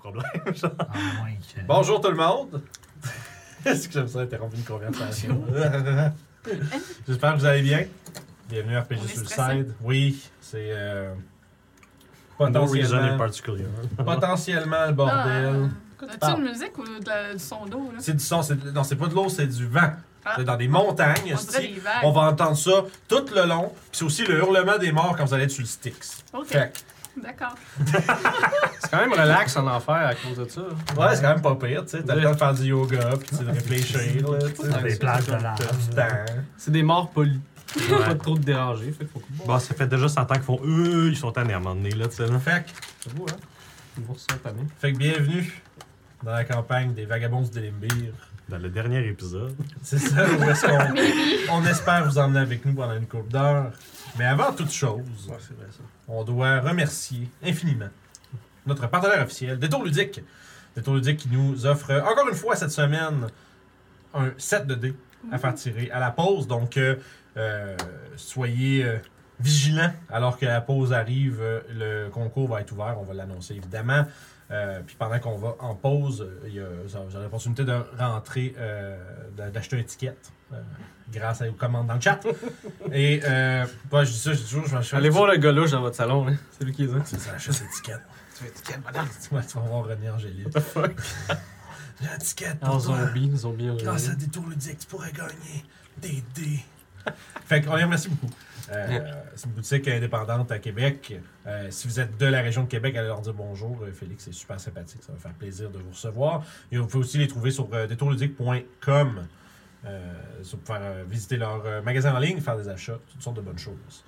problème. Genre. À moins que... Bonjour tout le monde! Est-ce que j'aime ça interrompre une conversation? J'espère que vous allez bien. Bienvenue à RPG Suicide. Oui, c'est No reason in potentiellement, particular. potentiellement le bordel. As-tu une musique ou du son d'eau? C'est du son, non, c'est pas de l'eau, c'est du vent. Ah. C'est dans des montagnes. On dirait esti. des vagues. On va entendre ça tout le long. Puis c'est aussi le hurlement des morts quand vous allez être sur le Styx. Ok. Fait D'accord. C'est quand même relax en enfer à cause de ça. que, ouais, c'est quand même pas pire, tu sais. T'as le temps de faire du yoga, puis de réfléchir, là, tu sais. Dans des plages de lave. T'as du temps. C'est des morts polis. Pas trop de déranger, fait qu'il faut Bon, ça fait déjà 100 ans qu'ils font ils sont tannés à un moment donné, là, tu sais. Là. Fait que, C'est beau, hein? Une bourse satanée. fait que bienvenue dans la campagne des Vagabonds de Limbir. Dans le dernier épisode. C'est ça, où est-ce qu'on on espère vous emmener avec nous pendant une couple d'heures. Mais avant toute chose, c'est vrai ça. on doit remercier infiniment notre partenaire officiel, Détour Ludique. Détour Ludique qui nous offre encore une fois cette semaine un set de dés à faire tirer à la pause. Donc, soyez vigilants alors que la pause arrive. Le concours va être ouvert, on va l'annoncer évidemment. Puis pendant qu'on va en pause, vous aurez l'opportunité de rentrer, d'acheter une étiquette grâce aux commandes dans le chat. Et moi, je dis ça, je dis toujours, je vais Allez voir le gars louche dans votre salon, hein. C'est lui qui est là. C'est ça, achète l'étiquette. Tu veux l'étiquette, madame? Tu vas voir René Angélil. J'ai l'étiquette En pour toi. zombie Grâce à Détour Ludique, tu pourrais gagner des dés. Fait qu'on les remercie beaucoup. C'est une boutique indépendante à Québec. Si vous êtes de la région de Québec, allez leur dire bonjour. Félix est super sympathique. Ça va faire plaisir de vous recevoir. Et vous pouvez aussi les trouver sur détourludique.com. Pour faire visiter leur magasin en ligne, faire des achats, toutes sortes de bonnes choses.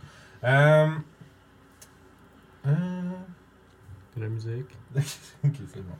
De la musique. Ok, c'est bon.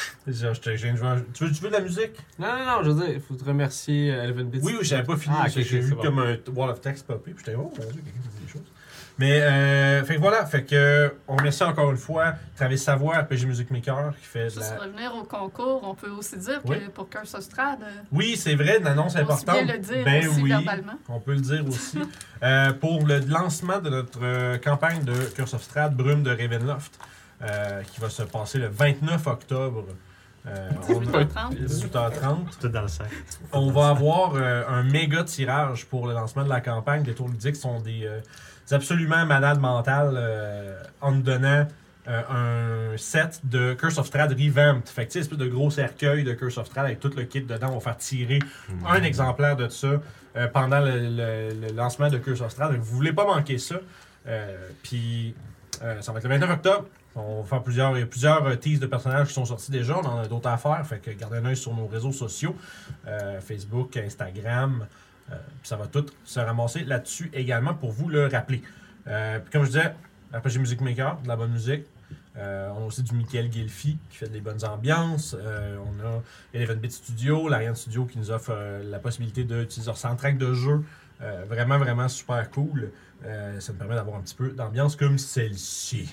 Tu veux de la musique? Non, je veux dire, il faut te remercier Elven Bits. Oui, j'avais pas fini. Ah, ok, J'ai vu c'est bon. comme un wall of text popper, puis j'étais, oh mon dieu, quelqu'un qui dit des choses. Mais, fait que voilà, fait que, on remercie encore une fois Travis Savoie, RPG Music Maker, qui fait de Juste la... revenir au concours, on peut aussi dire Oui. que pour Curse of Strahd, Oui, c'est vrai, une annonce importante. on peut bien le dire Ben aussi oui, verbalement. on peut le dire aussi. Pour le lancement de notre campagne de Curse of Strahd, Brume de Ravenloft, qui va se passer le 29 octobre. 18h30. 18h30. Tout dans le sac. On va avoir un méga tirage pour le lancement de la campagne. Les Tours Ludiques sont des absolument malades mentales en nous donnant un set de Curse of Strahd revamped. Fait que tu sais, espèce de gros cercueil de Curse of Strahd avec tout le kit dedans. On va faire tirer un exemplaire de ça pendant le lancement de Curse of Strahd. Donc, vous voulez pas manquer ça. Puis ça va être le 29 octobre. On va faire il y a plusieurs teases de personnages qui sont sortis déjà. On en a d'autres à faire. Fait que gardez un œil sur nos réseaux sociaux. Facebook, Instagram. Puis ça va tout se ramasser là-dessus également pour vous le rappeler. Puis comme je disais, RPG Music Maker, de la bonne musique. On a aussi du Michael Gilfi qui fait des bonnes ambiances. On a Eleven Bit Studio, l'Ariane Studio qui nous offre la possibilité d'utiliser leur soundtrack de jeu. Vraiment, vraiment super cool. Ça nous permet d'avoir un petit peu d'ambiance comme celle-ci.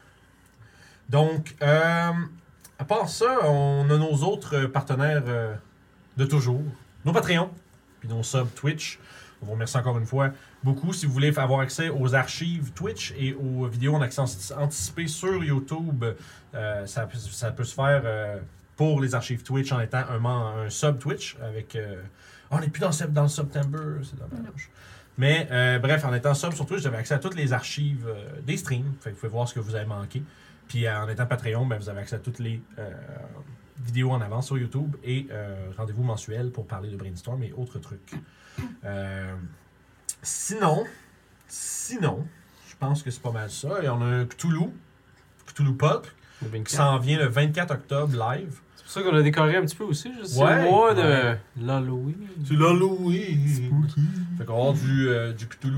Donc, à part ça, on a nos autres partenaires de toujours. Nos Patreons, puis nos subs Twitch. On vous remercie encore une fois beaucoup. Si vous voulez avoir accès aux archives Twitch et aux vidéos en accès anticipé sur YouTube, ça peut se faire pour les archives Twitch en étant un sub Twitch. Avec, on n'est plus dans le September, c'est dommage. Mais bref, en étant sub sur Twitch, vous avez accès à toutes les archives des streams. Fait que vous pouvez voir ce que vous avez manqué. Puis en étant Patreon, ben, vous avez accès à toutes les vidéos en avance sur YouTube et rendez-vous mensuel pour parler de brainstorm et autres trucs. Sinon, je pense que c'est pas mal ça. Et on a un Cthulhu Pop, qui s'en vient le 24 octobre live. C'est pour ça qu'on a décoré un petit peu aussi. C'est Ouais, le mois ouais. de l'Halloween. C'est l'Halloween! Fait qu'on va avoir du Cthulhu.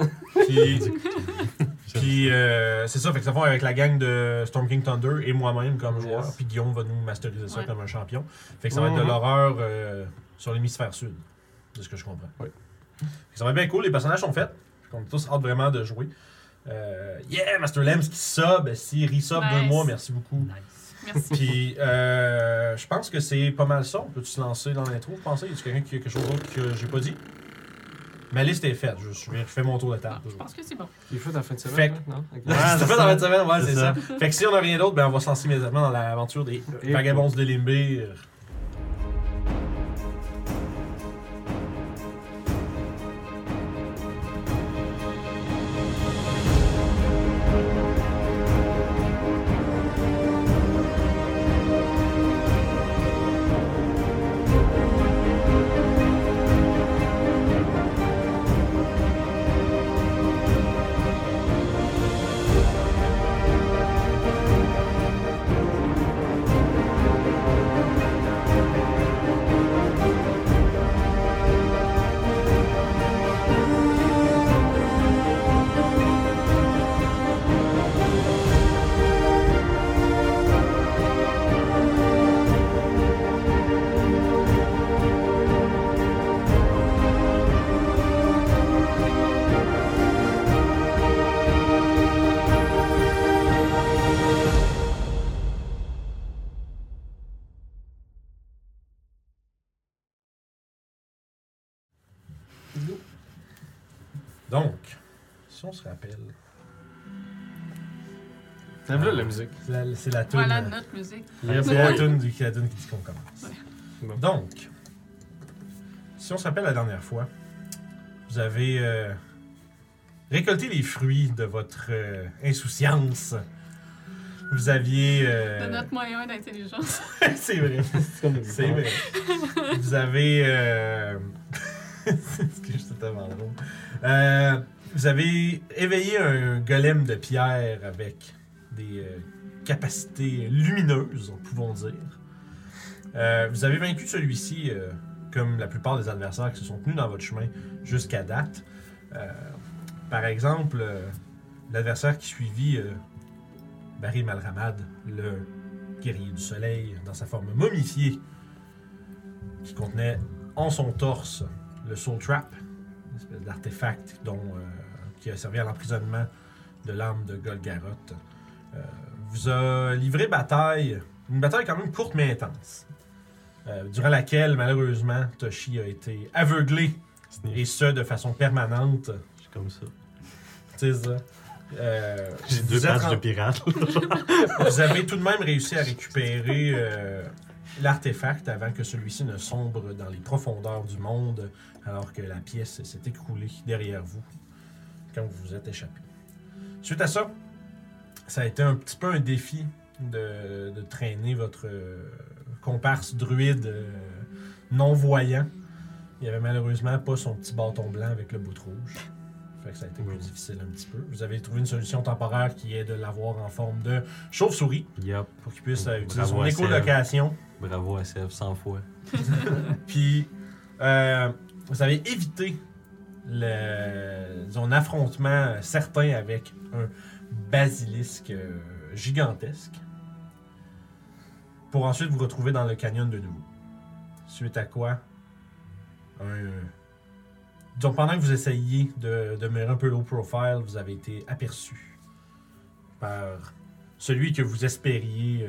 Puis c'est ça, fait que ça va avec la gang de Storm King Thunder et moi-même comme joueur. Puis Guillaume va nous masteriser ça comme un champion. Fait que ça va être de l'horreur sur l'hémisphère sud, de ce que je comprends. Oui. Fait que ça va être bien cool, les personnages sont faits. On a tous hâte vraiment de jouer. Yeah, Master Lems qui sub, si resub 2 mois, merci beaucoup. Nice. Merci. Puis je pense que c'est pas mal ça. On peut se lancer dans l'intro, vous pensez? Y a-t-il quelqu'un qui a quelque chose d'autre que j'ai pas dit? Ma liste est faite. Je fais mon tour de table. Je pense que c'est bon. Il faut en fin de Fait semaine, que- non? Ok. C'est fait dans la semaine, ouais, c'est ça. Fait que si on n'a rien d'autre, ben on va se lancer immédiatement dans l'aventure des Et vagabonds de Limbir. Donc, si on se rappelle, T'as vu la musique? c'est la tune. Voilà notre musique. C'est la tune qui dit qu'on commence. Bon. Donc, si on se rappelle la dernière fois, vous avez récolté les fruits de votre insouciance. Vous aviez... De notre moyen d'intelligence. c'est vrai. C'est vrai. Vous avez... C'est tellement drôle. Vous avez éveillé un golem de pierre avec des capacités lumineuses, pouvons dire. Vous avez vaincu celui-ci, comme la plupart des adversaires qui se sont tenus dans votre chemin jusqu'à date. Par exemple, l'adversaire qui suivit Barry Malramad, le guerrier du soleil, dans sa forme momifiée, qui contenait en son torse le Soul Trap, une espèce d'artefact qui a servi à l'emprisonnement de l'âme de Golgaroth, vous a livré bataille, une bataille quand même courte mais intense, durant laquelle, malheureusement, Toshi a été aveuglé, et ce, de façon permanente. Je suis comme ça. Tu sais ça. J'ai deux vous êtes pattes de pirate. Vous avez tout de même réussi à récupérer l'artefact avant que celui-ci ne sombre dans les profondeurs du monde, alors que la pièce s'est écroulée derrière vous quand vous vous êtes échappé. Suite à ça, ça a été un petit peu un défi de traîner votre comparse druide non-voyant. Il avait malheureusement pas son petit bâton blanc avec le bout rouge. Fait que ça a été plus difficile un petit peu. Vous avez trouvé une solution temporaire qui est de l'avoir en forme de chauve-souris Yup. pour qu'il puisse utiliser Bravo son à Sèvres. écolocation. Bravo à Sèvres, 100 fois. Puis, vous avez évité un affrontement certain avec un basilisque gigantesque pour ensuite vous retrouver dans le canyon de nouveau. Suite à quoi, donc pendant que vous essayiez de demeurer un peu low profile, vous avez été aperçu par celui que vous espériez,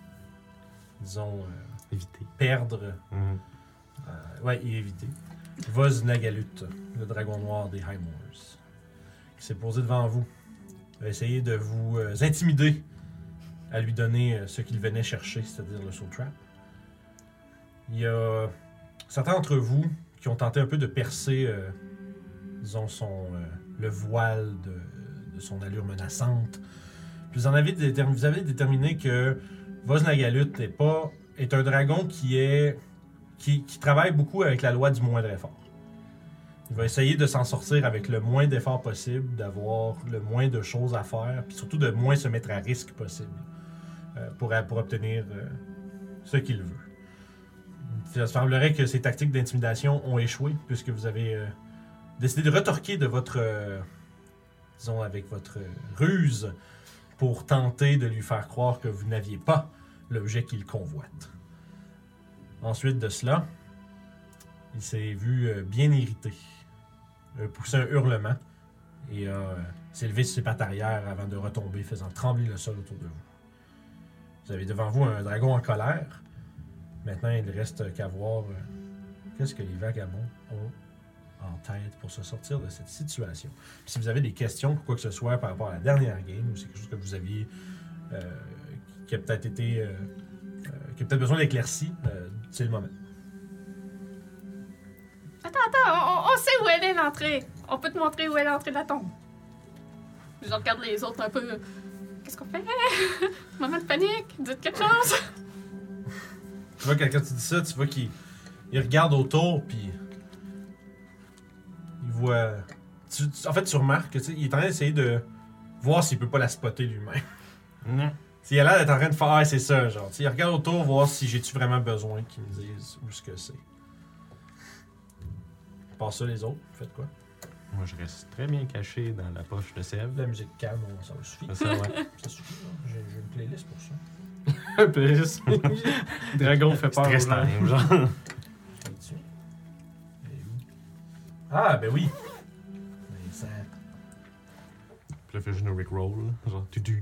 Éviter. perdre. Mhm. Ouais, et éviter. Voz Nagalut, le dragon noir des High Moors, qui s'est posé devant vous. Il a essayé de vous intimider à lui donner ce qu'il venait chercher, c'est-à-dire le Soul Trap. Il y a certains d'entre vous qui ont tenté un peu de percer, disons, le voile de son allure menaçante. Puis vous avez déterminé que Voz Nagalut est un dragon qui travaille beaucoup avec la loi du moindre effort. Il va essayer de s'en sortir avec le moins d'efforts possible, d'avoir le moins de choses à faire, puis surtout de moins se mettre à risque possible pour obtenir ce qu'il veut. Il semblerait que ces tactiques d'intimidation ont échoué, puisque vous avez décidé de retorquer de votre, disons, avec votre ruse pour tenter de lui faire croire que vous n'aviez pas l'objet qu'il convoite. Ensuite de cela, il s'est vu bien irrité, pousser un hurlement et s'est levé sur ses pattes arrière avant de retomber, faisant trembler le sol autour de vous. Vous avez devant vous un dragon en colère. Maintenant, il ne reste qu'à voir qu'est-ce que les vagabonds ont en tête pour se sortir de cette situation. Puis si vous avez des questions ou quoi que ce soit par rapport à la dernière game, ou c'est quelque chose que vous aviez qui a peut-être été qui a peut-être besoin d'éclaircie, c'est le moment. Attends, on sait où elle est l'entrée. On peut te montrer où est l'entrée de la tombe. Je regarde les autres un peu. Qu'est-ce qu'on fait? Moment de panique, dites quelque chose. Tu vois, quand tu dis ça, tu vois qu'il regarde autour, puis il voit... En fait, tu remarques que il est en train d'essayer de voir s'il peut pas la spotter lui-même. Non. Il a l'air d'être en train de faire « Ah, c'est ça », genre. Il regarde autour, voir si j'ai-tu vraiment besoin qu'ils me disent où ce que c'est. Par ça, les autres, faites quoi? Moi, je reste très bien caché dans la poche de Sèvres. La musique calme, ça va suffire. Ça, ouais. Ça suffit, là. J'ai une playlist pour ça. Un peu juste. Dragon fait peur. Stress aux gens. time, genre. Là-dessus. Elle est où? Ah, ben oui! Mais ça... Puis là, fait juste un Rickroll. Genre,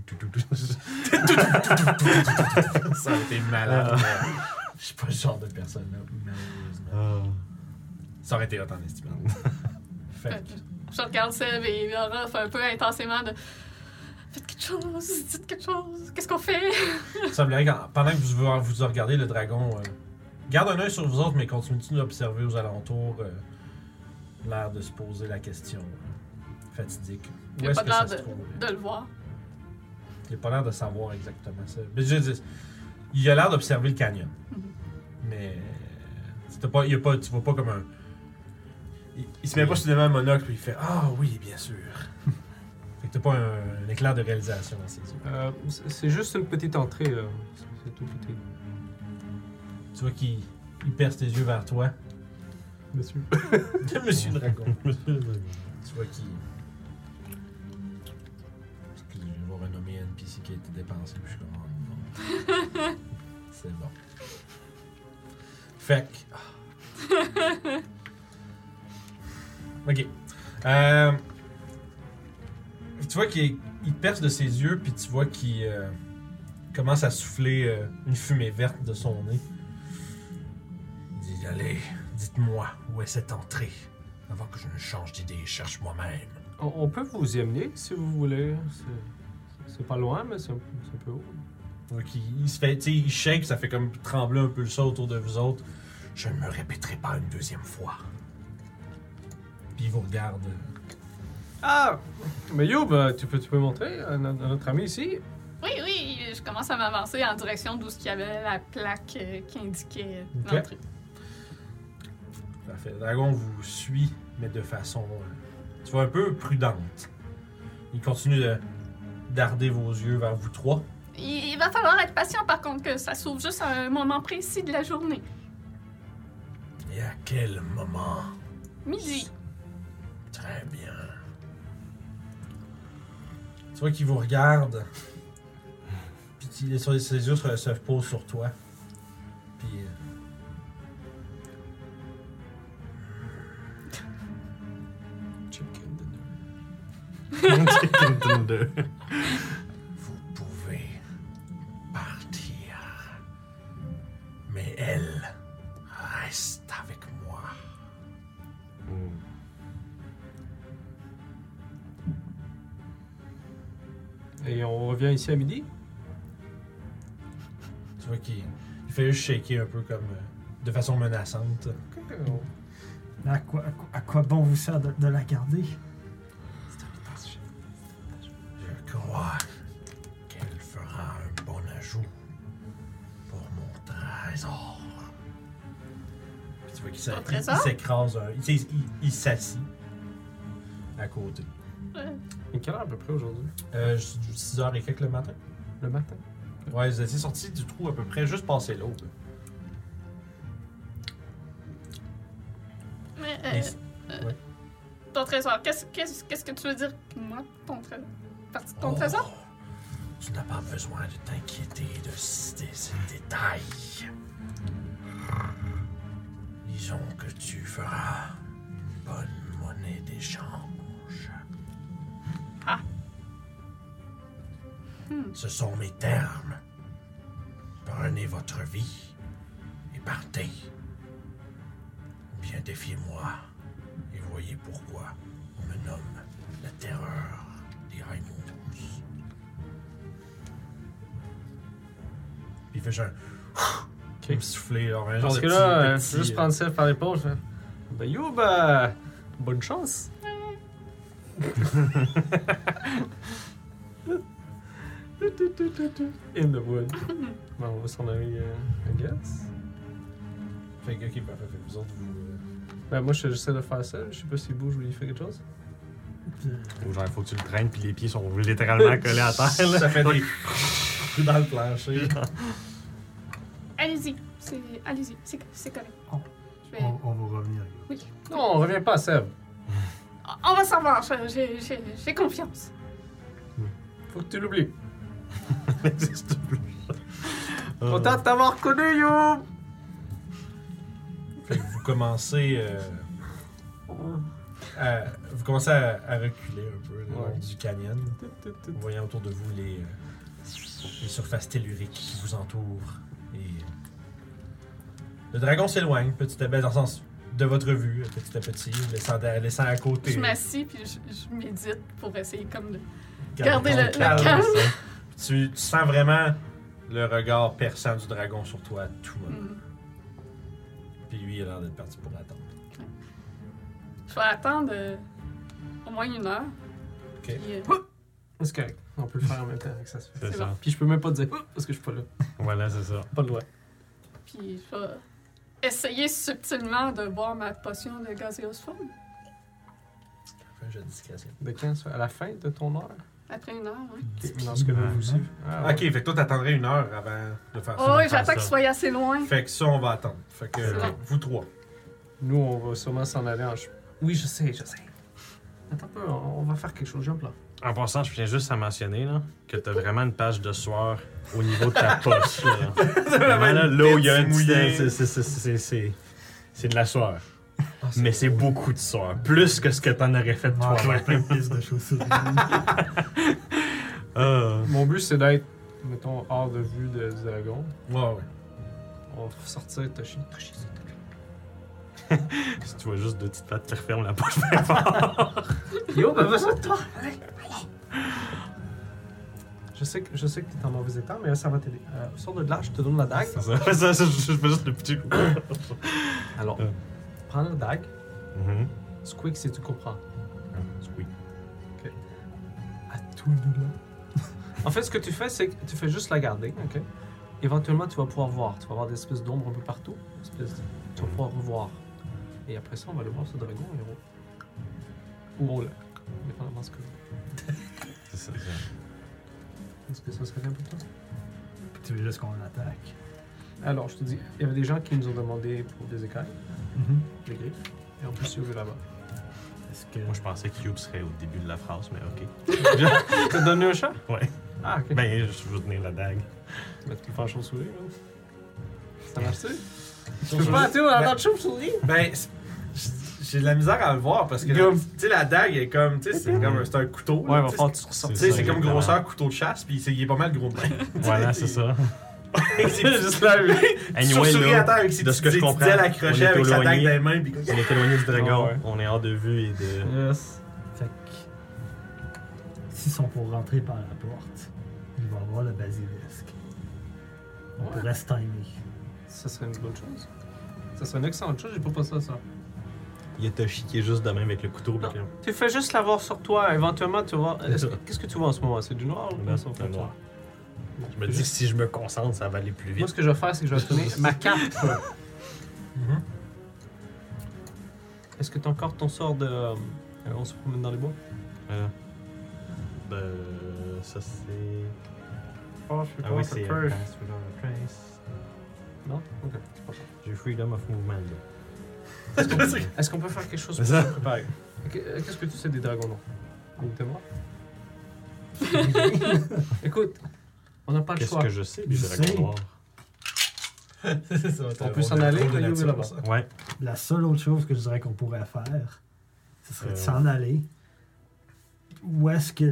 ça a été malade. mais je suis pas le genre de personne, là, malheureusement. Ça aurait été hot en estimant. Fait que... Je regarde Seb et Laura fait un peu intensément de. Faites quelque chose, dites quelque chose, qu'est-ce qu'on fait? Il semblerait que pendant que vous regardez le dragon, garde un œil sur vous autres, mais continue d'observer aux alentours l'air de se poser la question fatidique. Il Où a est-ce pas que ça l'air se trouve? de le voir. Il a pas l'air de savoir exactement ça. Mais je dis, il a l'air d'observer le canyon. Mais tu vois pas comme un... Il se met pas soudainement un monocle puis il fait « Ah oui, bien sûr ». Fait que t'as pas un éclair de réalisation dans ses yeux. C'est juste une petite entrée. C'est tout petit. Tu vois qu'il perce tes yeux vers toi. Monsieur. Monsieur Dragon. Tu vois qu'il... Je vais renommer un NPC qui a été dépensé. Puis je suis comme « Oh non. » C'est bon. Fait que... Ok. Tu vois qu'il perce de ses yeux, puis tu vois qu'il commence à souffler une fumée verte de son nez. Il dit, allez, dites-moi, où est cette entrée? Avant que je ne change d'idée, je cherche moi-même. On peut vous y amener si vous voulez. C'est pas loin, mais c'est un peu haut. Donc il se fait, tu sais, il shake, ça fait comme trembler un peu le sol autour de vous autres. Je ne me répéterai pas une deuxième fois. Puis il vous regarde. Ah! Mais Youb, tu peux montrer à notre ami ici? Oui, je commence à m'avancer en direction d'où il y avait la plaque qui indiquait Ok. l'entrée. Parfait. Le dragon vous suit, mais de façon, tu vois, un peu prudente. Il continue de darder vos yeux vers vous trois. Il va falloir être patient par contre que ça s'ouvre juste à un moment précis de la journée. Et à quel moment? Midi. Très bien. Tu vois qu'il vous regarde. Puis ses yeux se posent sur toi. Puis... Chicken Thunder. Vous pouvez partir. Mais elle reste avec moi. Et on revient ici à midi? Tu vois qu'il fait juste shaker un peu comme de façon menaçante. Mais à quoi bon vous sert de la garder? Je crois qu'elle fera un bon ajout pour mon trésor. Puis tu vois qu'il Ton trésor? s'écrase, il s'assit à côté. Et quelle heure à peu près aujourd'hui? 6h et quelques le matin. Le matin? Ouais, vous étiez sortis du trou à peu près juste passé l'aube. Mais, Ouais. ton trésor, qu'est-ce que tu veux dire, moi, ton trésor? Partie de ton trésor? Tu n'as pas besoin de t'inquiéter de ces détails. Disons que tu feras une bonne monnaie d'échange. Ah. Ce sont mes termes. Prenez votre vie et partez. Ou bien défiez-moi Et voyez pourquoi on me nomme la terreur des Raimundos. Il fait genre... Comme souffler, genre un genre Parce de que petit... là, petit, juste prendre ça par l'épaule, je fais. Ben yo, bonne chance. In the wood. Bon, on va s'en aller, I guess. Fait que, ok, parfait. Fait que vous autres, vous... Ben moi, j'essaie de faire ça. Je sais pas s'il bouge ou il fait quelque chose. Ou genre, il faut que tu le traînes, puis les pieds sont littéralement collés à terre. Là. Ça fait des... trous dans le plancher. Allez-y, c'est correct. Oh. Je vais- On va revenir. Oui. Non, on revient pas à Seb. On va s'en voir, j'ai confiance. Faut que tu l'oublies. N'existe plus. Content de t'avoir reconnu, yo! Fait que vous commencez... vous commencez à reculer un peu le long Ouais. du canyon, voyant autour de vous les surfaces telluriques qui vous entourent. Et le dragon s'éloigne petit à petit, dans le sens de votre vue, petit à petit, laissant à côté. Je m'assis puis je médite pour essayer comme de Garder garder ton le calme. Tu sens vraiment le regard perçant du dragon sur toi à tout moment. Mm. Puis lui, il a l'air d'être parti pour attendre. Je vais attendre au moins 1 heure. Ok. Puis, C'est correct. On peut le faire en même temps que ça se fait. C'est C'est ça. bon. Puis je peux même pas te dire parce que je suis pas là. Voilà, c'est ça. Pas le droit. puis je vais essayer subtilement de boire ma potion de gazeuse forme. Fais un jeu de discrétion. De quand ça? À la fin de ton heure? Après 1 heure, oui. Dans ce que vous aussi. Ah, Ok, fait que toi, t'attendrais 1 heure avant de faire ça. Oh, oui, faire j'attends ça. qu'il soit assez loin. Fait que ça, on va attendre. Fait que C'est bon. vous trois. Nous, on va sûrement s'en aller en... Oui, je sais. Attends un peu, on va faire quelque chose. Jump là. En passant, je viens juste à mentionner là, que t'as vraiment une page de sueur au niveau de ta poche. Là. Vraiment, là où il y a un petit... C'est de la sueur. Mais c'est beaucoup de sueur. Plus que ce que t'en aurais fait Manteau toi-même. plein de pistes de chaussures. Mon but, c'est d'être, mettons, hors de vue du dragon. Ouais. On va sortir Toshi. Si tu vois juste 2 petites pattes qui referment la poche bien fort. Yo, ben vas-y, toi! Allez! Je sais que t'es en mauvais état, mais ça va t'aider. Sors de là, je te donne la dague. C'est ça, je fais juste le petit coup. Alors, prends la dague. Mhm. Squeak si tu comprends. Squeak. À tout de là. En fait, ce que tu fais, c'est que tu fais juste la garder, ok? Éventuellement, tu vas pouvoir voir. Tu vas avoir des espèces d'ombres un peu partout. Tu vas pouvoir revoir. Et après ça, on va aller voir ce dragon, héros. Ou là. Dépendamment de ce que... C'est ça. Est-ce que ça serait bien pour toi? Tu veux juste qu'on l'attaque. Alors, je te dis, il y avait des gens qui nous ont demandé pour des écailles, des griffes, et on peut suivre là-bas. Est-ce que. Moi, je pensais que Cube serait au début de la phrase, mais ok. T'as donné un chat? Ouais. Ah, ok. Ben, je veux tenir la dague. Mais tu peux faire chauve-souris, là. Ça marche-tu? Tu peux peux pas, pas, tu sais, dans chauve-souris? Ben, j'ai de la misère à le voir parce que, Comme- tu sais, la dague est comme, tu sais, c'est comme c'est un couteau. Ouais, là, va tu sais, falloir que tu ressortes. Tu sais, c'est comme exactement. grosseur couteau de chasse, puis il est pas mal gros de même. Voilà, c'est ça. C'est juste là, lui. Anyway, Souris là, à terre avec ses de ce que je comprends, à on accrocher est avec sa dague éloigné. dans les mains, puis On est éloigné du dragon, Ah ouais. on est hors de vue et de... Yes. Fait que. S'ils sont pour rentrer par la porte, il va y avoir le basilisque. On Ouais. pourrait se timer. Ça serait une bonne chose. Ça serait une excellente chose, j'ai pas pensé à ça. Il y a Toshi qui est juste de même avec le couteau. Non. puis là. Tu fais juste l'avoir sur toi, éventuellement tu vas voir. Qu'est-ce que tu vois en ce moment? C'est du noir ou Non, bien c'est ça? noir. Je me dis que si je me concentre, ça va aller plus Moi, vite. ce que je vais faire, c'est que je vais tourner ma carte. Mhm. Est-ce que tu as encore ton sort de. on se promène dans les bois? Ben, ça c'est... Oh, je fais Ah oui, c'est Pass Without a Trace. Non? Ok, c'est pas ça. J'ai Freedom of Movement. là. Est-ce qu'on peut faire quelque chose C'est pour ça. se préparer? Qu'est-ce que tu sais des dragons noirs? Ou t'es mort? Écoute, on n'a pas le Qu'est-ce choix. que je sais du Je dragon sais. noir? C'est ça, On peut s'en aller, le Youb est là-bas. Ouais. La seule autre chose que je dirais qu'on pourrait faire, ce serait de Euh. s'en aller. Où est-ce que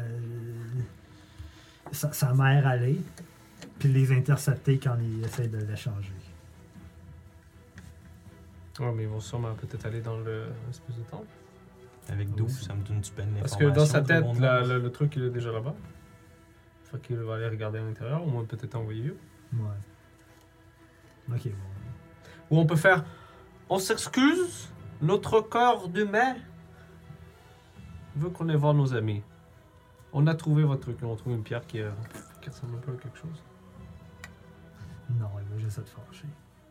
sa mère allait, puis les intercepter quand ils essaient de l'échanger. Ouais, mais ils vont sûrement peut-être aller dans l'espèce de temple. Avec 12, ça me donne du peine Parce que dans sa tête, l'information, tout le monde. le truc, il est déjà là-bas. Fait qu'il va aller regarder à l'intérieur, au moins peut-être envoyer vieux. Ouais. Ok, bon. Ou on peut faire... On s'excuse, notre corps d'humain veut qu'on aille voir nos amis. On a trouvé votre truc, on a trouvé une pierre qui ressemble un peu à quelque chose. Non, il va juste être fâché.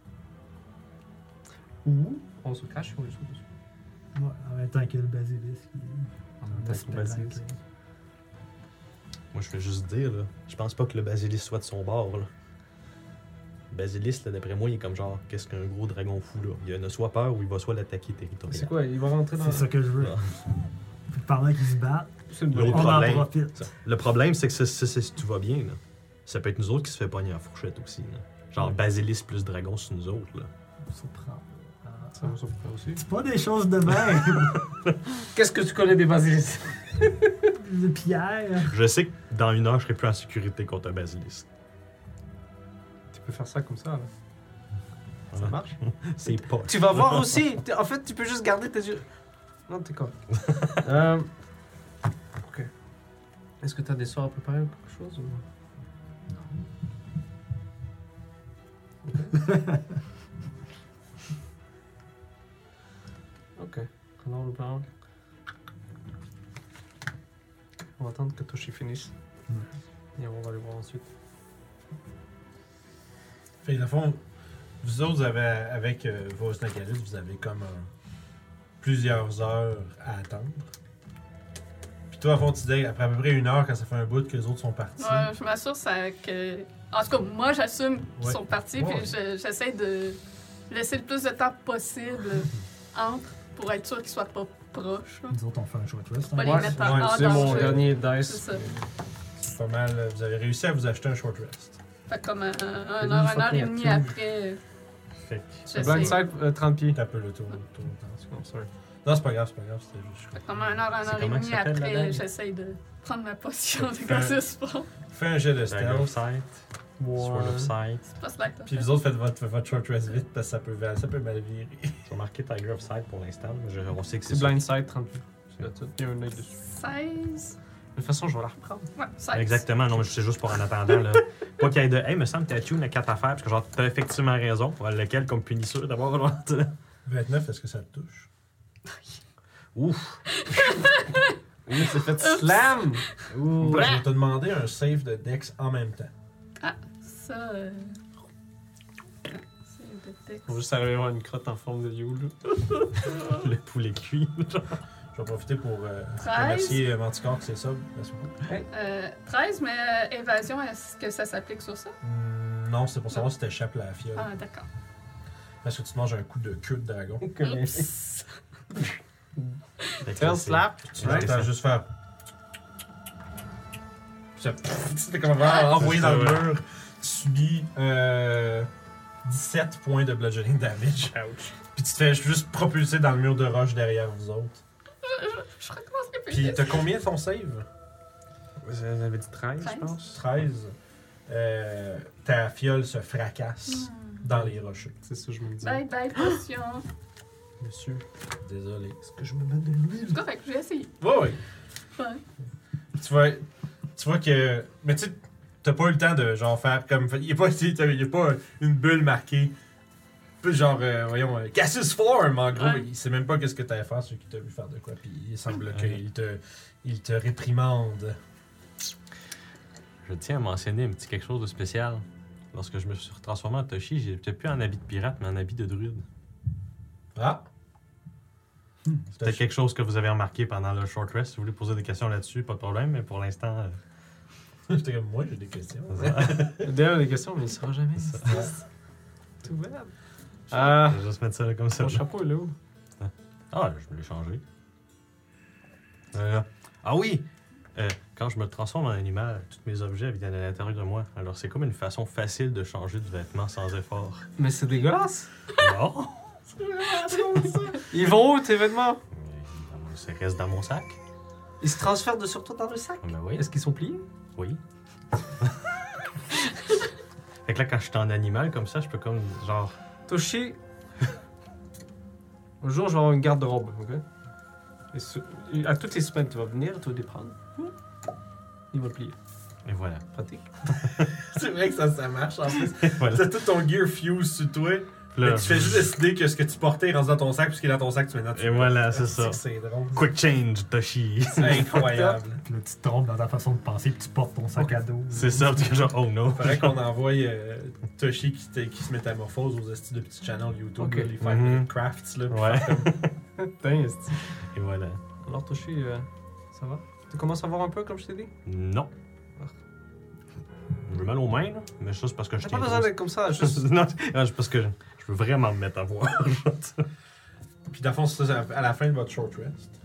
Ou on se cache et on les saute dessus. Ouais, en même temps que le basilisque. En même temps que le basilisque. Moi, je vais juste dire, là, je pense pas que le basilisque soit de son bord. Là. Le basilisque, là, d'après moi, il est comme genre, qu'est-ce qu'un gros dragon fou, là. Il ne soit peur ou il va soit l'attaquer territorial. C'est quoi, il va rentrer dans... C'est ça que je veux. Ah. Puis pendant qu'ils se battent, C'est une L'autre on en problème. profite. Le problème, c'est que si tout va bien, là, ça peut être nous autres qui se fait pogner en fourchette aussi. Là. Genre, basilisque plus dragon, c'est nous autres. Là. On se prend. Ça me surprend aussi. C'est pas des choses de même. Qu'est-ce que tu connais des basilisques? Des pierres. Je sais que dans 1 heure, je serai plus en sécurité contre un basilisque. Tu peux faire ça comme ça, là. Ça marche? C'est pas. Tu vas voir aussi. En fait, tu peux juste garder tes yeux. Non, t'es correct. Ok. Est-ce que t'as des sorts à préparer ou quelque chose? Ou... Ok. Alors, le plan. On va attendre que Toshi finisse. Et on va aller voir ensuite. Fait que, dans le fond, vous autres, avec vos Nagalis, vous avez comme plusieurs heures à attendre. Puis toi, à fond, tu dis, après à peu près 1 heure, quand ça fait un bout que les autres sont partis. Ouais, je m'assure que. En tout cas, moi, j'assume qu'ils Ouais. sont partis, Ouais. puis j'essaie de laisser le plus de temps possible entre pour être sûr qu'ils soient pas proches. là. Nous autres, on fait un short rest. Pas les mettre en, ouais, en C'est mon danger. dernier C'est dice. ça. C'est pas mal. Vous avez réussi à vous acheter un short rest. Fait que comme un Une heure fois et qu'on demie a tout. après, Fait que j'essaie. Blindside, 30 pieds. T'as un peu le tour. Oh, sorry. Non, c'est pas grave, c'était juste. Fait que comme un heure C'est et comment demie ça s'appelle, la après, dague? j'essaie de prendre ma potion de Fait- Gossis Spawn. Fais un jet de Dagger of stealth. Sight, Sword of Sight. C'est pas slack, Puis vous autres, faites votre short rest vite parce que ça peut mal virer. Je vais marquer Tiger of Sight pour l'instant. On sait que C'est ça. Blindside, 30 pieds. Il y a un œil dessus. 16. De toute façon, je vais la reprendre. Ouais, 16. Exactement, non, mais c'est juste pour en attendant. Là. Pas qu'il y ait de. Hey, me semble que t'as tune à 4 affaires, parce que genre, t'as effectivement raison. Lequel comme punisseur d'abord? Genre, 29, est-ce que ça te touche? Ouf! Oui, c'est fait slam! Ouh. Je vais te demander un save de Dex en même temps. Ah, ça. C'est de Dex. On va juste arriver à avoir une crotte en forme de Yule. Le poulet cuit. Je vais profiter pour 13. remercier Manticore que c'est ça. Merci beaucoup. 13, mais évasion, est-ce que ça s'applique sur ça? Non, c'est pour savoir si t'échappes la fiole. Ah, d'accord. Parce que tu manges un coup de queue de dragon. Oups. Tail slap. Tu vas juste faire. C'était comme envoyé dans le mur. Tu subis 17 points de bludgeoning damage. Ouch. Puis tu te fais juste propulser dans le mur de roche derrière vous autres. Je recommencerai plus Puis vite. t'as combien ton save? J'avais dit 13, je 13. pense. 13. Ta fiole se fracasse dans les rochers. C'est ça, je me dis. Bye bye, potion. Monsieur. Désolé. Est-ce que je me mets de l'huile? C'est correct, j'ai essayé. Ouais. Ouais. Tu vois que. Mais tu sais, t'as pas eu le temps de genre faire comme. Il y a pas une bulle marquée. Peu genre, voyons, Cassius Form en gros. Ouais. Il sait même pas qu'est-ce que t'allais faire, celui qui t'a vu faire de quoi. Puis il semble qu'il te réprimande. Je tiens à mentionner un petit quelque chose de spécial. Lorsque je me suis transformé en Toshi, j'étais plus en habit de pirate, mais en habit de druide. Ah! C'est peut-être quelque chose que vous avez remarqué pendant le short rest. Si vous voulez poser des questions là-dessus, pas de problème, mais pour l'instant. J'étais comme moi, j'ai des questions. D'ailleurs, des questions, mais il sera jamais. Ça. Tout bad. Je vais juste mettre ça là, comme ça. Mon là. chapeau est là où? Ah, je l'ai changé. Ah oui! Quand je me transforme en animal, tous mes objets viennent à l'intérieur de moi. Alors c'est comme une façon facile de changer de vêtements sans effort. Mais c'est dégueulasse! Non! Ils vont où tes vêtements? Ça reste dans mon sac. Ils se transfèrent de sur toi dans le sac? Ben oui. Est-ce qu'ils sont pliés? Oui. Fait que là, quand je suis en animal comme ça, je peux comme genre. Toshi, Un jour, je vais avoir une garde-robe, ok? À toutes les semaines, tu vas venir, tu vas les prendre. Il va le plier. Et voilà. Pratique. C'est vrai que ça marche en plus. Voilà. T'as tout ton gear fuse sur toi. Mais Là, tu fais juste décider que ce que tu portais est rendu dans ton sac, puis ce qui est dans ton sac, tu mets dans Et voilà, c'est ça. C'est drôle. Quick change, Toshi. C'est incroyable. Puis là, tu te trompes dans ta façon de penser, puis tu portes ton sac à dos. C'est ça, parce que genre, oh no. Faudrait qu'on envoie Toshi qui se métamorphose aux estis de petits channels YouTube, Ok. là, les 5 minute crafts. Là, Ouais. Putain, esti. Et voilà. Alors, Toshi, ça va? Tu commences à voir un peu, comme je t'ai dit? Non. J'ai mal aux mains, là. Mais ça, c'est parce que je T'as tiens pas besoin trop. d'être comme ça, juste... Non, c'est parce que je veux vraiment me mettre à voir. Puis dans le fond, c'est ça, à la fin de votre short rest,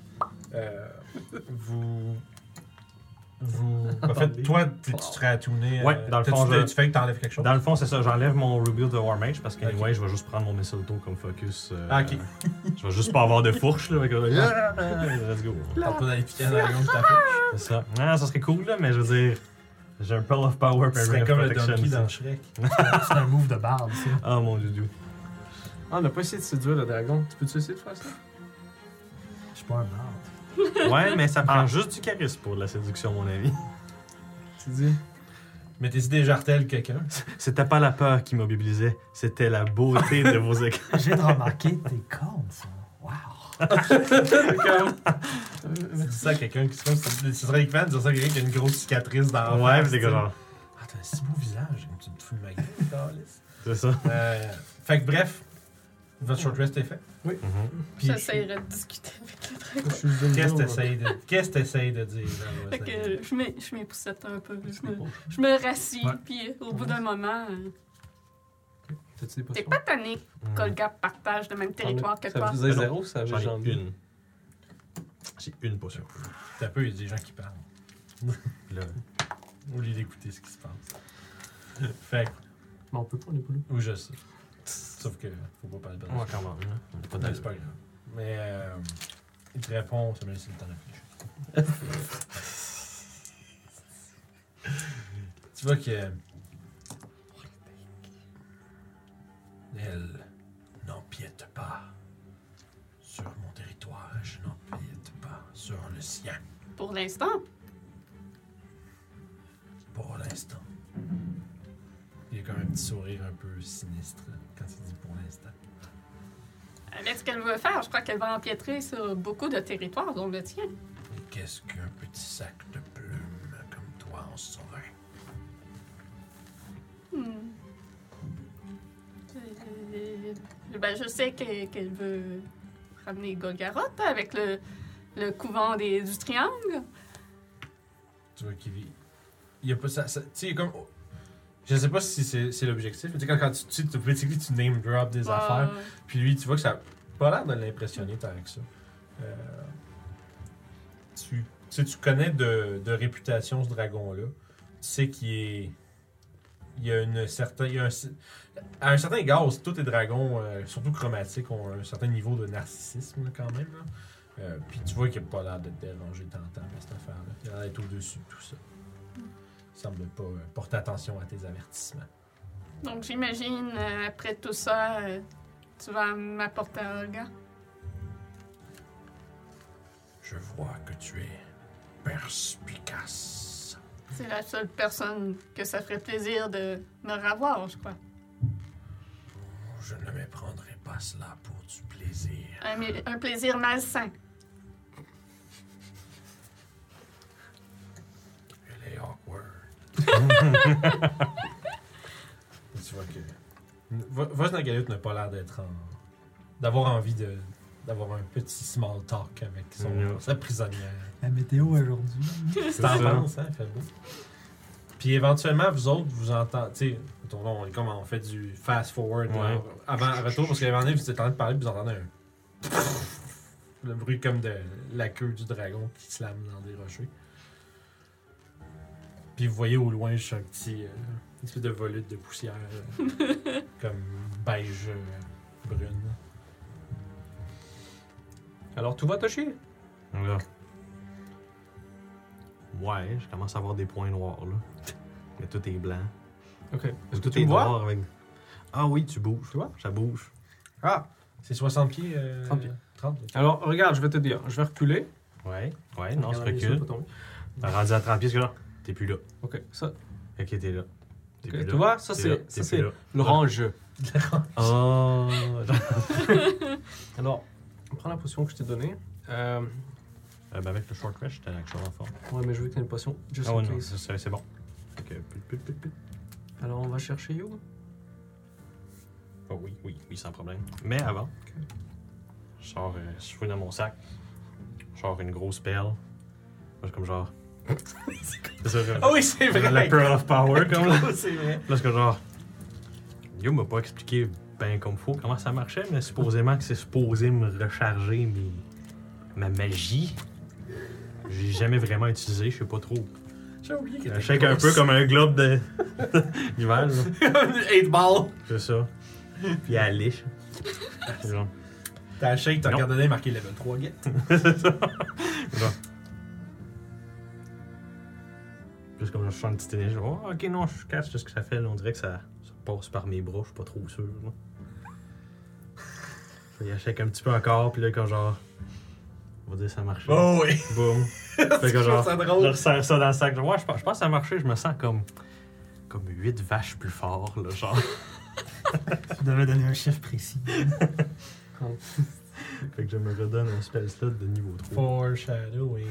en fait, toi, tu serais attuné. Ouais, dans le fond, tu fais que t'enlèves quelque chose. Dans le fond, c'est ça. J'enlève mon Rebuild de War Mage parce que, Ok. anyway, je vais juste prendre mon Mistletoe comme focus. Ok. Je vais juste pas avoir de fourche, là. Avec let's go. Tente pas d'aller piquer dans la gueule de ta fourche. C'est ça. Non, ça serait cool, là, mais je veux dire, j'ai un Pearl of Power, Tu puis un serais Ring of comme le Protection. donkey dans ça. Shrek. C'est un move de barbe, ça. Ah, mon dieu. Ah, on n'a pas essayé de séduire le dragon. Tu peux-tu essayer de faire ça? Je suis pas un barbe. Ouais, mais ça prend juste du charisme pour de la séduction, mon ami. Tu dis... Mettez-y des jartelles quelqu'un. C'était pas la peur qui m'immobilisait, c'était la beauté de vos écrans. J'ai de remarquer tes cornes, ça. Wow. C'est ça, quelqu'un qui se fait. Ce serait équivalent de dire ça à quelqu'un qui a une grosse cicatrice dans la Ouais, face, mais c'est tu que sais. genre. Ah, t'as un si beau visage. Tu te fous de ma gueule, câlisse. C'est ça. Fait que bref, votre short rest est fait. Mhm. Puis, J'essaierai de discuter avec le dragon. Je suis le qu'est-ce que dungeon, t'essayes de dire? Fait que je m'époussette un peu. Je me rassis, Ouais. puis au bout d'un moment, T'as-tu des t'es potions? pas tanné Mhm. qu'Olga partage le même territoire que Ça toi. faisait 0, ça avait J'en ai genre une. J'ai une potion. T'as peu, il y a des gens qui parlent. Là. Au lieu d'écouter ce qui se passe. Fait que, Mais on peut pas, on est pas là. oui, je sais. Sauf que, faut pas parler de Ouais, quand même. Là. On est pas Mais dans c'est pas grave. Mais il te répond, ça me laisse le temps de réfléchir. Tu vois que. Elle n'empiète pas sur mon territoire, je n'empiète pas sur le sien, Pour l'instant, pour l'instant. Il y a comme un petit sourire un peu sinistre quand il dit pour l'instant. avec ce qu'elle veut faire, je crois qu'elle va empiétrer sur beaucoup de territoires, dont le tien. Et qu'est-ce qu'un petit sac de plumes comme toi en saurait? Ben, je sais qu'elle veut ramener Golgaroth avec le couvent du Triangle. Tu vois qu'il vit. Il y a pas ça. Tu sais, comme. Je sais pas si c'est l'objectif. Tu sais, quand tu name drop des affaires, puis lui, tu vois que ça a pas l'air de l'impressionner tant que ça. Tu sais, tu connais de réputation ce dragon-là. Tu sais qu'il est. Il y a une certaine. À un certain égard, tous les dragons, surtout chromatiques, ont un certain niveau de narcissisme là, quand même. Là. Puis tu vois qu'il n'a pas l'air de te déranger tant par cette affaire-là. Il a l'air d'être au-dessus de tout ça. Il semble pas porter attention à tes avertissements. Donc j'imagine, après tout ça, tu vas m'apporter un Olga. Je vois que tu es perspicace. C'est la seule personne que ça ferait plaisir de me revoir, je crois. Je ne me prendrai pas cela pour du plaisir. Un plaisir malsain. Elle est awkward. Et tu vois que. Vosnagalut n'a pas l'air d'être d'avoir envie d'avoir un petit small talk avec sa prisonnière. La météo aujourd'hui. Tu t'en penses, hein? Il fait beau. Puis éventuellement, vous autres, vous entendez. Tu sais, on est comme on fait du fast forward Ouais. avant retour, parce qu'à un moment donné, vous êtes en train de parler, puis vous entendez le bruit comme de la queue du dragon qui se lame dans des rochers. Puis vous voyez au loin juste un petit. Une espèce de volute de poussière, comme beige brune. Alors, tout va, Toshi? Là. Ouais, je commence à avoir des points noirs, là. Mais tout est blanc. OK. Est-ce que Tout tu est me vois? noir avec. Ah oui, tu bouges. Tu vois? Ça bouge. Ah! C'est 60 pieds? 30 pieds. 30. Alors, regarde, je vais te dire. Je vais reculer. Ouais, non, c'est Regarde, les yeux, recule. pas tomber. Rendu à 30 pieds, c'est que là, t'es plus là. Ok, ça. Ok, t'es là. T'es Ok, plus tu là. vois, ça T'es là, c'est t'es ça, plus c'est là. le range. Oh! Alors, on prend la potion que je t'ai donnée. Ben avec le short rest, j'étais actuellement en forme. Ouais, mais je veux que tu aies une potion. Just Ah in ouais, non, case. c'est bon. Ok, put. Alors, on va chercher You. Oh oui, sans problème. Mais avant, je sors, je fouille dans mon sac, je sors une grosse perle. Moi, c'est comme genre. C'est ça, Ah oui, c'est vrai! la Pearl of Power, comme là. C'est vrai. Là, c'est comme genre. Yo m'a pas expliqué ben comme faut comment ça marchait, mais supposément que c'est supposé me recharger ma magie. J'ai jamais vraiment utilisé, je sais pas trop. J'ai oublié que Je shake un peu comme un globe d'hiver, là. comme 8 ball. C'est ça. Puis elle liche. C'est genre. T'as un shake, t'as Non. regardé marqué level 3 get. C'est ça. Genre. Juste comme je sens une petite énergie. Oh, ok, non, je cache ce que ça fait. Là. On dirait que ça passe par mes bras, je suis pas trop sûr. Là. Il achète un petit peu encore, puis là, quand genre. On va dire que ça marche. Oh oui! Boum. Fait que Je trouve genre. ça Je drôle. resserre ça dans le sac. Genre, ouais, je pense que ça a marché. Je me sens comme 8 vaches plus fort, là, genre. Tu devais donner un chiffre précis. Fait que je me redonne un spell slot de niveau 3. Foreshadowing.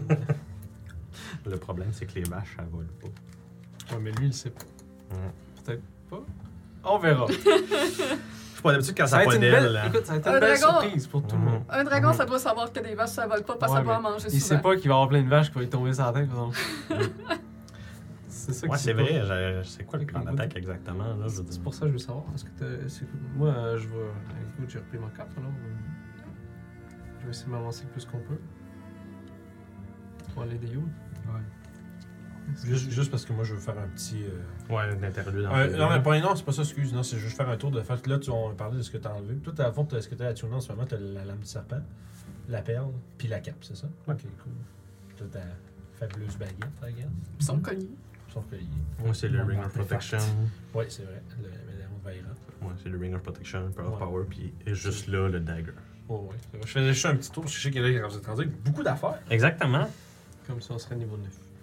Le problème, c'est que les vaches, ça vole pas. Ouais, mais lui, il sait pas. Ouais. Peut-être pas. On verra. Je suis pas d'habitude quand Ça ça va a être pas une d'aile. belle, Là. écoute, ça va être Un une belle dragon. surprise pour tout le Mhm. monde. Un dragon, Mhm. ça doit savoir que des vaches, ça vole pas parce que Ouais, ça doit mais en manger Il souvent. sait pas qu'il va y avoir plein de vaches qui vont lui tomber sur la tête, par exemple. C'est ça Ouais, qu'il c'est sait pas. vrai. C'est quoi le plan Écoute, d'attaque exactement? Là, je veux dire. C'est pour ça que je veux savoir. Est-ce que moi, je vais. Écoute, j'ai repris ma carte, alors. Je vais essayer de m'avancer le plus qu'on peut. Pour aller des You. Ouais. Juste parce que moi, je veux faire un petit. Ouais, une interlude dans Non, mais pas non, c'est pas ça, excuse. Non, c'est juste faire un tour de fait. Là, on va parler de ce que t'as enlevé. Toi, à la fond, ce que t'as attuné en ce moment, t'as la lame du serpent, la perle, puis la cape, c'est ça? Ok, cool. T'as ta fabuleuse baguette, regarde. Ils sont connus. Son collier. Moi, c'est le Mon Ring of artefact. Protection. Oui, c'est vrai. Le médaillon de Vaira. Moi, c'est le Ring of Protection, Pearl of Ouais. Power, puis et juste là, le dagger. Oh, ouais. Je faisais juste un petit tour. Je sais qu'il y a là, vous êtes rendu avec beaucoup d'affaires. Exactement. Comme ça, on serait niveau 9.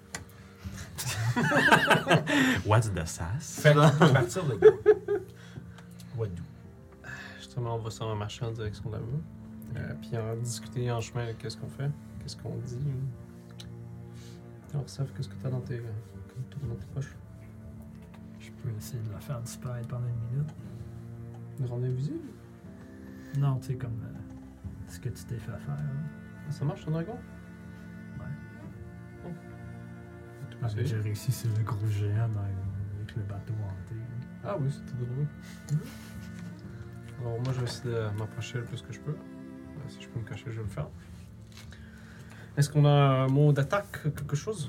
What's the sass? Fait à partir de là. What do? Justement, on va sur un marché en direction de là-bas. Puis en discuter en chemin, qu'est-ce qu'on fait, qu'est-ce qu'on dit. Alors, Saf, qu'est-ce que t'as dans tes poches? Je peux essayer de la faire disparaître pendant une minute. Une rendre invisible? Non, tu sais, comme ce que tu t'es fait faire. Hein. Ça marche, ton dragon? Ouais. Tu peux Ah, essayer. j'ai réussi sur le gros géant avec le bateau hanté. Ah oui, c'était drôle. Alors moi, je vais essayer de m'approcher le plus que je peux. Si je peux me cacher, je vais le faire. Est-ce qu'on a un mot d'attaque, quelque chose?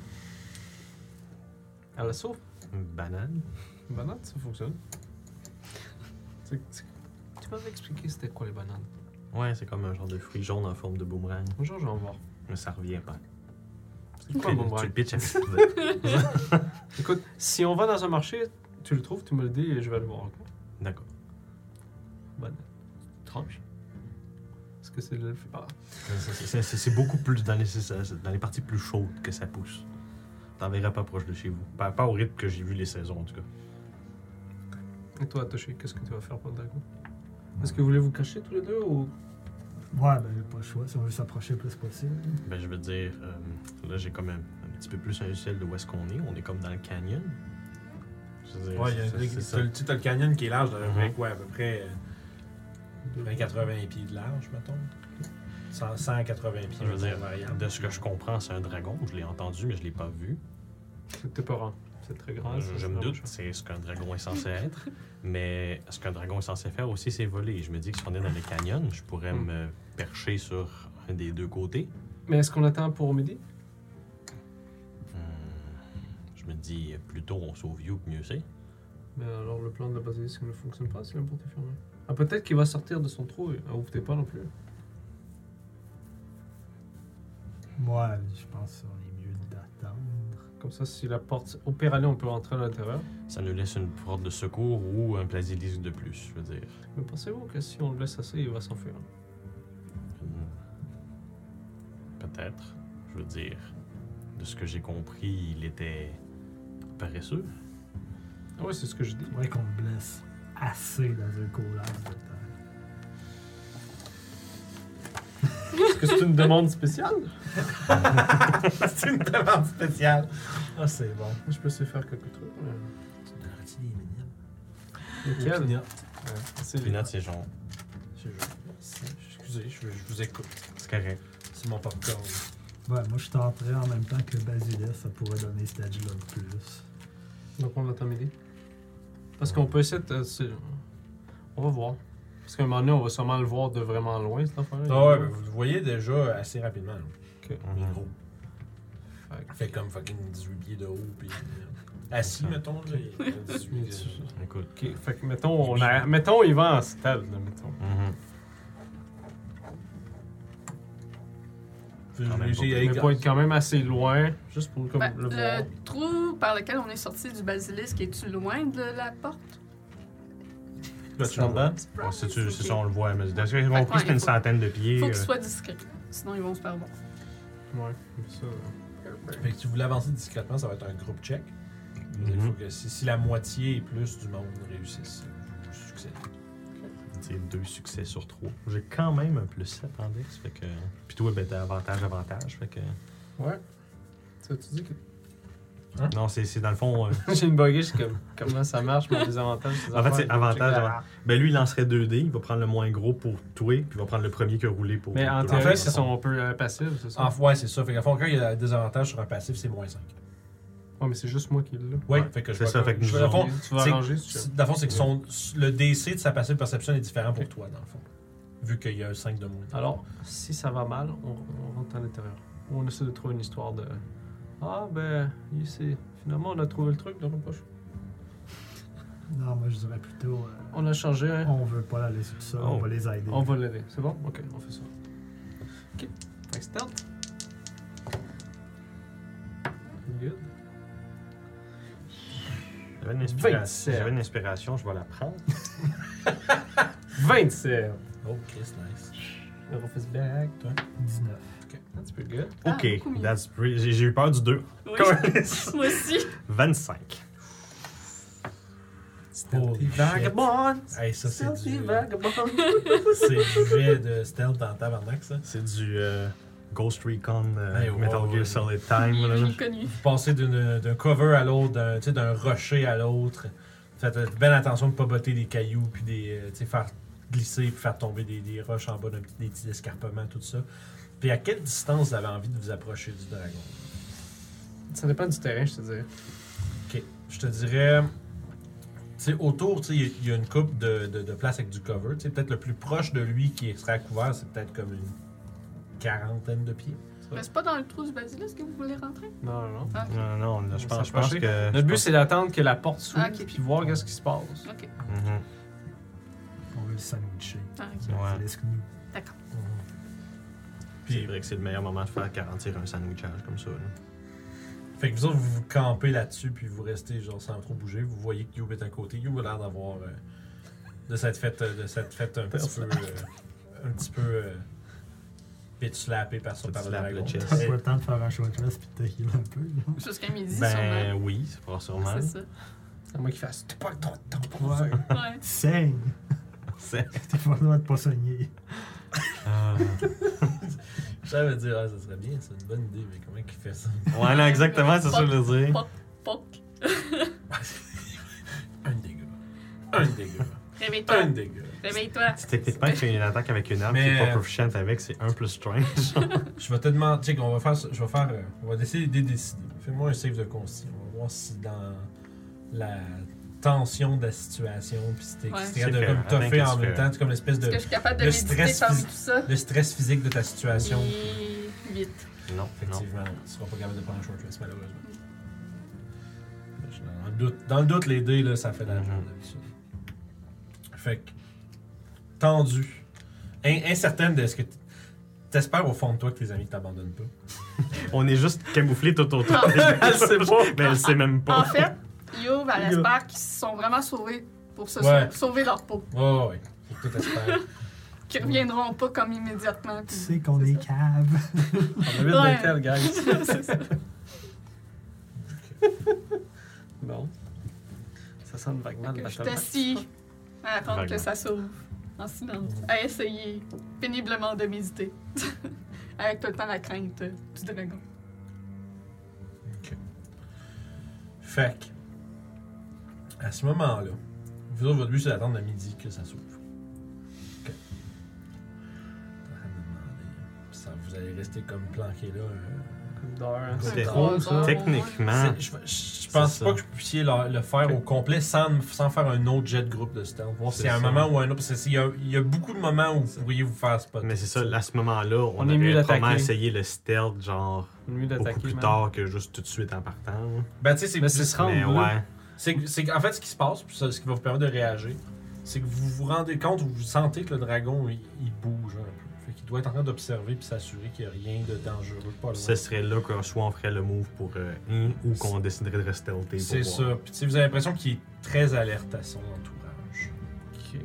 À l'assaut? Banane. Banane, ça fonctionne. Tu m'avais expliqué c'était quoi les bananes. Ouais, c'est comme un genre de fruit jaune en forme de boomerang. Bonjour, je vais en voir. Mais ça revient pas. C'est quoi un Tu boomerang? le pitches à Écoute, si on va dans un marché, tu le trouves, tu me le dis et je vais le voir. Ok? D'accord. Banane. Tranche. Est-ce que c'est le fait pas? C'est beaucoup plus dans les parties plus chaudes que ça pousse. T'en verras pas proche de chez vous. Pas au rythme que j'ai vu les saisons, en tout cas. Et toi, Toshi, qu'est-ce que tu vas faire pour le dragon? Est-ce que vous voulez vous cacher tous les deux ou... Ouais, ben, pas le choix. Si on veut s'approcher le plus possible. Ben, je veux dire, là, j'ai comme un petit peu plus un visuel de où est-ce qu'on est. On est comme dans le canyon. Je veux dire, Ouais, c'est t'as le canyon qui est large, Mhm. quoi, à peu près 80 pieds de large, mettons. 180 pieds, Je veux dire, variable. de ce que je comprends, c'est un dragon. Je l'ai entendu, mais je l'ai pas vu. T'es pas grand. C'est très grand. ça, Je c'est me vraiment doute, chouette. c'est ce qu'un dragon est censé être. Mais ce qu'un dragon est censé faire aussi, c'est voler. Je me dis que si on est dans le canyon, je pourrais me percher sur un des deux côtés. Mais est-ce qu'on attend pour midi? Je me dis, plus tôt on sauve You, mieux c'est. Mais alors le plan de la basilisque ne fonctionne pas si la porte est fermée. Ah, peut-être qu'il va sortir de son trou et ouvre pas non plus. Ouais, je pense qu'on est mieux d'attendre. Comme ça, si la porte opère aller, on peut rentrer à l'intérieur. Ça nous laisse une porte de secours ou un basilisque de plus, je veux dire. Mais pensez-vous que si on le laisse assez, il va s'enfuir? Peut-être. Je veux dire, de ce que j'ai compris, il était paresseux. Ah ouais, c'est ce que je dis. C'est vrai qu'on le blesse assez dans un collage de terre. Est-ce que c'est une demande spéciale? C'est une demande spéciale. Ah, c'est bon. Je peux essayer de faire quelques trucs. C'est des minions. Lesquels? Peanut. C'est Puis c'est genre, Excusez, je vous écoute. c'est correct. C'est mon popcorn. Ouais, moi je tenterais en même temps que Basilisk, ça pourrait donner cet edge-là de plus. Donc on va t'emmêler. Parce qu'on peut essayer de... On va voir. Parce qu'à un moment donné, on va sûrement le voir de vraiment loin, cette affaire-là. Ah ouais, ben, vous le voyez déjà assez rapidement. Là. Ok. Il est gros. Fait Il fait comme fucking 18 pieds de haut. Puis, assis, mettons. Là, il a 18 pieds de... Écoute. Ok, fait que mettons, il va en stealth, là, mettons. Quand même Il va être quand même assez loin, juste pour comme, Ben, le voir. le trou par lequel on est sorti du basilisque, est-tu loin de la porte? Là, tu l'entends? Ouais, c'est Ok. ça, on le voit. Mais de ce que j'ai Fait que compris, ouais, c'était une il faut- centaine de pieds. Faut qu'il soit discret, sinon ils vont se faire voir. Ouais, mais ça... Fait que si vous voulez avancer discrètement, ça va être un groupe check. Il faut que si la moitié et plus du monde réussisse, vous succédez. C'est 2 succès sur 3. J'ai quand même un plus 7 en dex. Fait que... Puis toi, ben, t'as avantage. Fait que... Ouais. Tu dis que... Non, c'est dans le fond... J'ai une buggée, je suis comme, comment ça marche, mon désavantage? En fait, c'est avantage. Ben lui, il lancerait 2 dés. Il va prendre le moins gros pour tuer. Puis il va prendre le premier qui a roulé pour... Mais en pour- théorie, fait, c'est son peu passif, c'est ça? Ouais, c'est ça. Fait qu'à fond, quand il y a des avantages sur un passif, c'est moins 5. Ouais, mais c'est juste moi qui l'ai. Oui, Ouais, fait que je c'est vais ça, comme- fait que je nous vais- dans le fond, Tu vas c'est- arranger, si tu veux. dans le fond, c'est que le DC de sa passive perception est différent pour toi, dans le fond. Vu qu'il y a un 5 de moins. Alors, si ça va mal, on rentre à l'intérieur. Ou on essaie de trouver une histoire de... Ah, ben, finalement, on a trouvé le truc dans la poche. Non, moi je dirais plutôt, On a changé, hein? on veut pas la laisser tout seul, on Oh. va les aider. On va l'aider. C'est bon? Ok, on fait ça. Ok. Fait que stealth. Good. J'avais une inspiration, je vais la prendre. 27. Oh, Chris, nice. Le refais back. 19. That's pretty good. Ah, Ok, beaucoup mieux. that's pretty... J'ai eu peur du 2. Oui, moi aussi. 25. Holy Vagabond. Hey, ça, c'est Stealthy du... vagabond. C'est du jet de stealth en tabarnak, ça. C'est du Ghost Recon Hey, Metal wow, Gear Solid Time. Il là. est connu. Vous passez d'un cover à l'autre, d'un rocher à l'autre. Faites bien attention de ne pas botter des cailloux, puis faire glisser, puis faire tomber des roches en bas des petits escarpements, tout ça. Puis à quelle distance vous avez envie de vous approcher du dragon? Ça dépend du terrain, je te dirais. Ok, je te dirais... Tu sais, autour, tu sais, il y a une coupe de place avec du cover. Tu sais, peut-être le plus proche de lui qui serait à couvert, c'est peut-être comme une quarantaine de pieds. Mais c'est pas dans le trou du basilisque que vous voulez rentrer? Non, non, non. Ah, ok. Non, là, je On pense s'approcher. que... Le but, c'est d'attendre que la porte s'ouvre, Ah, ok. puis voir qu'est-ce qui se passe. Ok. Mhm. On veut le sandwicher. Ah, ok. Ouais. Basilisk nous. D'accord. C'est vrai que c'est le meilleur moment de faire garantir un sandwichage comme ça. Là. Fait que vous autres, vous vous campez là-dessus, puis vous restez genre sans trop bouger. Vous voyez que Youb est à côté. Youb a l'air d'avoir de cette fête un petit peu bitch slappé par Te le slap dragon. le chest. T'as pas le temps de faire un short rest pis de te heal un peu, là. Jusqu'à midi, Ben sûrement. oui, c'est pas sûrement. C'est ça. C'est moi qui fasse. T'as pas le droit de t'en Ouais. Ouais. Saigne! C'est... T'as pas le droit de pas saigner. Je savais dire, ah, ça serait bien, c'est une bonne idée, mais comment il fait ça? Ouais, non, exactement, c'est ça que je veux dire. Poc, poc. Un dégât. Un dégât. Réveille-toi. Un dégât. Réveille-toi. C'est techniquement qu'il fait une attaque avec une arme Mais, qui est pas proficient avec, c'est 1 plus strange. Je vais te demander, tu sais, qu'on va faire ça. On va essayer de décider. Fais-moi un save de consti. On va voir si dans la tension de la situation, puis si t'es Ouais. si t'es capable de C'est comme fait. toffer Attends, en même qu'est-ce temps, c'est comme l'espèce Est-ce de que je suis capable de le méditer stress parmi phys- tout ça? le stress physique de ta situation. Et 8. Non, non. Effectivement, tu seras pas capable de prendre un short rest, malheureusement. Je suis dans le doute, les dés, là, ça fait de la job d'habitude. Fait que, tendu, incertaine de ce que T'espères au fond de toi que tes amis t'abandonnent pas. On est juste camouflés tout autour. Elle sait pas. Mais elle sait même pas. En fait, Youb, elle espère qu'ils se sont vraiment sauvés pour se Ouais. sauver leur peau. Oh, ouais. Faut que t'espères. Qu'ils reviendront pas comme immédiatement. Tu sais qu'on est cave. On avait Ouais. de tel, guys. C'est ça. Bon. Ça sonne vaguement de Que je Battle t'assis à attendre Vaguement. que ça s'ouvre en silence, à essayer péniblement de méditer. Avec tout le temps la crainte du dragon. Fait que, à ce moment-là, vous autres, votre but, c'est d'attendre à midi que ça s'ouvre. Ok. Ça, vous allez rester comme planqué là. d'heure. Hein. C'est trop, ça. Techniquement, Je pense C'est pas ça. que vous puissiez le faire au complet sans faire un autre jet de groupe de stealth. Voir C'est s'il y a un ça. moment ou un autre. Parce qu'il y a beaucoup de moments où vous pourriez vous faire spot. mais c'est ça, à ce moment-là, on est mieux aurait probablement d'attaquer. essayé le stealth, genre, Mieux beaucoup d'attaquer. plus man. tard que juste tout de suite en partant. Ben, tu sais, Mais c'est se rendre Mais là. ouais, c'est en fait ce qui se passe, puis ça, ce qui va vous permettre de réagir, c'est que vous vous rendez compte ou vous sentez que le dragon il bouge un peu. Fait qu'il doit être en train d'observer puis s'assurer qu'il n'y a rien de dangereux pas loin. ce serait là que soit on ferait le move pour ou qu'on déciderait de rester stealthy pour C'est ça. voir. Puis tu sais, vous avez l'impression qu'il est très alerte à son entourage. Ok.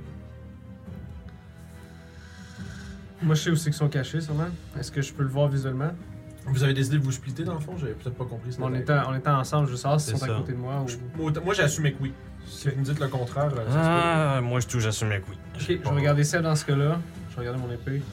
Moi, je sais où c'est qu'ils sont cachés, sûrement. Est-ce que je peux le voir visuellement? Vous avez décidé de vous splitter dans le fond? J'avais peut-être pas compris. On était ensemble, je veux savoir s'ils C'est sont à ça. côté de moi ou. Moi, j'ai assumé que oui. Si vous me dites le contraire, ça se peut. Moi, je touche, j'assume que oui. Ok, je vais regarder ça dans ce cas-là. Je vais regarder mon épée.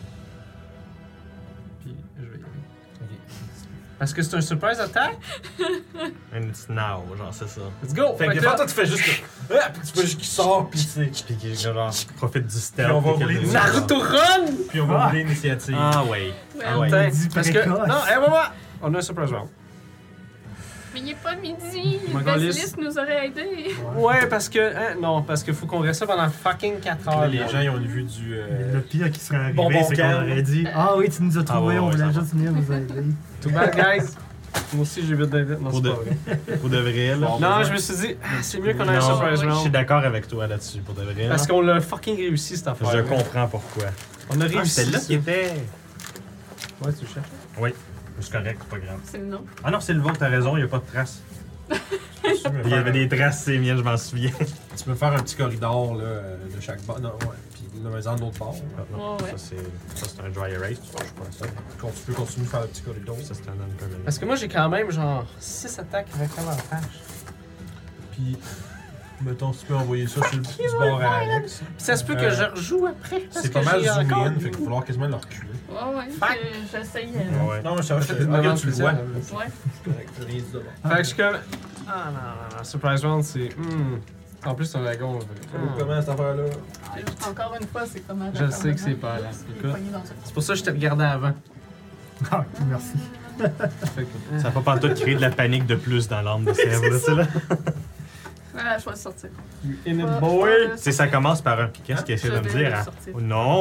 Puis je vais y aller. Est-ce que c'est un surprise attack? And it's now, genre, c'est ça. Let's go! Fait que des là- fois, toi, tu fais juste. Ah, puis tu vois juste qu'il sort, puis tu sais. Puis qui, genre, profite du stealth. Puis on va puis rouler qu'elle- des- Naruto Run! Puis on va rouler l'initiative. Ah, ouais. Ouais, Ah ouais. Attends, dit parce que. précoce. Non, hé, maman! On a un surprise round. Mais il est pas midi. Mon Le galice. basilisque nous aurait aidés. Ouais, parce que. Hein, non, parce qu'il faut qu'on reste là pendant fucking 4 Là, heures. les là. gens, ils ont une vue du. Le pire qui serait arrivé, Bonbon c'est qu'on calme. aurait dit ah oui, tu nous as trouvés, ouais, on ouais, voulait ça juste venir nous aider. Too bad, guys. Moi aussi, j'ai vite d'invite. Non, Pour c'est de- pas vrai. Pour de vrai, là. Bon, Non, je me suis dit, ah, c'est mieux qu'on ait un Non, surprise je suis round. d'accord avec toi là-dessus, pour de vrai. là. Parce qu'on l'a fucking réussi, cette affaire. Je comprends pourquoi. On a Ah, réussi. c'est là ça. qui était. Ouais, tu le cherches. Oui, c'est correct, c'est pas grave. C'est le nom. Ah non, c'est le vôtre, t'as raison, il n'y a pas de traces. Il y avait des traces, c'est miennes, je m'en souviens. Tu peux faire un petit corridor là, de chaque bord. Non, ouais. Puis le maison de l'autre bord. Ouais, ouais. Ça, c'est un dry erase, tu touches pas à ça. Tu peux continuer de faire le petit corridor. Ça, c'est un unpermanent. Parce que moi, j'ai quand même genre 6 attaques avec avantage. Puis, mettons, si tu peux envoyer ça sur le du bord à Alex. Puis ça se peut que je rejoue après. parce C'est que pas mal j'ai zoomé encore- in, fait qu'il va falloir quasiment le reculer. Ouais, ouais. Fac. J'essayais. Ouais. Non, mais ça va, Faites une regarde, demande tu le vois. spéciale. Ouais. C'est correct, rien dit de bon. Fait que je suis comme. Ah non. Surprise round, c'est. En plus, c'est un dragon. Comment cette affaire-là? Encore une fois, c'est comme un Je sais que c'est pas là. Écoute. C'est pour ça que je t'ai regardé avant. Ah, merci. Fait que, Ça va pas pantoute créer de la panique de plus dans l'âme de Sèvres, là, c'est là. Ah, je vais le sortir. In Pas- it, boy! pas- C'est ça commence par un. Puis qu'est-ce qu'il essaie de me Je vais dire? le Hein? sortir. Oh, non!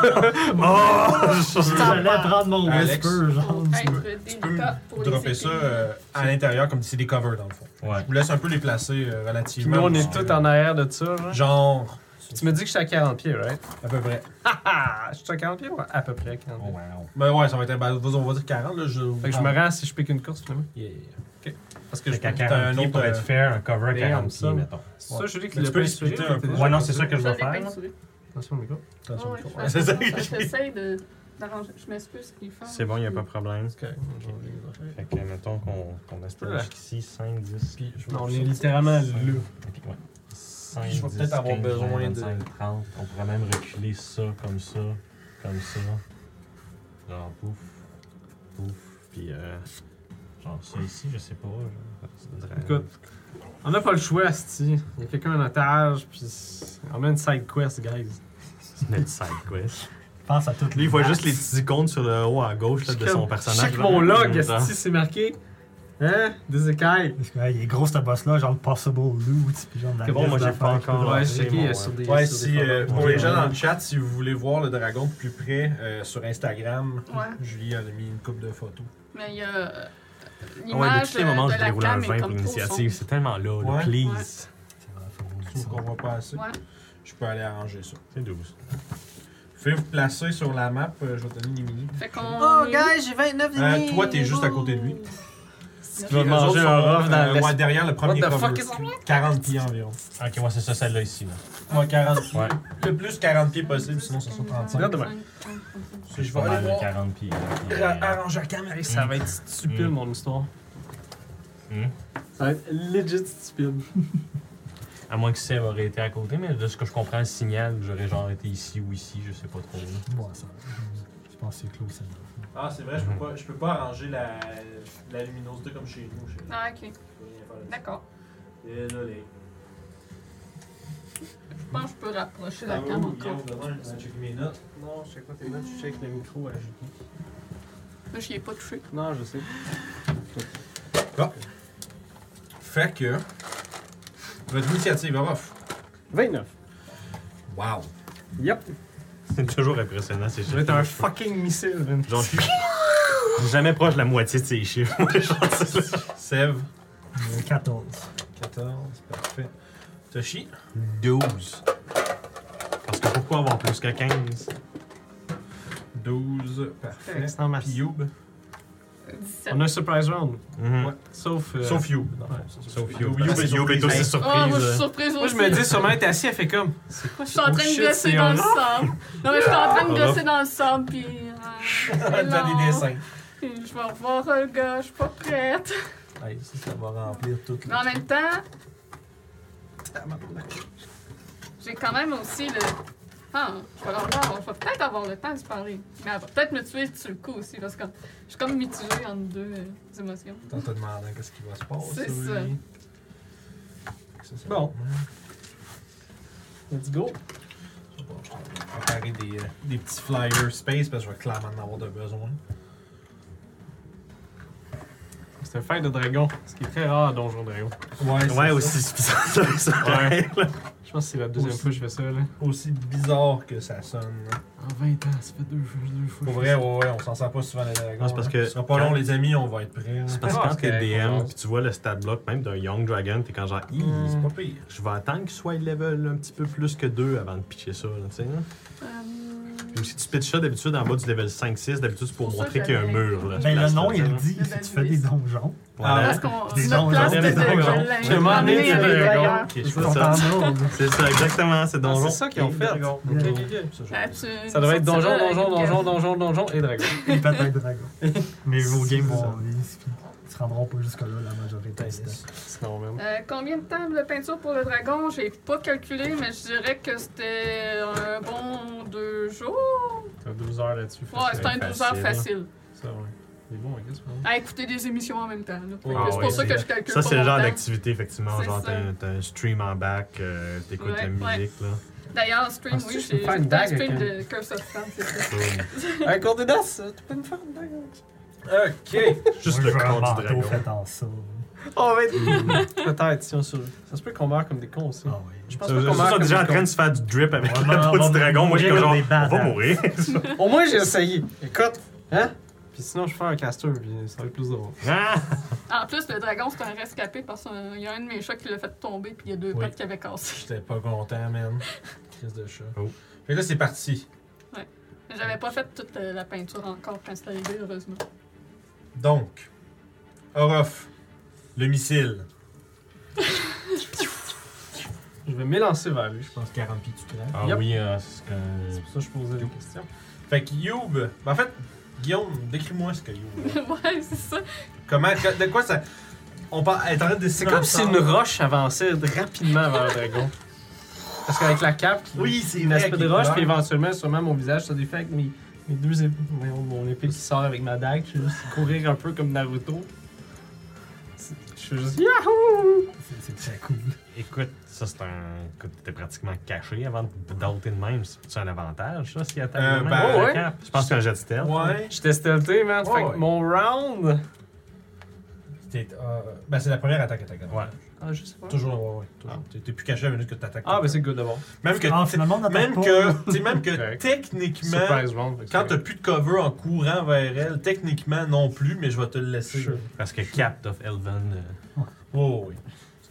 Oh! J'allais prendre mon Alex. whisper, genre. Pour être Tu peux délicat pour les dropper ça épées. à l'intérieur comme si c'est des covers dans le fond. Ouais. Je vous laisse un peu les placer Puis relativement. nous, on est tous en arrière de ça, genre. Genre, Tu me dis que je suis à 40 pieds, right? à peu près. Ah! Je suis à 40 pieds ou à peu près à 40 pieds? wow. Ben ouais, ça va être. Ben, on va dire 40 là. Fait que je me rends si je pique une course, finalement. Yeah. Parce que Fait je qu'à t'as 40 un pieds autre, pour être fair, un cover à Damn, 40 ça. pieds, mettons. C'est ça, je dis Mais qu'il tu a peux pas le inspiré. splitter un peu. Ouais, non, c'est ça que je Je vais l'ai faire. peinturé. Attention au micro. Attention, Ouais, micro. Ouais, c'est ça. J'essaie d'arranger. Je m'excuse ce qu'il fait. C'est bon, il n'y a pas de problème. C'est correct. Fait que, mettons qu'on espère jusqu'ici 5, 10. Puis, je vais- Non, on est littéralement là. Puis, ouais. 5, Puis je vais peut-être avoir besoin de- 30. On pourrait même reculer ça, comme ça, comme ça. Genre, pouf, pouf. Puis, genre, ça ici, je sais pas. Genre, Écoute, on n'a pas le choix, asti. Il y a quelqu'un en otage, puis on a une side quest, guys. c'est notre side quest. Pense à toutes Lui, il voit juste les petits icônes sur le haut à gauche là, de son personnage. Check mon log, Genre. asti, c'est marqué. Hein? Des écailles. Parce que, ouais, il est gros ce boss-là, genre le possible loot, puis genre de la C'est bon, liste moi, j'ai d'affaires pas qu'il faut encore- Ouais, dropper. j'ai checké mon, sur des. Ouais, sur si, des forums. pour les gens dans Ouais. le chat, si vous voulez voir le dragon de plus près sur Instagram, Ouais. Julie en a mis une coupe de photos. Mais il y a. Ouais, L'image depuis les moments où de je la déroule un cam est 20 pour comme trop l'initiative, sombre. c'est tellement là, Ouais. please. Je trouve qu'on voit pas assez. Ouais. Je peux aller arranger ça. C'est 12. Faites vous placer sur la map, je vais te donner une minute. Fait qu'on. Oh, guys, j'ai 29 demi. Toi, t'es juste à côté de lui. Tu vas manger un rough dans ouais, derrière le premier What the cover. fuck is 40 pieds environ. Ok, ouais, c'est ça, celle-là ici. Là. Ouais, 40 pieds. Ouais. Le plus 40 pieds possible, sinon ça sera 35. Regarde demain. Je vais Pas mal aller de voir. 40 pieds. Arranger la caméra. Ça va être stupide, mon histoire. Hmm. Ça va être legit stupide. À moins que Seb aurait été à côté, mais de ce que je comprends, le signal, j'aurais genre été ici ou ici, je sais pas trop. Là. Ouais, ça. Je pense que c'est clos, c'est neuf. Ah, c'est vrai, je peux pas arranger la luminosité comme chez nous. Ah, ok. Je peux rien faire là-dessus. D'accord. Désolé. Je pense que je peux rapprocher la Ah, cam oui, encore. Guillaume, demain, je vais checker mes notes. Non, je sais pas tes notes, tu check le micro à JP. Là, j'y ai pas touché. Non, je sais. Fait que. Votre initiative, off. 29. Wow. Yep. C'est toujours impressionnant, ces Je chiffres. vais être un fucking missile, Vin. Genre, je suis jamais proche de la moitié de ces chiffres. Moi, genre, c'est ça. Sève. 14. 14, parfait. Toshi. 12. Parce que pourquoi avoir plus que 15? 12, parfait. Excellent, merci. Puis Youb. 17. On a un surprise round. Mhm. Ouais. Sauf. Sauf Youb. Sauf Youb Youb. est Youb est aussi surprise. Ah, moi, je suis surprise. surprise Moi, aussi. je me dis, sûrement, elle est assise, elle fait comme. C'est quoi Je suis en train de shit, gosser c'est dans un le sable. Non, mais je suis en train de Ah. gosser dans le sable, puis. T'as des dessins. Puis je vais revoir le gars, je suis pas prête. Hey, ça va remplir toute Mais en même temps. J'ai quand même aussi le. Ah, je vais peut-être avoir le temps de se parler. Mais elle va peut-être me tuer sur le coup aussi, parce que je suis comme mitigée entre deux émotions. En te demandant qu'est-ce qui va se passer. C'est ça. Ça, Bon. Let's go. Bon, je vais préparer des petits flyers space parce que je vais clairement en avoir de besoin. C'est un fight de dragon, ce qui est très rare à Donjon Dragon. Ouais, aussi spécial. Ouais. Je pense que c'est la deuxième fois que je fais ça, là. Aussi bizarre que ça sonne. En 20 ans, ça fait deux fois. Pour vrai, ouais, on s'en sert pas souvent les dragons. Non, c'est parce hein. que Ce sera pas quand- long, les amis, on va être prêts. hein. C'est parce que Ah, quand t'es c'est correct, on DM va. pis tu vois le stat block même d'un Young Dragon, t'es quand genre, Ih, C'est pas pire. je vais attendre qu'il soit level un petit peu plus que 2 avant de pitcher ça, là, tu sais. Là. Puis si tu pitches ça d'habitude en bas du level 5-6, d'habitude c'est pour Pour ça, montrer qu'il y a un j'avais- mur. Là, Ben, le nom, il le le dit. Le Si tu fais des donjons, Voilà. Parce qu'on Des notre donjons, place des de donjons. de Je m'en ai l'amener des avec dragons. d'ailleurs. Ok, je ils fais sont ça. en ordre. C'est ça, exactement, c'est donjon. c'est ça qu'ils ont et fait. dragon. Ok, ok, ok. Ah, tu- Ça devrait être donjon, sortiras donjon, avec- donjon, donjon, donjon et dragon. Et peut-être dragon. Mais vos games C'est ça. vont. Ils se rendront pas jusque-là la majorité du temps. Sinon, même. Combien de temps de peinture pour le dragon? J'ai pas calculé, mais je dirais que c'était un bon 2 jours. T'as 12 heures là-dessus. Ouais, c'était un 12 heures facile. Ça, ouais. C'est bon, I guess, À écouter des émissions en même temps. là. Fait que Ah c'est ouais, pour ça que c'est- je calcule Ça, pas c'est le mon genre temps. d'activité, effectivement. C'est Genre, ça. t'as un stream en back, t'écoutes Ouais, la musique, là. D'ailleurs, stream, Penses-tu oui, que je peux j'ai faire une un bague stream avec de Curse of Strahd, c'est ça. Boom. Avec Cordedas, tu peux me faire une bague avec ça? Ok. Juste Moi, le je veux un corps du manteau dragon. fait en ça. Oh, peut-être, si on se. Ça se peut qu'on meurt comme des cons aussi. Ah oui. Je pense Ils pas qu'on meurt sont comme déjà en des train de cons. se faire du drip avec Ouais, la on peau va du dragon. Moi, je suis mourir comme genre, des on va badass. mourir. Au moins, j'ai essayé. Écoute, hein? Puis sinon, je fais un caster, puis ça va être plus drôle. Ah! En plus, le dragon, c'est un rescapé parce qu'il y a un de mes chats qui l'a fait tomber, puis il y a 2 Oui. pattes qui avaient cassé. J'étais pas content, man. Crise de chat. Oh. Fait que là, c'est parti. Mais j'avais pas fait toute la peinture encore quand c'est arrivé, heureusement. Donc, Orof, le missile. Je vais m'élancer vers lui. Je pense 40 pieds tu crèves. Ah Yep. oui, c'est que... C'est pour ça que je posais des questions. Fait que Youb, ben en fait, Guillaume, décris-moi ce que Youb. Ouais, c'est ça. Comment, de quoi ça. On parle, elle est en train de C'est comme si une roche avançait rapidement vers le dragon. Parce qu'avec la cape, Oui, c'est une vrai. aspect de qu'il est roche, clair. puis éventuellement, sûrement mon visage se défait avec mes deux épées. Mon épée qui sort avec ma dague. Je vais juste courir un peu comme Naruto. Je suis juste Yahoo! C'est très cool. Écoute, ça c'est un... Écoute, t'es pratiquement caché avant de doubter de même. C'est un avantage, ça, s'il attaque de même ben, avec la ouais. cape? Je pense qu'un jet de stealth. Ouais. J'étais stealthé, man. Ouais, Fait que ouais. mon round. Ben, c'est la première attaque que t'attaques. Ouais. Ah, je sais pas. Toujours, ouais. Toujours. T'es plus caché à la minute que t'attaques. Ah, ben c'est good d'abord. Même que, Ah, finalement, on n'attaque même pas. que, tu sais, même que Correct. techniquement, Surprise round. fait que quand c'est t'as plus de cover en courant vers elle, techniquement non plus, mais je vais te le laisser. Sure. Parce que Cap of Elven... Oh, oui.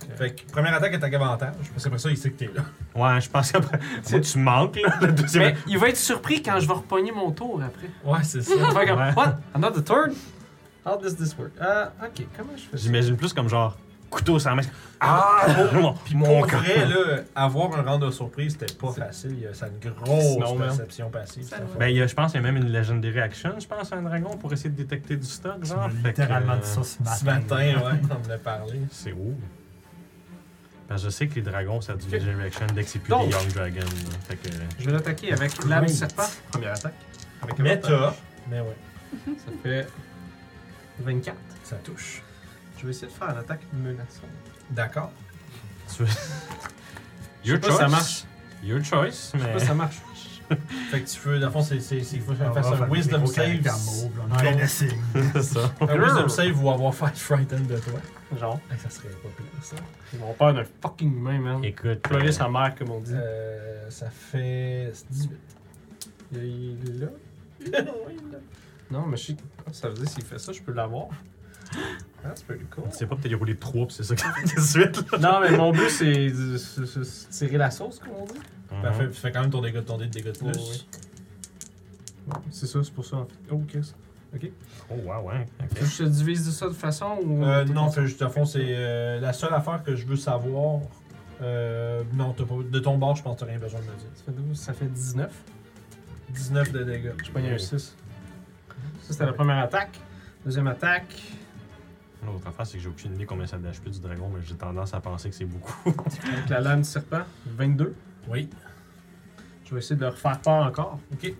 Fait que première attaque attaque avantage, parce qu'après ça, il sait que t'es là. Ouais, je pense qu'après. Tu manques, là. Le deuxième. Mais il va être surpris quand je vais repogner mon tour après. Ouais, c'est ça. Il va faire comme, Ouais. what? Another turn? How does this work? Ok, comment je fais ça? J'imagine plus comme genre couteau sur la main. Puis pour vrai, là, avoir un round de surprise, c'était pas facile. Ça a une grosse Sinon, man. perception passive. Ça cette va. affaire. Ben, je pense qu'il y a même une Legendary Action, je pense, à un dragon pour essayer de détecter du stock, Tu genre. m'as Fait que, littéralement dit ça Ce matin, ouais, on en a parlé. C'est où? Parce que je sais que les dragons, ça a du Legendary Action dès que c'est plus Donc. des Young Dragons. Là. Fait que. Je vais l'attaquer avec lame du serpent. Première attaque. Avec un avantage. Méta. Mais ouais, Ça fait 24. ça touche. Je vais essayer de faire l'attaque menaçante. D'accord. Tu... Your pas si ça marche. Your choice, Je sais mais. pas si ça marche. Fait que tu veux, dans le fond, il faut que tu On fasses va un faire Wisdom des gros save. caractères mauves, là. On a un signe. C'est ça. Un Wisdom save ou avoir Fight Frightened de toi. Genre, Ça serait pas pire, ça. ils vont perdre un fucking humain, man. Écoute. Pleurer sa mère, comme on dit. Ça fait 18. Il est là. Non, mais je sais. Ça veut dire s'il fait ça, je peux l'avoir. That's pretty cool. Tu sais pas, peut-être rouler 3 pis c'est ça qui fait tout de suite. Là. Non, mais mon but, c'est de tirer la sauce, comme on dit. Parfait, tu fais quand même ton dégât de dégâts de plus. Oh, oui. Ouais, c'est ça, c'est pour ça, en fait. Oh, qu'est-ce Oh, wow, ouais. Ok. Je te divise de ça de façon ou. Non, fait juste à fond, c'est la seule affaire que je veux savoir. Non, t'as pas, de ton bord, je pense que t'as rien besoin de me dire. Ça fait 12, ça fait 19. 19 de dégâts. Je pogne un 6. Ça, c'était la première attaque. Deuxième attaque. L'autre affaire, c'est que j'ai aucune idée combien ça d'HP du dragon, mais j'ai tendance à penser que c'est beaucoup. Avec la lame du serpent. 22. Oui. Je vais essayer de le refaire peur encore. Ok.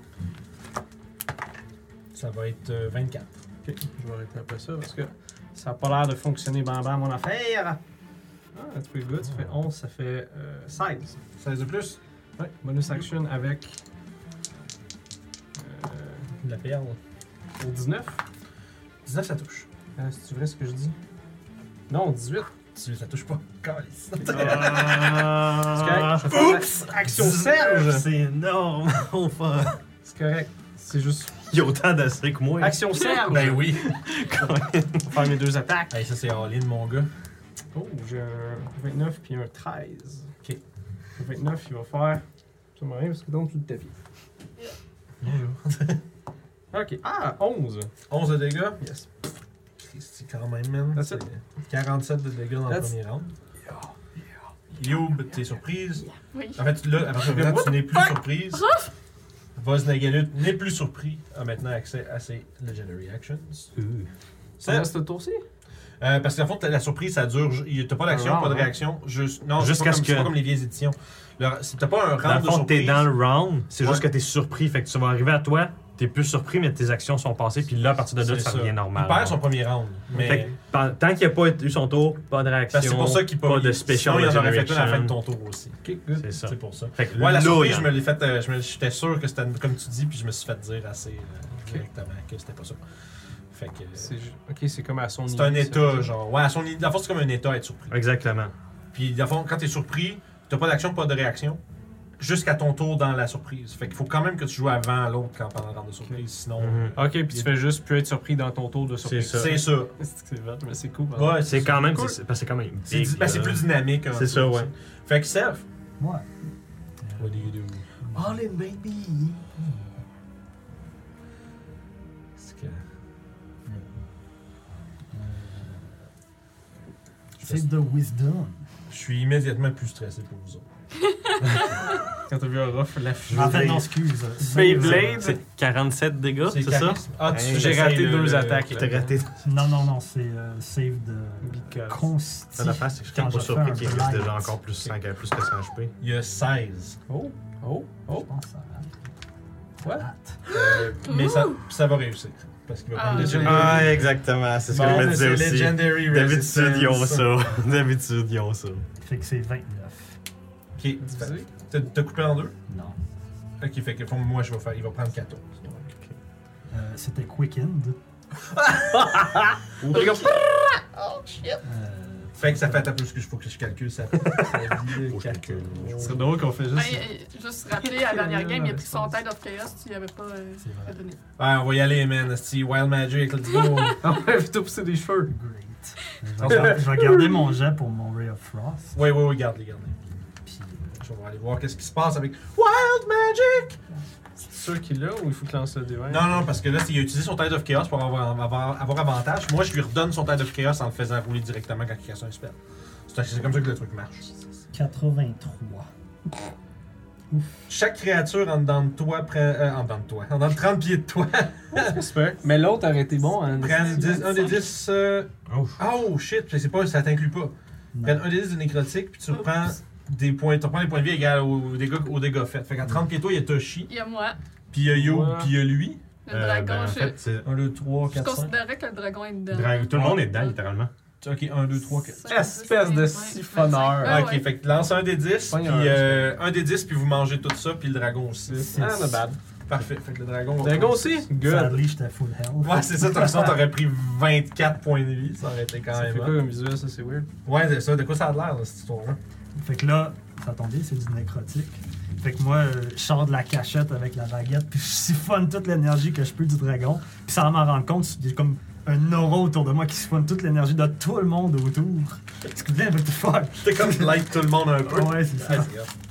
Ça va être 24. Ok, je vais arrêter après ça parce que ça n'a pas l'air de fonctionner bam mon affaire. Ah, that's pretty good. Ça fait 11, ça fait 16. 16 de plus. Ouais, bonus action avec. De la perle. Pour 19. 19, ça touche. C'est vrai ce que je dis? Non, 18. 18, ça touche pas. Calice. C'est correct. Je vais faire Oups! Action Serge! C'est énorme! Enfin! C'est correct. C'est juste. Il y a autant d'assez que moi. Action Serge! Ben oui. Je vais faire mes deux attaques. Hey, ça, c'est all-in, mon gars. Oh, j'ai un 29 puis un 13. Ok. Le 29, il va faire. Ça m'a rien parce que donc, tout le tapis. Bonjour. Ok. Ah, 11. 11 de dégâts. Yes. C'est quand même, man. That's C'est it. 47 de dégâts dans le That's- premier round. Youb, t'es surprise. Oui. En fait, là, à partir de là, tu n'es plus surprise. Vosnagalut n'est plus surpris. A maintenant accès à ses Legendary Actions. Ça reste le tour-ci? Parce qu'en fait, la surprise, ça dure. T'as pas d'action, Un pas de round, hein? réaction. Non, Jusqu'à ce c'est que- pas comme les vieilles éditions. T'as pas un Dans round le de fond, surprise. t'es dans le round, c'est juste Ouais. que t'es surpris. Fait que tu vas arriver à toi, t'es plus surpris, mais tes actions sont passées, puis là, à partir de là, C'est ça ça. devient normal. Il perd son premier round. Mais Fait que, tant qu'il n'a pas eu son tour, pas de réaction. parce que c'est pour ça qu'il pas de Sinon, special il en aurait fait regeneration. un à la fin de ton tour aussi. Ok, good. C'est ça. C'est pour ça. Fait que Ouais, la là, surprise, il y je en- me l'ai fait. J'étais sûr que c'était comme tu dis, puis je me suis fait dire assez directement que c'était pas ça. Fait que. Ok, c'est comme à son C'est niveau. un ça. état, genre. Ouais, à son dans le fond, c'est comme un état à être surpris. Exactement. Puis, dans le fond, quand t'es surpris, t'as pas d'action, pas de réaction, jusqu'à ton tour dans la surprise. Fait qu'il faut quand même que tu joues avant l'autre pendant le round de surprise, sinon. Mhm. Ok, puis tu fais juste plus être surpris dans ton tour de surprise. C'est ça. C'est ça. C'est vrai, mais c'est cool. Ouais, C'est quand même. cool. Parce que c'est quand même. C'est big, c'est là. plus dynamique. un C'est peu ça, aussi. ouais. Fait que, Seth, Ouais. what do you do? All in, baby. Est-ce que. C'est de wisdom. Je suis immédiatement plus stressé pour vous autres. Quand t'as vu un rough, la En fait, non, excuse. Beyblade. C'est 47 dégâts, c'est ça? charisme. Ah, Hey, j'ai raté deux attaques. T'as raté. Non, non, non, c'est save de Because. consti. Ça, la face, c'est que je suis Quand pas je surpris fais un qu'il reste blind. déjà encore plus 100 plus que 100 HP. Il y a 16. Oh, oh, Je oh. pense que ça What? va. Mais ça va réussir. Parce qu'il va prendre Ah, Legendary. Ah, exactement, c'est ce que Bon, je me disais c'est aussi. Legendary D'habitude, ils ont Resistance. ça. D'habitude, ils ont ça. Fait que c'est 29. Ok, Divisé. t'as coupé en deux? Non. Ok, fait que moi je vais faire. Il va prendre 14. C'était quickened. Regarde. Fait que ça fait un peu ce que je faut que je calcule ça. Faut que je calcule. C'est drôle qu'on fait juste. Juste rappeler, à la dernière game, il a pris son Tide of Chaos, tu lui avais pas C'est vrai. donné. Ouais, on va y aller, man. C'est Wild Magic, let's go. Ah ouais, t'as poussé des cheveux. Great. Je vais garder mon jet pour mon Ray of Frost. Oui, garde-les. Puis, Je vais aller voir qu'est-ce qui se passe avec Wild Magic! C'est sûr qu'il l'a ou il faut qu'il lance le D20? Non, parce que là, il a utilisé son Tide of Chaos pour avoir avantage. Moi, je lui redonne son Tide of Chaos en le faisant rouler directement quand il casse un spell. C'est comme ça que le truc marche. 83. Chaque créature en dedans de toi en dedans de 30 pieds de toi, C'est super. Mais l'autre aurait été bon. Hein, prend un des 10. Oh shit, je sais pas, ça t'inclut pas. Prends un des 10 de nécrotique, puis tu reprends des points de vie égal aux dégâts faits. Fait qu'à 30 pieds de toi, il y a Toshi, Il y a moi, puis il y a Yo, Ouais. puis il y a lui. le dragon. En fait, c'est... 1, 2, 3, je 4, 5. considérais que le dragon est dedans. Tout le monde est dedans, littéralement. Ok, 1, 2, 3, 4. Espèce de siphonneur. Ah, ok, ouais. fait que lance un des 10, Pogne puis un, un des 10, puis vous mangez tout ça, puis le dragon aussi. Six. Ah, not bad. Parfait, fait que le dragon va Dragon prendre- aussi? Good. Sadly, j'étais full health. Ouais, c'est ça, de toute façon, t'aurais pris 24 points de vie, ça aurait été quand Ça même. fait hein. quoi comme visuel, ça, c'est weird? Ouais, c'est ça, de quoi ça a l'air, là, cette histoire-là? Fait que là, ça tombe bien, c'est du nécrotique. Fait que moi, je sors de la cachette avec la baguette, puis je siphonne toute l'énergie que je peux du dragon. Puis sans m'en rendre compte, il y a comme un aura autour de moi qui siphonne toute l'énergie de tout le monde autour. Ce qui devient un peu tout fort. T'es comme light tout le monde un peu. Ouais, c'est ça.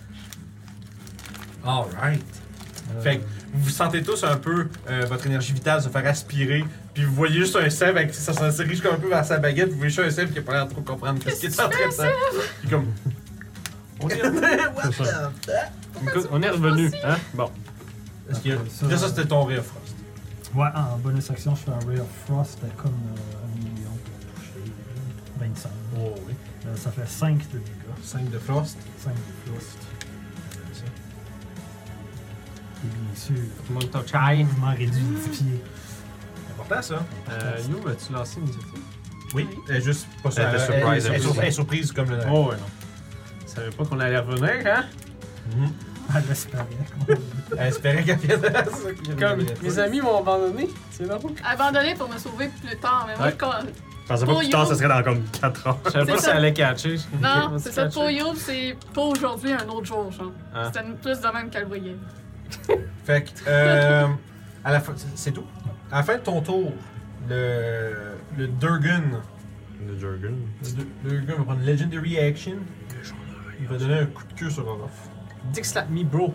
Alright. Fait que vous vous sentez tous un peu votre énergie vitale se faire aspirer, puis vous voyez juste un Seb avec ça se dirige comme un peu vers sa baguette, vous voyez juste un Seb qui a pas l'air de trop comprendre ce qu'il est en train de faire. Puis comme. On est, What C'est ça. the écoute, on est revenu, hein? Bon. Est-ce qu'il y a... Ça- Là, ça c'était ton Ray of Frost. Ouais, en bonus action, je fais un Ray of Frost, c'était comme 1 million pour toucher. 25. Oh oui. Ça fait 5 de dégâts. 5 de Frost. 5 de Frost. Et bien sûr, Tout le monde touch high. mouvement réduit de 10 pieds. C'est important ça. You, as-tu lancé l'initiative? Oui. Elle est juste pas Elle était surprise, elle est surprise comme le dragon. Oh, ouais, non. Je savais pas qu'on allait revenir, hein? Mhm. Elle espérait. Elle espérait qu'elle vienne à ça. qu'il y avait Comme des mes amis m'ont abandonné. C'est drôle. Abandonné pour me sauver plus tard, mais moi, Ouais. je con- Je pensais pas Pour que plus tard, You. ça serait dans comme 4 ans. Je savais pas C'est si ça. ça allait catcher. Non, Ok, c'est ça. catcher. Pour You, c'est pas aujourd'hui, un autre jour, genre. Ah. C'était plus de même qu'elle voyait. Fait que, à la fin, c'est tout. À la fin de ton tour, le Durgan, Le Jurgen. le Durgan va prendre Legendary Action. Il va donner un coup de queue sur Orof. Dick slap me, bro.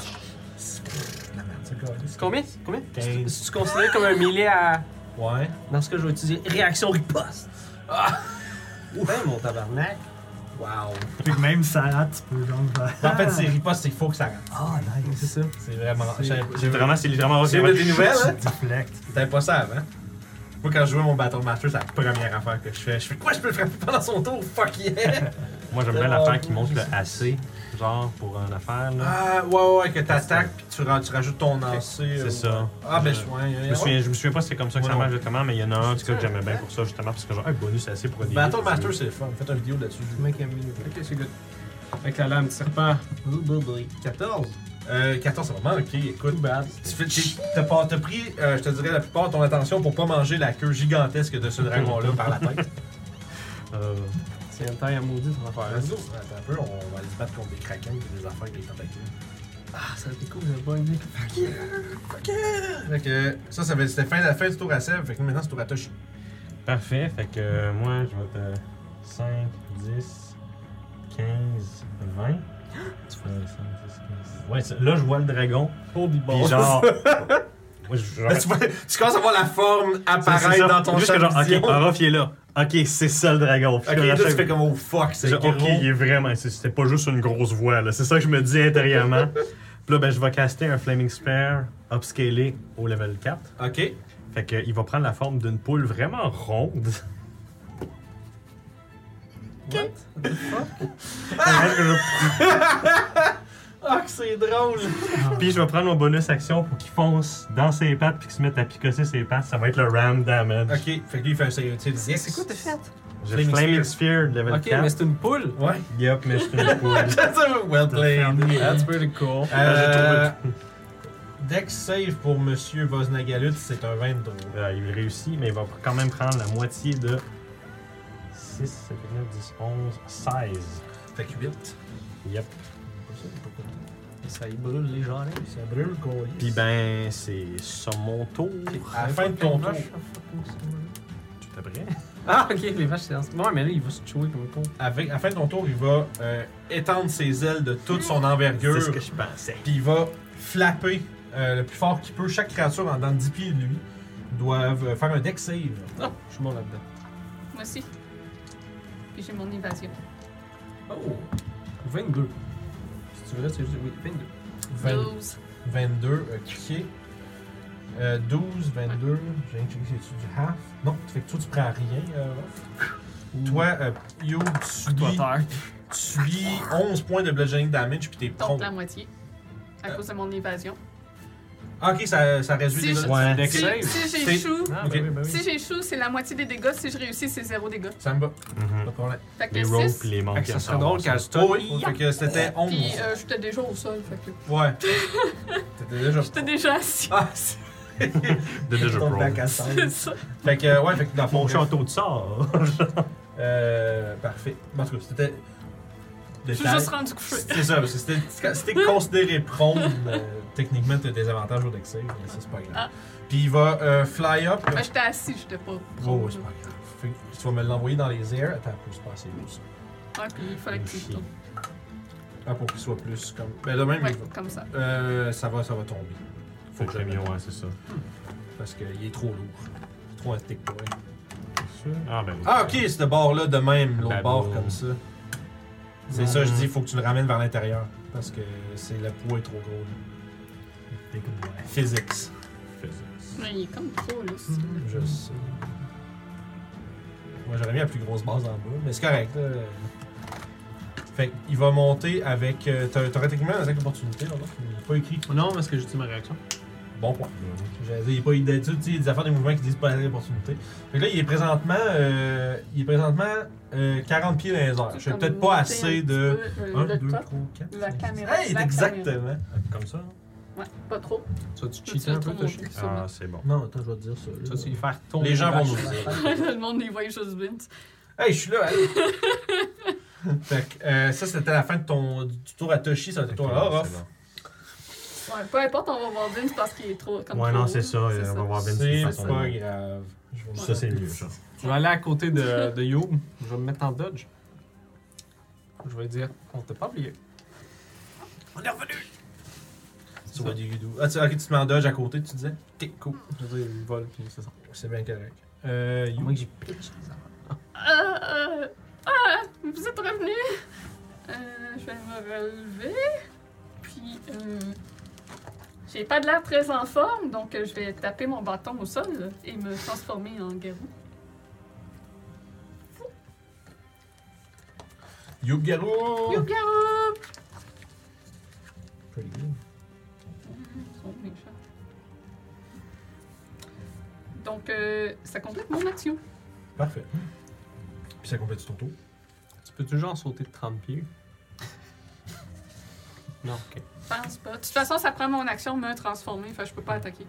La merde, c'est quoi? C'est combien? Combien? 15. Si tu considères comme un melee à. Ouais. Dans ce cas, je vais utiliser réaction riposte. Ah! Ouais, mon tabarnak. Wow. Fait que même Sarah, tu peux genre faire. En fait, c'est riposte, c'est faux que ça rate. Ah, nice. C'est ça. C'est vraiment. C'est littéralement J'ai vu des nouvelles, hein? Deflect. C'était pas ça avant. Moi, quand je jouais mon Battle Master, c'est la première affaire que je fais. Je fais quoi? Je peux le frapper pendant son tour? Fuck yeah! Moi, j'aime bien l'affaire qui monte le AC, genre, pour une affaire, là. Ah, ouais, que t'attaques puis tu rajoutes ton lancer. C'est ça. Ah, ben, ouais. Je me souviens pas si c'est comme ça que Moi ça non. marche exactement, mais il y en a un, en tout cas, que j'aimais bien pour ça, justement, parce que genre, un bonus AC pour des. Battle Master, c'est le fun. Faites une vidéo là-dessus. Le mec aime bien. Ok, c'est good. Avec la lame du serpent. 14. 14, c'est vraiment ok. Écoute, Too bad. t'as pris, je te dirais, la plupart de ton attention pour pas manger la queue gigantesque de ce dragon-là par la tête. C'est une taille à maudit, cette affaire. Let's go. Attends un peu, on va aller se battre contre des kraken et des affaires avec des tentacules. Ah, ça a été cool, j'ai pas aimé. Fait que ça c'était la fin du tour à Seb, fait que maintenant c'est tour à Toshi. Parfait, fait que moi, je vais te 5, 10, 15, 20. Tu fais 5, 10, 15. Ouais, là, je vois le dragon. Holy Puis genre. Moi, Là, tu commences à voir la forme c'est apparaître ça. dans ton Juste champ que genre, de vision. ok, Orof, il est là. Ok, c'est ça le dragon. Puis Ok, comme à là tu chaque- fais comme oh fuck, c'est genre, gros. ok, il est vraiment. C'était pas juste une grosse voix, là. C'est ça que je me dis intérieurement. Puis là, ben, je vais caster un Flaming Spare upscalé au level 4. Ok. Fait que, il va prendre la forme d'une poule vraiment ronde. Ah, que c'est drôle. Puis je vais prendre mon bonus action pour qu'il fonce dans ses pattes puis qu'il se mette à picosser ses pattes. Ça va être le ram damage. Ok, fait que lui il fait un save. C'est quoi t'as fait? J'ai Flaming Sphere level Ok, 4. mais c'est une poule. Ouais. Yep, mais je suis une poule. Well played. That's pretty cool. Dex save pour Monsieur Voznagalut, c'est un 23. Il réussit, mais il va quand même prendre la moitié de 6, 7, 9, 10, 11, 16. Fait que 8. Yep. Ça y brûle les gens là. Ça brûle, quoi. Puis ben, c'est ça mon tour. À la fin de ton tour. Tu es prêt? Ah, ok, les vaches, c'est ouais, mais là, il va se tuer comme un con. À la fin de ton tour, il va étendre ses ailes de toute son envergure. C'est ce que je pensais. Puis il va flapper le plus fort qu'il peut. Chaque créature en dedans de 10 pieds de lui doivent faire un deck save. Ah, je suis bon là-dedans. Moi aussi. Puis j'ai mon évasion. Oh, 22. Si tu veux, là, c'est juste. Oui, 22. 12. 22, ok. 12, 22, j'ai rien checké, c'est-tu du half? Non, fait que toi tu prends rien. Toi, Yo, tu subis 11 points de bludgeoning damage puis t'es Donc prompt. la moitié. À cause de mon évasion. Ah, ok, ça réduit Si les je- dégâts. Ouais. Deck Si, save. si j'échoue, Ah, Ok. ben oui, ben oui. si j'échoue, c'est la moitié des dégâts. Si je réussis, c'est 0 dégâts. Ça me va, Mhm. pas de problème. Fait que Les rolls 6. pis les Fait manques. que ça serait drôle qu'elle stop. Oh oui, fait que c'était 11. Puis j'étais déjà au sol. Fait que Ouais. T'étais déjà. j'étais déjà assis. Ah, c'est. De déjà Ton pro. bac à C'est sable. ça. Fait que, ouais, fait que dans le fond. Mon château de sort. Parfait. En tout cas, c'était. Je suis juste rendu couché. C'est ça, parce que c'était considéré prone, techniquement, t'as des avantages au deck save, mais ça, c'est pas grave. Ah. Puis il va fly up. Ben, j'étais assis, j'étais pas. Oh, c'est pas grave. Fait que tu vas me l'envoyer dans les airs. Attends, plus passer plus. Ouais, puis il fallait que tu tournes. Ah, pour qu'il soit plus comme. Ben, de même, Ouais, il va. comme ça. Ça va tomber. Faut que j'aime mieux, ouais, c'est ça. Parce qu'il est trop lourd. C'est trop un stick point. Ah, ben oui. Ah, ok, ce bord-là de même, l'autre Ben bord bon. comme ça. C'est ça, je dis, il faut que tu le ramènes vers l'intérieur. Parce que le poids est trop gros. T'es comme, ouais. Physics. Mais il est comme trop, là. Je sais. Moi, j'aurais mis la plus grosse base en bas, mais c'est correct. Là. Fait qu'il va monter avec. T'aurais techniquement un attaque d'opportunité, là. Il n'est pas écrit. Non, parce que j'ai dit ma réaction. Bon point. J'allais dire, il n'est pas d'habitude, tu sais, il y a des affaires des mouvements qui disent pas l'attaque d'opportunité. Fait que là, il est présentement 40 pieds dans les airs. Je n'ai peut-être pas assez de. 1, 2, 3, 4. La caméra. Hey, la exactement. Comme ça. Ouais, pas trop. Tu vas-tu Tu cheater un peu, vas toi? trop monter, sûrement. Ah, c'est bon. Non, attends, je vais te dire ça. Tu là. vas-tu y faire tomber Les gens vont vaches? nous le dire. Le monde les voit juste Vince. Hey, je suis là, allez. Fait que ça, c'était la fin de du tour à Toshi, ça va être le tour à Orof. Ouais, peu importe, on va voir Vince parce qu'il est trop. Comme Ouais, trop non, haut. c'est ça. On va voir Vince de C'est toute façon. pas grave. Je vais Ça, c'est mieux, ça. Je vais aller à côté de Youb. Je vais me mettre en dodge. Je vais dire, on t'a pas oublié. On est revenu! Tu vois du guidou. Ah, ok, tu te mets en dodge à côté, tu disais? Ok, cool. Je veux dire, il vole, puis c'est ça. C'est bien correct. Moi, You. j'ai pitch les affaires. Vous êtes revenu. Je vais me relever. Puis, j'ai pas de l'air très en forme, donc je vais taper mon bâton au sol et me transformer en garou. You Garou! You garou! Pretty good. Ils sont méchants. Donc, ça complète mon action. Parfait. Puis ça complète ton tour. Tu peux toujours en sauter de 30 pieds? Non, ok. Je pense pas. De toute façon, ça prend mon action me transformer, fait que je peux pas attaquer.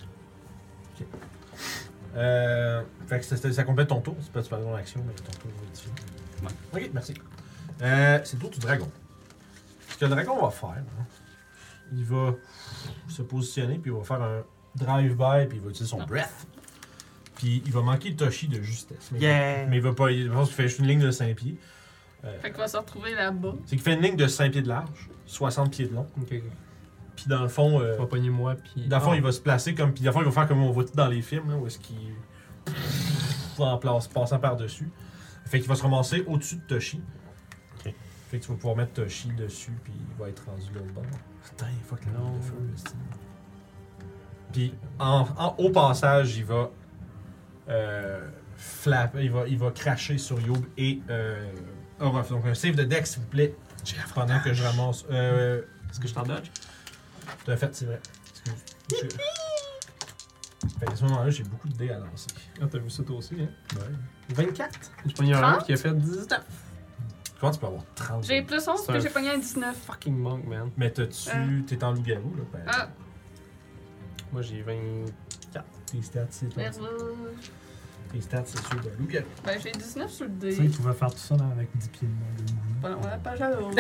Fait que ça complète ton tour. C'est pas tu parles de ton action, mais ton tour est fini. Ouais. Ok, merci. C'est le tour du dragon. Ce que le dragon va faire, hein, il va se positionner, puis il va faire un drive-by, puis il va utiliser son Non. breath. Puis il va manquer le Toshi de justesse. Mais, Yeah! mais il va pas. Je pense qu'il fait juste une ligne de 5 pieds. Fait qu'il va se retrouver là-bas. C'est qu'il fait une ligne de 5 pieds de large, 60 pieds de long. Ok, ok. Puis dans le fond. Tu vas pogner moi, puis. Dans le fond, il va se placer comme. Puis dans le fond, il va faire comme on voit tout dans les films, là, où est-ce qu'il. En place, passant par-dessus. Fait qu'il va se ramasser au-dessus de Toshi. Ok. Fait que tu vas pouvoir mettre Toshi dessus, puis il va être rendu là le bord. Putain, fuck la boule de feu, esti. Puis au passage, il va. Flapper, il va cracher sur Youb et. Orof. Donc un save de deck, s'il vous plaît. Pendant que je ramasse. Est-ce que je t'en dodge? Tu as fait, c'est vrai. Excuse. Fait qu'à ce moment-là, j'ai beaucoup de dés à lancer. Ah, t'as vu ça toi aussi, hein? Ouais. 24. J'ai pogné un 30? qui a fait 19. Comment tu peux avoir 30? J'ai plus 11 C'est que un j'ai pogné un 19. Fucking monk, man. Mais t'es en loup-garou, là. Ben, Ah, Moi, j'ai 20. tes stats, c'est toi. merde. Tes stats, c'est sûr de loup-garou. Ben, j'ai 19 sur le Tu sais, dé. il pouvait faire tout ça là, avec 10 pieds de mouvement. Pas loin, pas jaloux.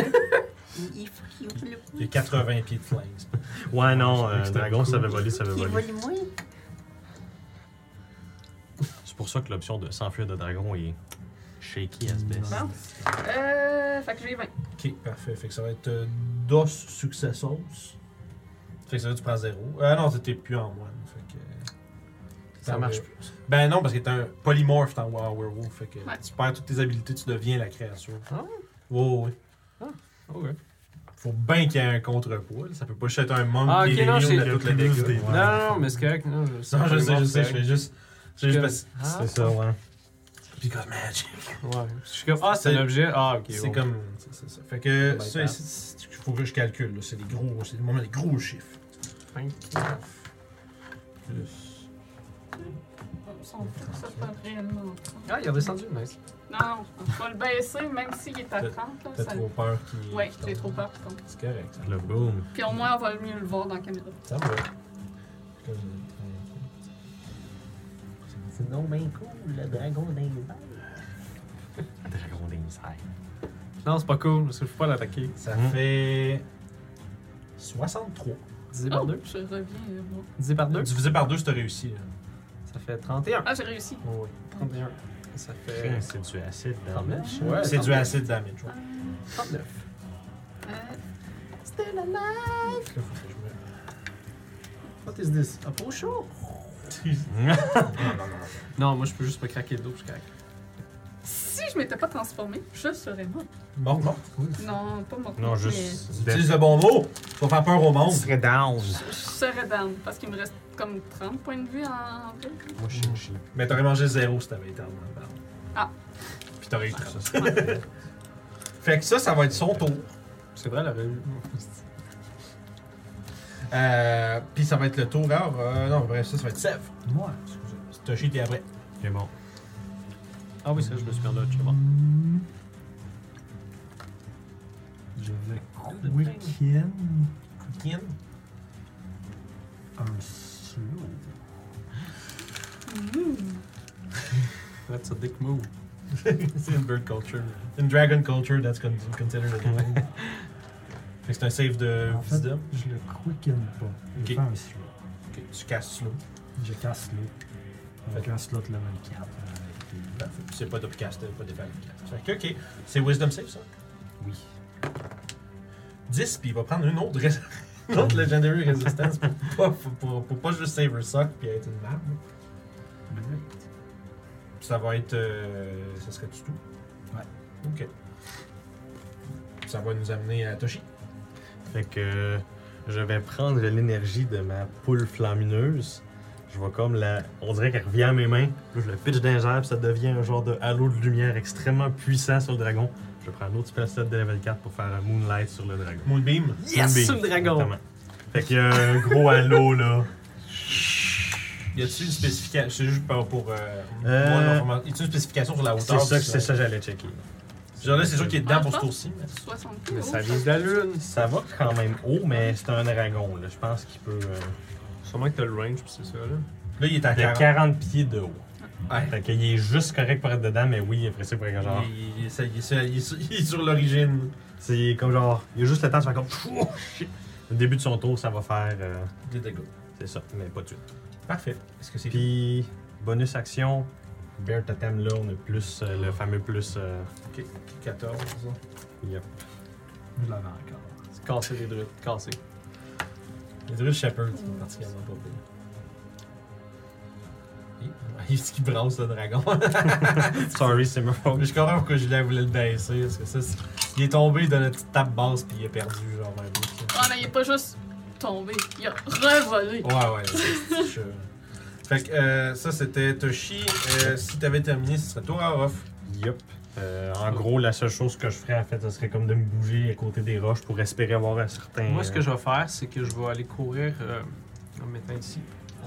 J'ai 80 pieds de flames. Ouais, non, Je savais que le c'était dragon cool. savait voler, savait voler. moins. C'est pour pour ça que l'option de s'enfuir de dragon est shaky as best. Bon. Fait que j'ai 20. Ok, parfait. Fait que ça va être dos successos. Fait que ça veut dire que tu prends 0. Non, t'es plus en moine. Fait que. Ça marche plus. Ben non, parce que t'es un polymorphe en werewolf. Fait que Ouais. tu perds toutes tes habilités, tu deviens la créature. Ah Ouais. Ok. Faut bien qu'il y ait un contrepoids. Là. Ça peut pas juste être un monk Ah, qui ok, est non, immune c'est à le toutes les plus dégâts. des- Non, non, mais c'est correct. Non, Non, je sais, je fais juste. C'est juste comme- parce- Ah. C'est ça, ouais. Because magic. Ouais. Je suis comme, ah, c'est C'est- un objet. Ah, ok. C'est ouais. comme. C'est ça. Fait que. Ben, Ça, il faut que je calcule. Là. C'est des gros. C'est des moments des gros chiffres. 29. Plus. Ça fait réellement 30. Ah, il est redescendu, nice. Non, je vais le baisser, même s'il est à 30. Là, T'as ça... trop peur qu'il. Ouais, qu'il j'ai tombe. trop peur qu'il tombe. C'est correct. Ça, Le boom. Puis au moins, on va mieux le voir dans la caméra. ça va. C'est non bien cool, le dragon des airs. Dragon des airs. Non, c'est pas cool, parce que je peux pas l'attaquer. Ça Mhm. fait. 63. Divisé par Oh, 2. je reviens. Moi. Divisé par 2. Divisé par 2, si t'as réussi. Là. Ça fait 31. Ah, j'ai réussi. Oh, oui. 31. Ça fait C'est du acide 39. damage. Ouais, C'est du 39. acid damage. Ouais. 39. Still alive! Là, faut que What is this? A potion? je me- Non, non, non. Non, moi je peux juste me craquer le dos, je craque. Si je m'étais pas transformée, je serais morte. Mort. Non, pas morte. Non, mais juste. Utilise le bon mot. Tu vas faire peur au monde. serait down. Je serais down parce qu'il me reste comme 30 points de vue en vrai. Moi, je suis Mais t'aurais mangé 0 si t'avais été en bas. Ah. Puis t'aurais eu 30. ça. Fait que ça va être son tour. C'est vrai, elle aurait eu. Puis ça va être le tour. Alors, non, bref, ça va être Sev. Moi. Excusez. Toshi, t'es après. C'est bon. Ah oui, c'est vrai, je me suis perdu, c'est bon. Je vais quicken Kin. un slow. That's a dick move. C'est une bird culture. In dragon culture, that's considered a move. Fait que c'est un save de En fait, wisdom. je le quicken pas. Je Ok. fais un slow. Ok, tu casses slow. Je casse slow. Avec un slot level 4. Parfait. Puis c'est pas d'upcast, pas d'effet d'upcast. Fait que, ok. C'est wisdom save, ça? Oui. 10, puis il va prendre une autre, une autre legendary resistance pour pas juste save her suck puis être une map. Puis ça va être. Ça serait du tout? Ouais. Ok. Ça va nous amener à Toshi. Fait que je vais prendre l'énergie de ma poule flammineuse. Je vais comme la. On dirait qu'elle revient à mes mains. Là, je le pitch dans les airs, puis ça devient un genre de halo de lumière extrêmement puissant sur le dragon. Je prends un autre spell slot de level 4 pour faire un moonlight sur le dragon. Moonbeam. Yes, Moonbeam, sur le dragon! exactement. Fait qu'il y a un gros halo là. Y a-t-il une spécification? C'est juste pour. Y a-t-il une spécification sur la hauteur? C'est ça, j'allais checker. Genre là, c'est sûr qu'il est dedans Ah, pour je ce pense. tour-ci. Mais... 60 Mais oh, ça Vise la lune! Ça va quand même haut, mais c'est un dragon là. Je pense qu'il peut. Sûrement que t'as le range, pis c'est ça, là. Là, il est à Il y a 40. 40 pieds de haut. Ouais. Fait qu'il est juste correct pour être dedans, mais oui, après ça, pour être genre. Il est sur l'origine. C'est comme genre. Il y a juste le temps de faire comme. Oh, shit. Le début de son tour, ça va faire. Des dégâts. C'est ça, mais pas de suite. Parfait. Est-ce que c'est Puis, bonus action, Bear Totem là, on a plus le fameux plus. Ok, 14. Yep. Je l'avais encore. C'est casser les druides, casser. Les druides Shepherd, c'est particulièrement pas pire. Il est-ce qu'il brasse le dragon? Sorry, c'est ma faute. Je comprends pourquoi Julien voulait le baisser. Parce que ça, il est tombé dans la petite tape basse puis il a perdu genre un bout. Ah, mais il est pas juste tombé, il a revolé. Ouais, c'est sûr. Fait que ça, c'était Toshi. Si t'avais terminé, ce serait toi, Off. Yep. En gros, la seule chose que je ferais, en fait, ce serait comme de me bouger à côté des roches pour espérer avoir un certain. Moi, ce que je vais faire, c'est que je vais aller courir en me mettant ici.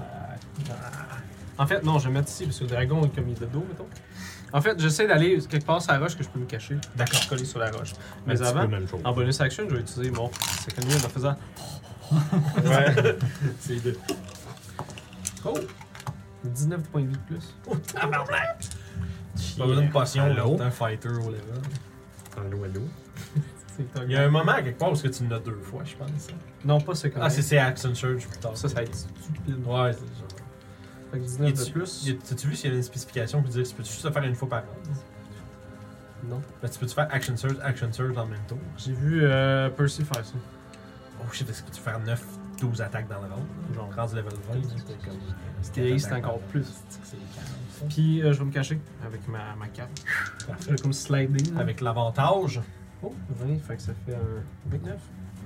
En fait, non, je vais me mettre ici parce que le dragon est comme il est de dos, mettons. En fait, j'essaie d'aller quelque part sur la roche que je peux me cacher. D'accord. Coller sur la roche. Un Mais petit avant, peu même chose. en bonus action, je vais utiliser mon second wind en faisant. Ouais. C'est de. Oh! 19 points de vie de plus. Oh, tabarnak! Pas besoin de potion, là, Allô? t'es un fighter au level. Allô, allô. Il y a un moment quelque part où est-ce que tu l'as 2 fois, je pense. Non, pas second Ah, wind. c'est Action Surge plus tard. Ça va être stupide. Ouais, c'est ça. Fait que 19 de plus. T'as-tu vu s'il y a une spécification qui dit que tu peux juste le faire une fois par round? Non. Ben, tu peux-tu faire Action Surge dans le même tour? J'ai vu Percy faire ça. Oh shit, est-ce que tu peux faire 9-12 attaques dans le round? Genre, rendu level 20, c'était comme. C'était c'est encore plus. C'est calme, Puis je vais me cacher avec ma cape. ça. Je Parfait. vais comme slider. là. Avec l'avantage. Oh, 20, fait que ça fait un 29.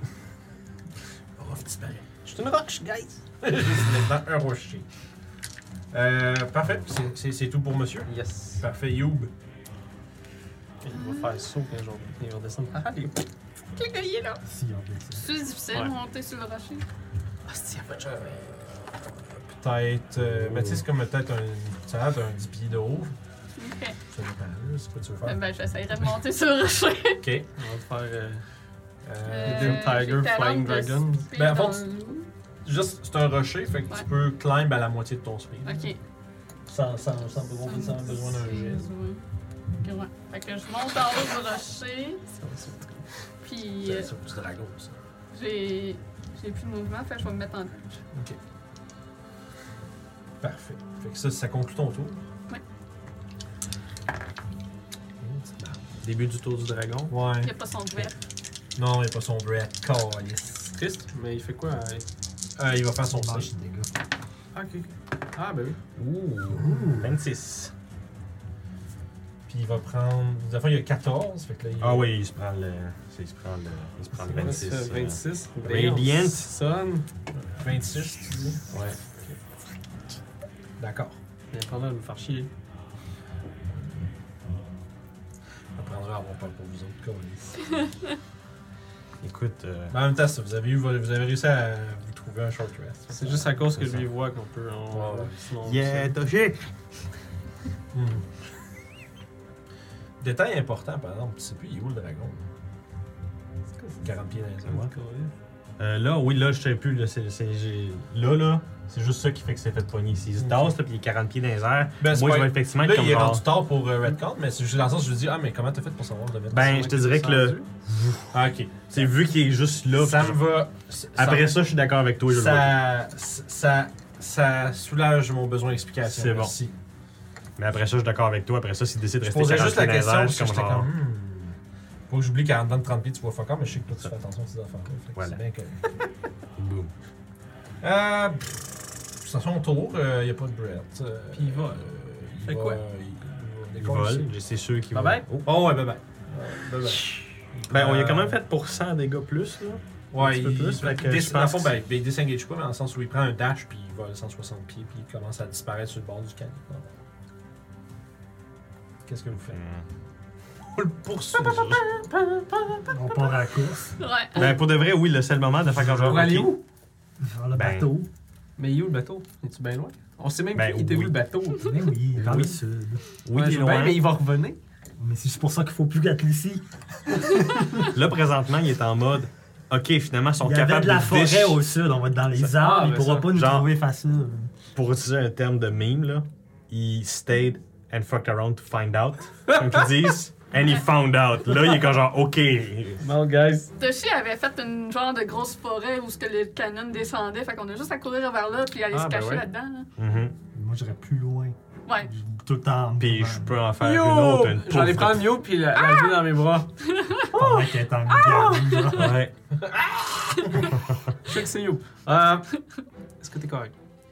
Ruff disparaît. Je suis une roche, guys! C'est maintenant un rocher. Parfait, c'est tout pour monsieur. Yes. Parfait, Youb. Il va faire saut quand il va descendre. Ah, les. Le gars, il est là. Si, on dit ça. C'est difficile de Ouais. monter sur le rocher. Ah, c'est pas de chance. Peut-être. Mais tu sais, c'est comme peut-être un. Ça a l'air d'un 10 pieds de haut. Ok. Ça dépend, là, c'est quoi tu veux faire. Ben, j'essaierai de monter sur le rocher. Ok. On va faire. Euh, Dim Tiger, j'ai Flying 40 de Dragon. speed Ben, en dans fait, le- Juste, c'est un rocher, fait que Ouais. tu peux climb à la moitié de ton speed. Ok. Sans besoin d'un jet. Ok, ouais. Fait que je monte en haut du rocher. Puis C'est du dragon, ça. j'ai plus de mouvement, fait que je vais me mettre en touche. Ok. Parfait. Fait que ça conclut ton tour. Ouais. Début du tour du dragon. Ouais. Il n'y a pas son breath. Non, il n'y a pas son breath. Calice. Triste, mais il fait quoi? Il va faire son On mange save. des dégâts. Ah, ok. Ah, ben oui. Ouh, 26. Puis il va prendre. La fois, il y a 14. Fait que là, il Ah oui, il se prend le. Il se prend le 26. Ça fait 26. Radiant. Sun. 26, tu dis. Ouais. D'accord. Il est en train de me faire chier. On apprendra à avoir peur pour vous autres, calice. Écoute, Mais en même temps, ça, vous avez réussi à vous trouver un short rest. C'est juste à cause que C'est je ça. lui vois qu'on peut. Ouais. Sinon, yeah, touché! Hmm. Détail important, par exemple, tu sais plus, il est où le dragon? 40 pieds dans les airs. Là, oui, là, je sais plus. Là, là, c'est juste ça qui fait que c'est fait pogner. S'il se tasse, là, puis il est 40 pieds dans les airs, Ben, c'est moi, pas- je vais effectivement Là, être comme il est genre... rendu tard pour Redcon, mais c'est juste dans le sens où je me dis, ah, mais comment t'as fait pour savoir de mettre Ben, je te dirais que le... Ah, ok. C'est vu qu'il est juste là. Ça puis me va. Après ça, je suis d'accord avec toi. Je le vois. ça soulage mon besoin d'explication. C'est bon. Merci. Mais après ça, je suis d'accord avec toi. Après ça, s'il décide de Je rester posais 40 juste la pieds dans les question airs, parce je que suis j'étais comme genre... comme. Faut que j'oublie qu'en dedans de 30 pieds, tu vois fuck off, mais je sais que toi, tu fais attention à ces affaires-là. Fait que Voilà. c'est bien correct. Boum. C'est à son tour, il n'y a pas de Brett. Puis il vole. Il Fait va- quoi? Il Il va vole. décoller. C'est sûr qu'il Bye va... bye. Oh. Oh, ouais, bye bye. Bye bye. Ben, on y a quand même fait pour 100 dégâts plus, là. Ouais, un petit peu plus, fait que je dans le pense fond, que- ben, il disengage pas, mais dans le sens où il prend un dash, puis il vole 160 pieds, puis il commence à disparaître sur le bord du canyon. Qu'est-ce que vous faites? On le poursuit. On part à la course. Ouais. Ben, pour de vrai, oui, là, c'est le moment de faire comme genre... Pour aller ok. où? Vers le Ben, bateau. Mais il est où le bateau? Es-tu bien loin? On sait même Ben, plus, il était où oui. le bateau? Mais oui, vers Oui. le sud. Oui, Ouais, il est je veux bien, loin. mais il va revenir. Mais c'est juste pour ça qu'il faut plus être ici. Là, présentement, il est en mode... OK, finalement, ils sont Il y avait capables de la de forêt déch- au sud, on va être dans les Ça- arbres, ah, il ben pourra ça. pas nous Genre- trouver facile. Pour utiliser un terme de meme, là, il stayed and fucked around to find out, comme qu'ils disent. And he found out. Là, il est comme genre, OK. Non, guys. Toshi avait fait une genre de grosse forêt où ce que le canon descendait, fait qu'on a juste à courir vers là puis aller Ah, se ben cacher ouais. là-dedans. Là. Mhm. Moi, j'irais plus loin. Ouais. Tout le temps. en Puis mouvement. je peux en faire Yo! une autre. Une J'allais pauvre- prendre Yo puis la lever dans mes bras. Pendant qu'elle est en garde, genre. Ouais. Je sais que c'est Yo. Est-ce que t'es correct?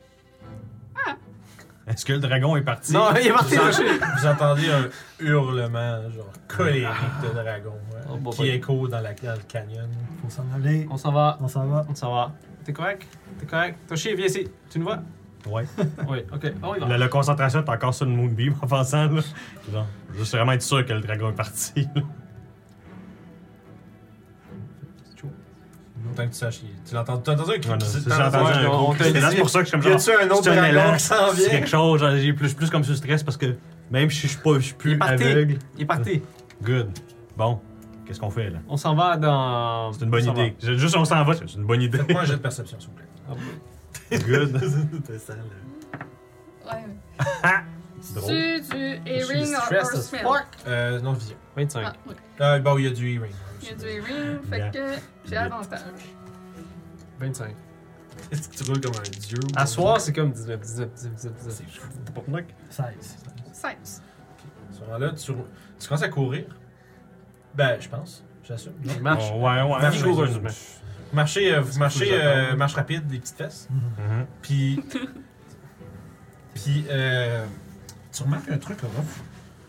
Est-ce que le dragon est parti? Non, il est parti, Vous, Toshi. vous entendez un hurlement, genre colérique de dragon, ouais, Oh, bon, qui bon. écho dans le canyon. Faut s'en aller. On s'en va. On s'en va. On s'en va. T'es correct? T'es correct? Toshi, viens ici. Tu nous vois? Ouais. Oui, ok. Oh, il va. La concentration est encore sur le Moonbeam en pensant, là. Genre, juste vraiment être sûr que le dragon est parti, là. Tant que tu saches, tu l'entends. T'as entendu un cri Ouais, non, qui c'est s'est- ça, j'ai entendu ouais, un on coup. te C'est le là dit. pour ça que je suis comme Y genre. a-tu un autre c'est un dragon élan, qui s'en c'est vient? quelque chose, genre, j'ai plus comme sur stress parce que même si je suis Il plus est parti. aveugle. Il est parti. Good. Bon, qu'est-ce qu'on fait là? On s'en va dans. C'est une bonne on s'en idée. Juste on s'en va, c'est une bonne idée. Faites-moi un jet de perception, s'il vous plaît. va. Good. Ouais. C'est drôle. Tu du earring or stressed as smell? fuck. Non, vision. 25. Ah, oui. Bon, il y a du earring. Il y a du earring, fait Yeah. que j'ai Yeah. avantage. 25. Est-ce que tu roules comme un dieu? ou- À soir, c'est comme 19. C'est fou. 16. 16. À ce moment-là, tu commences à courir. Ben, je pense. J'assume. non? Il marche. Oh, ouais, Marche vigoureusement. Vous marchez, marche rapide, des petites fesses. Mhm. Puis. Puis, tu remarques un truc, Orof.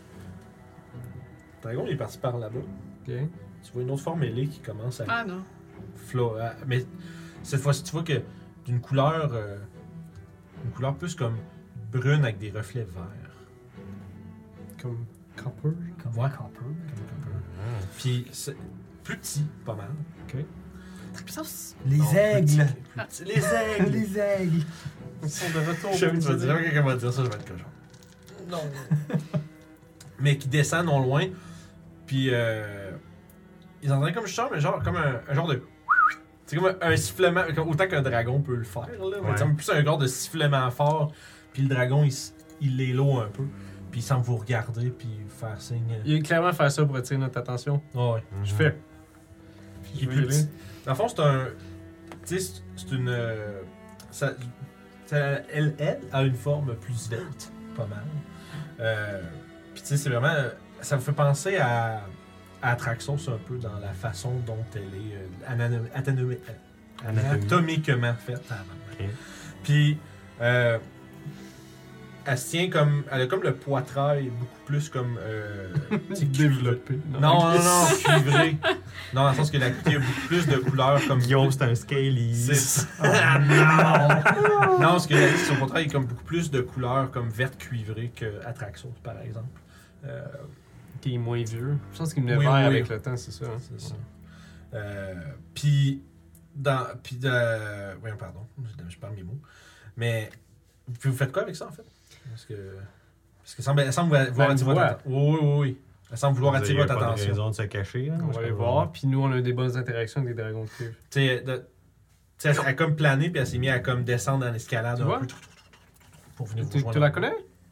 Le dragon, il est parti par là-bas. Ok. Tu vois une autre forme ailée qui commence à Ah non. mais cette fois-ci, tu vois que d'une couleur. Une couleur plus comme brune avec des reflets verts. Comme copper. Comme Ouais. Copper. Puis, c'est plus petit, pas mal. Traxos. Les Non, plus aigles. petit, plus petit. Les aigles! Les aigles. Ils sont de retour. Je sais que tu vas dire, quand quelqu'un va dire ça, je vais être cochon. Non. Mais qui descend non loin, puis ils entendent comme je sens, mais genre comme un genre de. C'est comme un sifflement, autant qu'un dragon peut le faire, là. Mais Ouais. c'est plus un genre de sifflement fort, puis le dragon il l'élo un peu, puis il semble vous regarder, puis faire signe. Il est clairement faire ça pour attirer notre attention. Ouais. Je fais. Il est plus petit. Dans le fond, c'est un. Tu sais, c'est une. Elle a une forme plus svelte, pas mal. Puis tu sais, c'est vraiment. Ça me fait penser à Traxos un peu dans la façon dont elle est anatomiquement faite. Ok. Puis, elle se tient comme. Elle a comme le poitrail beaucoup plus comme. tu sais, Développé. non, cuivré. Non, dans le sens que la il y a beaucoup plus de couleurs comme. Guillaume, c'est un scaly. C'est non! Non, parce que son poitrail est comme beaucoup plus de couleurs comme verte cuivrée que Atraxos, par exemple. Qui est moins vieux. Je pense qu'il me Oui, vert oui. avec le temps, c'est ça. Hein? C'est ça. Puis, voyons, pardon, je parle mes mots. Mais, puis vous faites quoi avec ça, en fait? Parce que elle semble vouloir Ben, attirer votre attention. Oui. Elle semble vouloir attirer votre Pas de attention. raison de se cacher. Là. On va aller voir. Puis nous, on a des bonnes interactions avec des dragons de cuivre. Tu sais, elle a comme plané, puis elle s'est mise à comme descendre dans l'escalade Tu un vois? peu. Pour venir vous Tu rejoindre. la connais?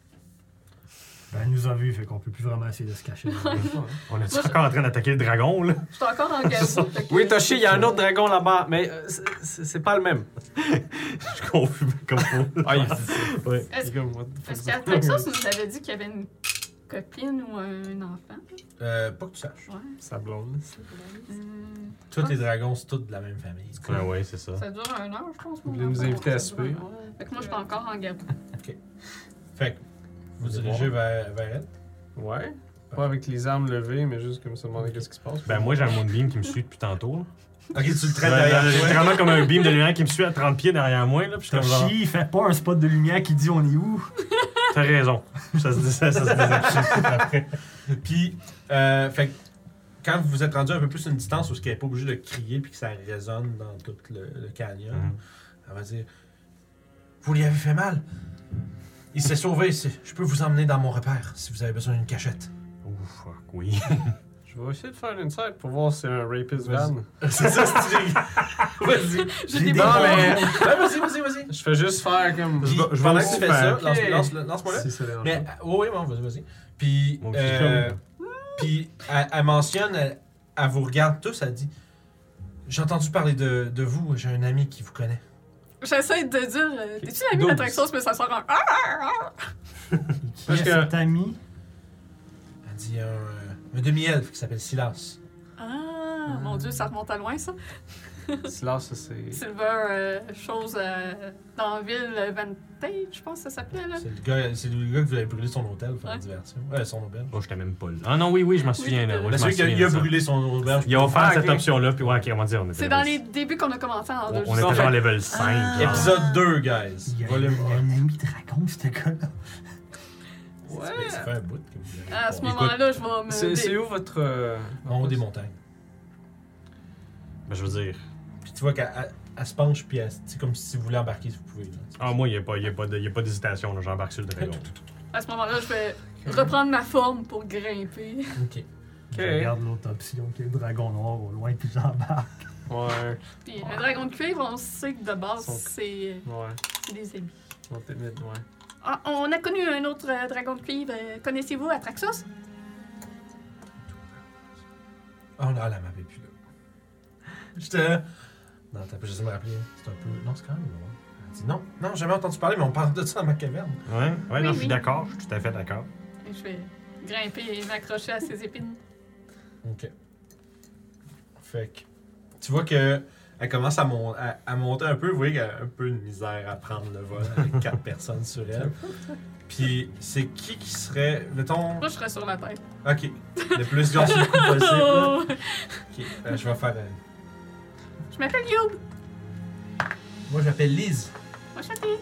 Ben, elle nous a vus, fait qu'on peut plus vraiment essayer de se cacher. On est encore en train d'attaquer le dragon, là? Je suis encore en garou. Oui, Toshi, il y a un autre dragon là-bas, mais c'est pas le même. Je suis confus comme ça. Ah, il dit ça. Ouais. Est-ce Est-ce qu'Atraxos nous avait dit qu'il y avait une copine ou un enfant? Pas que tu saches. Ouais. Sa blonde. Tous les dragons, c'est tous de la même famille. Ouais, c'est ça. Ça dure 1 heure, je pense. Vous voulez nous inviter à souper? Ouais. Fait que moi, je suis encore en garou. Fait que vous dirigez vers elle. Ouais. Pas avec les armes levées, mais juste comme ça demander qu'est-ce qui se passe. Ben, moi, j'ai un moonbeam qui me suit depuis tantôt. Là. Ok, tu le traites Ouais, derrière J'ai toi. vraiment comme un beam de lumière qui me suit à 30 pieds derrière moi. Là, puis je suis comme genre, Toshi, il fait pas un spot de lumière qui dit on est où. t'as raison. Ça se désactive après. Puis, fait que quand vous vous êtes rendu un peu plus une distance où ce qu'elle n'est pas obligée de crier puis que ça résonne dans tout le canyon, elle va dire vous lui avez fait mal. Il s'est sauvé. Je peux vous emmener dans mon repère si vous avez besoin d'une cachette. Oh, fuck, oui. Je vais essayer de faire une insight pour voir si c'est un rapist Vas-y. van. C'est ça, stylé. Vas-y. J'ai des des Non, bons. mais Vas-y. je fais juste faire comme. Puis, je vais pendant que aussi tu fais ça, faire- lance-moi là. Si ça dérange Mais, pas. oui, vas-y. Puis, Mon petit puis elle mentionne, elle vous regarde tous, elle dit j'ai entendu parler de vous, j'ai un ami qui vous connaît. J'essaie de dire, t'es-tu l'ami 12. d'Atraxos, mais ça sort en. Qui Parce est que- cet ami? Elle dit un demi-elfe qui s'appelle Silas. Ah, mon Dieu, ça remonte à loin, ça. Silas, ça c'est. Silver, chose dans la ville Vantage, je pense que ça s'appelait, là. C'est le gars que vous avez brûlé son hôtel pour faire Ouais. une diversion. Son auberge. Oh, j'étais même pas là. Ah non, oui, je m'en souviens. Là. Ouais, Mais je m'en celui qui souviens a de ça. brûlé son auberge. Il a offert Ah, cette ok. option-là, puis ouais, ok, on va dire, on était C'est dans les level- débuts qu'on a commencé à On enregistrer. était En genre fait- level 5. Ah. genre. Épisode 2, guys. Il y a Volume un ami dragon, ce gars-là. Ouais. Ça fait un bout que vous avez À ce pas. moment-là, je vais me. C'est où votre. En haut des montagnes. Ben, je veux dire. Puis tu vois qu'elle se penche, puis c'est comme si vous voulez embarquer, si vous pouvez. Là. Ah, moi, il n'y a pas d'hésitation. là, J'embarque sur le dragon. À ce moment-là, je vais reprendre ma forme pour grimper. Ok. Je regarde l'autre option qui est le dragon noir au loin, puis j'embarque. Ouais. Puis un dragon de cuivre, on sait que de base, Son- c'est Ouais. des ennemis. On t'émite, ouais. Ah, on a connu un autre dragon de cuivre. Connaissez-vous Atraxos? Oh là, elle m'avait plus là. J'étais là. Non, t'as pas juste me rappeler. C'est un peu. Non, c'est quand même loin. Elle dit non, non, j'ai jamais entendu parler, mais on parle de ça dans ma caverne. Ouais, Oui, non, je oui. suis d'accord. Je suis tout à fait d'accord. Et je vais grimper et m'accrocher à ses épines. Ok. Fait que. Tu vois que. Elle commence à monter un peu. Vous voyez qu'elle a un peu de misère à prendre le vol avec 4 personnes sur elle. Puis, c'est qui serait. Mettons. Moi, je serais sur la tête. Ok. Le plus grand sur le coup possible. Là. Ok. Je vais faire. Je m'appelle Youb. Moi, je m'appelle Liz. Moi, je suis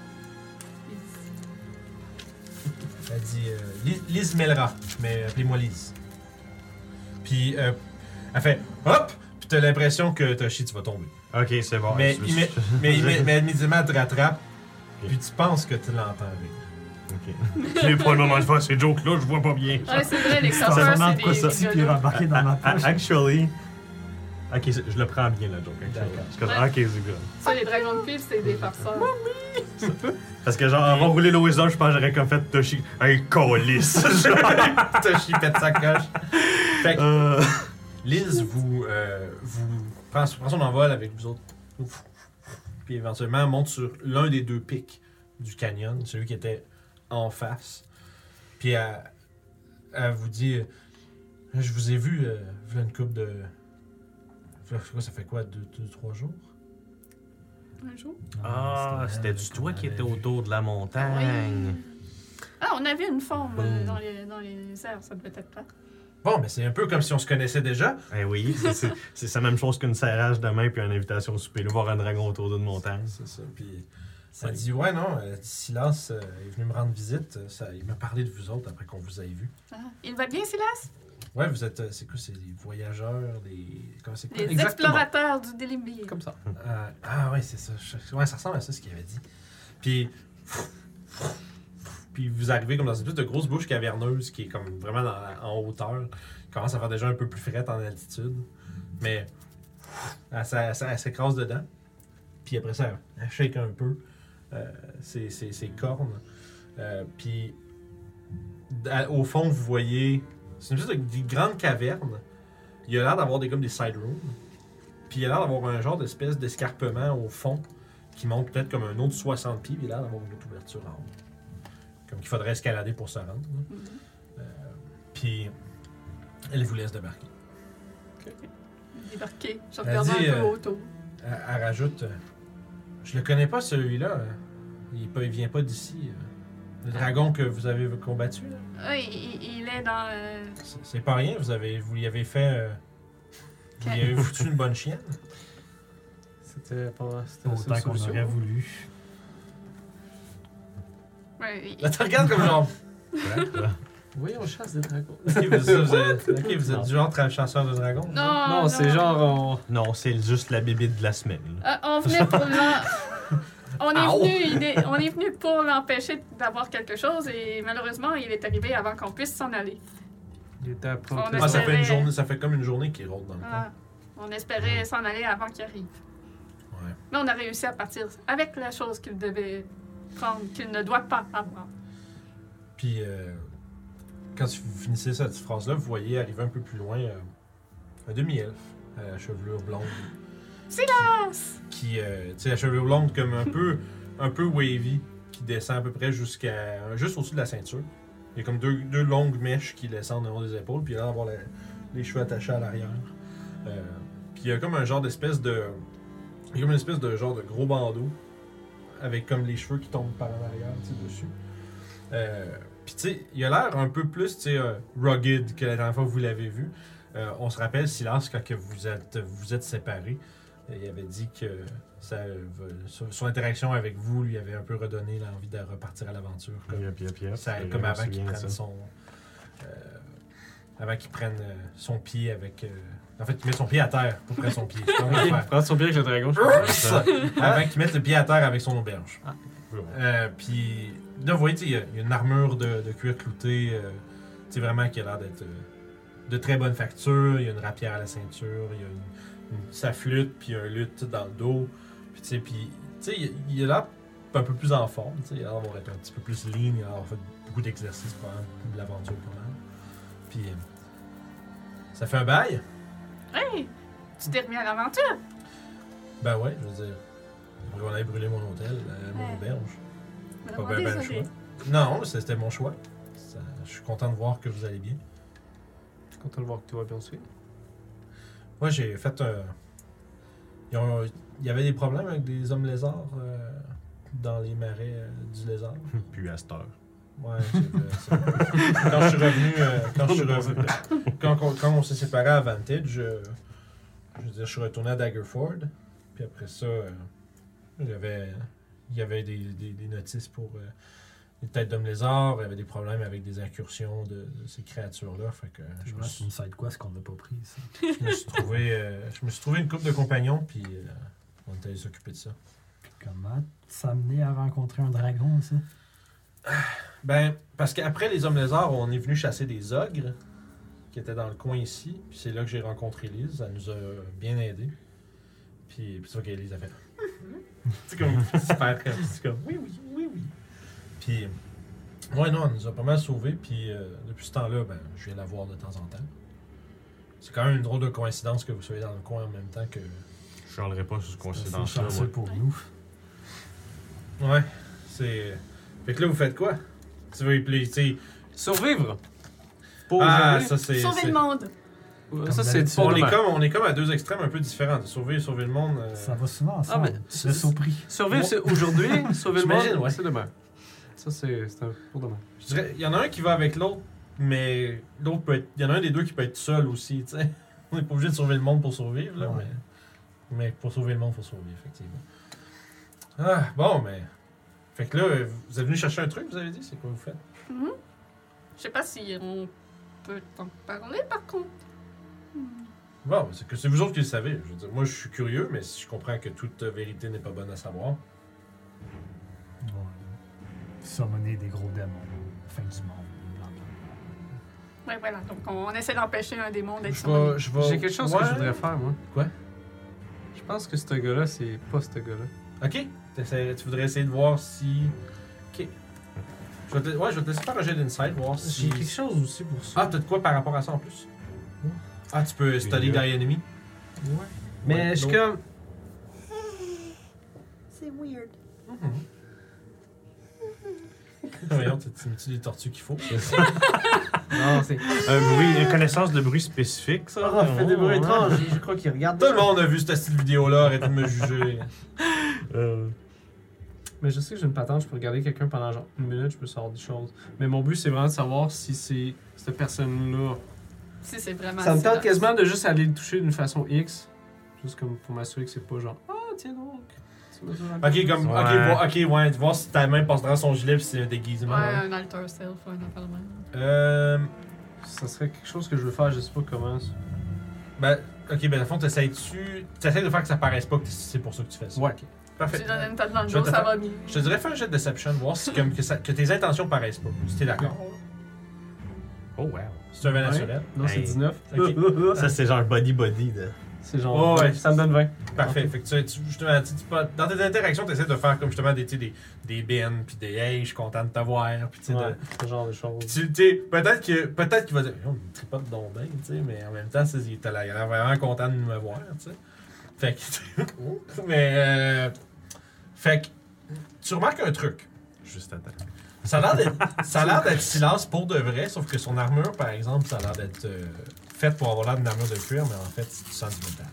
Elle dit Liz Melra, mais appelez-moi Liz. Puis elle fait hop, puis t'as l'impression que Toshi, tu vas tomber. Ok, c'est bon. mais, je me suis- mais immédiatement, elle te rattrape, puis tu penses que tu l'entends rire. Ok. C'est pas le moment de faire ces jokes-là, je vois pas bien. Ouais, c'est vrai, les C'est coffeurs, vraiment c'est pourquoi des sorti puis rigolos. embarqué dans ma poche. Actually. Ok, je le prends bien, la joke. actually. D'accord. Parce que, ok, c'est good. Ça, les dragons de cuivre, c'est des farceurs. Parce que, genre, avant de rouler le wizard, je pense que j'aurais comme fait Toshi. Hey, calice! Toshi pète sa coche. Fait que Liz prend son envol avec vous autres. Puis éventuellement, monte sur l'un des 2 pics du canyon, celui qui était en face. Puis elle vous dit je vous ai vu, voilà une couple de. Ça fait quoi, 2-3 jours? Un jour. Ah, c'était-tu toi qui étais autour de la montagne? Ah, on a vu une forme Boum. dans les airs, ça devait être là. Bon, mais c'est un peu comme si on se connaissait déjà. Eh oui, c'est la même chose qu'une serrage de main puis une invitation au souper. Là, voir un dragon autour d'une montagne. C'est ça. Puis elle dit ouais, non, Silas est venu me rendre visite. Il m'a parlé de vous autres après qu'on vous ait vu. Ah, il va bien, Silas? Ouais, vous êtes. C'est quoi, c'est des voyageurs, des. Comment c'est quoi? Les explorateurs du Délimbier. Comme ça. Ouais, c'est ça. Ouais, ça ressemble à ça ce qu'il avait dit. Puis. Puis vous arrivez comme dans une espèce de grosse bouche caverneuse qui est comme vraiment en hauteur. Qui commence à faire déjà un peu plus frette en altitude. Mais. Elle s'écrase dedans. Puis après ça, elle shake un peu ses cornes. Puis. Au fond, vous voyez. C'est une espèce de grande caverne. Il a l'air d'avoir comme des side rooms. Puis il a l'air d'avoir un genre d'espèce d'escarpement au fond qui monte peut-être comme un autre 60 pieds. Puis il a l'air d'avoir une autre ouverture en haut. Comme qu'il faudrait escalader pour se rendre. Puis elle vous laisse débarquer. Débarquer. Je Elle regarde dit, un peu autour. Elle rajoute je le connais pas celui-là. Il vient pas d'ici. Le dragon que vous avez combattu. Là. Oui, il est dans. C'est pas rien. Vous lui avez fait. Vous lui avez foutu une bonne chienne. C'était pas. C'était la Autant seule qu'on solution. aurait voulu. Ouais, Là, tu regardes comme genre. Oui, on chasse des dragons. Ok, vous êtes du genre chasseur de dragons. Non, Non, c'est genre. Non, c'est juste la bébite de la semaine. là. On venait pour on Ow! est venu pour l'empêcher d'avoir quelque chose et malheureusement, il est arrivé avant qu'on puisse s'en aller. Il était à On Ah, ça fait une espérait- journée, ça fait comme une journée qu'il rôde dans le Ah, on espérait s'en aller avant qu'il arrive. coin. Ouais. Mais on a réussi à partir avec la chose qu'il devait prendre, qu'il ne doit pas avoir. Puis, quand vous finissez cette phrase-là, vous voyez arriver un peu plus loin un demi-elfe à la chevelure blonde. Silas! Qui, tu sais, la chevelure blonde comme un peu wavy, qui descend à peu près juste au-dessus de la ceinture. Il y a comme deux longues mèches qui descendent en haut des épaules, puis il a l'air d'avoir les cheveux attachés à l'arrière. Puis il y a comme un genre d'espèce de... Il y a comme une espèce de genre de gros bandeau, avec comme les cheveux qui tombent par en arrière, tu sais, dessus. Puis tu sais, il a l'air un peu plus, tu sais, rugged que la dernière fois que vous l'avez vu. On se rappelle, Silas, quand que vous êtes séparés, il avait dit que son interaction avec vous lui avait un peu redonné l'envie de repartir à l'aventure. Comme avant qu'il prenne son pied avec... en fait, qu'il mette son pied à terre pour prendre son pied. C'est pas une affaire. Prends son pied avec le dragon, je Avant qu'il mette le pied à terre avec son auberge. Ah. Puis là, vous voyez, il y a une armure de cuir clouté, vraiment qui a l'air d'être de très bonne facture. Il y a une rapière à la ceinture, il y a sa flûte, puis un luth dans le dos. Puis il a l'air un peu plus en forme. Il a l'air d'avoir été un petit peu plus lean, il a l'air fait beaucoup d'exercices pendant de l'aventure pas mal. Puis ça fait un bail. Hey! Tu t'es remis à l'aventure? Ben ouais, je veux dire. On allait brûler mon hôtel, mon Ouais. auberge. Pas Vraiment ben le désolée. choix. Non, c'était mon choix. Je suis content de voir que vous allez bien. Content de voir que tout va bien aussi. Moi, j'ai fait un. Il y avait des problèmes avec des hommes lézards dans les marais du lézard. Puis à cette heure. Ouais, c'est vrai. Ça. Quand je suis revenu. Quand on s'est séparés à Vantage, je veux dire, je suis retourné à Daggerford. Puis après ça, il y avait des notices pour les têtes d'hommes lézards. Il y avait des problèmes avec des incursions de ces créatures-là. Fait que je me C'est suis une side quest qu'on n'a pas pris, ça. je me suis trouvé une couple de compagnons, puis on était allés s'occuper de ça. Comment ça amené à rencontrer un dragon, ça? Ben, parce qu'après les hommes lézards, on est venu chasser des ogres qui étaient dans le coin ici. Puis c'est là que j'ai rencontré Lise. Elle nous a bien aidés. Puis c'est ça qu'Elise a fait. C'est comme super. C'est comme oui. Puis, ouais, non, elle nous a pas mal sauvés. Puis depuis ce temps-là, ben, je viens la voir de temps en temps. C'est quand même une drôle de coïncidence que vous soyez dans le coin en même temps que. Je charlerai pas sur ce C'est coïncidence-là, chanceux moi. pour nous. Ouais, c'est. Fait que là, vous faites quoi? Tu veux, tu sais. Survivre! Pour Ah, aujourd'hui. ça c'est. Sauver c'est- le monde. Ça, c'est d'habitude. pour demain. on est comme à deux extrêmes un peu différents. Sauver le monde. Ça va souvent ensemble. mais Le saut prix. Survivre, c'est aujourd'hui. Sauver le J'imagine, monde, ouais. c'est demain. Ça, c'est pour demain. Je dirais, il y en a un qui va avec l'autre, mais l'autre peut être. Il y en a un des deux qui peut être seul aussi, tu sais. On n'est pas obligé de sauver le monde pour survivre, là, Ouais. mais pour sauver le monde, il faut sauver, effectivement. Ah, bon, mais. Fait que là, vous êtes venu chercher un truc, vous avez dit? C'est quoi vous faites? Mhm. Je sais pas si on peut t'en parler par contre. Bon, c'est que c'est vous autres qui le savez. Je veux dire, moi, je suis curieux, mais je comprends que toute vérité n'est pas bonne à savoir. Bon, summoner des gros démons. Fin du monde. Ouais, voilà. Donc on essaie d'empêcher un démon d'être Je summoné. vais. Je vais... J'ai quelque chose que je voudrais faire, moi. Quoi? Je pense que ce gars-là, c'est pas ce gars-là. Ok. Tu voudrais essayer de voir si. Ok. Je vais te laisser faire un jet d'insight, voir si. J'ai quelque chose aussi pour ça. Ah, t'as de quoi par rapport à ça en plus? Ah, tu peux study Une thy enemy? Ouais. Mais Ouais, je suis donc- comme. C'est weird. Voyons, tu des tortues qu'il faut. Non, c'est. Une connaissance de bruit spécifique, ça? Ah, fait des bruits ouais. étranges. Je crois qu'il regarde. Tout le monde a vu ce style vidéo-là, arrêtez de me juger. Mais je sais que j'ai une patente, je peux regarder quelqu'un pendant genre une minute, je peux savoir des choses. Mais mon but, c'est vraiment de savoir si c'est cette personne-là. Si c'est vraiment. Ça me tente silence. quasiment de juste aller le toucher d'une façon X. Juste comme pour m'assurer que c'est pas genre. Ah, tiens donc. Tu me donnes un Ok, peu comme. Ouais. Ok, ouais, voir si ta main passe dans son gilet pis c'est un déguisement. Ouais, Ouais. un alter self, un affaire de même. Ça serait quelque chose que je veux faire, je sais pas comment. Ben, ok, ben, dans le fond, t'essayes de faire que ça paraisse pas que c'est pour ça que tu fais ça. Ouais. Ok. Parfait. Tu donnes une tête dans le Je vais dos, te ça faire- va mieux. Je te dirais faire un jet de deception, voir si comme que tes intentions paraissent pas. Si t'es d'accord. Oh, wow. Si tu as un vin Ouais. naturel. Non, c'est Hey. 19. Ça, c'est genre body-body. C'est genre. Oh, ouais. Ça me donne 20. Parfait. Ok. Fait que justement, dans tes interactions, tu essaies de faire comme justement des bennes, puis des hey, je suis content de te voir, puis tu sais, Ouais, ce genre de choses. peut-être qu'il va dire, on ne tripote donc bien, tu sais, mais en même temps, il a l'air vraiment content de me voir, tu sais. Fait que, mais, fait que, tu remarques un truc. Juste attends. Ça a l'air d'être silence pour de vrai, sauf que son armure, par exemple, ça a l'air d'être faite pour avoir l'air d'une armure de cuir, mais en fait, tu sens du métal.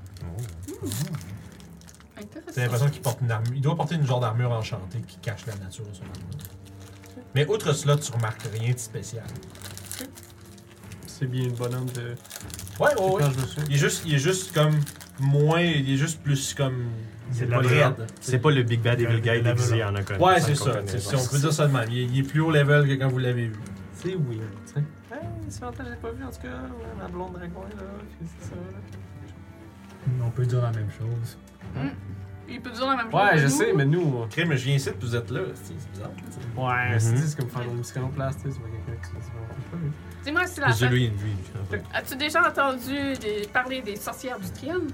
Intéressant. T'as l'impression qu'il porte une armure. Il doit porter une genre d'armure enchantée qui cache la nature de son armure. Mais outre cela, tu remarques rien de spécial. C'est bien une bonhomme de. Ouais, ouais, ouais. Quand je me suis. Il est juste comme moins. Il est juste plus comme. C'est pas la raide. C'est pas le Big Bad Evil Guy déguisé en un Ouais, c'est ça. Si on peut dire ça de même. Il est plus haut level que quand vous l'avez vu. C'est weird, tu sais. Hey, c'est longtemps que je l'ai pas vu, en tout cas. Ouais, ma blonde dragon est là, puis c'est ça. On peut dire la même chose. Il peut dire la même chose. Ouais, que je nous. sais, mais nous. Crème, je viens ici, puis vous êtes là. C'est bizarre. tu sais. Ouais, Mhm. c'est comme faire une psychoplace, tu sais, c'est pas quelqu'un qui se pas vu. Dis-moi si la J'ai lui une vie. As-tu déjà entendu parler des sorcières du triangle?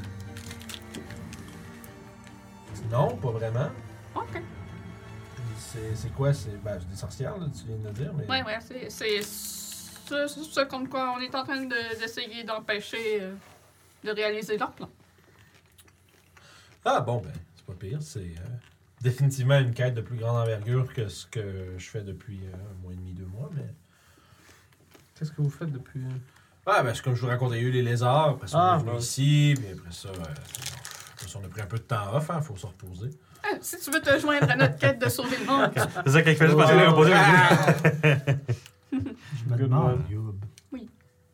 Non, pas vraiment. Ok. C'est quoi? C'est des sorcières, là, tu viens de le dire. Mais... Ouais, c'est ce contre quoi on est en train d'essayer d'empêcher de réaliser leur plan. Ah bon, ben, c'est pas pire. C'est définitivement une quête de plus grande envergure que ce que je fais depuis un mois et demi, 2 mois, mais... Qu'est-ce que vous faites depuis. Ah, ben, c'est comme je vous racontais, il y a eu les lézards, après ça, on est venu ouais. ici, puis après ça, on a pris un peu de temps off, hein, faut se reposer. Si tu veux te joindre à notre quête de sauver le monde. C'est ça qu'il fait juste passer les reposer. Je me Good demande, one. Youb. Oui.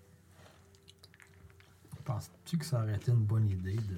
Penses-tu que ça aurait été une bonne idée de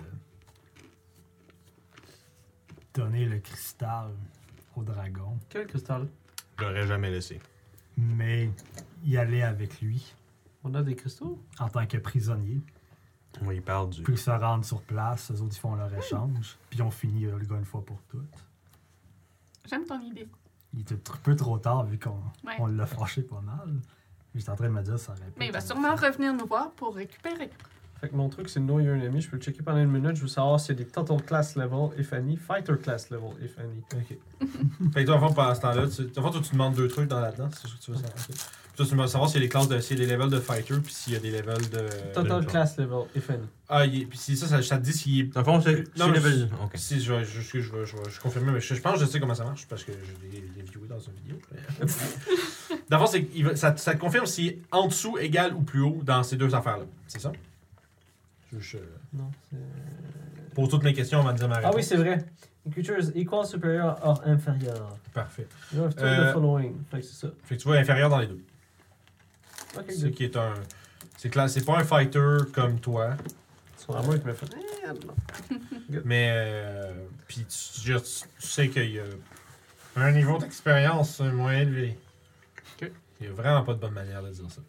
donner le cristal au dragon, Quel cristal? Je l'aurais jamais laissé. mais y aller avec lui On a des cristaux? en tant que prisonnier, Moi, il parle du. puis ils se rendent sur place, eux autres ils font leur échange, puis on finit le gars une fois pour toutes. J'aime ton idée. Il était un peu trop tard vu qu'on Ouais. on l'a fâché pas mal. J'étais en train de me dire ça aurait pu Mais il va être- sûrement revenir nous voir pour récupérer. Fait que mon truc, c'est de know your enemy. Je peux le checker pendant 1 minute. Je veux savoir s'il y a des total class level, if any, fighter class level, if any. Ok. Fait que toi, en fond, pendant ce temps-là, toi, tu demandes 2 trucs dans là-dedans, c'est ce que tu veux savoir. Ok. Puis toi, tu veux savoir s'il y a des classes s'il y a des levels de fighter, puis s'il y a des levels de. Total de- class level, if any. Ah, puis si ça te dit s'il est. Dans le fond, c'est Non, mais level. Ok. Si, je vais confirmer, mais je pense que je sais comment ça marche parce que je l'ai viewé dans une vidéo. D'abord, ça te confirme s'il est en dessous, égal ou plus haut dans ces 2 affaires-là. C'est ça? Je Non, c'est. pose toutes mes questions, on va me dire ma réponse. Ah oui, c'est vrai. A creature is equal, superior or inferior. Parfait. You have to Euh, the following. Fait que c'est ça. Fait que tu vois inférieur dans les 2. Ok, C'est good. qui est un. C'est pas un fighter comme toi, Son armure qui m'a fait. Non. mais. Puis tu sais qu'il y a un niveau d'expérience moins élevé. Ok. Il y a vraiment pas de bonne manière de dire ça.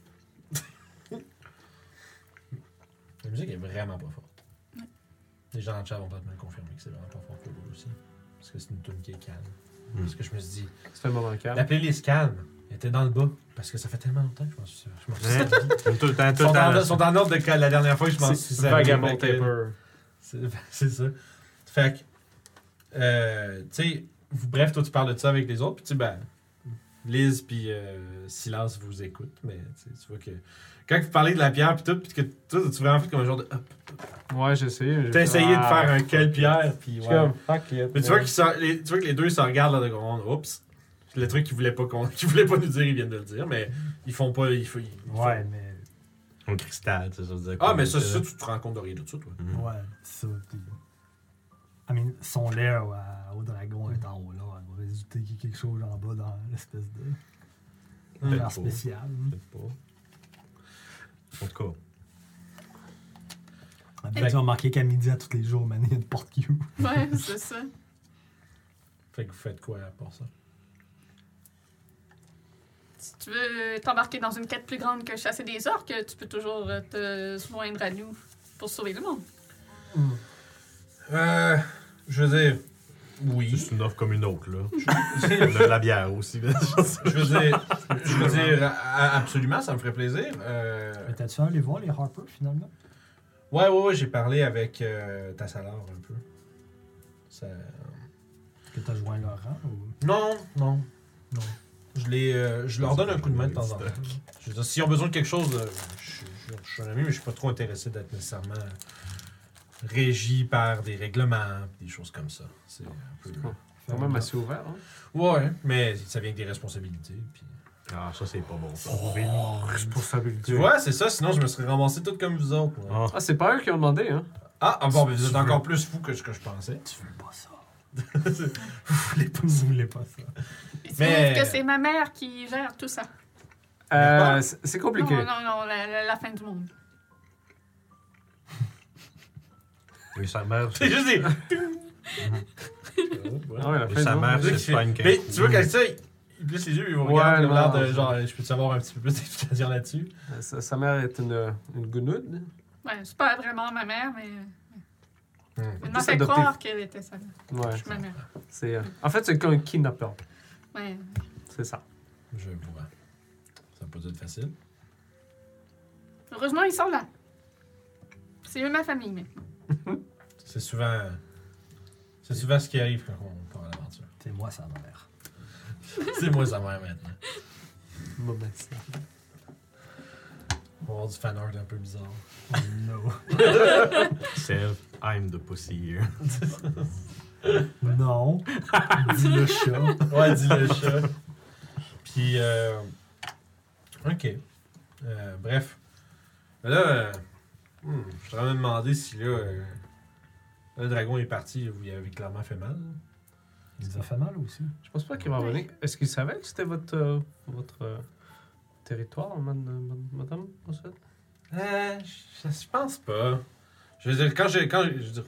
La musique est vraiment pas forte. Les gens dans le chat vont peut-être me le confirmer que c'est vraiment pas fort pour eux aussi. Parce que c'est une tune qui est calme. Parce que je me suis dit, Ça fait un moment calme. la playlist calme était dans le bas. Parce que ça fait tellement longtemps que je m'en suis Hein? servi. Tout le temps, tout Ils le temps. sont en ordre de la dernière fois que je m'en suis C'est servi. Vagabond Fait que- Taper. C'est ça. Fait que, tu sais, bref, toi tu parles de ça avec les autres, puis tu sais, ben, Liz puis Silas vous écoutent, mais tu vois que quand vous parlez de la pierre puis tout, puis que toi, tu vraiment fait comme un genre de. Ouais, j'ai essayé. T'as essayé de faire un quelle pierre, puis Je suis ouais. comme, fuck it. Mais tu vois, tu vois que les deux se regardent là de comme, oups. Le truc qu'ils voulaient pas qu'ils voulaient pas nous dire, ils viennent de le dire, mais ils font pas. Ouais, mais. Un cristal, ça veut dire. Ah, mais ça, tu te rends compte de rien de tout ça, toi. Mhm. Ouais, ça. Puis... I mean, son lait au dragon est en haut là. Elle va résulter qu'il y ait quelque chose en bas dans l'espèce de. Peut-être Genre pas. spécial. Peut-être pas. En tout cas. Ils ont remarqué qu'à midi, à tous les jours, maintenant, il y a une porte qui ouvre. Ouais, c'est ça. Fait que vous faites quoi à part ça? Si tu veux t'embarquer dans une quête plus grande que chasser des orques, tu peux toujours te joindre à nous pour sauver le monde. Je veux dire, oui. C'est une offre comme une autre, là. On a de la bière aussi. là. Je veux dire, absolument, ça me ferait plaisir. Mais t'as-tu allé voir les Harper finalement? Ouais, j'ai parlé avec Tassalar un peu. Ça... Est-ce que t'as joint Laurent ou. Non. Je leur donne un coup de main de temps en temps. Je veux dire, s'ils ont besoin de quelque chose, je suis un ami, mais je suis pas trop intéressé d'être nécessairement régi par des règlements, des choses comme ça. C'est un peu... Quand même assez ouvert, hein. Ouais, mais ça vient avec des responsabilités. Puis... Ah, ça, c'est pas bon. Ça. Responsabilité. Tu vois, c'est ça, sinon je me serais ramassé tout comme vous autres. moi. Ah. Ah, c'est pas eux qui ont demandé, hein. Ah, bon, mais vous êtes Tu encore veux- plus fou que ce que je pensais. Tu veux pas ça? Vous voulez pas ça? Il se Mais- trouve que c'est ma mère qui gère tout ça. C'est Non, compliqué. non, la fin du monde. Oui, sa mère. C'est juste des. Ah ouais, la Et fin sa du mère, monde. c'est pas une Mais tu vois, quand ça, il plisse les yeux, il vous Ouais, regarde comme non, l'air de c'est- genre, je peux savoir un petit peu plus d'explications là-dessus. Sa mère est une gounoune. Ouais, c'est pas vraiment ma mère, mais elle m'a Plus fait adoptée. croire qu'elle était sa mère. Ouais. Je suis ma mère. C'est, en fait, c'est comme un kidnapper. Ouais. C'est ça. Je vois. Ça va pas dû être facile. Heureusement, ils sont là. C'est eux ma famille maintenant. C'est souvent. C'est souvent ce qui arrive quand on part à l'aventure. C'est moi, sa mère. C'est moi sa mère maintenant. Bon, ben, c'est- On va avoir du fan art un peu bizarre. Oh no. Sev, I'm the pussy here. Non. Dis le chat. Ouais, dis le chat. Puis, ok. Bref. Là, je suis en train de me demander si là, le dragon est parti, vous y avez clairement fait mal. Il nous a fait mal aussi. Je pense pas qu'il va revenir. Est-ce qu'il savait que c'était votre territoire, madame Rossette? Je pense pas. Je veux dire, je veux dire,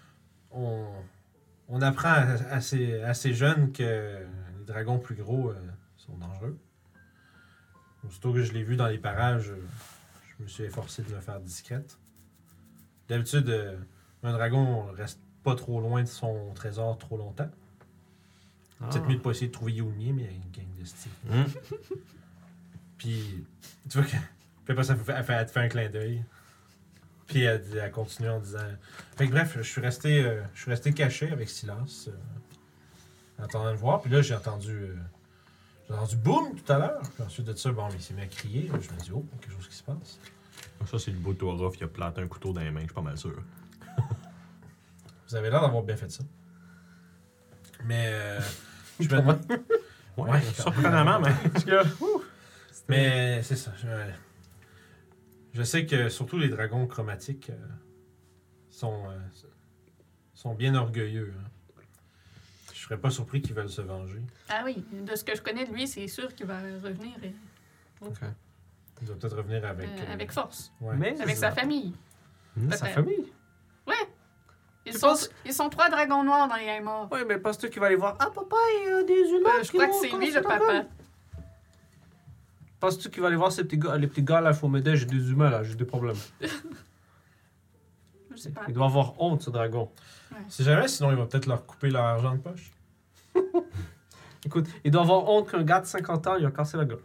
on apprend assez jeune que les dragons plus gros sont dangereux. Aussitôt que je l'ai vu dans les parages, je me suis efforcé de me faire discrète. D'habitude, un dragon reste pas trop loin de son trésor trop longtemps. Peut-être mieux de pas essayer de trouver Yulmier, mais il y a une gang de style. Puis, tu vois que. Puis après, elle fait un clin d'œil. Puis elle continue en disant. Fait que bref, je suis resté caché avec silence. En attendant de le voir. Puis là, j'ai entendu boum tout à l'heure. Puis ensuite de ça, bon, il s'est mis à crier. Je me dis, oh, quelque chose qui se passe. Ça, c'est le beau Torov qui a planté un couteau dans les mains, je suis pas mal sûr. Vous avez l'air d'avoir bien fait ça. Mais. Je me demande. Ouais, surprenamment, mais. Mais c'est ça. Je sais que surtout les dragons chromatiques sont bien orgueilleux. Hein. Je serais pas surpris qu'ils veulent se venger. Ah oui, de ce que je connais de lui, c'est sûr qu'il va revenir Ok. Il va peut-être revenir avec. avec force. Ouais. Mais Avec sa famille. sa famille. Ils sont 3 dragons noirs dans les morts. Oui, mais penses-tu qu'il va aller voir? Ah, papa, il y a des humains. Je crois que c'est lui le papa. Penses-tu qu'il va aller voir ces petits gars? Les petits gars là, il faut m'aider, j'ai des humains là, j'ai des problèmes. Je sais pas. Il doit avoir honte, ce dragon. Si jamais, sinon il va peut-être leur couper leur argent de poche. Écoute, il doit avoir honte qu'un gars de 50 ans, il a cassé la gueule.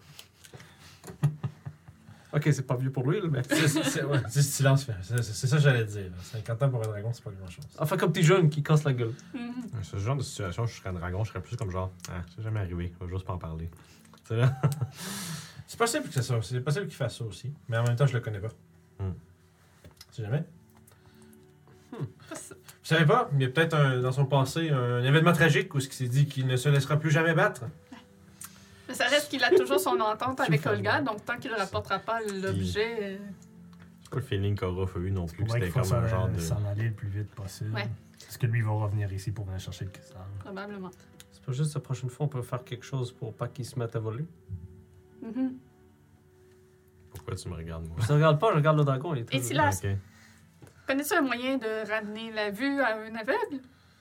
Ok, c'est pas vieux pour lui, là, mais. C'est silence. C'est ça que j'allais dire. 50 ans pour un dragon, c'est pas grand-chose. Enfin, comme t'es jeune qui casse la gueule. Mhm. Ce genre de situation, je serais un dragon, je serais plus comme genre, c'est jamais arrivé, je vais juste pas en parler. Tu sais là? C'est possible que ça. C'est possible qu'il fasse ça aussi. Mais en même temps, je le connais pas. Si jamais. Vous savez pas, il y a peut-être dans son passé un événement tragique où il s'est dit qu'il ne se laissera plus jamais battre. Mais ça reste qu'il a toujours son entente avec fais Olga, mal. donc tant qu'il ne rapportera pas l'objet. C'est pas le feeling qu'Aura a eu non plus, que Faudrait c'était qu'il faut comme un genre de. s'en aller le plus vite possible. Ouais. Parce que lui, il va revenir ici pour venir chercher le cristal. Probablement. C'est pas juste la prochaine fois, on peut faire quelque chose pour pas qu'il se mette à voler. Mhm. Pourquoi tu me regardes, moi? Je te regarde pas, je regarde le dragon. Il est Et très- Silas, Ok. connais-tu un moyen de ramener la vue à un aveugle?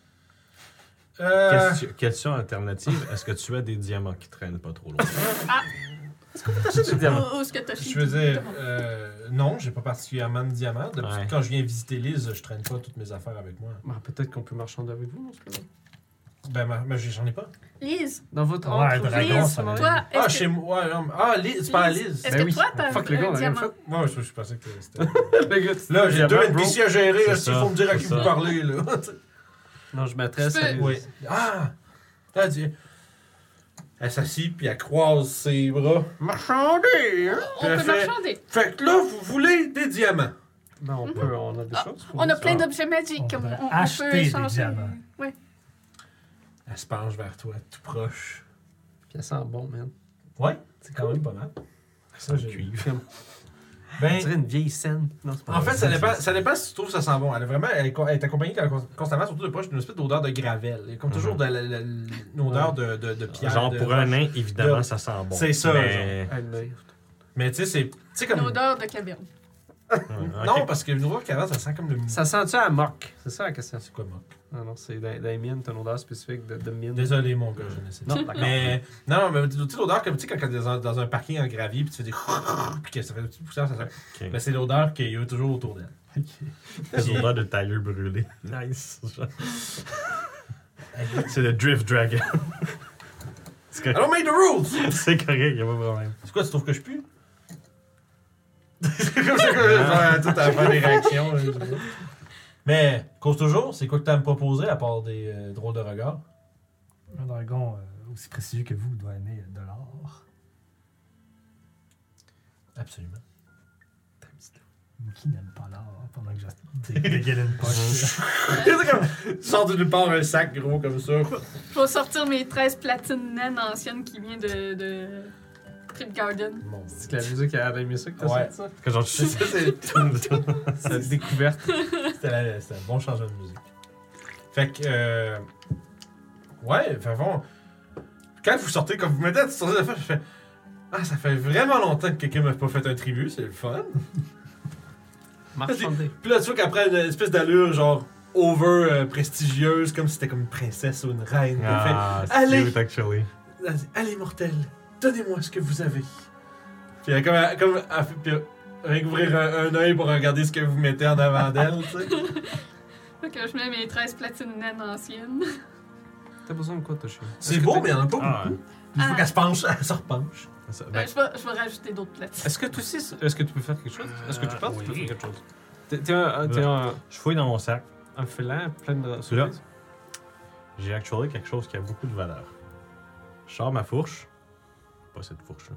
Question alternative, est-ce que tu as des diamants qui traînent pas trop loin? des diamants. Où est-ce que t'as Je veux dire, non, j'ai pas particulièrement de diamants. Depuis Ouais. quand je viens visiter Lise, je traîne pas toutes mes affaires avec moi. Bah, peut-être qu'on peut marchander avec vous, dans ce cas-là. Ben, j'en ai pas. Lise, Dans votre Ouais, entre- dragon, Lise, ça va. toi, Ah, est-ce chez que, moi. Ouais, non, ah, Lise, tu parles à Lise. est-ce Ben que oui. toi, t'as Fuck le gars, on un a rien diamant? Moi, je pensais que c'était. Le gars, tu- Là, j'ai deux diamant, bro. NPC à gérer, là, C'est s'il ça, faut me dire à c'est qui ça. vous parlez, là. Non, je m'adresse Tu peux- à Oui. Ah! Elle dit. Elle s'assit, puis elle croise ses bras. Marchander, hein? On Elle peut fait- marchander. Fait que là, vous voulez des diamants. Ben, on peut, on a des Ah, choses. On a plein d'objets magiques. On comme va on acheter peut des échanger. diamants. Ouais. Elle se penche vers toi, tout proche. Puis elle sent bon, man. Ouais, c'est quand même pas mal. Ça, j'ai- Cuivre. Comme- Ben, On dirait une vieille scène. Non, c'est pas en vrai. fait, ça dépend si tu trouves que ça sent bon. Elle est accompagnée constamment, surtout de proche, d'une espèce d'odeur de gravel. Il y a comme toujours une odeur de pierre. Genre, de pour un roche. nain, évidemment, de- ça sent bon. C'est ça, Mais... Elle meurt. Mais tu sais, c'est. Tu sais, Une comme. odeur de caverne. Ok. Non, parce que une odeur qu'avant, ça sent comme le. Ça sent-tu à moque? C'est ça la question. C'est quoi, moi? Non, non, c'est dans les mines, t'as une odeur spécifique de mine. Désolé, mon gars, je ne sais pas. Non, d'accord. Mais. Non, mais tu sais, l'odeur, comme tu sais, quand t'es dans un parking en gravier, puis tu fais des. Puis que ça fait des petites poussières, ça sent. Ok. Mais c'est l'odeur qu'il y a toujours autour d'elle. C'est l'odeur de Tyler brûlé. Nice. C'est le Drift Dragon. C'est I correct, don't make the rules! c'est correct, y'a pas de problème. C'est quoi, tu trouves que je pue? C'est comme ça que je vais tout à faire des réactions. Là, je sais pas. Mais, cause toujours, c'est quoi que t'as à me proposer à part des drôles de regards? Un dragon aussi prestigieux que vous doit aimer de l'or. Absolument. Qui n'aime pas l'art pendant que je dégaine une poche? C'est comme. Tu sors d'une part un sac gros comme ça. Je vais sortir mes 13 platines naines anciennes qui viennent de Trip Garden. Mon C'est que la musique a aimé ça que t'as Ouais. sorti ça? Que genre, Ça, c'est. C'est la découverte. C'était un bon changement de musique. Fait que. Ouais, fait bon. Quand vous sortez, quand vous mettez à sortir de la je fais. Ah, ça fait vraiment longtemps que quelqu'un m'a pas fait un tribut, c'est le fun. Marchandé. Puis là, tu vois qu'après, une espèce d'allure, genre, over prestigieuse, comme si c'était comme une princesse ou une reine. Elle Ah, fait, allez! c'est cute, actually. Elle dit, allez, mortel, donnez-moi ce que vous avez. Puis elle, elle fait, puis, avec ouvrir un œil pour regarder ce que vous mettez en avant d'elle, tu sais. Fait que je mets mes 13 platines naines anciennes. T'as besoin de quoi, Toshi? C'est beau, mais il y en a pas Ah, beaucoup. Une fois qu'elle se penche, elle se repenche. ça, ben, Je vais rajouter d'autres platines. Est-ce que tu sais, est-ce que tu peux faire quelque chose? Est-ce que tu penses que tu peux oui. faire quelque chose? T'es un je fouille dans mon sac. félin plein de Là. surprises? J'ai actually quelque chose qui a beaucoup de valeur. Je sors ma fourche. Pas cette fourche-là.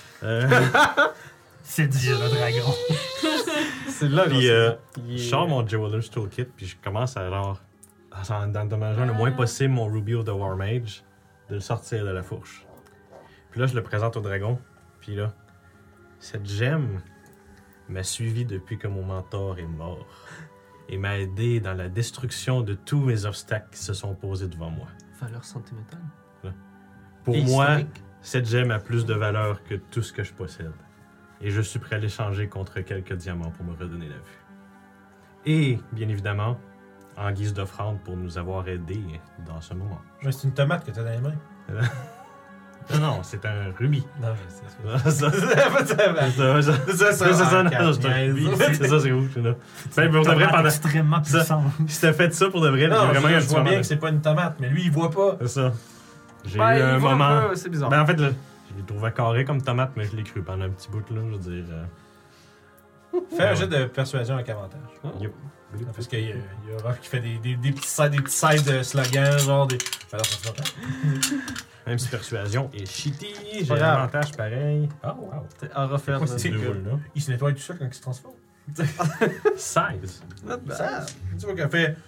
C'est dire le dragon. C'est là, Puis, là. je sors mon Jeweler's Toolkit, puis je commence à genre, en endommageant le moins possible mon Ruby of the War Mage, de le sortir de la fourche. Puis là, je le présente au dragon. Puis là, cette gemme m'a suivi depuis que mon mentor est mort et m'a aidé dans la destruction de tous mes obstacles qui se sont posés devant moi. Valeur sentimentale. Pour Et moi, historique. cette gemme a plus de valeur que tout ce que je possède. Et je suis prêt à l'échanger contre quelques diamants pour me redonner la vue. Et, bien évidemment, en guise d'offrande pour nous avoir aidés dans ce moment. Mais c'est une tomate que t'as dans les mains. Non, non, c'est un rubis. Non, je sais. Ça, C'est ça, non, c'est un rubis. C'est ça, c'est rouge, là. Ben, pour de vrai, pendant... Extrêmement Ça- puissant. Si t'as fait ça pour de vrai, il y a Non, vraiment eu un je petit vois moment bien de- que c'est pas une tomate, mais lui, il voit pas. C'est ça. J'ai Ouais, eu un il voit moment... peu, c'est bizarre. Ben, en fait, là, je l'ai trouvé carré comme tomate, mais je l'ai cru pendant un petit bout, là, je veux dire... Fais un jet de persuasion avec avantage. Oh. Yep. Parce qu'il y a Rock qui fait des petits side slogans, genre des. Alors, ça se passe. Même si persuasion est shitty, j'ai pas un grave. avantage pareil. Oh, wow. T'es à refaire. Quoi, notre c'est jeu. que- là. Il se nettoie tout seul quand il se transforme. 16. Not bad. Ça, tu vois qu'elle fait.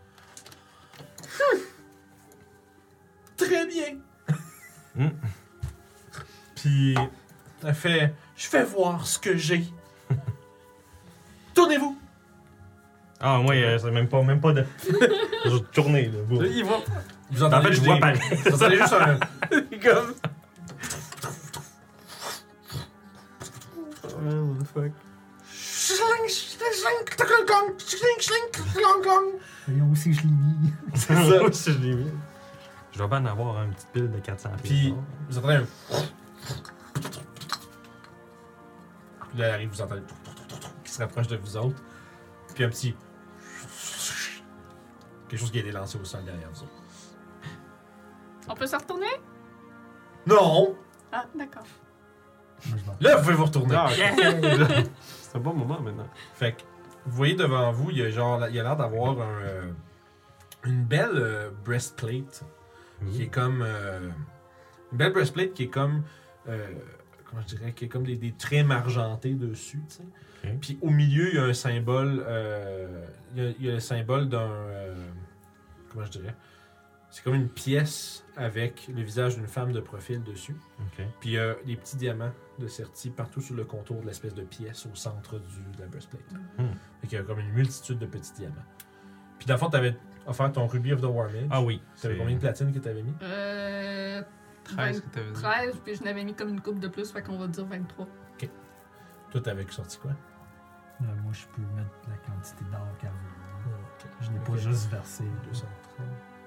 Très bien. Hmm. Puis, elle fait. Je vais voir ce que j'ai. Tournez-vous. Ah, moi, c'est même pas de... Je tourner, là. Boum. Il voit pas. Vous En entendez fait, je juste vois des- pareil. Vous entendez juste un. Comme. Oh, the fuck. Schling, schling, schling, taccle, gong, schling, schling, glong, gong. Et aussi, je l'ai mis. C'est ça. Moi, si je l'ai mis. Je dois bien en avoir une petite pile de 400 Puis, pièces. vous entendez un. Puis là, elle arrive, vous entendez. Qui se rapproche de vous autres. Puis un petit. Quelque chose qui a été lancé au sol derrière vous autres. On peut se retourner? Non! Ah, d'accord. Moi, je m'en- Là, vous pouvez vous retourner. Ah, ok. C'est un bon moment maintenant. Fait que, vous voyez devant vous, il y a genre, il y a l'air d'avoir une belle breastplate qui est comme une belle breastplate qui est comme comment je dirais, qui est comme des trims argentés dessus, tu sais. Ok. Puis au milieu, il y a un symbole, il y a le symbole d'un comment je dirais, c'est comme une pièce avec le visage d'une femme de profil dessus. Ok. Puis il y a des petits diamants de serti partout sur le contour de l'espèce de pièce au centre de la breastplate. Fait qu'il y a comme une multitude de petits diamants. Puis dans le fond, t'avais offert ton Ruby of the War Mage. Ah oui. T'avais combien de platines que t'avais mis? 13 que t'avais dit. 13, puis je n'avais mis comme une coupe de plus, fait qu'on va dire 23. Toi, t'avais sorti quoi? Moi, je peux mettre la quantité d'or qu'elle veut. Ok. Je n'ai pas Ok. juste versé. 230.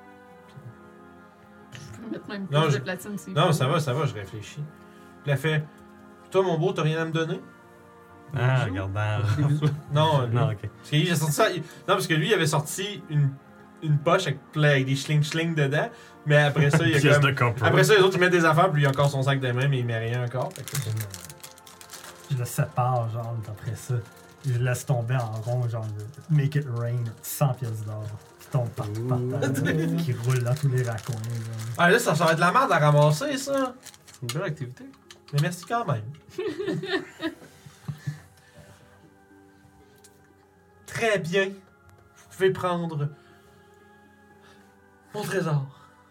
Je peux mettre même Non, plus je- de platine si Non, ça va, je réfléchis. Puis elle fait, toi, mon beau, t'as rien à me donner? Ah, regardant. Non, Non, lui. ok. Parce qu'il a sorti ça. Non, parce que lui, il avait sorti une poche avec des schling dedans, mais après ça, il y a Pièce comme. de copper. Après ça, les autres, ils mettent des affaires, puis lui, il a encore son sac de main, mais il met rien encore. Fait que c'est comme, Je le sépare, genre, après ça. Je le laisse tomber en rond, genre, make it rain, 100 pièces d'or. Qui tombe par terre, qui roule dans tous les raccoins. genre. Ah, là, ça va être de la merde à ramasser, ça. Une belle activité. Mais merci quand même. Très bien. Vous pouvez prendre mon trésor.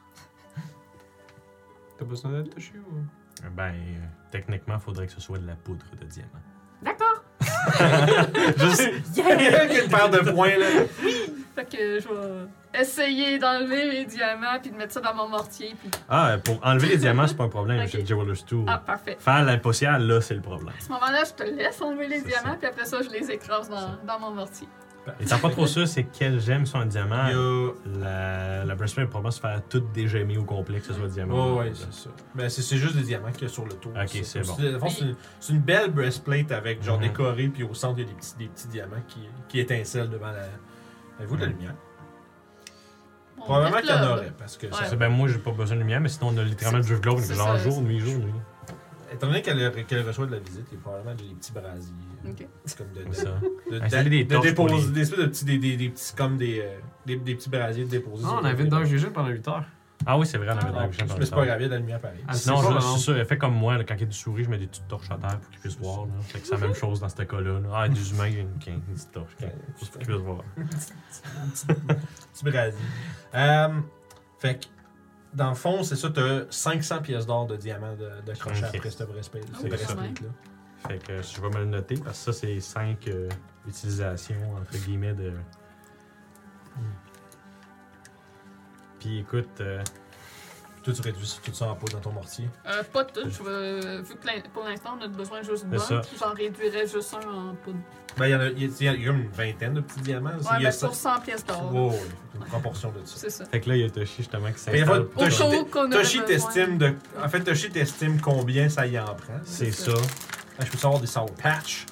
T'as besoin d'être touché ou. Ben, techniquement, faudrait que ce soit de la poudre de diamant. D'accord. Juste. Une paire de points, là. Fait que je vais essayer d'enlever les diamants puis de mettre ça dans mon mortier. Puis... Ah, pour enlever les diamants, c'est pas un problème. Ok. J'ai le Jeweler's Tool. Ah, parfait. Faire l'impossible, là, c'est le problème. À ce moment-là, je te laisse enlever les C'est diamants ça. puis après ça, je les écrase C'est ça. dans mon mortier. Étant pas trop sûr, c'est quelle gemme sur un diamant. Il y a... La breastplate va probablement se faire toute dégemmée au complet, que ce soit diamant. Oh, ouais, c'est ça. Ben, c'est juste des diamants qu'il y a sur le tour. Ok, ça. c'est bon. Dans le fond, c'est une belle breastplate avec genre Mhm. décoré, puis au centre, il y a des petits diamants qui étincellent devant la. Avez-vous de la Mhm. lumière? Bon, Probablement qu'il y en là, aurait, parce que Ouais. Ça, ben moi, j'ai pas besoin de lumière, mais sinon, on a littéralement le Drift Globe, c'est genre ça, jour, c'est- nuit, jour, nuit. étant donné qu'elle reçoit de la visite, il y a probablement des petits brasiers. Ok. C'est comme Comme ça. de Installer des torches pour déposer, les- des espèces de petits, des petits, comme des petits brasiers de déposer. Non, sur on le avait côté. Dark Vision pendant 8 heures. Ah oui, c'est vrai, on avait Ah, de la vision Mais c'est pas grave, il y a de la lumière pareil. Ah, Sinon, c'est pas je grave. suis sûr, fait comme moi, là, quand il y a du souris, je mets des petites torches à terre pour qu'ils puissent voir. Là. Fait que c'est la même chose dans ce cas-là. Là. Ah, des humains, il y a une petite torche. Juste pour qu'ils puissent voir. Petit brasier. Fait que, dans le fond, c'est ça, t'as 500 pièces d'or de diamants de crochet Ok. après ce breastplate Ah, oui, là. Fait que je vais me le noter parce que ça, c'est 5 utilisations, entre guillemets, de. Puis écoute, Toi, tu réduis tout ça en poudre dans ton mortier. Pas tout. Vu que pour l'instant, on a besoin juste d'un, ça. j'en réduirais juste un en poudre. Ben, il y a comme une vingtaine de petits diamants. Ouais, Il y a mais ça- sur 100 pièces d'or. Ouais, ouais, une proportion de ça. C'est ça. fait que là, il y a Toshi justement qui Mais il s'installe. faut- Toshi- Au cas où qu'on aurait Toshi besoin. t'estime de. En fait, Toshi t'estime combien ça y en prend. C'est ça. Ah, je peux savoir des Sour Patch.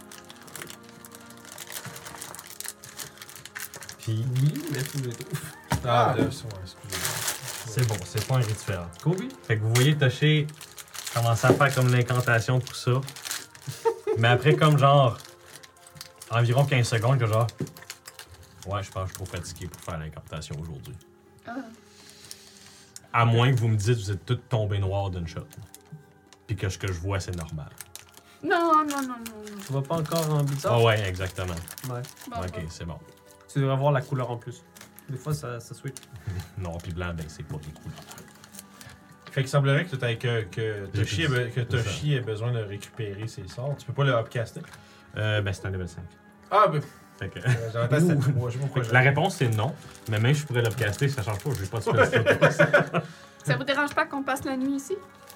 Puis Oui, mais tout le tout. Ah, là, c'est ouais, excusez-moi. c'est bon, c'est pas un rituel. Kobe? Fait que vous voyez Toshi commencer à faire comme l'incantation pour ça. Mais après, comme genre, environ 15 secondes, que genre, ouais, je pense que je suis trop fatigué pour faire l'incantation aujourd'hui. Ah. À moins que vous me dites que vous êtes tous tombés noirs d'une shot. Puis que ce que je vois, c'est normal. Non, non, non, non. non. Tu vas pas encore en bizarre? Ah ouais, exactement. Ouais. Bon, Ok, bon. c'est bon. Tu devrais voir la couleur en plus. Des fois, ça switch. Noir puis blanc, ben c'est pas des couleurs. Fait qu'il semblerait que Toshi, J'ai Toshi ait besoin de récupérer ses sorts. Tu peux pas le upcaster. Ben c'est un level 5. Ah, ben, Fait que... j'avais pas cette fois. Je sais pas pourquoi La réponse c'est non, mais même si je pourrais l'upcaster, ça change pas, j'ai pas de spell. Ça vous dérange pas qu'on passe la nuit ici?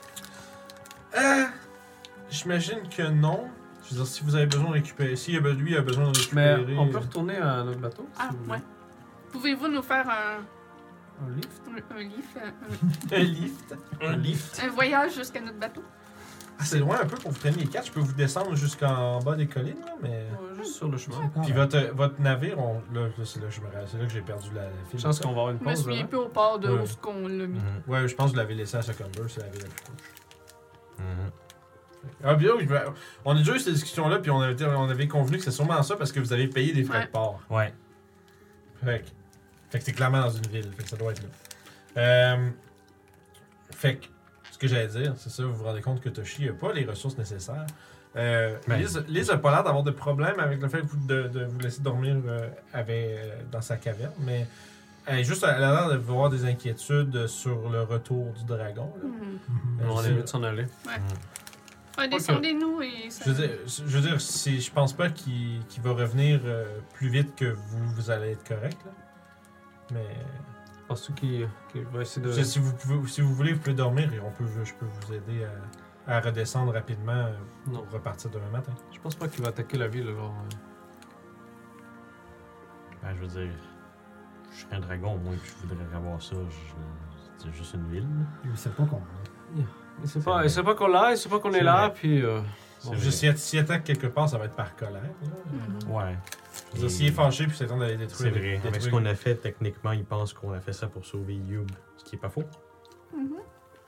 J'imagine que non. Je veux dire, si vous avez besoin de récupérer. Si lui a besoin de Mais récupérer. on peut retourner à notre bateau? Ah, si vous voulez. ouais. Pouvez-vous nous faire Un lift? un lift, Un lift. Un lift. un voyage jusqu'à notre bateau? Ah, c'est loin un peu pour vous traîner les cartes. Je peux vous descendre jusqu'en bas des collines, là, mais. Juste sur le chemin. Puis votre navire, là, c'est là que j'ai perdu la file. Je pense qu'on va avoir une Je me pause. souviens là. plus au port de Ouais. où est-ce qu'on l'a mis. Mhm. Ouais, je pense que vous l'avez laissé à Succumber, c'est la ville la plus proche. Mhm. Ah, bien, oui, on a déjà eu cette discussion-là, puis on avait convenu que c'est sûrement ça parce que vous avez payé des frais Ouais. de port. Ouais. Fait que c'est clairement dans une ville, fait que ça doit être là. Fait que, ce que j'allais dire, c'est ça, vous vous rendez compte que Toshi n'a pas les ressources nécessaires. Liz a pas l'air d'avoir de problème avec le fait de vous laisser dormir dans sa caverne, mais elle a l'air d'avoir des inquiétudes sur le retour du dragon. Là. Mhm. On est mieux de s'en aller. Ouais, descendez-nous et ça... Je veux dire je pense pas qu'il va revenir plus vite que vous allez être correct. Là. Mais Penses-tu qu'il va essayer de. si vous voulez, vous pouvez dormir et je peux vous aider à redescendre rapidement Non. pour repartir demain matin. Je pense pas qu'il va attaquer la ville, alors. Ben, je veux dire, je suis un dragon, au moins, puis je voudrais avoir ça. C'est juste une ville. Il sait pas qu'on Il sait pas qu'on l'a, il sait pas qu'on est là, puis. C'est Bon, vrai. s'il attaque quelque part, ça va être par colère. Là. Mhm. Ouais. Je veux dire, s'il est fâché puis c'est temps d'aller C'est détruire. vrai. Avec ce qu'on a fait, techniquement, il pense qu'on a fait ça pour sauver Youb, ce qui est pas faux. Mhm.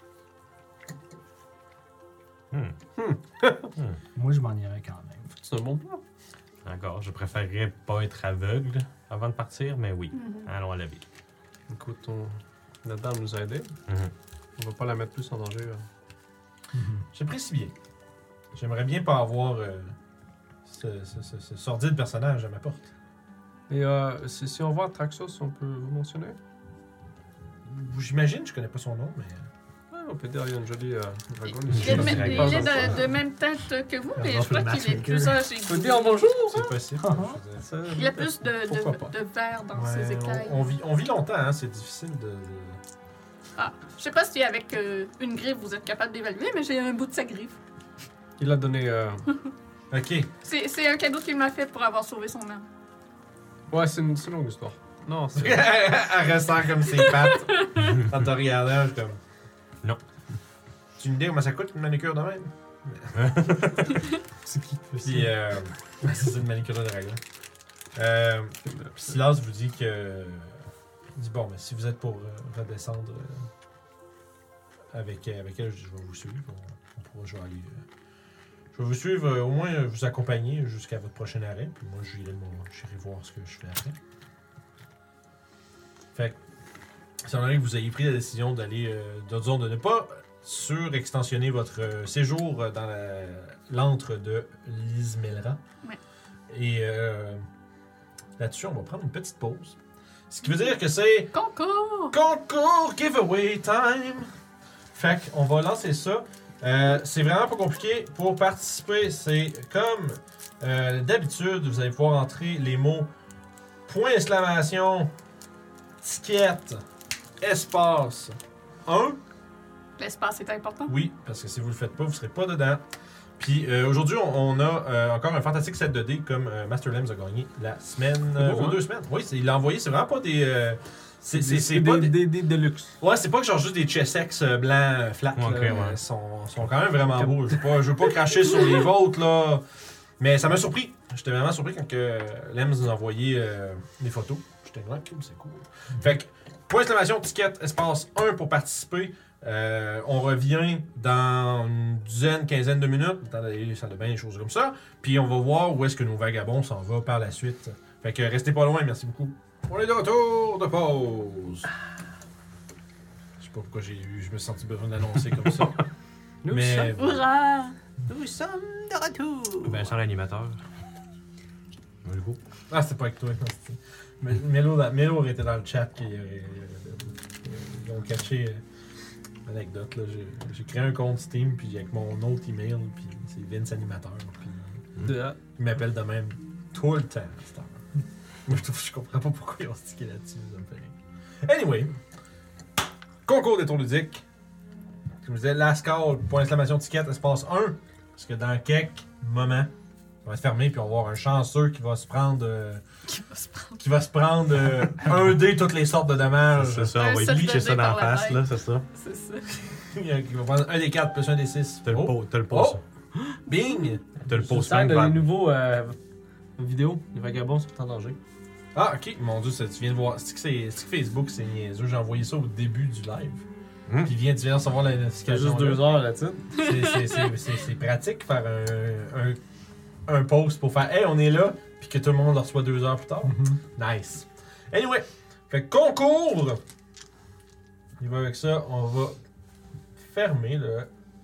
Moi, je m'en irais quand même. C'est un bon plan. Encore, je préférerais pas être aveugle avant de partir, mais oui. Mhm. Allons à la ville. Écoute, la dame nous a aidés. Mhm. On va pas la mettre plus en danger. J'apprécie bien. J'aimerais bien pas avoir ce sordide personnage à ma porte. Et si on voit Traxos, on peut vous mentionner? J'imagine, je connais pas son nom, mais. Ouais, on peut dire qu'il y a une jolie dragon Il ici. est, Je il sais est pas, de même tête que vous, mais non, je crois c'est le qu'il est matchmaker. plus âgé. On peut dire bonjour, C'est possible. Ah, je veux dire. Il y a plus Pourquoi pas? de verre dans Ouais, ses écailles. on vit longtemps, hein, c'est difficile de. Ah, je sais pas si avec une griffe vous êtes capable d'évaluer, mais j'ai un bout de sa griffe. Il a donné... Ok. C'est un cadeau qu'il m'a fait pour avoir sauvé son âme. Ouais, c'est une longue histoire. Non, c'est... Elle ressent comme ses pattes. En te regardant, je suis comme. Non. Tu une idée comment ça coûte une manucure de même? C'est qui qui fait ça? Puis, c'est une manucure de dragon. Silas vous dit que. Il dit bon, mais si vous êtes pour redescendre avec elle, je vais vous suivre. Je vais aller. Je vais vous suivre, au moins vous accompagner jusqu'à votre prochain arrêt. Puis moi, j'irai voir ce que je fais après. Fait que, c'est vrai que vous ayez pris la décision d'aller, disons, de ne pas surextensionner votre séjour dans l'antre de Lizmelra. Ouais. Et là-dessus, on va prendre une petite pause. Ce qui veut dire que c'est concours giveaway time. Fait qu'on va lancer ça. C'est vraiment pas compliqué. Pour participer, c'est comme d'habitude, vous allez pouvoir entrer les mots point exclamation, ticket, espace, 1. L'espace est important. Oui, parce que si vous le faites pas, vous serez pas dedans. Puis aujourd'hui, on a encore un fantastique set de dés comme Master Lems a gagné la semaine, beau, 2 semaines. Oui, il l'a envoyé, c'est vraiment pas des... c'est pas pas des deluxe. Ouais, c'est pas que genre juste des Chessex blancs flat. Ok, là. ouais. Ils sont quand même vraiment beaux. Je veux pas cracher sur les vôtres, là. Mais ça m'a surpris. J'étais vraiment surpris quand Lems nous a envoyé les photos. J'étais là, cool, c'est cool. Fait que, point d'exclamation, ticket, espace 1 pour participer. On revient dans une quinzaine de minutes. Dans les salles de bain, des choses comme ça. Puis on va voir où est-ce que nos vagabonds s'en vont par la suite. Fait que restez pas loin, merci beaucoup. On est de retour de pause. Je sais pas pourquoi je me suis senti besoin d'annoncer comme ça. Mais Hurrah! Nous sommes de retour. Ben, sans l'animateur. Le go. ah, c'était pas avec toi. Mélo aurait été dans le chat ils ont caché l'anecdote. J'ai créé un compte Steam puis avec mon autre email puis c'est Vince Animateur. Puis il m'appelle de même tout le temps. à cette heure. Je comprends pas pourquoi ils ont stické là-dessus. Ça me fait rire. Anyway, concours des tours ludiques. Comme je disais, last call, point d'exclamation ticket, espace 1. Parce que dans quelques moments, ça va se fermer puis on va avoir un chanceux qui va se prendre. Qui va se prendre un dé toutes les sortes de dommages. C'est ça, Un on va y seul pitcher de ça dés dans la par la face, tête. là, c'est ça. C'est ça. Qui va prendre un des 4 plus un des 6. T'as le pause. Bing! T'as le C'est pause le temps de les fan. nouveaux vidéos. Les vagabonds sont en danger. Ah, ok, mon dieu, tu viens de voir. C'est que Facebook, c'est niaiseux. J'ai envoyé ça au début du live. Puis tu viens de recevoir la C'est notification. juste 2 heures là-dessus. C'est pratique faire un post pour faire hey, on est là, puis que tout le monde le reçoit 2 heures plus tard. Nice. Anyway, fait que concours. Il va avec ça, on va fermer le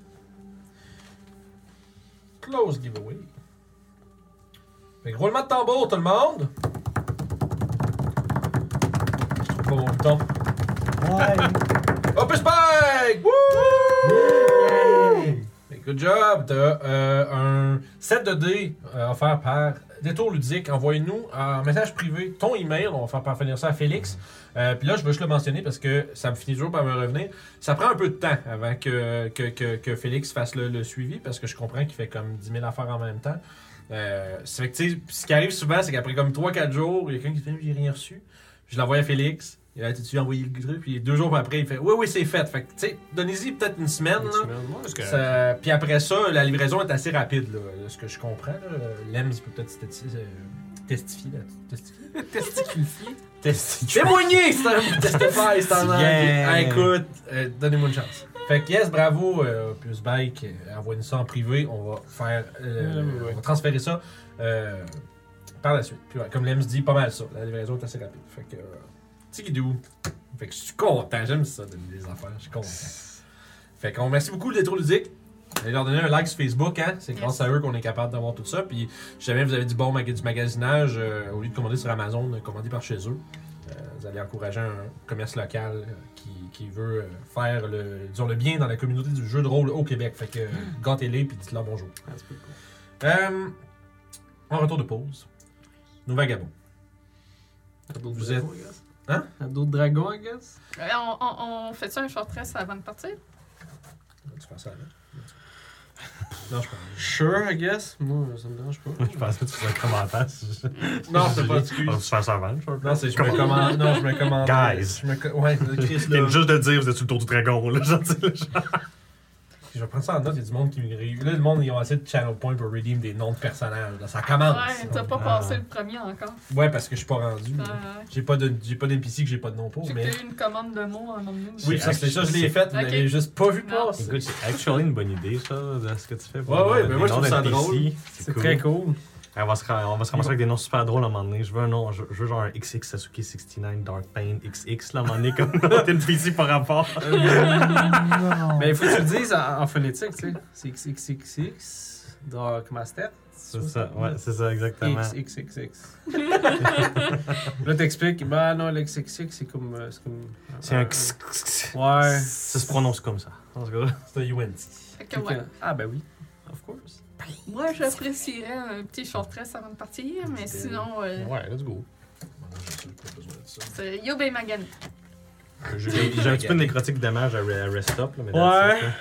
close giveaway. Fait que roulement de tambour, tout le monde. Je trouve pas mon bouton. Ouais! Opus Spike! Woo! Fait que good job! T'as un set de dés offert par Détour Ludique. Envoyez-nous un message privé ton email. On va faire parvenir ça à Félix. Puis là, je veux juste le mentionner parce que ça me finit toujours par me revenir. Ça prend un peu de temps avant que Félix fasse le suivi parce que je comprends qu'il fait comme 10 000 affaires en même temps. C'est que, tu sais, ce qui arrive souvent, c'est qu'après comme 3-4 jours, il y a quelqu'un qui fait « j'ai rien reçu ». Je l'envoie à Félix. Il a été envoyé le truc, puis 2 jours après, il fait « oui, c'est fait ». Fait que, tu sais, donnez-y peut-être une semaine. Là. Puis après ça, la livraison est assez rapide, là, de ce que je comprends. Lems peut peut-être testifier. Témoigner, c'est un testify, c'est en anglais. Ah, écoute, donnez-moi une chance. Fait que yes, bravo, plus bike, envoyez-nous ça en privé, on va faire, on va transférer ça par la suite. Puis ouais, comme Lems dit, pas mal ça, la livraison est assez rapide. Fait que, tigidou. Fait que je suis content, j'aime ça donner des affaires, je suis content. Fait qu'on remercie beaucoup le Détour Ludique. Allez leur donner un like sur Facebook, hein? C'est Yes. grâce à eux qu'on est capable d'avoir tout ça. Puis, si jamais vous avez du du magasinage, au lieu de commander sur Amazon, commandez par chez eux. Vous allez encourager un commerce local qui veut faire disons, le bien dans la communauté du jeu de rôle au Québec. Fait que gâtez-les puis dites-leur bonjour. Ah, c'est pas cool. En retour de pause, nos vagabonds. Il y a d'autres Vous dragons, I guess. Hein? Il y a d'autres dragons, I guess. On fait ça un short rest avant de partir? Tu fais ça là? Non, je pense. Sure, I guess. Moi, ça me dérange pas. Je pensais que tu faisais un commentaire. Non, c'est pas On excuse. va se faire ça avant, Non, c'est je me commande. Non, je me commande. Guys. Ouais, Chris, Il vient là. juste de dire, vous êtes sur le tour du dragon, là. Genre, Je vais prendre ça en note, il y a du monde qui me Là, le monde, ils ont assez de channel point pour redeem des noms de personnages. Là. Ça commence. Ouais, t'as pas passé le premier encore. Ouais, parce que je suis pas rendu. Ouais. J'ai pas d'NPC que j'ai pas de nom pour, J'ai mais. eu une commande de mots en emmené. Oui, ça, c'est ça, je l'ai fait, vous Ok. l'avez juste pas vu Non. passer. écoute, c'est actually une bonne idée, ça, de ce que tu fais. Ouais, ouais, ben moi, je trouve ça drôle. C'est très cool. On va se ramasser avec des noms super drôles à un moment donné. Je veux un nom, je veux genre un XX Sasuke 69 Dark Pain XX, là, à un moment donné, comme t'es une PC par rapport. Non. Mais il faut que tu le dises en phonétique, tu sais. C'est XXXX, Dark Master. C'est ça, ouais, c'est ça, exactement. XXXX. Là, t'expliques, ben non, l'XXX, c'est comme. C'est un XX. Ouais. Ça se prononce comme ça. En tout cas. C'est un UNT. Fait que ouais. Ah, ben oui. Of course. Moi, j'apprécierais un petit short rest avant de partir, mais sinon, Ouais, let's go. c'est Yobe Magani. J'ai un petit peu de nécrotique damage à rest up, là, mais Ouais. that's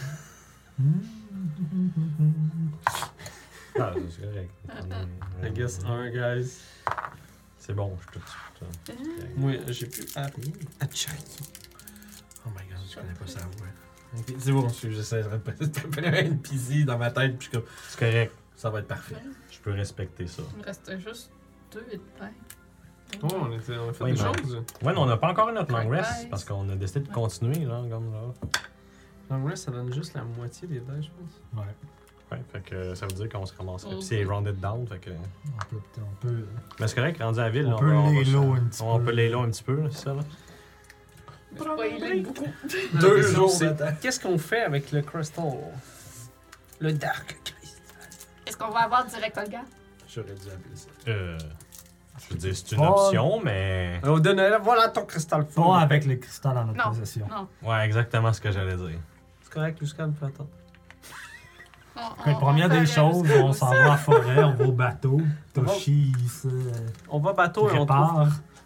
it, là. Ah, c'est correct. I guess un, guys. C'est bon, je suis tout. Moi, j'ai plus à check. Oh my god, je connais pas ça, ouais. Ok, c'est bon, j'essaie de préparer un NPC dans ma tête, puis je suis comme, C'est correct. ça va être parfait. Je peux respecter ça. Il me reste juste 2 et de pain. Oh, on a fait Oui, des mais- choses. Ouais, mais on n'a pas encore notre long rest Nice. parce qu'on a décidé de continuer, là, comme là. Long rest, ça donne juste la moitié des dés, je pense. Ouais. Ouais, fait que ça veut dire qu'on se ramasserait. Ok. Puis c'est rounded down, fait que. On peut Mais c'est correct, rendu à la ville, on là, peut les low un petit peu. on peut les low un petit peu, là, c'est ça, là. Mais je pas y aller beaucoup. 2 question, jours c'est d'attente. Qu'est-ce qu'on fait avec le crystal? Le Dark Crystal. Est-ce qu'on va avoir direct Olga? J'aurais dû appeler ça. Je veux dire, c'est une Pas- option, mais. On donne, voilà ton cristal fou. Pas avec le cristal en notre Non. possession. Non. Ouais, exactement ce que j'allais dire. C'est correct, Luscan, fais attendre. La première des choses, on s'en va en forêt, on va au bateau. Toshi, il se On va bateau et on trouve... prépare.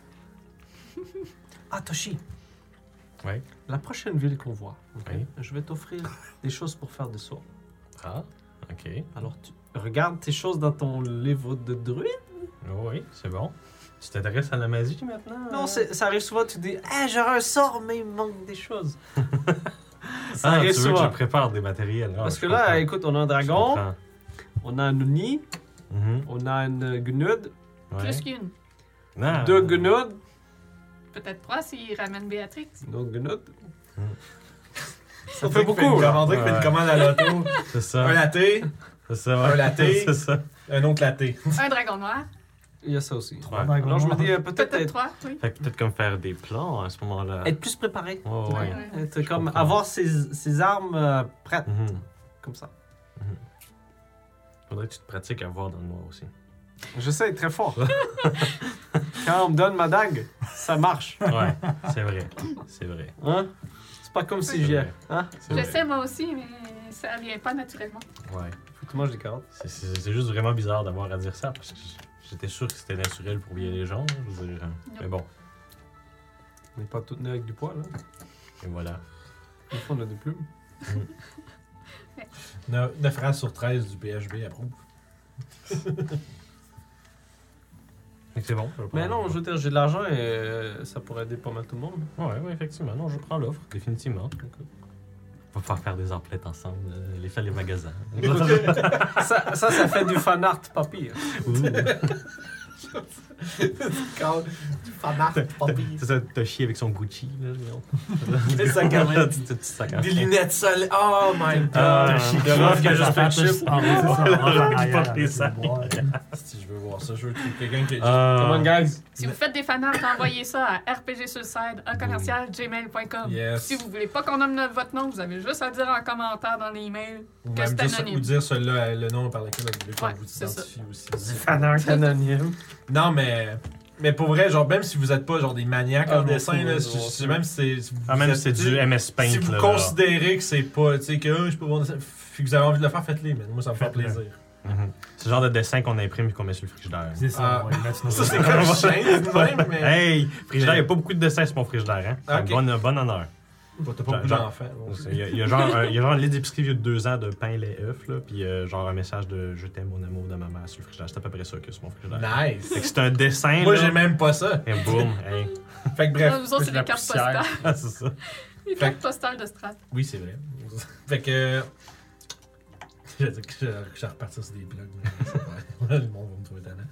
Ah, Toshi. Ouais. La prochaine ville qu'on voit, ok, Oui. je vais t'offrir des choses pour faire des sorts. Ah, ok. Alors, tu regardes tes choses dans ton livre de druide. Oui, c'est bon. Tu t'intéresses à la magie maintenant? Non, ça arrive souvent, tu dis, ah, j'aurais un sort, mais il me manque des choses. Ça Ah, tu arrive veux que souvent. je prépare des matériels. Ah, Parce je que là, comprends. écoute, on a un Je dragon, comprends. on a un Uni, Mhm. on a une Gnud, Ouais. Plus qu'une. Ah. deux Gnud, Peut-être 3 s'il ramène Béatrix. une autre Gnud. Mm. Ça fait beaucoup, là. André qui fait une Ouais. commande à l'auto. C'est ça. Un latte, C'est ça, ouais. un latte. C'est ça. un autre latte. Un dragon noir. Il y a ça aussi. Ouais. dragons Alors, je me noirs. dis, peut-être Peut-être 3, oui. Fait que peut-être comme faire des plans à ce moment-là. être plus préparé. Ouais, ouais. Ouais. Être comme comprends. avoir ses armes prêtes, Mhm. comme ça. Faudrait que tu te pratiques à voir dans le noir aussi. J'essaie très fort. Quand on me donne ma dague, ça marche. Ouais, c'est vrai. C'est vrai. Hein? C'est pas comme si j'y ai. Hein? C'est vrai. J'essaie moi aussi, mais ça vient pas naturellement. Ouais. Faut que tu manges des carottes. C'est juste vraiment bizarre d'avoir à dire ça parce que j'étais sûr que c'était naturel pour bien les gens. Je veux dire, mais bon, On n'est pas tous nés avec du poil. Hein? et voilà. Des fois, on a des plumes. 9 races sur 13 du PHB approuve. Fait que c'est bon. Mais non, je veux dire, j'ai de l'argent et ça pourrait aider pas mal tout le monde. Ouais, effectivement. Non, je prends l'offre, définitivement. On va faire des emplettes ensemble, les faire les magasins. Ça fait du fan art pas pire. Ouh. Quand fanart, pas pire. C'est ça, t'as chié avec son Gucci, là. Des sacs à main. Petit sac à Des main. lunettes seules. Oh my god. Ah, Le ref qui a juste fait chip. Ah, ouais, c'est ça. On mange en arrière pas pris avec ça. le bois. Si je veux voir ça, je veux trouver quelqu'un qui. Come on, guys. Si vous faites des fanarts, envoyez ça à rpgsuicide@gmail.com. Yes. Si vous voulez pas qu'on nomme votre nom, vous avez juste à dire en commentaire dans l'email. Ou que même c'est dire, anonyme. ou dire celui-là, le nom par lequel vous voulez qu'on Ouais, vous c'est ça. identifie aussi. Fanart anonyme. Non, mais pour vrai, genre, même si vous êtes pas genre des maniaques Ah, en non, dessin, faut là, voir si ça. même si c'est. Ah, même si c'est du MS Paint, Si vous là. considérez que c'est pas, tu sais, que je peux voir dessin, puis que vous avez envie de le faire, faites-les, mais moi ça me fait Faites-le. plaisir. Mhm. C'est le genre de dessin qu'on imprime et qu'on met sur le frigidaire. C'est ça, Ah. on va les mettre sur nos Ça, c'est comme chaîne, même, mais. Hey! Frigidaire, il n'y a pas beaucoup de dessins sur mon frigidaire, hein? Ah, ok. Bon honneur. Bon, t'as pas beaucoup Genre- d'enfants. donc. Il y a genre un lit d'épicerie vieux de 2 ans de pain, lait, œufs, là, puis genre un message de je t'aime mon amour de ma mère sur le frigidaire. C'est à peu près ça que sur mon frigidaire. Nice. Fait que c'est un dessin, Moi, là. j'ai même pas ça. Et boum, hey. Fait que bref. Nous autres, c'est la des cartes poussière. postales. Ah, c'est ça. Des cartes postales de Strat. Oui, c'est vrai. Fait que. Je vais dire que je vais repartir sur des blogs, mais c'est pas. Le monde va me trouver talent.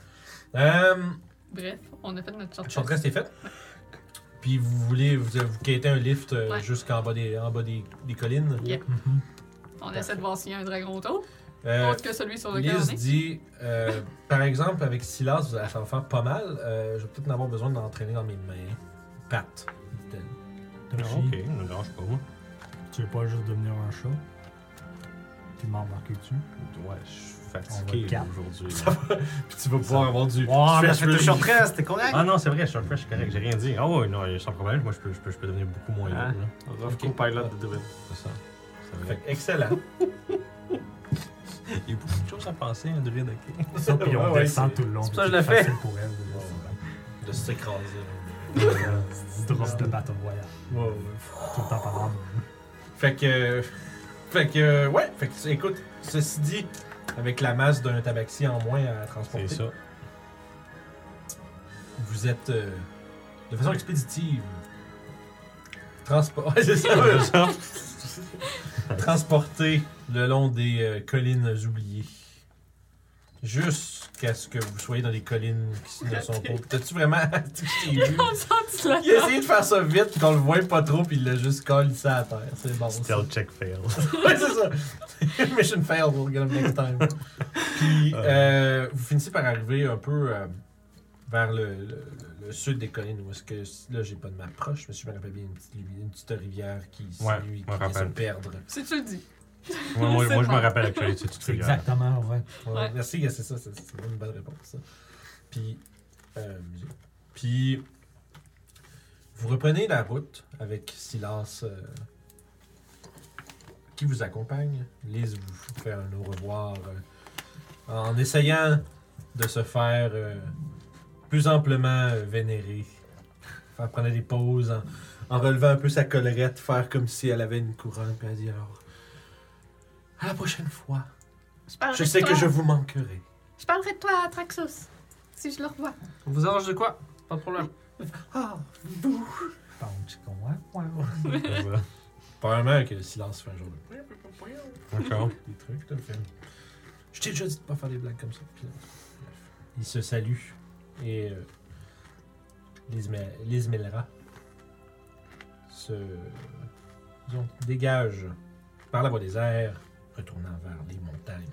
Bref, on a fait notre short Shortcast est faite. Puis vous voulez, vous quêtez un lift Ouais. jusqu'en bas des collines. Yep. Mhm. On essaie de voir s'il y a un dragon autour. Euh, Autre que celui sur lequel on Liz est. dit, par exemple, avec Silas, vous allez en faire pas mal. Je vais peut-être en avoir besoin d'entraîner dans mes mains. Pat, dit-elle. Ah, Toshi, ok, ne dérange pas, moi. tu veux pas juste devenir un chat? Puis m'embarquer dessus? Ouais, je suis On va fatigué quatre. aujourd'hui. Puis tu vas pouvoir avoir du. Oh, du mais fresh fait le release. short rest, t'es correct? Ah non, c'est vrai, je suis un fresh, correct, j'ai rien dit. Ah ouais, non, sans problème, moi je peux devenir beaucoup moins Hein? lourd, là. Rough co-pilot de Druid. C'est ça. C'est Fait vrai. que excellent. Il y a beaucoup de choses à penser, un druide, ok. Ça, puis on Ouais, descend c'est- tout le long. c'est pour ça que puis je le c'est fais. facile pour elle De s'écraser. de drop de Battle Royale. Ouais, ouais. Tout le temps par arme. Fait que, ouais. Fait que, écoute, ceci dit, avec la masse d'un tabaxi en moins à transporter, C'est ça. vous êtes de façon expéditive. Ouais, c'est ça. Transporté le long des collines oubliées. Jusqu'à ce que vous soyez dans des collines qui ne sont pas. T'as-tu vraiment. Il est consenti là. Il a essayé de faire ça vite, puis qu'on le voit pas trop, puis il l'a juste collé ça à terre. C'est bon. ça. Stealth check fail. Ouais, c'est ça. Mission failed, we'll get him next time. Puis, vous finissez par arriver un peu vers le sud des collines, où est-ce que, là, j'ai pas de map proche, mais si je me rappelle bien, une petite rivière qui, Ouais, qui je me vient se rappelle. perdre. Si tu le dis. Moi, C'est je me bon. rappelle actuellement, c'est tout C'est exactement, ouais. Ouais, Ouais. Merci, c'est ça, c'est une bonne réponse, ça. Puis, vous reprenez la route avec Silas qui vous accompagne. Liz vous fait un au revoir en essayant de se faire plus amplement vénérer. Faire prendre des pauses en relevant un peu sa collerette, faire comme si elle avait une couronne, puis elle dit alors, à la prochaine fois, je sais que je vous manquerai. Je parlerai de toi à Traxus. Si je le revois. On vous arrange de quoi? Pas de problème. Ah, Punch, ouais. probablement que le silence fait un jour de... D'accord. Des trucs, là, le film. Je t'ai déjà dit de pas faire des blagues comme ça. Puis, bref. Il se salue et Liz Melra se disons, dégage par la voie des airs, retournant vers les montagnes.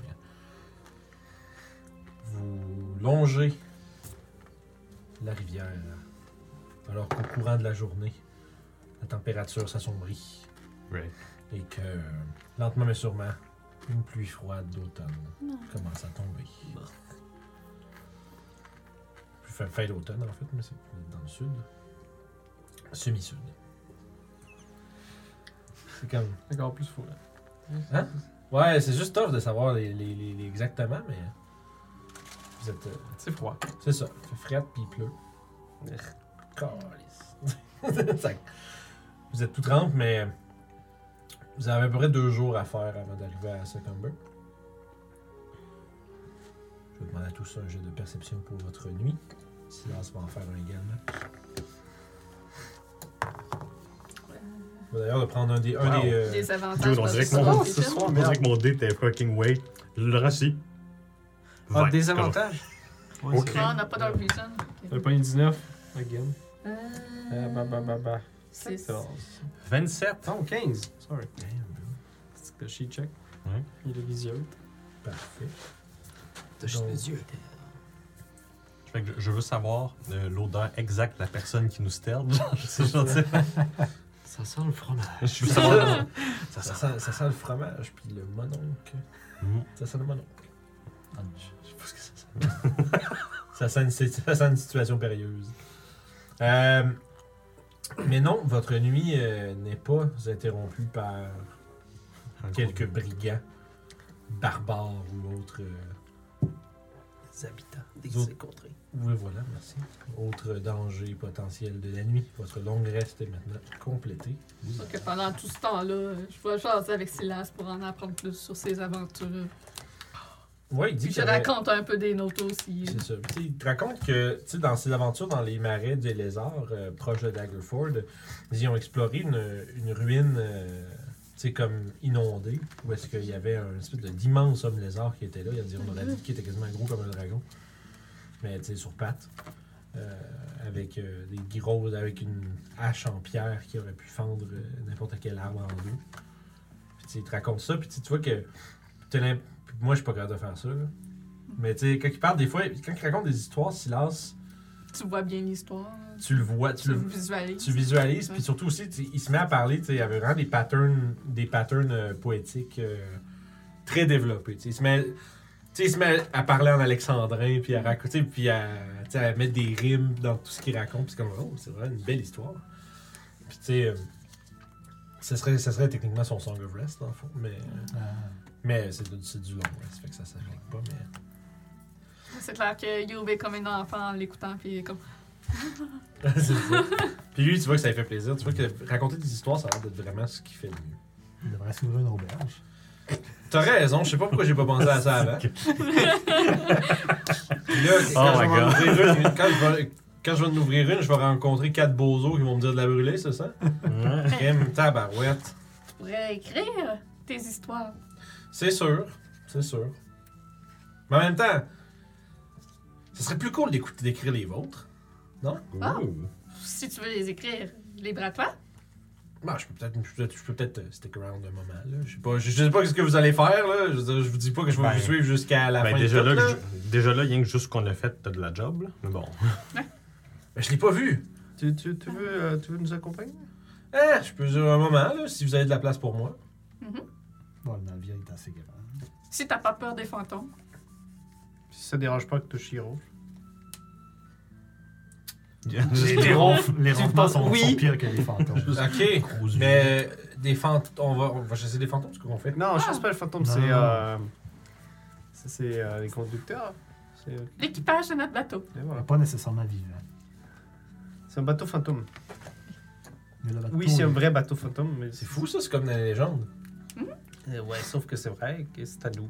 Vous longez la rivière alors qu'au courant de la journée, la température s'assombrit. Right. Et que, lentement mais sûrement, une pluie froide d'automne commence à tomber. Fin d'automne, en fait, mais c'est dans le sud. Semi-sud. C'est comme... Encore plus fou, là. Hein? Ouais, c'est juste tough de savoir les exactement, mais... Vous êtes... C'est froid. c'est ça. Il fait fret puis il pleut. Calice. Ça- vous êtes tout trempe, mais... Vous avez à peu près 2 jours à faire avant d'arriver à Succumber. Je vais demander à tous un jeu de perception pour votre nuit. Silas va en faire un également. Je vais d'ailleurs de prendre un des... Des avantages. Dude, on parce dirait que que ça mon- va, ce c'est soir, On dirait que mon dé était fucking wait. Je le rends si. Ah, Ouais, des avantages? Ouais, Ok. c'est Ah, vrai. on n'a pas Dark Vision. T'avais pas une 19, again. Bah. C'est 14. 27. Non, 15. Sorry. C'est que she check. Ouais. Il est visuel. Parfait. Touche les yeux. Fait que je veux savoir l'odeur exacte de la personne qui nous sterde. C'est gentil. Ça sent le fromage. Je veux savoir. Ça sent le fromage, puis le mononcle. Mm. Ça sent le mononcle. Je sais pas ce que ça sent. ça sent une situation périlleuse. Mais non, votre nuit n'est pas interrompue par quelques brigands, barbares ou autres. Les habitants Vous autres. des contrées. Oui, voilà, merci. Autre danger potentiel de la nuit. Votre longue reste est maintenant complétée. Donc pendant tout ce temps-là, je vais jaser avec Silas pour en apprendre plus sur ses aventures. Ouais, il dit Puis qu'il je y avait- raconte un peu des notes aussi. C'est ça. Puis, il te raconte que dans ses aventures dans les marais du lézard, proche de Daggerford, ils ont exploré une ruine comme inondée, où est-ce qu'il y avait un espèce d'immense homme lézard qui était là. On aurait dit qu'il était quasiment gros comme un dragon, mais sur pattes, avec des grosses, avec une hache en pierre qui aurait pu fendre n'importe quel arbre en deux. Puis il te raconte ça, puis tu vois que moi, je suis pas capable de faire ça. Là. Mais tu sais, quand il parle des fois, quand il raconte des histoires, Silas, Tu vois bien l'histoire. tu le vois, Tu le visualises. tu visualises, Ouais. puis surtout aussi, il se met à parler, il y avait vraiment des patterns poétiques très développés. Il se met à parler en alexandrin, puis à raconter, puis à mettre des rimes dans tout ce qu'il raconte, puis c'est comme, oh, c'est vraiment une belle histoire. Puis tu sais, ça serait techniquement son Song of Rest, dans le fond, mais c'est du long rest, fait que ça s'applique pas, mais... C'est clair que Youb est comme un enfant en l'écoutant, puis il est comme. c'est ça. Puis lui, tu vois que ça lui fait plaisir. Tu vois que raconter des histoires, ça a l'air d'être vraiment ce qu'il fait de mieux. Il devrait s'ouvrir une auberge. T'as raison, je sais pas pourquoi j'ai pas pensé à ça avant. Puis là, quand je vais en ouvrir une, je vais rencontrer 4 bozos qui vont me dire de la brûler, c'est ça? Crème tabarouette. Tu pourrais écrire tes histoires. C'est sûr, c'est sûr. Mais en même temps, ce serait plus cool d'écrire les vôtres. Ah. Ouh. Si tu veux les écrire, libre à toi. Bah, je peux peut-être stick around un moment. Là. Je sais pas ce que vous allez faire. Là. Je vous dis pas que je vais vous suivre jusqu'à la fin déjà, de tout, là. déjà là, rien que juste ce qu'on a fait, t'as de la job. Là. Mais bon. Mais je l'ai pas vu. Tu veux nous accompagner? Je peux dire un moment, là, si vous avez de la place pour moi. Bon, le navire est assez grand. Si t'as pas peur des fantômes. Si ça dérange pas que Toshiro. Les ronflements sont pires que les fantômes. Ok, mais des fantômes, on va chasser des fantômes, c'est ce qu'on fait. Non, je chasse pas le fantôme, Non. c'est les conducteurs. C'est L'équipage de notre bateau. et voilà. Pas nécessairement vivant. C'est un bateau fantôme. Mais le bateau, Oui, c'est un vrai bateau fantôme, mais C'est fou, ça, c'est comme dans les légendes. Ouais, sauf que c'est vrai que c'est à nous.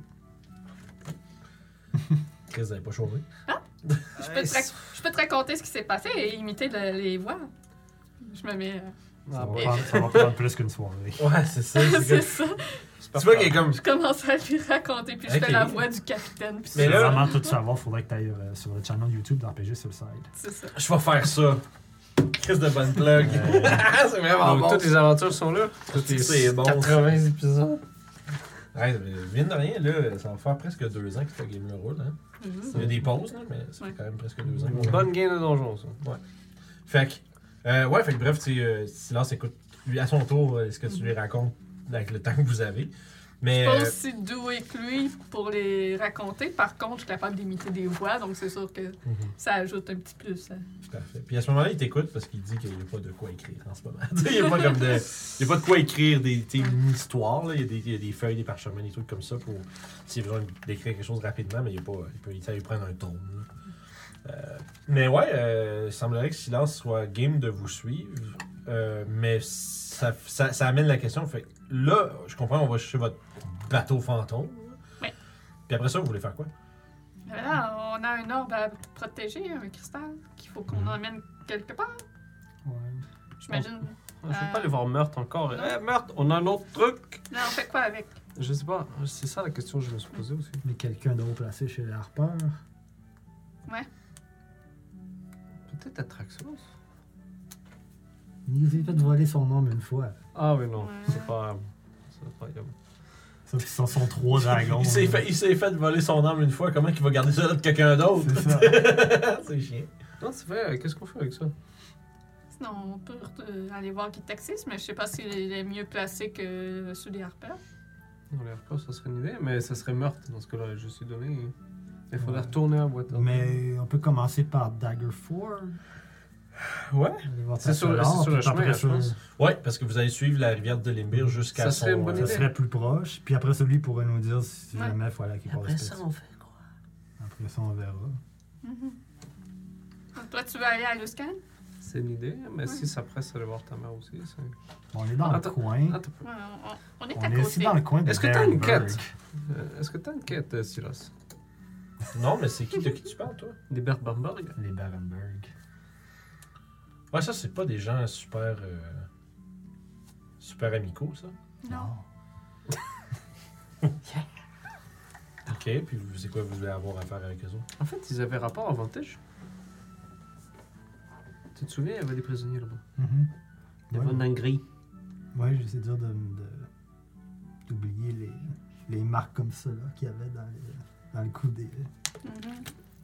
Chris, vous avez pas chauffé. Je peux te raconter ce qui s'est passé et imiter les voix. Je me mets. Ça Ah, va bon. ça va prendre plus qu'une soirée. Ouais, c'est ça. C'est ça. Tu vois qu'il est comme. Je commence à lui raconter, puis je Ok. fais la voix du capitaine. Puis Mais Mais là- vraiment tout savoir, faudrait que tu ailles sur le channel YouTube d'RPG Suicide. c'est ça. Je vais faire ça. Chris de bonne plug. c'est vraiment Donc, bon. toutes les aventures sont là. C'est bon. 80 épisodes. Ouais, mais mine de rien, là, ça va faire presque 2 ans que ce game-là roule. Hein. Il y a des pauses, là, mais ça fait quand même presque 2 ans. qu'on roule. Bonne game de donjon, ça. Fait que bref, Silas écoute lui, à son tour ce que tu lui racontes avec le temps que vous avez. Mais Je suis pas aussi doué que lui pour les raconter. Par contre, je suis capable d'imiter des voix, donc c'est sûr que ça ajoute un petit plus. parfait. Puis à ce moment-là, il t'écoute parce qu'il dit qu'il n'y a pas de quoi écrire en ce moment. Il n'y a pas comme il y a pas de quoi écrire une histoire. Là. Il y a des feuilles, des parchemins, des trucs comme ça pour s'il y a besoin d'écrire quelque chose rapidement, mais ça lui prendre un tome. Mais ouais, il semblerait que Silas soit game de vous suivre. Mais ça amène la question. Fait que là, je comprends, on va chercher votre bateau fantôme. Oui. Puis après ça, vous voulez faire quoi? Là, on a un orbe à protéger, un cristal, qu'il faut qu'on emmène quelque part. Ouais. J'imagine. Je veux pas aller voir Meurtre encore. Non. Meurtre, on a un autre truc. Là, on fait quoi avec? Je sais pas. C'est ça la question que je me suis posée aussi. Mais quelqu'un d'autre placé chez les harpeurs. Peut-être Atraxos. Il nous a fait voler son homme une fois. Ah oui, non, Ouais. c'est pas... C'est incroyable. Ça, puis ce sont 3 dragons. Il s'est fait voler son âme une fois. Comment il va garder ça là de quelqu'un d'autre? C'est ça. C'est chiant. Non, c'est vrai, qu'est-ce qu'on fait avec ça? Sinon, on peut aller voir Guy Taxis, mais je sais pas s'il est mieux placé que ceux des Harper. Non, les repas, ça serait une idée, mais ça serait meurtre dans ce cas-là, je suis donné. Il faudrait Ouais. retourner à boîte. Mais on peut commencer par Daggerford. Ouais. Aller voir C'est sur le Tasselard, chemin, puis après je ça, pense. Ouais, parce que vous allez suivre la rivière de Limbir jusqu'à Ça son... serait une bonne Ça idée. serait plus proche. Puis après ça, lui pourrait nous dire si Ouais. jamais il faut aller à quelque part de Après ça, spécial. on fait quoi? Après ça, on verra. Mhm. Donc, toi, tu veux aller à Luscan? C'est une idée, mais Ouais. si ça presse aller voir ta mère aussi, c'est... On est dans Attends. le coin. Attends un peu. Ouais, on est On à est aussi côté. dans le coin de Est-ce que t'as une Barenberg. quête? Est-ce que t'as une quête, Silas? Non, mais c'est de qui tu parles, toi? Des Berberberg? Les Barenberg. Ouais, ça, c'est pas des gens super... super amicaux, ça. Non. Ok, puis c'est quoi vous voulez avoir à faire avec eux autres? En fait, ils avaient rapport à Vantage. Tu te souviens, il y avait des prisonniers là-bas. Mhm. Des Ouais. Von Angry. Ouais, j'essaie de dire d'oublier les marques comme ça là, qu'il y avait dans le cou des. Mhm.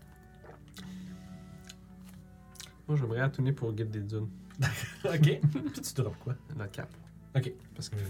Moi, j'aimerais attourner pour guide des dunes. Ok. Puis tu drops quoi? La cape. Ok. Parce que...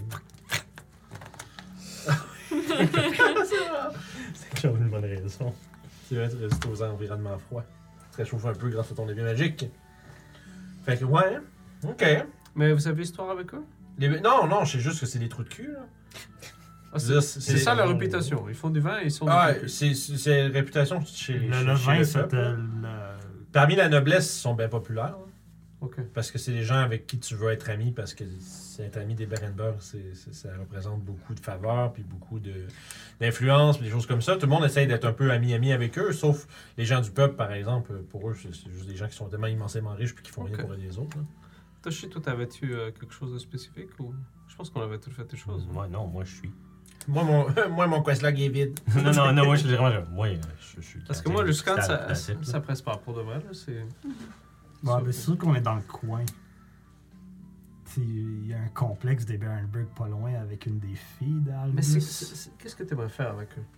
C'est genre une bonne raison. Tu vas résister aux environnements froids. Tu te réchauffes un peu grâce à ton épée magique. Fait que, ouais. Ok. Mais vous avez histoire avec eux? Non, je sais juste que c'est des trous de cul, là. Ah, Je veux dire, c'est ça leur réputation. Ils font du vin et ils sont Ah, des c'est réputation chez Le chez vin, le c'était peuple. le. Parmi la noblesse, ils sont bien populaires. là. Ok. Parce que c'est les gens avec qui tu veux être ami, parce que être ami des Berenberg, ça représente beaucoup de faveurs, puis beaucoup d'influence, puis des choses comme ça. Tout le monde essaye d'être un peu ami avec eux, sauf les gens du peuple, par exemple. Pour eux, c'est juste des gens qui sont tellement immensément riches, puis qui font rien Ok. pour aider les autres. là. Toshi, toi, t'avais-tu quelque chose de spécifique ou... Je pense qu'on avait tout fait des choses. Moi, non, moi, je suis. Moi, mon questlog est vide. non, moi, je suis vraiment. Moi, je suis. Parce que moi, le scan, ça ça presse pas pour de vrai. Là, c'est... Ouais, mais c'est sûr qu'on est dans le coin. T'sais, il y a un complexe des Barenberg pas loin avec une des filles d'Albus. Mais qu'est-ce que tu aimerais faire avec eux?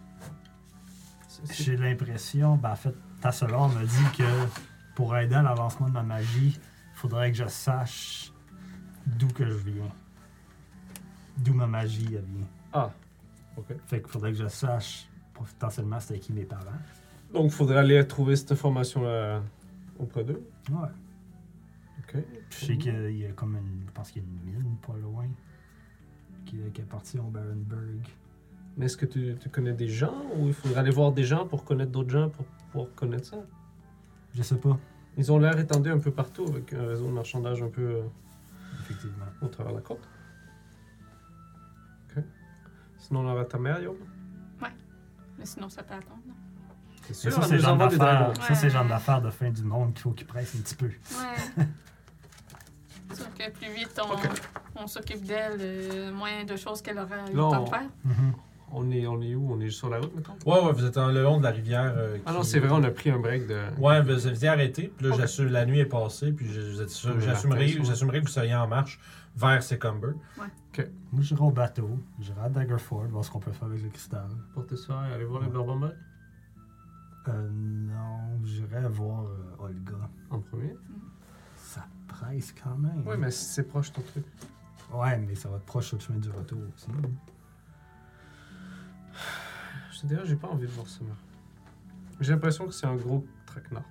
J'ai l'impression, en fait, Tasselard me dit que pour aider à l'avancement de ma magie, il faudrait que je sache d'où que je viens. D'où ma magie elle vient. Ah, Fait qu'il faudrait que je sache potentiellement c'était qui mes parents. donc il faudrait aller trouver cette information-là auprès d'eux. Ouais. Ok. Je sais qu'il y a comme une. Je pense qu'il y a une mine pas loin qui appartient au Barenberg. Mais est-ce que tu connais des gens ou il faudrait aller voir des gens pour connaître d'autres gens pour pouvoir connaître ça? Je sais pas, Ils ont l'air étendus un peu partout avec un réseau de marchandage un peu effectivement. au travers de la côte. Ok. Sinon, on aura ta mère, Yob. Mais sinon, ça peut attendre. C'est Mais sûr, ça, elle c'est le nous genre envoie des d'affaires. dragons. Ça, c'est le genre Ouais. d'affaires de fin du monde qu'il faut qu'ils pressent un petit peu. Ouais. C'est sûr que plus vite on s'occupe d'elle, moins de choses qu'elle aura eu le Non. temps de faire. Mhm. On est où? On est sur la route, maintenant? Ouais, vous êtes le long de la rivière. Ah non, c'est vrai, on a pris un break de... Ouais, vous étiez arrêté, puis là, Ok. j'assume, la nuit est passée, puis j'assumerai que vous seriez en marche vers Secumber. Moi, j'irai au bateau, j'irai à Daggerford, voir ce qu'on peut faire avec le cristal. Porter ça et aller voir les Berbomber Non, j'irai voir Olga. en premier. Ça presse quand même. Oui, mais c'est proche ton truc. Ouais, mais ça va être proche sur le chemin du retour aussi. Je te dirais, j'ai pas envie de voir ça. Moi. J'ai l'impression que c'est un gros traquenard.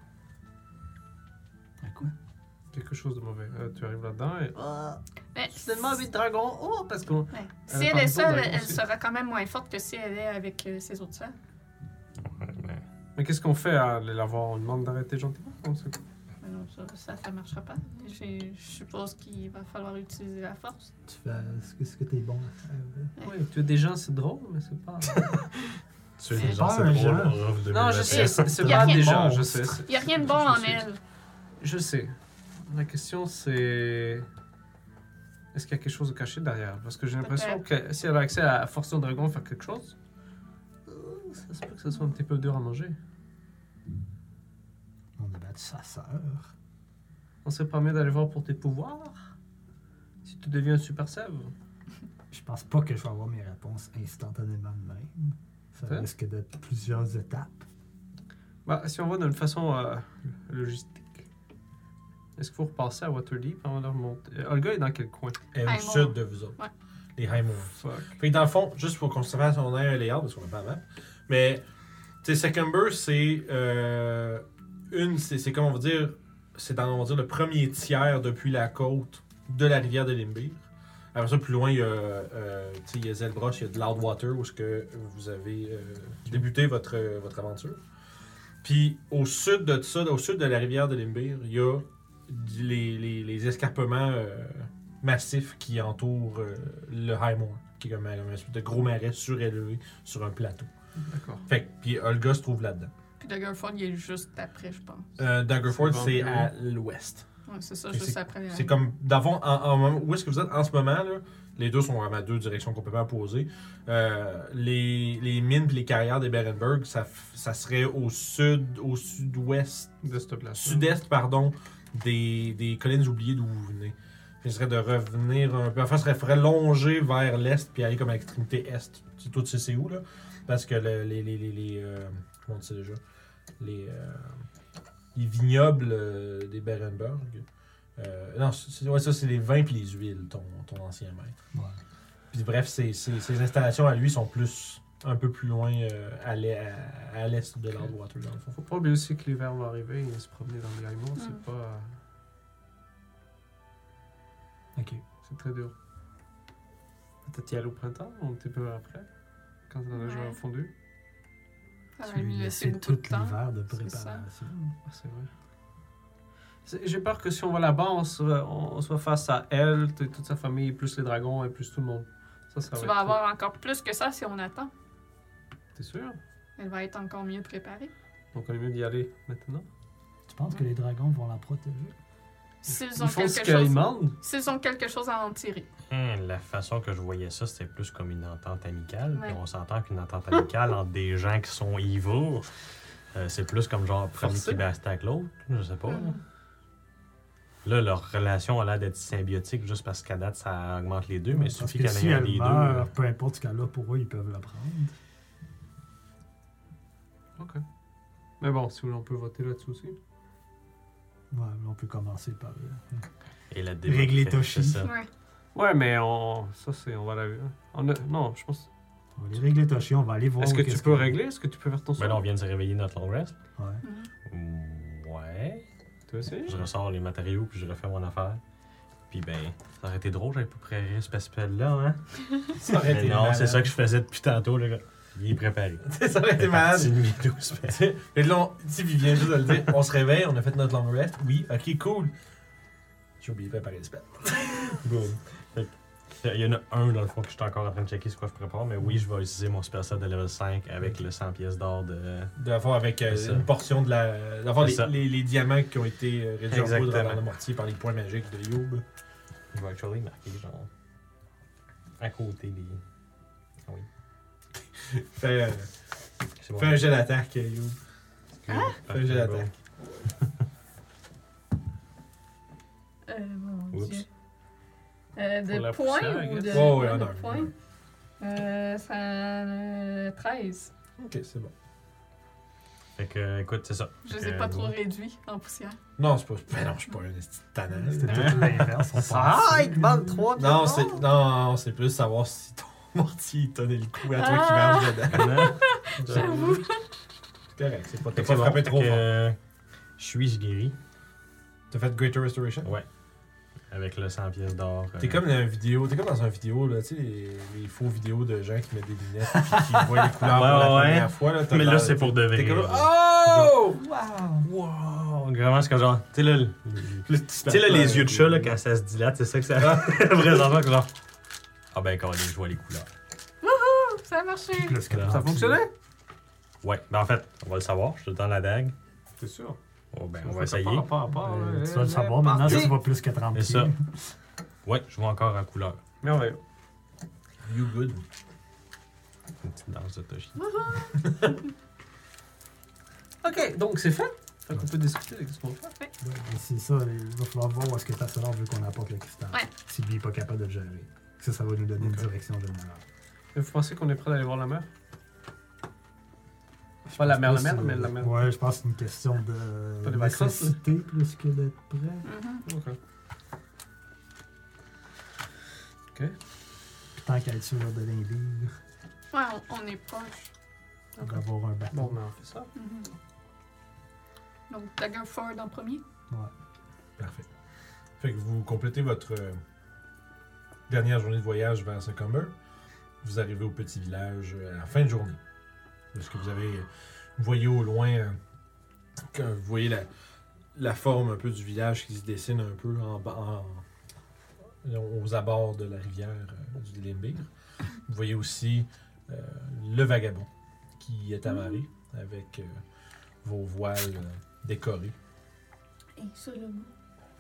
À quoi? Quelque chose de mauvais. Tu arrives là-dedans et... Mais Soudainement, 8 dragons! Oh, parce qu'on... ouais. Si Elle elle parle est seule, pas de elle aussi. sera quand même moins forte que si elle est avec ses autres sœurs. Mais qu'est-ce qu'on fait à aller la voir? On demande d'arrêter gentiment? On sait pas. Mais non, ça marchera pas. Je suppose qu'il va falloir utiliser la force. Tu fais. Est-ce que t'es bon à faire? Oui, tuer des gens, c'est drôle, mais c'est pas... Tu C'est es genre, pas c'est un drôle. genre. Ruff de non, je sais, BSS. c'est Y a pas rien des de gens, monstre. je sais. Il n'y a rien de bon en sais. elle. Je sais. La question, c'est... Est-ce qu'il y a quelque chose de caché derrière? Parce que j'ai l'impression que si elle a accès à forcer un dragon à faire quelque chose, ça se peut que ce soit un petit peu dur à manger. être sa sœur. On serait pas mieux d'aller voir pour tes pouvoirs? Si tu deviens un super sève. Je pense pas que je vais avoir mes réponses instantanément de même. Ça Hein? risque d'être plusieurs étapes. Bah, si on va d'une façon logistique. Est-ce qu'il faut repasser à Waterdeep avant de remonter? Olga est dans quel coin? Elle est au Highmore. sud de vous autres. Ouais. Les Highmore. Fuck. Fait que dans le fond, juste pour qu'on se fasse on ait un layout, parce qu'on n'a pas avant. Mais, tu sais, Secumber, c'est c'est comme on va dire, c'est dans, on va dire, le premier tiers depuis la côte de la rivière de Limbir. Après ça, plus loin, il y a, tu sais, il y a Zelbrush, il y a de Loudwater, où est-ce que vous avez débuté votre aventure. Puis, au sud de ça, au sud de la rivière de Limbir, il y a les escarpements massifs qui entourent le Highmore, qui est comme un espèce de gros marais surélevé sur un plateau. D'accord. Fait que, puis Olga se trouve là-dedans. Puis Daggerford, il est juste après, je pense. Daggerford, C'est c'est à l'ouest. Ouais, c'est ça, Fait que juste après. C'est comme, d'avant, où est-ce que vous êtes en ce moment, là? Les deux sont vraiment à deux directions complètement opposées. Les mines et les carrières des Berenberg, ça serait au sud-ouest, De cette place. sud-est, pardon, des collines oubliées d'où vous venez. Ce serait de revenir un peu. Enfin, ce serait longer vers l'est puis aller comme à l'extrémité est. C'est tout, c'est où, là? Parce que comment on dit ça déjà? Les vignobles des Berenberg. Non, ça, c'est les vins puis les huiles, ton ancien maître. Ouais. Puis bref, ces installations à lui sont plus un peu plus loin à l'est de Loudwater, dans le fond. Faut pas oublier aussi que l'hiver va arriver et se promener dans les Highmore, Mm. c'est pas. Ok. C'est très dur. Peut-être y aller au printemps, ou un petit peu après, quand la neige Ouais. aura fondu. Ça va Tu lui lui laisser laisser beaucoup de tout temps. l'hiver de c'est préparation. Ah, c'est vrai. J'ai peur que si on va là-bas, on soit face à elle, toute sa famille, plus les dragons et plus tout le monde. Ça Tu va vas être avoir encore plus que ça si on attend. trop. T'es sûr? Elle va être encore mieux préparée. Donc on est mieux d'y aller maintenant. Tu penses que les dragons vont la protéger? S'ils Ils ont font ce quelque qu'ils chose, demandent. s'ils ont quelque chose à en tirer. La façon que je voyais ça, c'était plus comme une entente amicale. Ouais. Puis on s'entend qu'une entente amicale entre des gens qui sont evil, c'est plus comme genre premier Forcé. qui bastaque l'autre. Je sais pas. Là. Mhm. Là, leur relation a l'air d'être symbiotique juste parce qu'à date, ça augmente les deux, mais il Parce suffit que qu'il y en si ait un elle des meurt, peu importe ce qu'elle a pour eux, ils peuvent la prendre. Ok. Mais bon, si vous voulez, on peut voter là-dessus aussi. Ouais, mais on peut commencer par... deux. Et la Régler démocratie, Toshi. c'est ça. Ouais. Ouais, mais ça c'est. On va la. Non, je pense. On va les régler Toshi, on va aller voir... Est-ce que tu qu'est-ce peux qu'il y a. régler? Est-ce que tu peux faire ton Ben là, on sort? vient de se réveiller notre long rest. Ouais. Ouais. Tu veux essayer? Je ressors les matériaux puis je refais mon affaire. Puis ben, ça aurait été drôle, j'avais pas préparé ce spell-là, hein? Ça aurait Mais été non, malade. c'est ça que je faisais depuis tantôt, le gars. Il est préparé. Ça aurait été malade. C'est une vidéo spell. Fait que là, tu viens juste de le dire, on se réveille, on a fait notre long rest. Oui, ok, cool. J'ai oublié de préparer le spell. Boom. Fait que, il y en a un, dans le fond, que je suis encore en train de checker ce que je prépare, mais oui, je vais utiliser mon spell set de level 5 avec le 100 pièces d'or de... D'avoir avec C'est ça. une portion de la. D'avoir C'est ça. les diamants qui ont été réduits en poudre Exactement. dans le mortier par les points magiques de Youb. Je vais actually marquer, genre, à côté des... Ah oui. Fais C'est bon. un jet d'attaque, Youb. Fais un jet Bon. d'attaque. Mon Oups. Dieu. Pour De la points poussière, I ou de, guess. Oh, oui, de honneur. points? Ça 13. Ok, c'est bon. Fait que, écoute, c'est ça. Je Fait les ai que, pas trop bon. réduits en poussière. Non, c'est pas. Ben non, je suis pas un esti de tannant. C'était Hein? tout l'inverse. on Ah, pense. il te manque 3 Non, c'est plus savoir si ton mortier il tonnait le coup à toi qui marche dedans. Non? J'avoue. C'est correct, c'est pas. Fait T'as que pas c'est frappé bon. trop Fait fort. que, je guéri T'as fait Greater Restoration? Ouais. Avec le 100 pièces d'or. T'es comme dans une vidéo, t'es comme dans une vidéo, là, tu sais, les faux vidéos de gens qui mettent des lunettes et qui voient les couleurs pour la Ouais, première fois. Là, t'as Mais là, l'air- c'est pour de vrai. T'es comme, là. oh! Wow! Vraiment, c'est comme genre, tu sais, là, tu sais, là, les yeux de chat, là, quand ça se dilate, c'est ça que ça. Présentement, que genre. Ah ben, quand je vois les couleurs. Ça a marché. Plus que Ça fonctionnait? Ouais, ben en fait, on va le savoir. Je te donne la dague. C'est sûr. Oh, ben, on va essayer. Tu vas le savoir maintenant si tu vois plus que 30 C'est ça. pieds. Ouais, je vois encore en couleur. Merveilleux. You good. Une petite danse de Toshi. Ok, donc c'est fait. Fait qu'on peut discuter de ce qu'on fait. Ouais, mais c'est ça, il va falloir voir où est-ce que Tasselard veut qu'on apporte le cristal. Ouais. Si lui n'est pas capable de le gérer. Ça va nous donner une Ok. direction générale. Et vous pensez qu'on est prêt d'aller voir la mer? Pas la mer, mais la mer. Ouais, je pense que c'est une question Pas de de vacances, nécessité plus que d'être prêt. Mhm. Ok. Puis tant qu'à être sûr de l'invire, Ouais, on est proche. d'avoir un bateau. Bon, ben on fait ça. Mhm. Donc, Daggerford en premier. Parfait. Fait que vous complétez votre dernière journée de voyage vers Succumber. Vous arrivez au petit village à la fin de journée. Parce que vous voyez au loin, vous voyez la forme un peu du village qui se dessine un peu aux abords de la rivière du Limbir. Vous voyez aussi le vagabond qui est amarré avec vos voiles décorées. Et ça, le mot.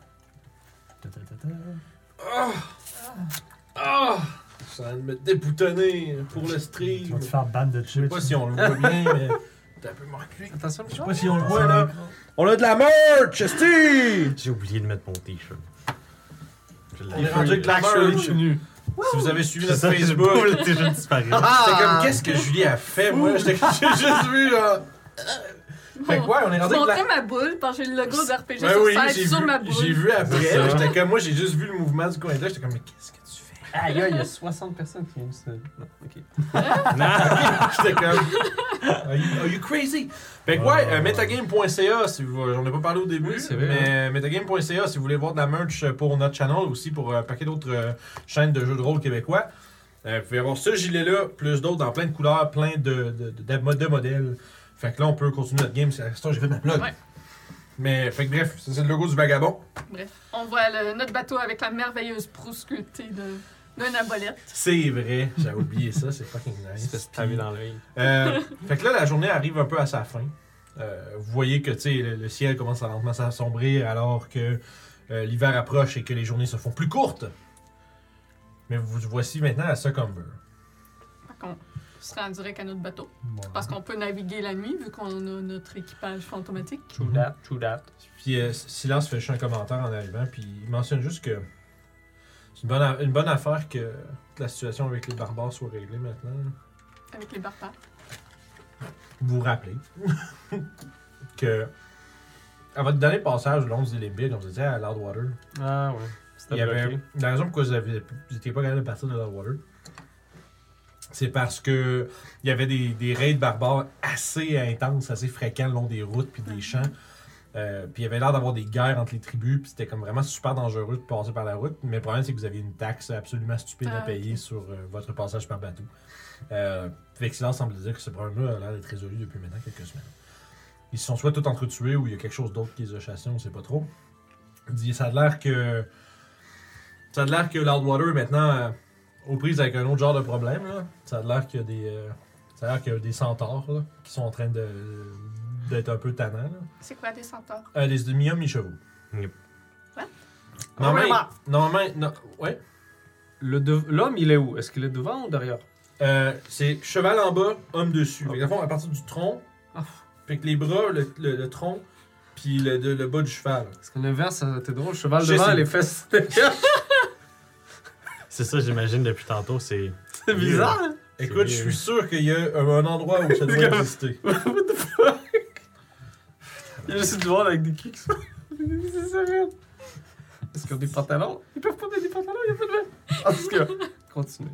Ça va me déboutonner pour le Tu stream. vas te faire ban de Je sais Twitch. pas si on le voit bien, mais t'as un peu marqué. Attention, Je sais pas si on le voit là. On a de la merch, Steve! J'ai oublié de mettre mon t-shirt. Je On est rendu avec de la merch. Si vous avez suivi notre Facebook, le t-shirt disparu. c'était comme qu'est-ce que Julie a fait, moi? J'ai juste vu là. Fait que ouais, on est Je rendu avec de montrais la... ma boule parce que j'ai le logo d'RPG Ouais, sur oui, scène j'ai sur vu, ma boule. j'ai vu après. C'est ça. J'étais comme moi, j'ai juste vu le mouvement du coin de là. J'étais comme mais qu'est-ce que tu fais? Aïe, il y a 60 personnes qui aiment ça. Non, ok. J'étais comme are you crazy? Fait que ouais, metagame.ca, si vous, j'en ai pas parlé au début, Oui, c'est vrai, mais metagame.ca si vous voulez voir de la merch pour notre channel, aussi pour un paquet d'autres chaînes de jeux de rôle québécois. Vous pouvez avoir ce gilet-là, plus d'autres dans plein de couleurs, plein de modèles. Fait que là, on peut continuer notre game. C'est ça, j'ai fait ma plug. Ouais. Mais, fait que bref, ça, c'est le logo du vagabond. Bref, on voit notre bateau avec la merveilleuse proue sculptée d'un abolette. C'est vrai, j'avais oublié ça, c'est fucking nice. Il se fait se taper dans l'œil. Fait que là, la journée arrive un peu à sa fin. Vous voyez que tu sais, le ciel commence à lentement s'assombrir alors que l'hiver approche et que les journées se font plus courtes. Mais vous voici maintenant à Succumber. Par contre, on sera en direct à notre bateau. Bon. Parce qu'on peut naviguer la nuit vu qu'on a notre équipage fantomatique. True that, true that. Puis Silence fait juste un commentaire en arrivant, puis il mentionne juste que c'est une bonne affaire que la situation avec les barbares soit réglée maintenant. Avec les barbares. Vous vous rappelez que à votre dernier passage le long du Limbir, comme vous étiez à Loudwater, Ah ouais. il C'était y avait bloqué. la raison pourquoi vous n'étiez pas capable de partir de Loudwater, c'est parce que il y avait des raids barbares assez intenses, assez fréquents le long des routes puis des champs. Puis il y avait l'air d'avoir des guerres entre les tribus, puis c'était comme vraiment super dangereux de passer par la route. Mais le problème, c'est que vous aviez une taxe absolument stupide à payer Ok. sur votre passage par bateau. Vexilance semble dire que ce problème-là a l'air d'être résolu depuis maintenant quelques semaines. Ils se sont soit tous entretués ou il y a quelque chose d'autre qui les a chassés, on ne sait pas trop. Il dit ça a l'air que Loudwater est maintenant aux prises avec un autre genre de problème. Là. Ça a l'air qu'il y a des centaures là, qui sont en train d'être un peu tannants. Là. C'est quoi des centaures? Des demi-hommes, mi-chevaux. Yep. Quoi? Normalement, ouais. L'homme, il est où? Est-ce qu'il est devant ou derrière? C'est cheval en bas, homme dessus. Fait que, dans le fond, à partir du tronc, Ah. fait que les bras, le tronc, puis le bas du cheval. Parce que l'inverse, ça aurait été drôle. Cheval Je devant, sais. les fesses derrière. C'est ça, j'imagine, depuis tantôt, c'est... C'est bizarre, hein? Écoute, je suis sûr qu'il y a un endroit où ça doit C'est comme- exister. What the fuck? Il y a juste du monde avec des kicks. C'est ça, merde. Est-ce qu'ils ont des pantalons? Ils peuvent pas mettre des pantalons, il y a pas de même. En tout cas, continuez.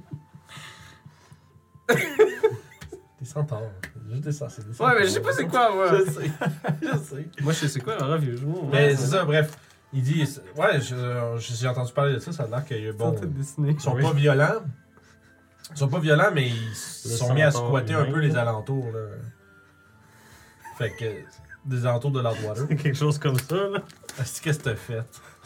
Des centaures. Juste des centaures. C'est des Ouais, centaures. mais je sais pas c'est quoi, moi. Je sais. Je sais. Moi, je sais c'est quoi, un revue. Mais c'est ça, bref. Il dit, ouais, j'ai entendu parler de ça, ça a l'air qu'il y a bon. Bon, dessiné. Ils sont Oui. pas violents. Ils sont pas violents, mais ils sont mis à centaure squatter un humain, peu les là. alentours. Là. Fait que. Des alentours de Loudwater. Quelque chose comme ça, là. Qu'est-ce que t'as fait?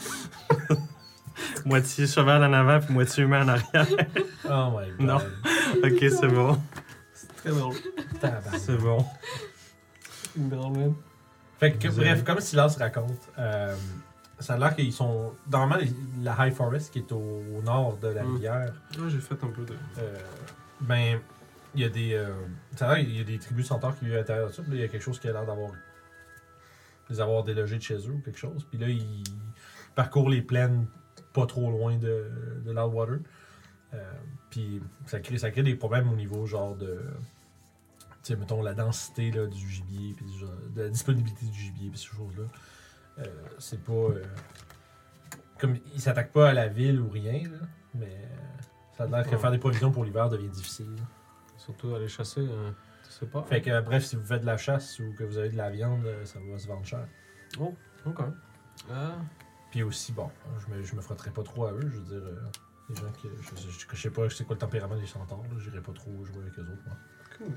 Moitié cheval en avant puis moitié humain en arrière. Oh my god. Non. Ok, c'est bon. C'est très drôle. Tabarnak. C'est bon. Une drôle, même. Fait que, Désolé. bref, comme Silas raconte, ça a l'air qu'ils sont. Normalement, la High Forest qui est au nord de la Mm. rivière, Ouais, j'ai fait un peu de. ben, il y a des. Ça a l'air qu'il y a des tribus centaures qui vivent à l'intérieur de ça, puis là, il y a quelque chose qui a l'air d'avoir les avoir délogés de chez eux ou quelque chose. Puis là, il parcourt les plaines pas trop loin de Loudwater. Puis ça crée des problèmes au niveau genre de... Tu sais, mettons, la densité là, du gibier, puis de la disponibilité du gibier, puis ces choses-là. C'est pas... comme il s'attaque pas à la ville ou rien, là, mais ça a l'air que faire des provisions pour l'hiver devient difficile. Surtout aller chasser, tu sais pas. Fait que bref, si vous faites de la chasse ou que vous avez de la viande, ça va se vendre cher. Oh, ok. Puis aussi, bon, je me frotterai pas trop à eux, je veux dire, les gens que je sais pas c'est quoi le tempérament des centaures, là, j'irai pas trop jouer avec eux autres, moi. Cool.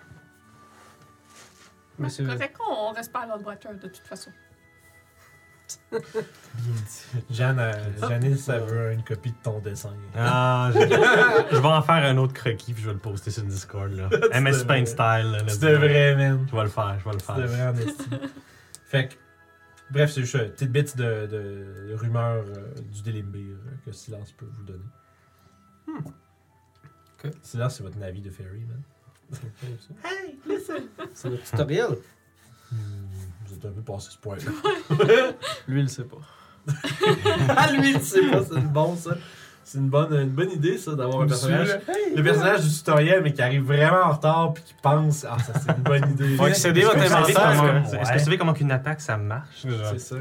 Mais C'est correct qu'on reste pas à Loudwater de toute façon. Bien dit. Janice, elle veut une copie de ton dessin. Ah, je vais en faire un autre croquis puis je vais le poster sur le Discord. Là. MS Paint style. Là, C'est de vrai, man. Je vais le faire, C'est de vrai en estime. Fait que, bref, c'est juste une petite bit de rumeur du Délimbir que Silence peut vous donner. Ok. Silence, c'est votre navire de ferry, man. Hey, listen! C'est le tutoriel. Vous êtes un peu passé ce point-là. Lui, il sait pas. Ah, lui, tu sais pas, c'est bon ça. C'est une bonne idée, ça, d'avoir un personnage. Hey, Le personnage du tutoriel, mais qui arrive vraiment en retard puis qui pense. Ah, ça, c'est une bonne idée. Faut accéder à votre Est-ce que vous savez inventaire. comment- est-ce que vous savez comment une attaque ça marche? C'est ça.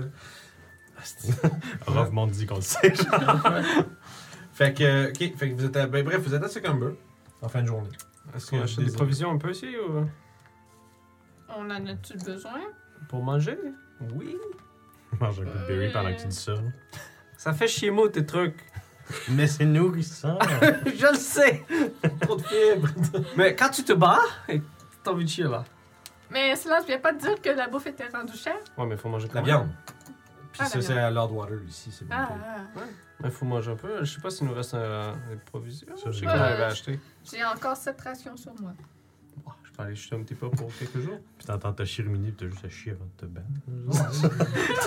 Rough monde dit qu'on le sait. Fait que, ok, fait que vous êtes à, ben, bref, vous êtes à Succumber en fin de journée. Est-ce qu'on achète des provisions un peu ici ou On en a-tu besoin? pour manger? Oui. Mange un coup de berry pendant que tu dis ça. là. Ça fait chier mot tes trucs. Mais c'est nourrissant. Je le sais. Trop de fibres. Mais quand tu te bats, t'as envie de chier là. Mais cela, je viens pas te dire que la bouffe était rendue chère. Ouais, mais faut manger La quand même. viande. Puis Ah, ça, la c'est à Loudwater ici, c'est bon. Ah, Mais faut manger un peu. Je sais pas s'il nous reste des provisions. Ça, Je sais j'ai- qu'on avait acheté. j'ai encore 7 rations sur moi. Oh, je peux aller jeter un petit peu pour quelques jours. Puis t'entends ta chirumini pis t'as juste à chier avant de te battre.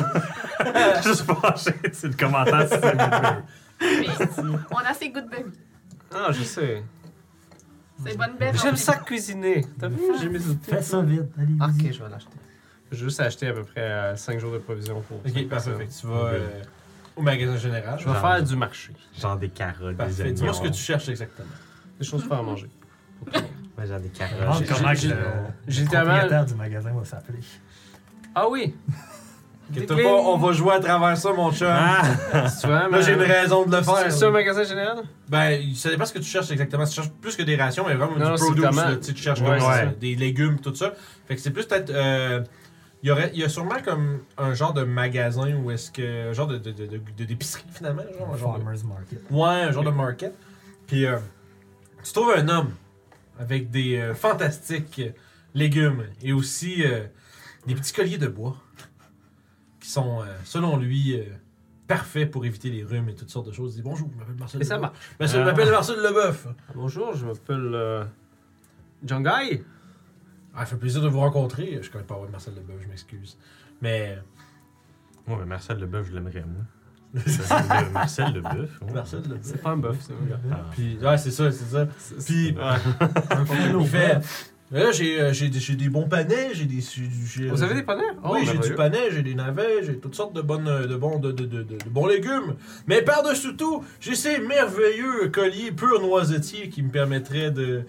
Juste fâché, c'est le commentaire si c'est bon. Mais on a assez good berry. Ah, je sais. C'est bonne berry. J'aime ça cuisiner. T'as vu? J'ai mes outils. Fais ça vite. Allez, Ok, vas-y. je vais l'acheter. J'ai juste acheté à peu près 5 jours de provisions pour. Ok, 5 parfait. personnes. Fait que tu vas au magasin général. Je vais faire du marché. Genre des carottes, des Parfait. oignons. Dis-moi ce que tu cherches exactement. Des choses à faire à manger. Pour tout le monde. Ouais, genre des Demande carottes. comment j'ai- que j'ai le tellement- propriétaire du magasin va s'appeler. Ah oui! Inquiète-toi pas, on va jouer à travers ça, mon chum. Si tu veux, Là, j'ai une raison de le faire. C'est un magasin général? Ben, ça dépend ce que tu cherches exactement. Si tu cherches plus que des rations, mais vraiment Non, du c'est produce. tellement- Là, tu sais, tu cherches Ouais, comme, c'est ça. des légumes, tout ça. Fait que c'est plus peut-être. Il y a sûrement comme un genre de magasin où est-ce que. Un genre d'épicerie finalement. Genre, un genre de- Farmer's Market. Ouais, un genre de market. Puis tu trouves un homme avec des fantastiques légumes et aussi des petits colliers de bois qui sont, selon lui, parfaits pour éviter les rhumes et toutes sortes de choses. Il dit bonjour, je m'appelle Marcel Et ça Leboeuf. marche. Je m'appelle Marcel Leboeuf. Bonjour, je m'appelle Djangai. Ah, ça fait plaisir de vous rencontrer. Je connais pas Marcel Leboeuf, je m'excuse. Mais. Ouais, mais Marcel Leboeuf, je l'aimerais, moi. Marcel Leboeuf. ouais. Marcel Leboeuf. C'est pas un bœuf, c'est un gars. Ah. Puis, ouais, c'est ça, c'est ça. Puis, Un il fait. Là, j'ai des bons panais, j'ai des. j'ai- Vous avez des panais? Oui, j'ai du panais, j'ai des navets, j'ai toutes sortes de bons légumes. Mais par-dessus tout, j'ai ces merveilleux colliers purs noisetiers qui vous permettraient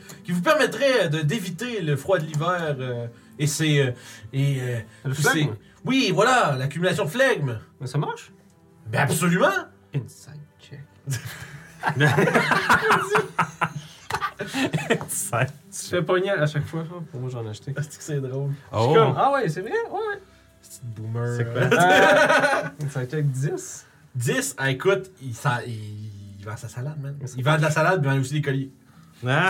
d'éviter le froid de l'hiver et c'est Le tous flegme? ces- Oui, voilà, l'accumulation de flegme. Mais ça marche? Ben absolument. Inside check. Ça- Tu te fais pogner à chaque fois, ça? Pour moi, j'en ai acheté. Est-ce que c'est drôle? Je suis Oh! comme, ah ouais, c'est vrai? Ouais. Petit boomer. C'est quoi? Inside check 10. 10, ah, écoute, il vend sa salade, man. Il vend de la salade, mais il vend aussi des colliers. Ah!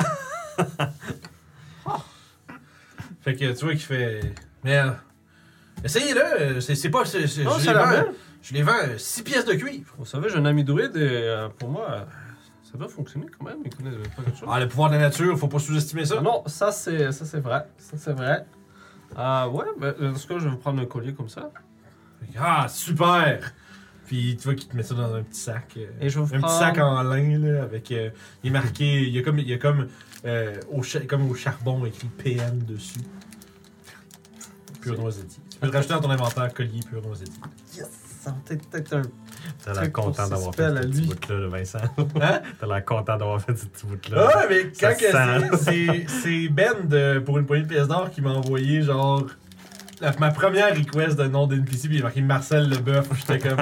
Fait que tu vois qu'il fait. Mais essayez-le, c'est pas. Non, ça la belle. Je les vends 6 pièces de cuivre. Vous savez, j'ai un ami druide et pour moi, ça doit fonctionner quand même. Il connaît pas quelque chose. Ah, le pouvoir de la nature, faut pas sous-estimer ça. Non, ça c'est vrai. Ça c'est vrai. Ouais, ben, en tout cas, je vais vous prendre un collier comme ça. Ah, super! Puis tu vois qu'il te met ça dans un petit sac. Et je vais vous un prendre... petit sac en lin, là, avec. Il est marqué. Il y a comme au charbon écrit PM dessus. pure noisetti. Tu peux te rajouter dans ton inventaire collier pure noisetti. Yes! Ça va peut-être un. T'as l'air Truc pour content ses d'avoir fait spells à ce petit lui. bout-là, là, Vincent. Hein? T'as l'air content d'avoir fait ce petit bout-là. Ah ouais, mais Ça quand que sent. c'est Ben pour une poignée de pièces d'or qui m'a envoyé genre ma première request de nom d'NPC, puis il a marqué Marcel Leboeuf. J'étais comme,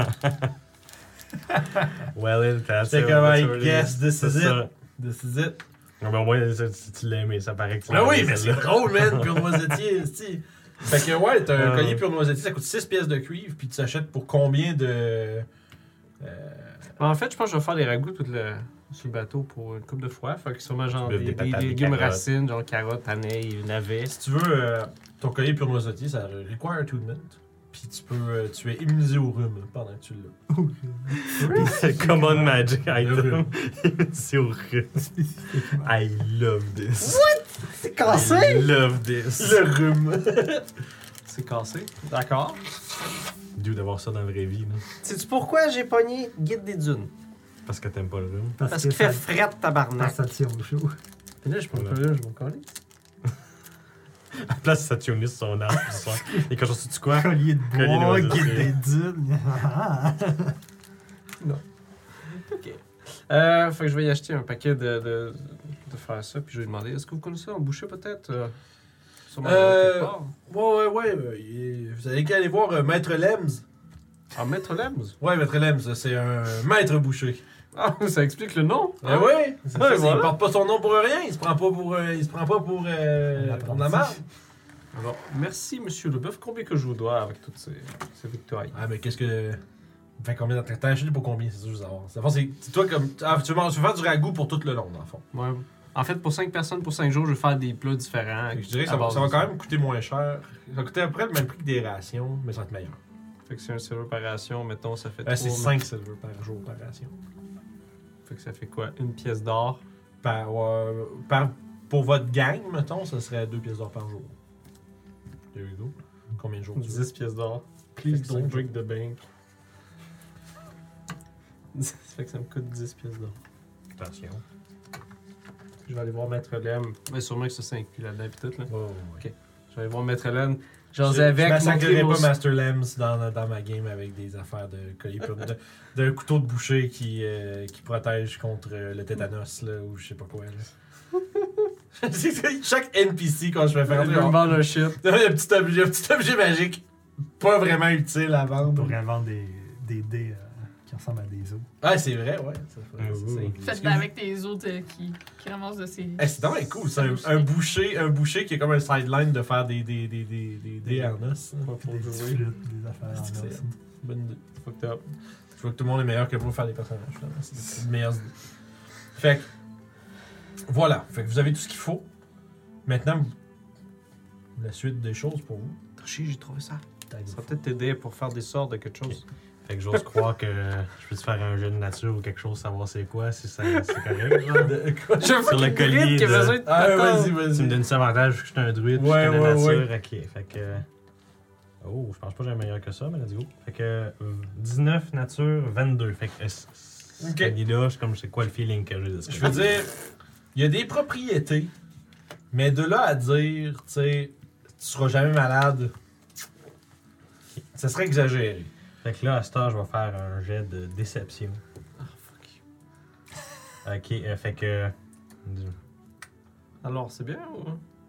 Well, j'étais comme, I guess this is it. This is it. Non, mais au moins, tu l'as aimé, ça paraît que tu l'as Ah oui, aimé, mais c'est celle-là. drôle, man, pure noisettier, esti. Fait que ouais, t'as un Ouais. collier pure noisettier, ça coûte 6 pièces de cuivre, puis tu t'achètes pour combien de. En fait, je pense que je vais faire des ragoûts sur le bateau pour une coupe de fois. Fait que sûrement genre Tu bûves des des patates, des légumes carottes. racines, genre carottes, aneilles, navets. Si tu veux, ton collier pure noisettier, ça require attunement. Puis tu es immunisé au rhume pendant que tu l'as. Common magic item. rhume. C'est horrible. I love this. C'est I cassé! love this. Le rhume. C'est cassé. D'accord. Dû d'avoir ça dans la vraie vie, là. Sais-tu pourquoi j'ai pogné Guide des dunes? Parce que t'aimes pas le rhume. Parce que qu'il fait ça, fret tabarnak. ça tient au chaud. Et là, je peux pas là, je m'en coller. À la place, ça tionise son arme. Et quand je suis quoi? Collier de Collier de bois, bois, guide c'est- des dunes. Ok. Fait que je vais y acheter un paquet de faire ça, puis je vais lui demander est-ce que vous connaissez un boucher peut-être sûrement quelque part. Ouais. Vous allez qu'à aller voir Maître Lems. Ah, Maître Lems. Ouais, Maître Lems, c'est un maître boucher. Ah, ça explique le nom. Ah ouais, c'est Ouais, ça, voilà. il porte pas son nom pour rien, il se prend pas pour pour de la merde. Alors, merci, monsieur Leboeuf. Combien que je vous dois avec toutes ces victoires? Ah mais qu'est-ce que fait combien t'as acheté pour combien, c'est ça que je veux savoir. Dans le fond, c'est toi comme tu veux faire du ragoût pour tout le long dans le fond. Ouais. En fait, pour 5 personnes, pour 5 jours, je vais faire des plats différents. Fait que je dirais que à ça va base de quand même coûter moins cher. Ça va coûter à peu près le même prix que des rations, mais ça va être meilleur. Fait que c'est un silver par ration, mettons, ça fait C'est 3. 5 silver par jour par ration. Fait que ça fait quoi? Une pièce d'or. Pour votre gang, mettons, ça serait 2 pièces d'or par jour. There you go. Combien de jours tu veux? 10 pièces d'or. Please Fait que don't ça break the bank. Ça fait que ça me coûte 10 pièces d'or. Attention. Je vais aller voir Maître Lem. Mais sûrement que ça s'inclut là-dedans pis tout, là. Oh, Ok. Je vais aller voir Maître Lem. Je J'en ai avec massacrerai mon pas Master Lems dans ma game avec des affaires de collier d'un couteau de boucher qui protège contre le tétanos là, ou je sais pas quoi. Là. Chaque NPC quand je vais faire Je vais me vendre un shit. il y a un petit objet magique pas vraiment utile à On vendre. pourrait vendre des dés qui ressemblent à des os. Ah c'est vrai, ouais. Faites-le avec tes autres qui ramassent de ces. C'est vraiment cool. C'est un boucher qui a comme un sideline de faire des dés en os. Là. Des petites flûtes, des affaires en C'est os. Bonne idée. Fucked up. Je vois que tout le monde est meilleur que moi pour faire des personnages. Finalement. C'est les meilleures idées. Fait que, voilà. Fait que vous avez tout ce qu'il faut. Maintenant, la suite des choses pour vous. Toshi, j'ai trouvé ça. Ça va peut-être t'aider pour faire des sorts de quelque chose. Fait que j'ose croire que je peux te faire un jeu de nature ou quelque chose, savoir c'est quoi, si c'est correct. Genre. Quoi? Je veux Sur le qu'il collier brille, qui a de- besoin de Ah, patente. vas-y. Tu me donnes ça avantage vu que je suis un druide, puis Ouais, je connais la ouais, nature, ok. Fait que. Oh, je pense pas que j'ai meilleur que ça, mais let's go. Fait que 19 nature, 22. Fait que ce Ok. collier-là, c'est comme c'est quoi le feeling que j'ai de ce Je veux collier? dire, il y a des propriétés, mais de là à dire, tu sais, tu seras jamais malade, ça serait exagéré. Fait que là, à cette heure, je vais faire un jet de déception. Ah, fuck. Ok, fait que. Alors, c'est bien ou.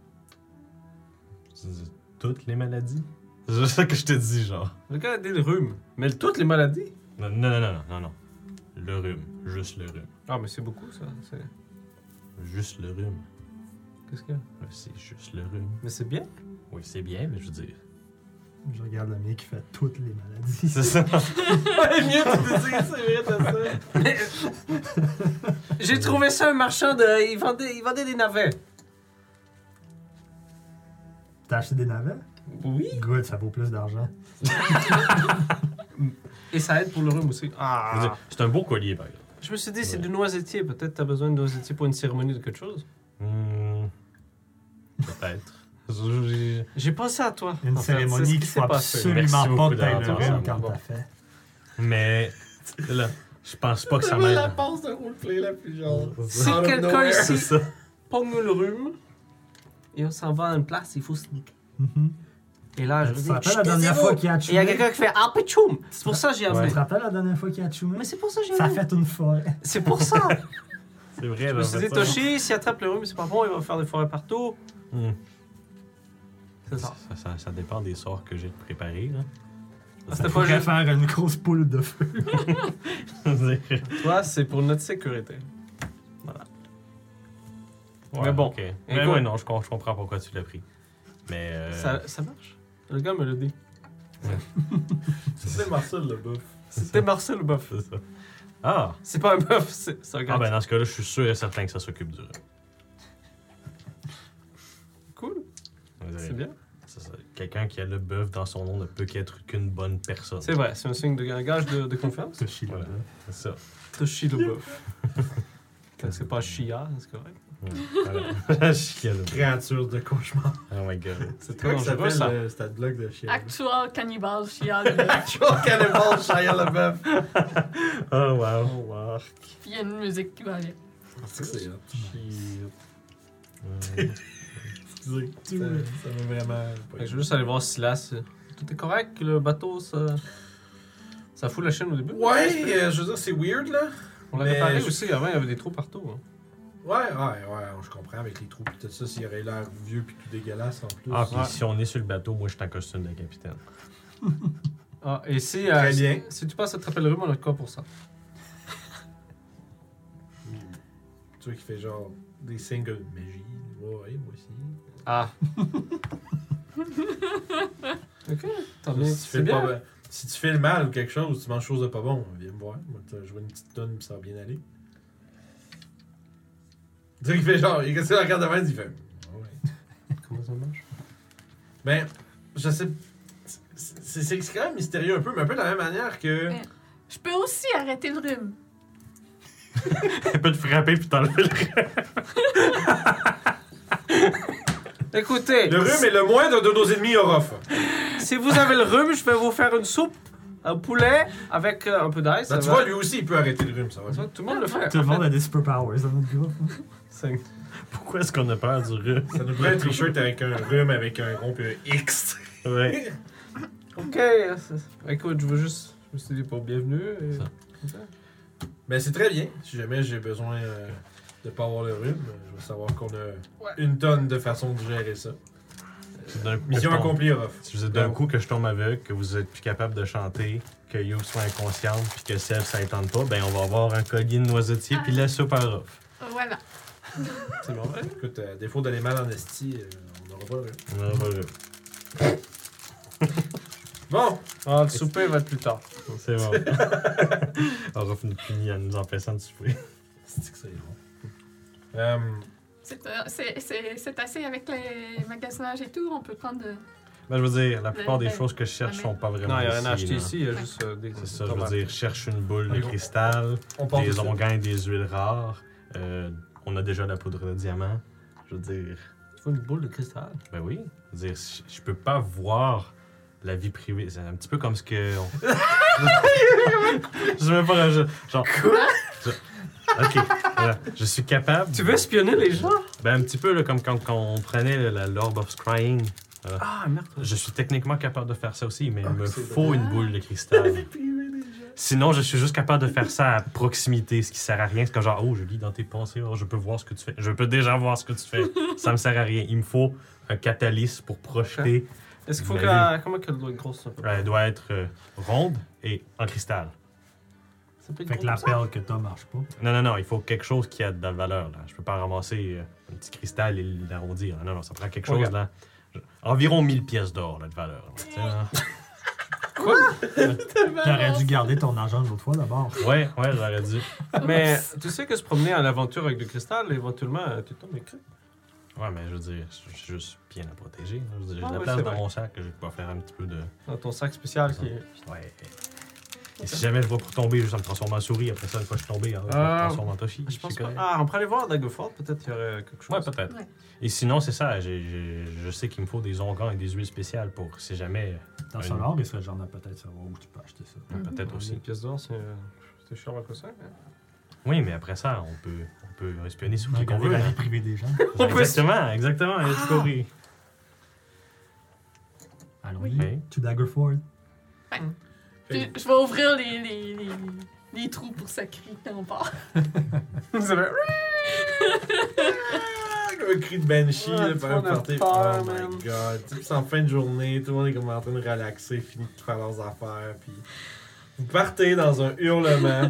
Toutes les maladies? C'est juste ça que je te dis, genre. Le gars a dit le rhume. Mais toutes les maladies? Non. Le rhume. Juste le rhume. Ah, mais c'est beaucoup ça. Juste le rhume. Qu'est-ce qu'il y a? C'est juste le rhume. Mais c'est bien. Oui, c'est bien, mais je veux dire. Je regarde le mien qui fait toutes les maladies. C'est ça. Ouais, mieux de dire, c'est vrai, t'as ça. J'ai trouvé ça un marchand de. Il vendait des navets. T'as acheté des navets? Oui. Good, ça vaut plus d'argent. Et ça aide pour le rhume aussi. Je veux Ah. dire, c'est un beau collier, par exemple. Je me suis dit, c'est du noisetier. Peut-être t'as besoin de noisetier pour une cérémonie de quelque chose. Peut-être. J'ai- J'ai pensé à toi. Une en fait. C'est cérémonie ce qu'il qui faut s'est passé. absolument Merci pas beaucoup que t'aies le d'avoir rhume pensé. quand Bon. t'as fait. Mais là, je pense pas que ça C'est vraiment la m'aide. passe de roleplay la plus genre. Si Out of quelqu'un nowhere. ici ça. pogne le rhume et on s'en va à une place, il faut sneak. Mhm. Et là, je Tu te dis, rappelles la dernière fois qu'il a et il y a tué? quelqu'un qui fait ah pichoum. C'est pour ça que j'ai Tu amené. te rappelles la dernière fois qu'il a tué? Mais c'est pour ça que j'ai Ça a amené. fait une forêt. C'est pour ça. C'est vrai, Je me suis dit, Toshi, s'il attrape le rhume, c'est pas bon, il va faire des forêts partout. C'est ça. Ça dépend des sorts que j'ai préparés. Là. Ah, c'était On pas pourrait juste. faire une grosse poule de feu. Toi, c'est pour notre sécurité. Ouais, Mais bon, ok. Mais écoute. ouais, non, je comprends pourquoi tu l'as pris. Mais. Ça marche. Le gars me l'a dit. C'était Marcel le boeuf. C'était Marcel le bœuf. C'est ça. Ah! C'est pas un bœuf, c'est un gars. Ah, ben dans ce cas-là, je suis sûr et certain que ça s'occupe du rhume. Cool, Vous c'est avez- bien. c'est ça. Quelqu'un qui a le bœuf dans son nom ne peut qu'être qu'une bonne personne. C'est vrai, c'est un signe de un gage de confiance. Ce chien Voilà. C'est ça. Toshi le bœuf. Quand c'est pas Shia, c'est correct. Voilà. Chiel. Créature de cauchemar. Oh my god. C'est Comment très ça dangereux s'appelle ça. le stade bloc de chien? Actual cannibal chial. Actual Cannibal Shia LaBeouf. Oh wow. Oh wow. Puis il y a une musique qui va avec. C'est hot. Euh, Excusez. Ça m'a vraiment. Fait que je vais juste aller voir Silas. Tout est correct, le bateau, ça fout la chaîne au début. Ouais, je veux dire, c'est weird là. On l'a mais réparé je- aussi, avant il y avait des trous partout. Hein. Ouais, je comprends avec les trous et tout ça, s'il aurait l'air vieux puis tout dégueulasse en plus. Ah, puis Ouais. si on est sur le bateau, moi je suis en costume de capitaine. Ah, et si, Très bien. si tu passes à attraper le rhume, on a de quoi pour ça? Tu vois, qui fait genre des signes de magie. Ouais, moi aussi. Ah. Ok, tant bien. Si tu C'est fais bien. pas- si tu fais le mal ou quelque chose, ou tu manges chose de pas bon, viens me voir. Moi, tu vas jouer une petite tonne puis ça va bien aller. Tu vois, il fait genre, il regarde la carte de main, il fait. Ah ouais. Comment ça marche? Ben, je sais. C'est quand même mystérieux un peu, mais un peu de la même manière que. Ouais. Je peux aussi arrêter le rhume. Elle peut te frapper puis t'enlever le rhume. Écoutez, Le rhume est le moindre de nos ennemis Orof. si vous avez le rhume, je vais vous faire une soupe au poulet avec un peu d'ice. Ben, tu vois, lui aussi, il peut arrêter le rhume, ça va. Ça, tout le monde le fait. Tout le monde a des superpowers dans notre groupe. C'est- Pourquoi est-ce qu'on a peur du rhume? Ça nous prend un t-shirt avec un rhume, avec un rond puis un X. Ouais. Ok, écoute, je me suis dit pas bienvenue. Et... Ça. Ben, c'est très bien. Si jamais j'ai besoin de pas avoir le rhume, je vais savoir qu'on a une tonne de façons de gérer ça. Mission accomplie, Orof. Si vous êtes d'un coup que je tombe aveugle, que vous êtes plus capable de chanter, que You soit inconsciente, puis que Seb ça étende pas, ben on va avoir un collier de noisetier puis la soupe à Orof. Voilà. C'est bon, ouais. Écoute, à défaut d'aller mal en esti, on n'aura pas le rhume. On aura pas le rhume. Bon, Ah, le souper va être plus tard. C'est bon. Orof nous punit en nous empêchant de souper. c'est que c'est bon. C'est assez avec les magasinages et tout. On peut prendre. Ben, je veux dire, la plupart des Ben, choses que je cherche sont pas vraiment Non, il n'y a rien ici, à acheter là. ici, il y a juste des. C'est ça, je veux dire, je cherche une boule de Allô? cristal, on part des dessus. onguents et des huiles rares. On a déjà la poudre de diamant. Je veux dire, Tu veux une boule de cristal? ben oui. Je veux dire, je peux pas voir la vie privée. C'est un petit peu comme ce que. Je sais même pas. Genre. Ok, voilà. Je suis capable. Tu veux espionner les gens? Ben, un petit peu là, comme quand on prenait la Lord of Scrying. Ah, merde. Je suis techniquement capable de faire ça aussi, mais il me c'est faut drôle. une boule de cristal. Sinon, je suis juste capable de faire ça à proximité, ce qui sert à rien. C'est comme genre, oh, je lis dans tes pensées, oh, je peux voir ce que tu fais. Je peux déjà voir ce que tu fais. Ça me sert à rien. Il me faut un catalyse pour projeter. Est-ce qu'il faut Mais que la. Comment qu'elle doit être grosse un peu? Elle doit être ronde et en cristal. Ça peut être Fait que gros la comme ça? perle que t'as marche pas. Non, il faut quelque chose qui a de la valeur. Là. Je peux pas ramasser un petit cristal et l'arrondir. Non, ça prend quelque chose Regarde. là. Environ 1000 pièces d'or là, de valeur. Là. Tu sais, là. T'aurais dû garder ton argent l'autre fois d'abord. Ouais, j'aurais dû. Mais tu sais que se promener en aventure avec du cristal, éventuellement, tu tombes écrit. Ouais, mais je veux dire, je suis juste bien à protéger. Là. Je veux dire, j'ai Ah de la ouais, place c'est dans vrai. mon sac que je vais pouvoir faire un petit peu de. Dans ton sac spécial qui est. Ouais. Et si jamais je vois pour tomber, juste ça me transforme en souris. Après ça, une fois que je suis tombé, je me transforme en Toshi. Je pense suis pas. correct. Ah, on pourrait aller voir Daggerford, peut-être qu'il y aurait quelque chose. Ouais, peut-être. Ouais. Et sinon, c'est ça. Je sais qu'il me faut des onguents et des huiles spéciales pour si jamais. Dans son or, il serait genre de peut-être savoir où tu peux acheter ça. Peut-être Une aussi. pièce d'or, c'est cher à ça. Oui, mais après ça, on peut espionner sur qui qu'on Regarder veut. la là. vie privée des gens. On peut- Exactement, il a tout compris. À Allons-y. Ok. To Daggerford. Puis, je vais ouvrir les trous pour ça crie quand on part. Vous avez... Un cri de banshee, Ouais, là, tu pendant vas en partir. peur, Oh man. my god. Tu sais, c'est en fin de journée, tout le monde est comme en train de relaxer, fini de faire leurs affaires, puis vous partez dans un hurlement.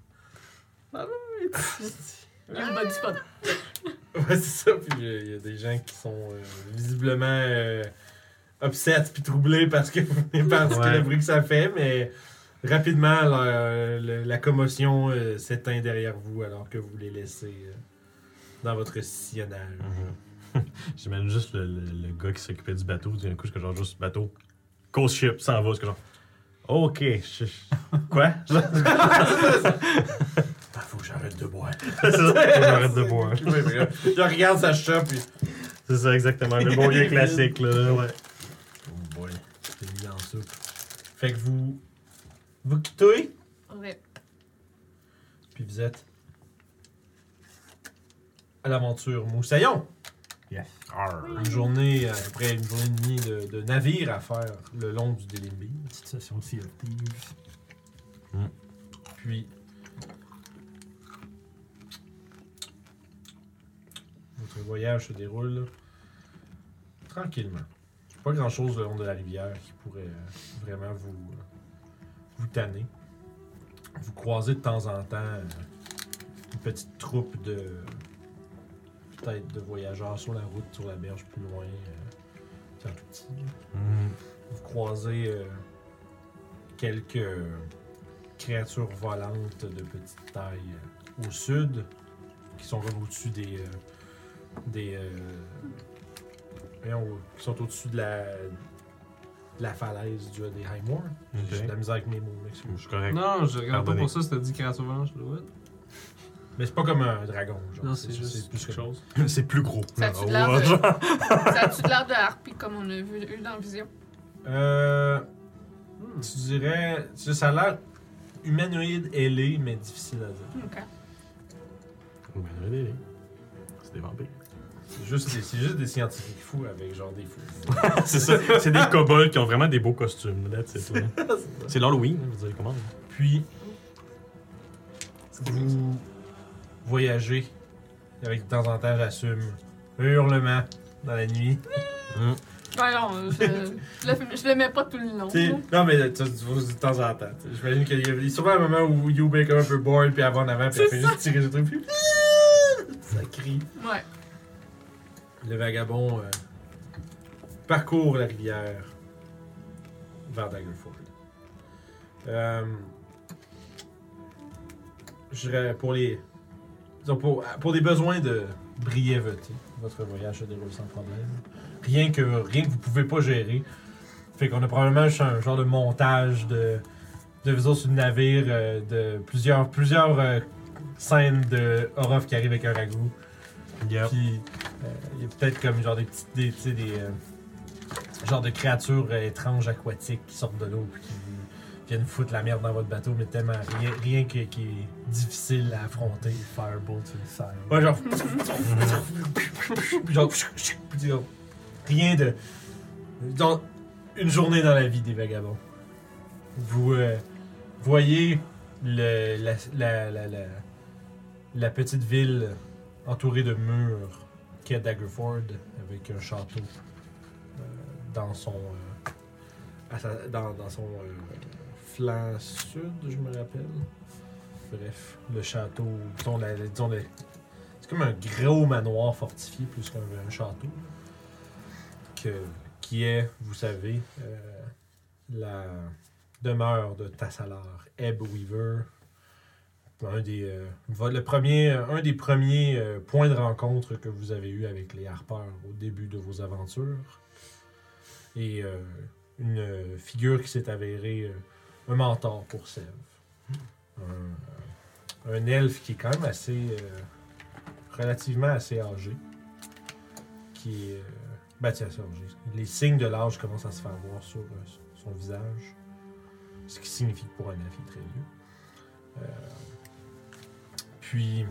Il y a le bas du spot. Ouais, c'est ça, puis il y a des gens qui sont visiblement upset puis troublés parce que Ouais. le bruit que ça fait, mais rapidement, la commotion s'éteint derrière vous alors que vous les laissez dans votre sillonnage. J'imagine juste le gars qui s'occupait du bateau. D'un coup, je suis genre juste bateau. Coast ship, s'en va. C'est genre. Ok. Quoi? Faut que j'arrête de boire. C'est ça. Faut que j'arrête de boire. Je regarde sa shop puis. C'est ça, exactement. Le bon vieux classique, là. Ouais. Oh boy, c'est mis en soupe. Fait que vous quittez, Ouais. puis vous êtes à l'aventure Moussaillon. Yes. Une journée, après une journée et demie de navire à faire le long du Délimbi. Petite session de Sea of Thieves. Puis, votre voyage se déroule tranquillement. Pas grand chose le long de la rivière qui pourrait vraiment vous tanner. Vous croisez de temps en temps une petite troupe de peut-être de voyageurs sur la route, sur la berge plus loin. C'est un tout petit. Vous croisez quelques créatures volantes de petite taille au sud, qui sont comme au-dessus qui sont au-dessus de la falaise du des Highmoor. J'ai de la misère avec mes mots, Je m'excuse. suis correct. Non, je regarde pas Pardonnez. pour ça, c'était dit créature blanche, je dois être. Mais c'est pas comme un dragon, genre. Non, c'est juste plus quelque chose. C'est plus gros. Ça a-tu de Ah, l'air ouais, de... genre. Ça a-tu de l'air de harpie comme on a eu dans Vision? Tu dirais. Ça a l'air humanoïde ailé, mais difficile à dire. Ok. Ben, allez. C'est des vampires. C'est juste des scientifiques fous avec genre des fous. C'est ça. C'est des kobolds qui ont vraiment des beaux costumes. Là, c'est tout. C'est l'Halloween, hein, vous avez comment? Puis, vous voyagez avec de temps en temps, j'assume, un hurlement dans la nuit. Ouais, non, je le mets pas tout le long. T'sais, là. non, mais tu vois de temps en temps. T'sais. J'imagine qu'il y a sûrement un moment où Yuba est comme un peu bored, puis avant en avant, puis elle fait juste tirer ce truc, puis ça crie. Ouais. Le vagabond parcourt la rivière vers Daggerford. Je dirais disons pour des besoins de brièveté, votre voyage se déroule sans problème. Rien que vous pouvez pas gérer. Fait qu'on a probablement juste un genre de montage de vous autres sur le navire, de plusieurs scènes de Orof qui arrive avec un ragoût. Yep. Puis il y a peut-être comme genre des petites des genre de créatures étranges aquatiques qui sortent de l'eau puis qui viennent foutre la merde dans votre bateau, mais tellement rien qui est difficile à affronter. Firebolt sur le side. Ouais, genre. Puis genre. Puis genre, rien de. Dans une journée dans la vie des vagabonds. Vous voyez la petite ville entourée de murs qu'est Daggerford avec un château dans son. Dans son flanc sud, je me rappelle. Bref, le château. C'est comme un gros manoir fortifié plus qu'un château. Qui est, vous savez, la demeure de Tassalar, Ebb Weaver. Un des premiers points de rencontre que vous avez eu avec les harpeurs au début de vos aventures. Et une figure qui s'est avérée un mentor pour Sèvres. Un elfe qui est quand même relativement assez âgé. Qui est... assez âgé. Les signes de l'âge commencent à se faire voir sur son visage. Ce qui signifie que pour un elfe, il est très vieux. Puis...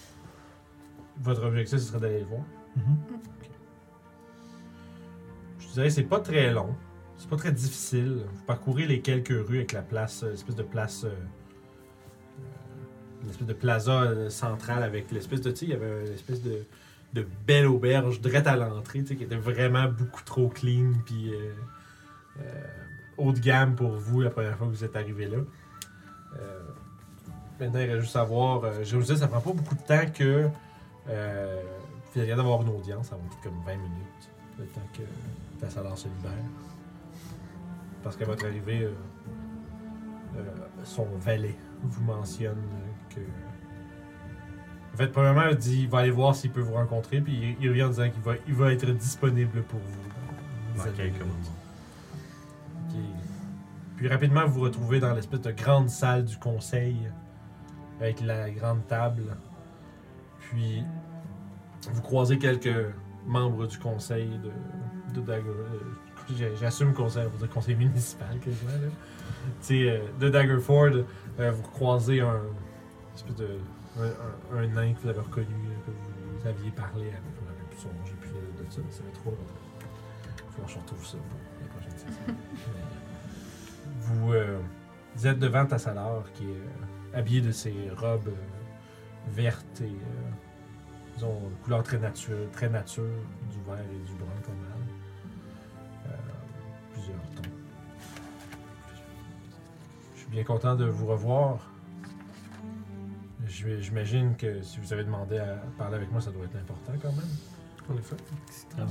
Votre objectif, ce serait d'aller le voir. Mhm. Je dirais que c'est pas très long. C'est pas très difficile. Vous parcourez les quelques rues avec la place, l'espèce de place, l'espèce de plaza centrale avec l'espèce de, tu sais, il y avait une espèce de belle auberge direct à l'entrée, tu sais, qui était vraiment beaucoup trop clean puis haut de gamme pour vous la première fois que vous êtes arrivé là. Maintenant, il reste juste à voir. Je vous dis, ça prend pas beaucoup de temps que. Il vient d'avoir une audience, ça va être comme 20 minutes, le temps que ta salaire se libère. Parce qu'à votre arrivée, son valet vous mentionne que. En fait, premièrement, il va aller voir s'il peut vous rencontrer, puis il revient en disant qu'il va être disponible pour vous. Dans quelques moments. Ok. Puis rapidement, vous vous retrouvez dans l'espèce de grande salle du conseil, avec la grande table. Puis, vous croisez quelques membres du conseil de Dagger. J'assume conseil, on va dire conseil municipal, quasiment, là. Tu sais, de Daggerford, vous croisez un nain que vous avez reconnu, que vous aviez parlé avec. Je me rappelle plus son nom, j'ai plus de ça, ça fait trop longtemps. Il faut que je retrouve ça pour la prochaine session. Vous êtes devant Tassadar qui est habillé de ses robes vertes et disons couleur très nature, du vert et du brun comme elle. Plusieurs tons. Je suis bien content de vous revoir. J'imagine que si vous avez demandé à parler avec moi, ça doit être important quand même. En effet. C'est très bien.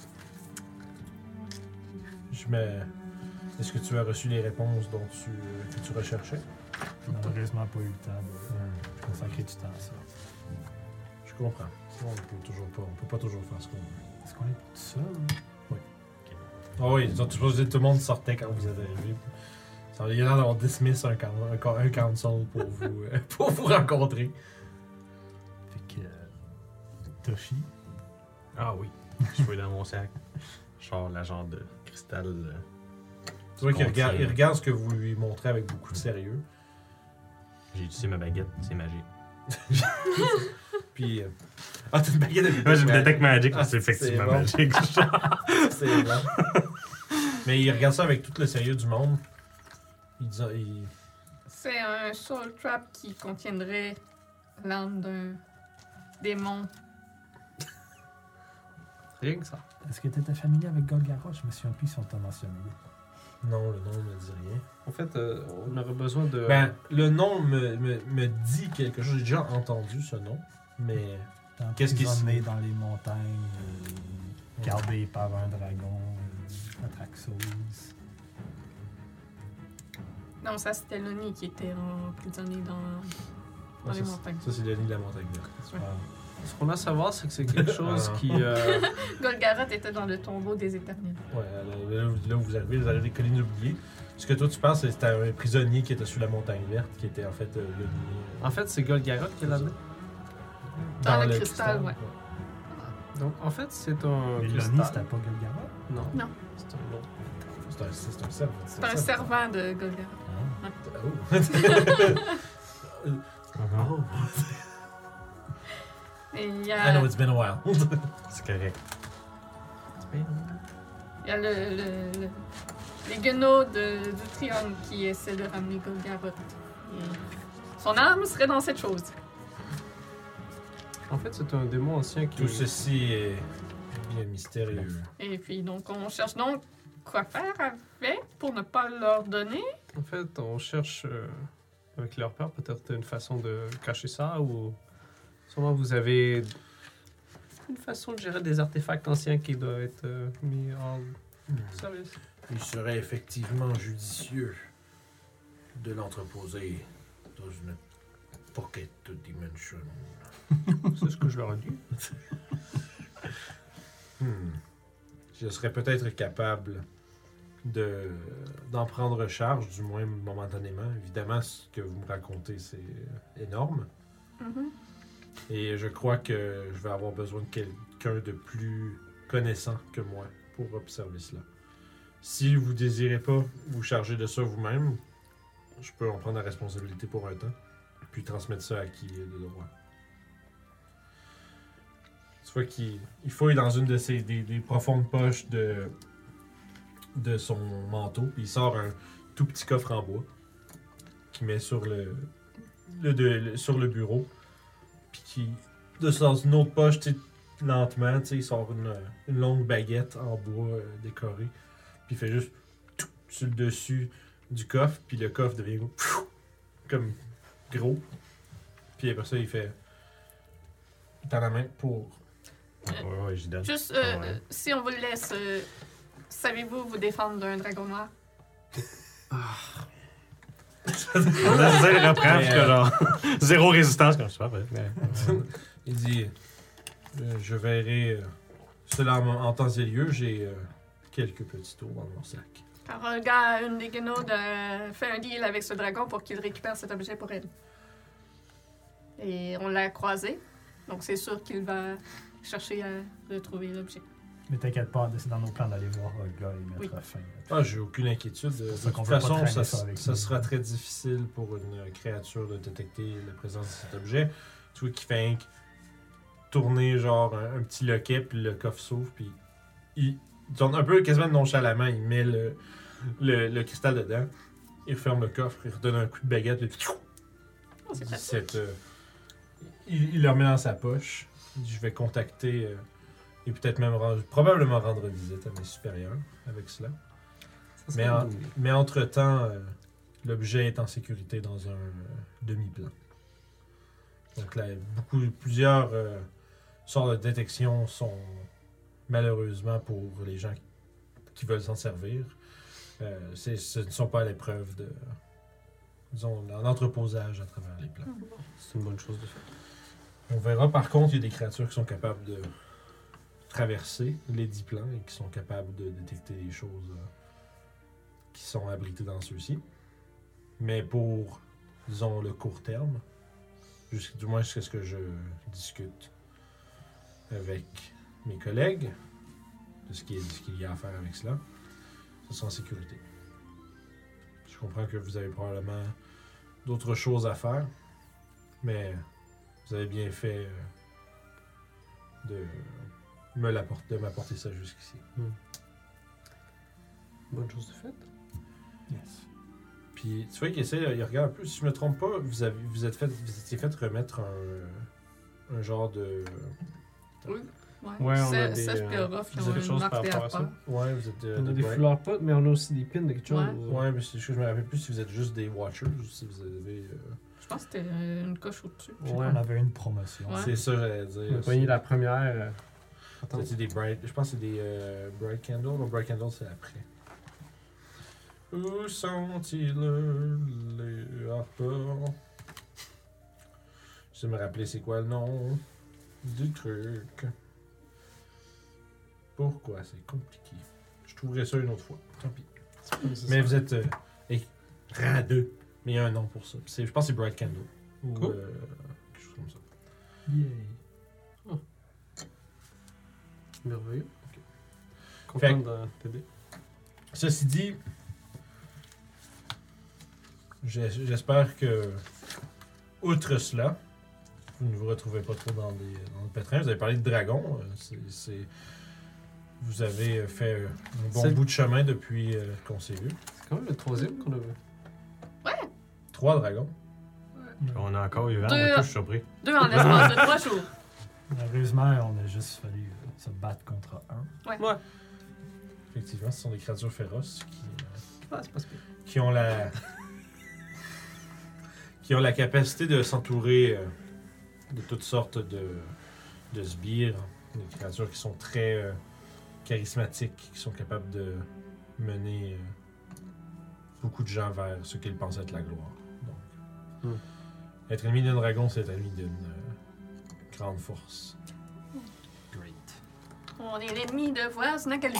Est-ce que tu as reçu les réponses que tu recherchais? Malheureusement, pas eu le temps de consacrer du temps à ça. Je comprends. On peut pas toujours faire ce qu'on veut. Est-ce qu'on est tout seul? Hein? Ah oui, tout le monde sortait quand vous êtes arrivé. Il y en a d'avoir dismiss un council pour vous rencontrer. Fait que. Toshi. Ah oui. Je fouille dans mon sac. Genre l'agent de cristal. Tu vois qu'il regarde ce que vous lui montrez avec beaucoup de sérieux. J'ai utilisé ma baguette, c'est magique. Puis. Ah, t'as une baguette de Moi, j'ai une détecte magique, Ah, c'est effectivement c'est bon. magique. C'est bon. Mais il regarde ça avec tout le sérieux du monde. Il... C'est un soul trap qui contiendrait l'âme d'un démon. Rien que ça. Est-ce que tu étais familier avec Golgaroth? Je me souviens plus si on t'a mentionné. Non, le nom ne me dit rien. En fait, on aurait besoin de. Ben, le nom me dit quelque chose. J'ai déjà entendu ce nom, mais qu'est-ce qui se met dans les montagnes, gardé par un dragon, Atraxos. Non, ça c'était Loni qui était emprisonné dans les montagnes. Ça, c'est le nid de la montagne verte. Ouais. Ce qu'on a à savoir, c'est que c'est quelque chose qui. Golgaroth était dans le tombeau des éternels. Ouais, là où vous arrivez des collines oubliées. Ce que toi tu penses, c'était un prisonnier qui était sous la montagne verte, qui était en fait le nid. En fait, c'est Golgaroth qui est là-dedans. Dans le cristal, ouais. Donc, en fait, c'est un. Mais cristal. Loni, c'était pas Golgaroth? Non. Non. C'est un autre. C'est un servant. C'est un servant de Golgaroth. Oh. Et il y I a, know it's been a while. C'est correct. il y a les guenauds du triangle qui essaient de ramener Golgaroth. Et son âme serait dans cette chose. En fait, c'est un démon ancien qui. Tout ceci est bien mystérieux. Et puis donc on cherche donc quoi faire avec pour ne pas leur donner. En fait, on cherche avec leur peur peut-être une façon de cacher ça ou sûrement vous avez une façon de gérer des artefacts anciens qui doivent être mis en service. Il serait effectivement judicieux de l'entreposer dans une pocket dimension. C'est ce que je leur ai dit. Je serais peut-être capable d'en prendre charge, du moins momentanément. Évidemment, ce que vous me racontez, c'est énorme. Mhm. Et je crois que je vais avoir besoin de quelqu'un de plus connaissant que moi pour observer cela. Si vous désirez pas vous charger de ça vous-même, je peux en prendre la responsabilité pour un temps, puis transmettre ça à qui est de droit. Tu vois qu'il fouille dans une de des profondes poches de de son manteau, puis il sort un tout petit coffre en bois qu'il met sur sur le bureau, puis qui, dans une autre poche, tu sais, lentement, tu sais, il sort une longue baguette en bois décorée, puis il fait juste tout sur le dessus du coffre, puis le coffre devient comme gros, puis après ça, il fait dans la main pour... Ouais, j'y donne. Juste, Ah ouais. si on vous le laisse, savez-vous vous défendre d'un dragon noir? On essaie de reprendre, parce que genre, zéro résistance, comme ça. Il dit je verrai cela en temps et lieu, j'ai quelques petits tours dans mon sac. Alors, un gars, une des guenaudes, fait un deal avec ce dragon pour qu'il récupère cet objet pour elle. Et on l'a croisé, donc c'est sûr qu'il va chercher à retrouver l'objet. Mais t'inquiète pas, c'est dans nos plans d'aller voir le gars et mettre Oui. fin. Ah, j'ai aucune inquiétude. De pour ça qu'on toute veut pas façon, traîner ça avec ça nous. sera très difficile pour une créature de détecter la présence de cet objet. Tu vois qu'il fait tourner genre un petit loquet, puis le coffre s'ouvre, puis il tourne un peu quasiment nonchalamment, il met le cristal dedans, il referme le coffre, il redonne un coup de baguette, puis Oh, c'est il dit pratique. il le remet dans sa poche. Il dit, je vais contacter et peut-être même probablement rendre visite à mes supérieurs avec cela. Ça serait une idée. Mais entre-temps, l'objet est en sécurité dans un demi-plan. Donc là, plusieurs sortes de détection sont malheureusement pour les gens qui veulent s'en servir. Ce ne sont pas à l'épreuve de, disons, l'entreposage à travers les plans. C'est une bonne chose de faire. On verra par contre, il y a des créatures qui sont capables de traverser les 10 plans et qui sont capables de détecter les choses qui sont abritées dans ceux-ci. Mais pour, disons, le court terme, du moins jusqu'à ce que je discute avec mes collègues de ce qu'il y a à faire avec cela, ce sera en sécurité. Je comprends que vous avez probablement d'autres choses à faire, mais vous avez bien fait de m'apporter ça jusqu'ici. Bonne chose de faite. Yes. Puis tu vois qu'il essaie, il regarde un peu, si je me trompe pas, vous étiez fait remettre un genre de... Oui. Ouais, on a des, Ça, puis Orof, ils vous ont avez des une choses marque par de rapport à ça? rapport. Ouais, vous êtes On a des bright. fleurs potes, mais on a aussi des pins de quelque chose. Ouais. Ouais, mais c'est juste que je me rappelle plus si vous êtes juste des Watchers ou si vous avez... Je pense que c'était une coche au-dessus. Puis Ouais. on avait une promotion. Ouais. C'est ça, j'allais dire. On a pogné la première. Attends. C'était des Bright... Je pense que c'est des Bright Candle. Non, Bright Candle, c'est après. Où sont-ils les rapports? Je sais me rappeler c'est quoi le nom du truc. Pourquoi c'est compliqué? Je trouverai ça une autre fois. Tant pis. Mais vous êtes rang 2. Mais il y a un nom pour ça. Je pense que c'est Bright Candle. Ou Cool. quelque chose comme ça. Yay. Merveilleux. Fait Content de t'aider. Ceci dit, j'espère que, outre cela, vous ne vous retrouvez pas trop dans le pétrin. Vous avez parlé de dragon. Vous avez fait un bon C'est- bout de chemin depuis qu'on s'est vu. C'est quand même le troisième qu'on a vu. 3 dragons. On a encore eu vent, Deux. moi, je suis surpris. 2 en l'espace de 3 jours. Malheureusement, on a juste fallu se battre contre un. Ouais. Effectivement, ce sont des créatures féroces Ah, c'est pas si pire. qui ont la qui ont la capacité de s'entourer de toutes sortes de sbires, des créatures qui sont très charismatiques, qui sont capables de mener beaucoup de gens vers ce qu'ils pensent être la gloire. Donc, être ennemi d'un dragon, c'est être ennemi d'une grande force. Great. On est l'ennemi de Voise Nagalut.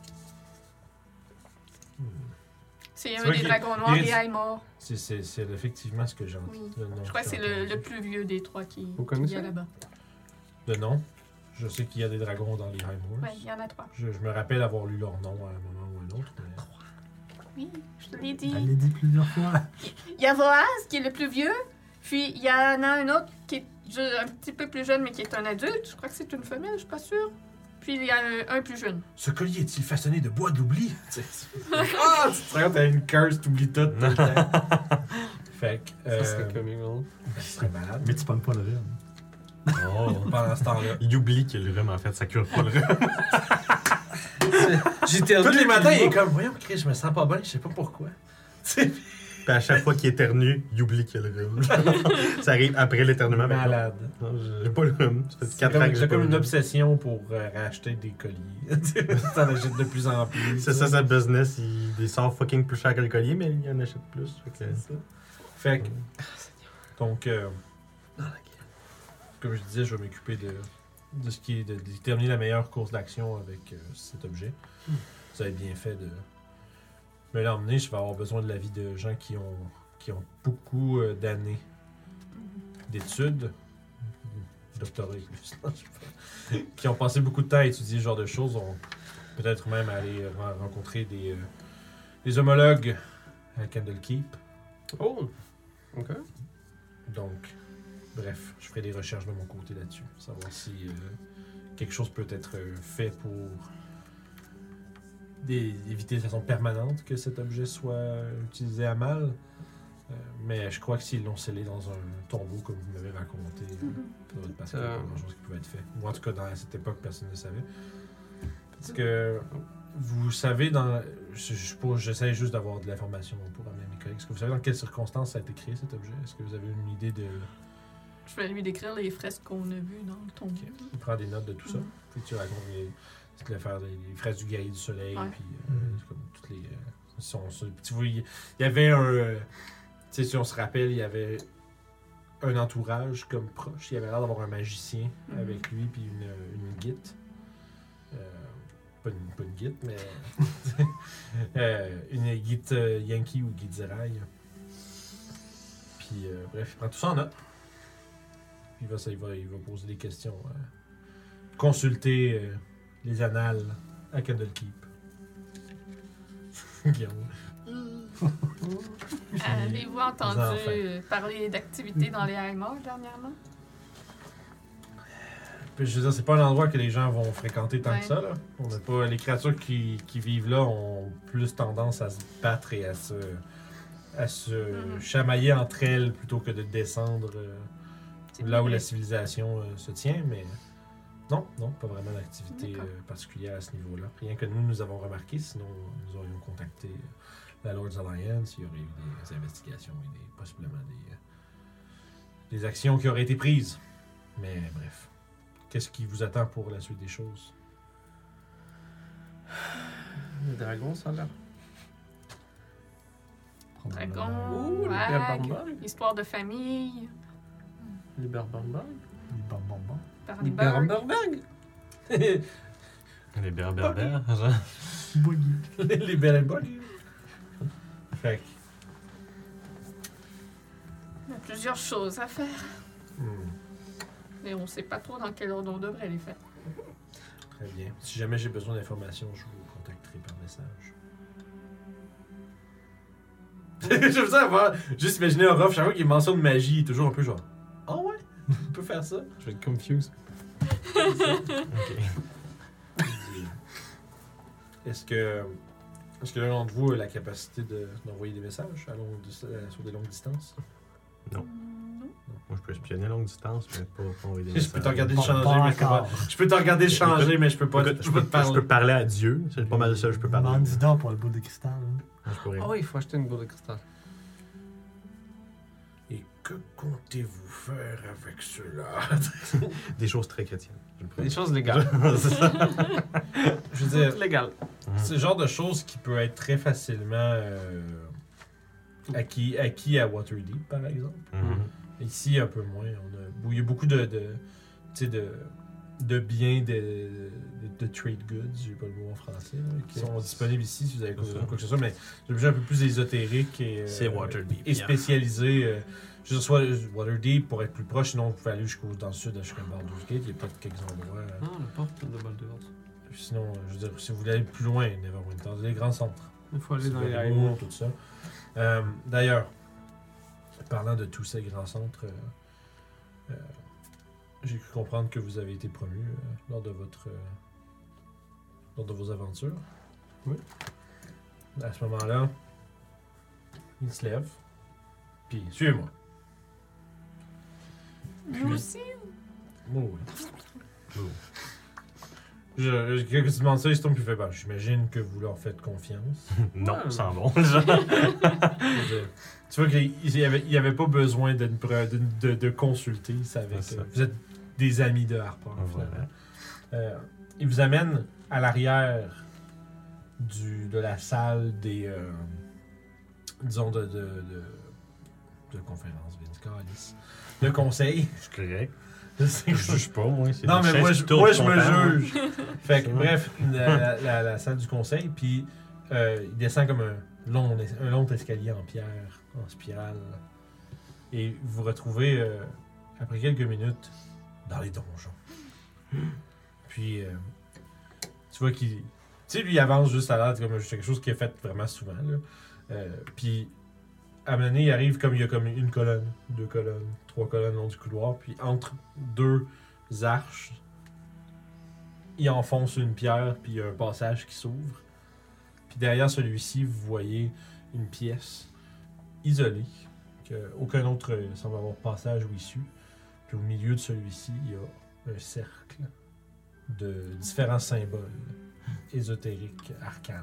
C'est un vrai des qu'il- dragons noirs il- des Haïmors. C'est effectivement ce que j'ai Oui. le nom Je crois que c'est j'ai le entendu. plus vieux des 3 qui Vous connaissez? y a là-bas. Le nom. Je sais qu'il y a des dragons dans les High Moors. Oui, il y en a 3. Je me rappelle avoir lu leur nom à un moment ou un autre. Mais... Oui, je te l'ai dit. Elle l'a dit plusieurs fois. Il y a Voaz qui est le plus vieux, puis il y en a un autre qui est un petit peu plus jeune mais qui est un adulte. Je crois que c'est une femelle, je suis pas sûre. Puis il y a un plus jeune. Ce collier est-il façonné de bois de l'oubli? Tu te rends compte, t'as une curse, t'oublies tout. Tout le temps. Fait que. Ça serait comique, non? Ce serait malade. Mais tu pognes pas le rhume. Oh. Pendant ce temps-là. Il oublie qu'il y a le rhume, en fait, ça cure pas le rhume. J'éternue. Tous les matins, il est comme, voyons, Chris, je me sens pas bien, je sais pas pourquoi. Tu sais, Puis à chaque fois qu'il éternue, il oublie qu'il y a le rhume. Ça arrive après l'éternuement. mais malade. non, j'ai pas le rhume. Ça fait 4 ans que j'ai J'ai pas comme le une rhume. obsession pour racheter des colliers. T'en achètes de plus en plus. C'est ça, sa business. Il des sort fucking plus cher que le collier, mais il en achète plus. Fait que... C'est ça. Fait que. Donc, comme je disais, je vais m'occuper de ce qui est de déterminer la meilleure course d'action avec cet objet. Vous avez bien fait de me l'emmener. Je vais avoir besoin de l'avis de gens qui ont beaucoup d'années d'études, doctorat et plus, qui ont passé beaucoup de temps à étudier ce genre de choses, ont peut-être même aller rencontrer des homologues à Candlekeep. Oh! Ok. Donc, bref, je ferai des recherches de mon côté là-dessus, savoir si quelque chose peut être fait pour éviter de façon permanente que cet objet soit utilisé à mal. Mais je crois que s'ils l'ont scellé dans un tombeau, comme vous m'avez raconté, ça doit être parce qu'il y a pas grand-chose qui pouvait être fait. Ou en tout cas, dans cette époque, personne ne le savait. Parce que vous savez, j'essaie juste d'avoir de l'information pour amener mes collègues. Est-ce que vous savez dans quelles circonstances ça a été créé, cet objet? Est-ce que vous avez une idée de... Je vais lui décrire les fresques qu'on a vues dans le tombeau. Il prend des notes de tout ça. Puis tu racontes les fraises du guerrier du soleil, Ouais. puis comme toutes les... tu vois, il y avait un... tu sais, si on se rappelle, il y avait un entourage comme proche. Il avait l'air d'avoir un magicien avec lui, puis une guide. Pas une guide, mais... une guide Yankee ou guide Zerai. Puis, bref, il prend tout ça en note. Puis il va poser des questions. Consulter les annales à Candlekeep. Guillaume. Avez-vous entendu enfants. parler d'activités dans les Haimars dernièrement? Puis, je veux dire, c'est pas un endroit que les gens vont fréquenter tant Ouais. que ça. Là. On n'a pas, les créatures qui vivent là ont plus tendance à se battre et à se chamailler entre elles plutôt que de descendre là où la civilisation se tient. Mais non, pas vraiment d'activité D'accord. particulière à ce niveau-là. Rien que nous avons remarqué, sinon nous aurions contacté la Lord's Alliance. Il y aurait eu des investigations et possiblement des actions qui auraient été prises. Mais bref. Qu'est-ce qui vous attend pour la suite des choses? Les dragons, ça a l'air. Dragon, Ouh, les vague, Berbarbags. histoire de famille, Les Berbarbags. Les bonbons. par Les les birds. Berbarbags. Les berbères, genre. Buggy. Les belles bugs. Fait que, Il y a plusieurs choses à faire, hmm, mais on sait pas trop dans quel ordre on devrait les faire. très bien. Si jamais j'ai besoin d'informations, je vous contacterai par message. Je veux savoir, juste imaginer un rough, chaque fois qu'il mentionne magie, il est toujours un peu genre, ah ouais, on peut faire ça. Je vais être confused. Est-ce que l'un d'entre vous a la capacité d'envoyer des messages sur des longues distances? Non. Moi, je peux espionner à longue distance, mais pas envoyer des Je messages. peux te regarder le Pas changer, mais encore. je peux te regarder le changer, mais je peux pas, Écoute, je peux te parler. je peux parler à Dieu. C'est pas mal ça, je peux parler. Mandidan pour le bout de cristal. hein. Je pourrais. Oh, il faut acheter une boule de cristal. Et que comptez-vous faire avec cela? Des choses très chrétiennes. je le promets. Des choses légales. C'est ça. Je veux dire, Toutes légales. c'est le genre de choses qui peut être très facilement acquis à Waterdeep, par exemple. Mhm. Ici, un peu moins. Il y a beaucoup de biens de trade goods, j'ai pas le mot en français, là, qui sont disponibles ici si vous avez quoi que ce soit, mais c'est un objet un peu plus ésotérique et, C'est Waterdeep, et spécialisé. Je veux dire, soit Waterdeep pour être plus proche, sinon vous pouvez aller dans le sud, jusqu'à Baldur's Gate, il y a peut-être quelques endroits. Non, la porte de Baldur's. Sinon, je veux dire, si vous voulez aller plus loin, Neverwinter, les grands centres. Il faut aller dans les Silvermoon, Haimars. tout ça. D'ailleurs, parlant de tous ces grands centres, j'ai cru comprendre que vous avez été promu lors de votre lors de vos aventures. Oui. À ce moment-là, il se lève, puis suivez-moi. Nous aussi. Oh, oui. Quand tu demandes ça, il se tombe puis il fait bah, j'imagine que vous leur faites confiance. Non, Ouais. sans bon. genre. Tu vois qu'il n'y avait pas besoin de consulter. Il savait C'est que ça. vous êtes des amis de Harper, Voilà. finalement. Il vous amène à l'arrière de la salle des. Disons, de conférence, Vince Callis. De conseil. C'est correct. Je sais Je juge pas, moi. c'est non, des mais chaises moi, qui je tournent me tout le temps, juge. Fait que, C'est bref, la salle du conseil, puis il descend comme un long escalier en pierre, en spirale. Et vous vous retrouvez, après quelques minutes, dans les donjons. Puis, tu vois qu'il. Tu sais, lui, il avance juste à l'air comme quelque chose qu'il a fait vraiment souvent. Là. Puis, à un moment donné, il arrive comme il y a comme une colonne, 2 colonnes, 3 colonnes le long du couloir. Puis, entre 2 arches, il enfonce une pierre, puis il y a un passage qui s'ouvre. Puis derrière celui-ci, vous voyez une pièce isolée, que aucun autre semble avoir passage ou issue. Puis au milieu de celui-ci, il y a un cercle de différents symboles ésotériques, arcanes.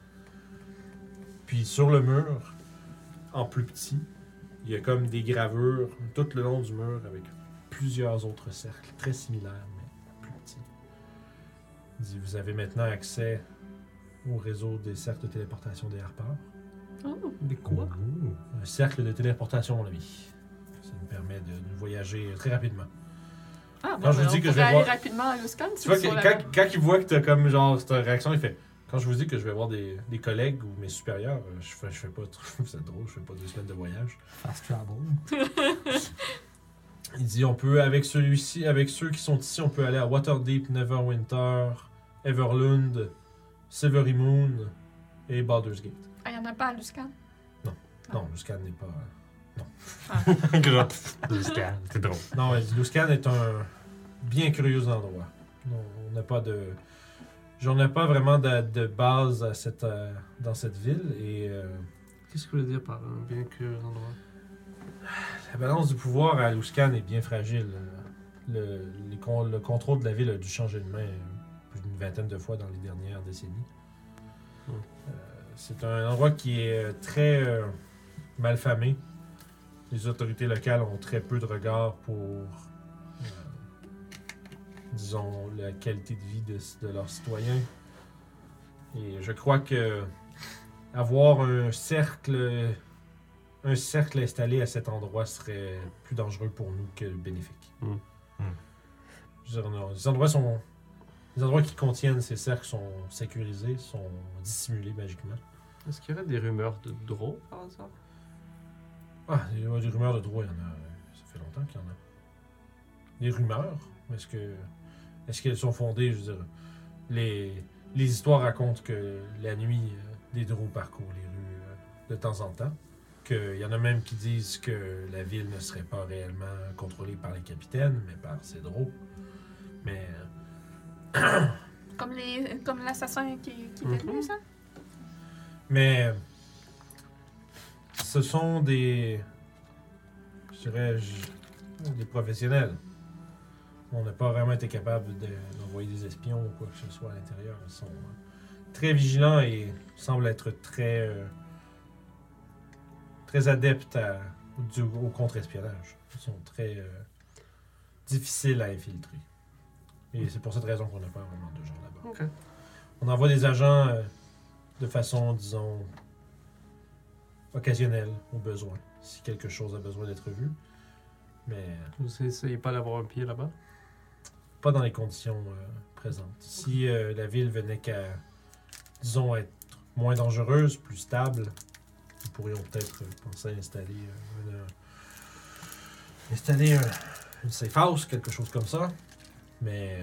Puis sur le mur, en plus petit, il y a comme des gravures tout le long du mur avec plusieurs autres cercles très similaires, mais plus petits. Il dit, vous avez maintenant accès au réseau des cercles de téléportation des Harpers. Oh. Des quoi? Ouh. Un cercle de téléportation, mon ami. Ça nous permet de voyager très rapidement. Ah, Quand je vous dis que je vais aller voir- rapidement à Luscan, Tu vois, quand il voit que tu as comme genre cette réaction, il fait quand je vous dis que je vais voir des collègues ou mes supérieurs, je fais pas c'est drôle, je fais pas 2 semaines de voyage. Fast travel. Il dit on peut avec celui-ci, avec ceux qui sont ici, on peut aller à Waterdeep, Neverwinter, Everlund, Silvery Moon et Baldur's Gate. Ah, il n'y en a pas à Luscan? Non, Luscan n'est pas. Genre, c'est drôle. Non, Luscan est un bien curieux endroit. Non, on n'a pas de. J'en ai pas vraiment de base à dans cette ville et Qu'est-ce que vous voulez dire par un bien curieux endroit? la balance du pouvoir à Luscan est bien fragile. Le contrôle de la ville a dû changer de main plus d'une vingtaine de fois dans les dernières décennies. Hmm. C'est un endroit qui est très malfamé. Les autorités locales ont très peu de regard pour, disons, la qualité de vie de leurs citoyens. Et je crois que avoir un cercle installé à cet endroit serait plus dangereux pour nous que bénéfique. Mm. Je veux dire, non, les endroits qui contiennent ces cercles sont sécurisés, sont dissimulés magiquement. Est-ce qu'il y aurait des rumeurs de Draw par hasard? Ah, des rumeurs de droit, il y en a. Ça fait longtemps qu'il y en a. Des rumeurs? Est-ce qu'elles sont fondées? Je veux dire, les histoires racontent que la nuit, des drôles parcourent les rues de temps en temps. Qu'il y en a même qui disent que la ville ne serait pas réellement contrôlée par les capitaines, mais par ces drôles. Mais. Comme l'assassin qui était venu, ça? Mais. Ce sont des. Je dirais. Des professionnels. On n'a pas vraiment été capable d'envoyer des espions ou quoi que ce soit à l'intérieur. Ils sont très vigilants et semblent être très. Très adeptes au contre-espionnage. Ils sont très difficiles à infiltrer. Et c'est pour cette raison qu'on n'a pas vraiment de gens là-bas. Ok. On envoie des agents de façon, disons, occasionnelle, au besoin, si quelque chose a besoin d'être vu. Mais Vous essayez pas d'avoir un pied là-bas? pas dans les conditions présentes. Si la ville venait qu'à, disons, être moins dangereuse, plus stable, nous pourrions peut-être penser à installer une safe house, quelque chose comme ça. Mais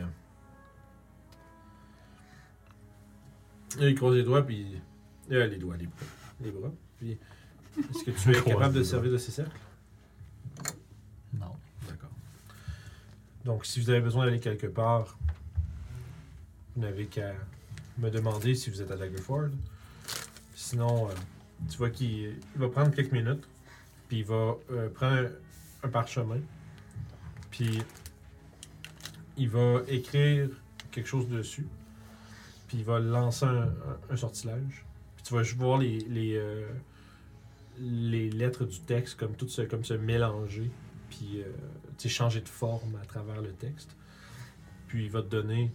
là, il croise les doigts, puis les bras. Puis est-ce que tu es Croise capable de les servir de ces cercles? Non. D'accord. Donc, si vous avez besoin d'aller quelque part, vous n'avez qu'à me demander si vous êtes à Daggerford. Sinon, tu vois qu'il va prendre quelques minutes, puis il va prendre un parchemin, puis il va écrire quelque chose dessus, puis il va lancer un sortilège. Puis tu vas juste voir les lettres du texte comme se mélanger, puis tu sais, changer de forme à travers le texte. Puis il va te donner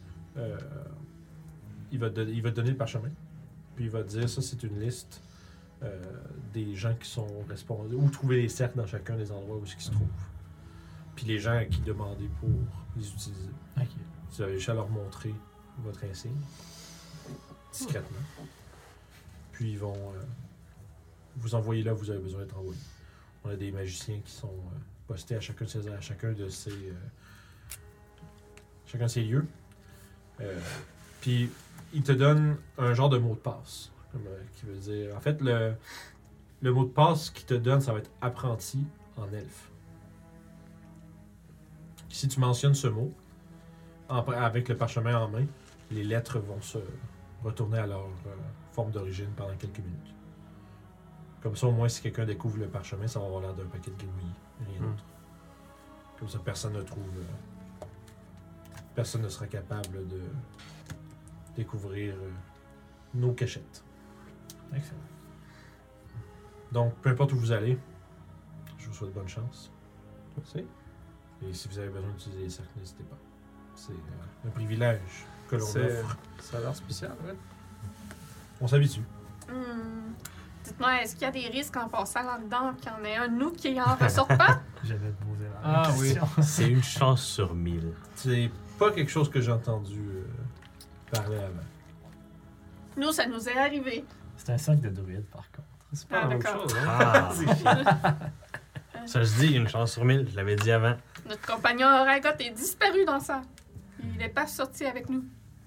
il va te donner le parchemin. Puis il va te dire ça, c'est une liste des gens qui sont responsables, où trouver les cercles dans chacun des endroits où ils se trouvent. Puis les gens à qui demander pour les utiliser. Ok. Vous avez juste à leur montrer votre insigne discrètement. Puis ils vont vous envoyer là où vous avez besoin d'être envoyé. On a des magiciens qui sont postés à chacun de ces lieux. Puis ils te donnent un genre de mot de passe. Qui veut dire. En fait, le mot de passe qu'ils te donnent, ça va être apprenti en elfe. Si tu mentionnes ce mot, avec le parchemin en main, les lettres vont se retourner à leur forme d'origine pendant quelques minutes. Comme ça, au moins, si quelqu'un découvre le parchemin, ça va avoir l'air d'un paquet de grenouilles, rien d'autre. Comme ça, personne ne trouve. Personne ne sera capable de découvrir nos cachettes. Excellent. Donc, peu importe où vous allez, je vous souhaite bonne chance. Merci. Et si vous avez besoin d'utiliser les cercles, n'hésitez pas. C'est un privilège que l'on offre. Ça a l'air spécial, ouais. On s'habitue. Dites-moi, est-ce qu'il y a des risques en passant là-dedans qu'il y en ait un de nous qui en ressorte pas? J'allais te poser la Ah oui. question. C'est une chance sur 1000. C'est pas quelque chose que j'ai entendu parler avant. Nous, ça nous est arrivé. C'est un sac de druide, par contre. C'est pas Ah, la même d'accord. chose, hein? Ah! Ça se dit, une chance sur 1000, je l'avais dit avant. Notre compagnon Oragot est disparu dans ça. Il n'est pas sorti avec nous.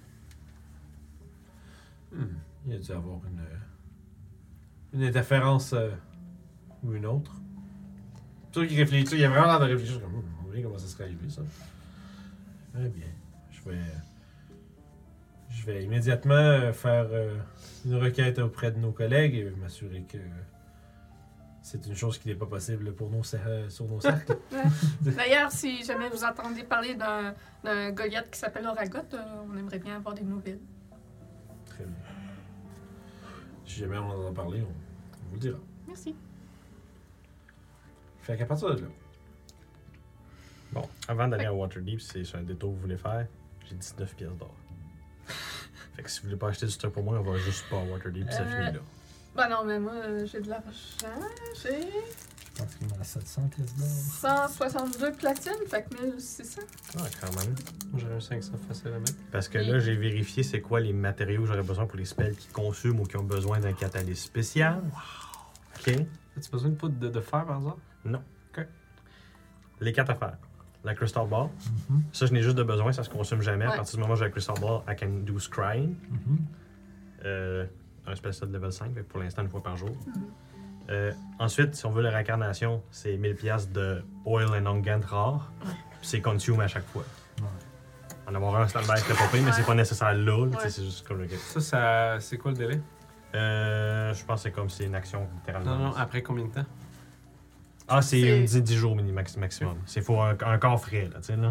Il y a dû avoir une interférence ou une autre. Toi qui réfléchis, il y a vraiment l'air de réfléchir comme oui, comment ça serait arrivé ça. Très bien. Je vais immédiatement faire une requête auprès de nos collègues et m'assurer que c'est une chose qui n'est pas possible pour nous sur nos cercles. D'ailleurs, si jamais vous entendez parler d'un Goliath qui s'appelle Oragot, on aimerait bien avoir des nouvelles. Très bien. Si jamais on en entend parler, on vous le dira. Merci. Fait qu'à partir de là, Bon, avant d'aller à Waterdeep, c'est sur un détour que vous voulez faire, j'ai 19 pièces d'or. Fait que si vous voulez pas acheter du stock pour moi, on va juste pas à Waterdeep, puis ça finit là. Bah non, mais moi, j'ai de l'argent. J'ai Je pense qu'il m'a 700 pièces d'or. 162 platines, fait que 1600. Ah, quand même. Moi, j'aurais un 500 facile à mettre. Parce que là, j'ai vérifié c'est quoi les matériaux que j'aurais besoin pour les spells qui consument ou qui ont besoin d'un catalyse spécial. OK. As-tu besoin de poudre de fer, par exemple? Non. OK. Les 4 affaires. La Crystal Ball. Mhm. Ça, je n'ai juste de besoin, ça se consomme jamais. À Ouais. partir du moment où j'ai la Crystal Ball, I can do scrying. Mhm. Un spell set de level 5, fait que pour l'instant, une fois par jour. Mhm. Ensuite, si on veut la réincarnation, c'est 1000 pièces de Oil and Ungent rare. Puis c'est consume à chaque fois. Ouais. En avoir un standby, c'est pas pire, mais c'est pas nécessaire là. Tu sais, Ouais. c'est juste comme le gars. Ça, c'est quoi le délai? Je pense que c'est comme c'est une action littéralement. Non, après combien de temps? Ah, c'est C'est- 10 jours maximum. C'est pour un corps frais, là, tu sais, là.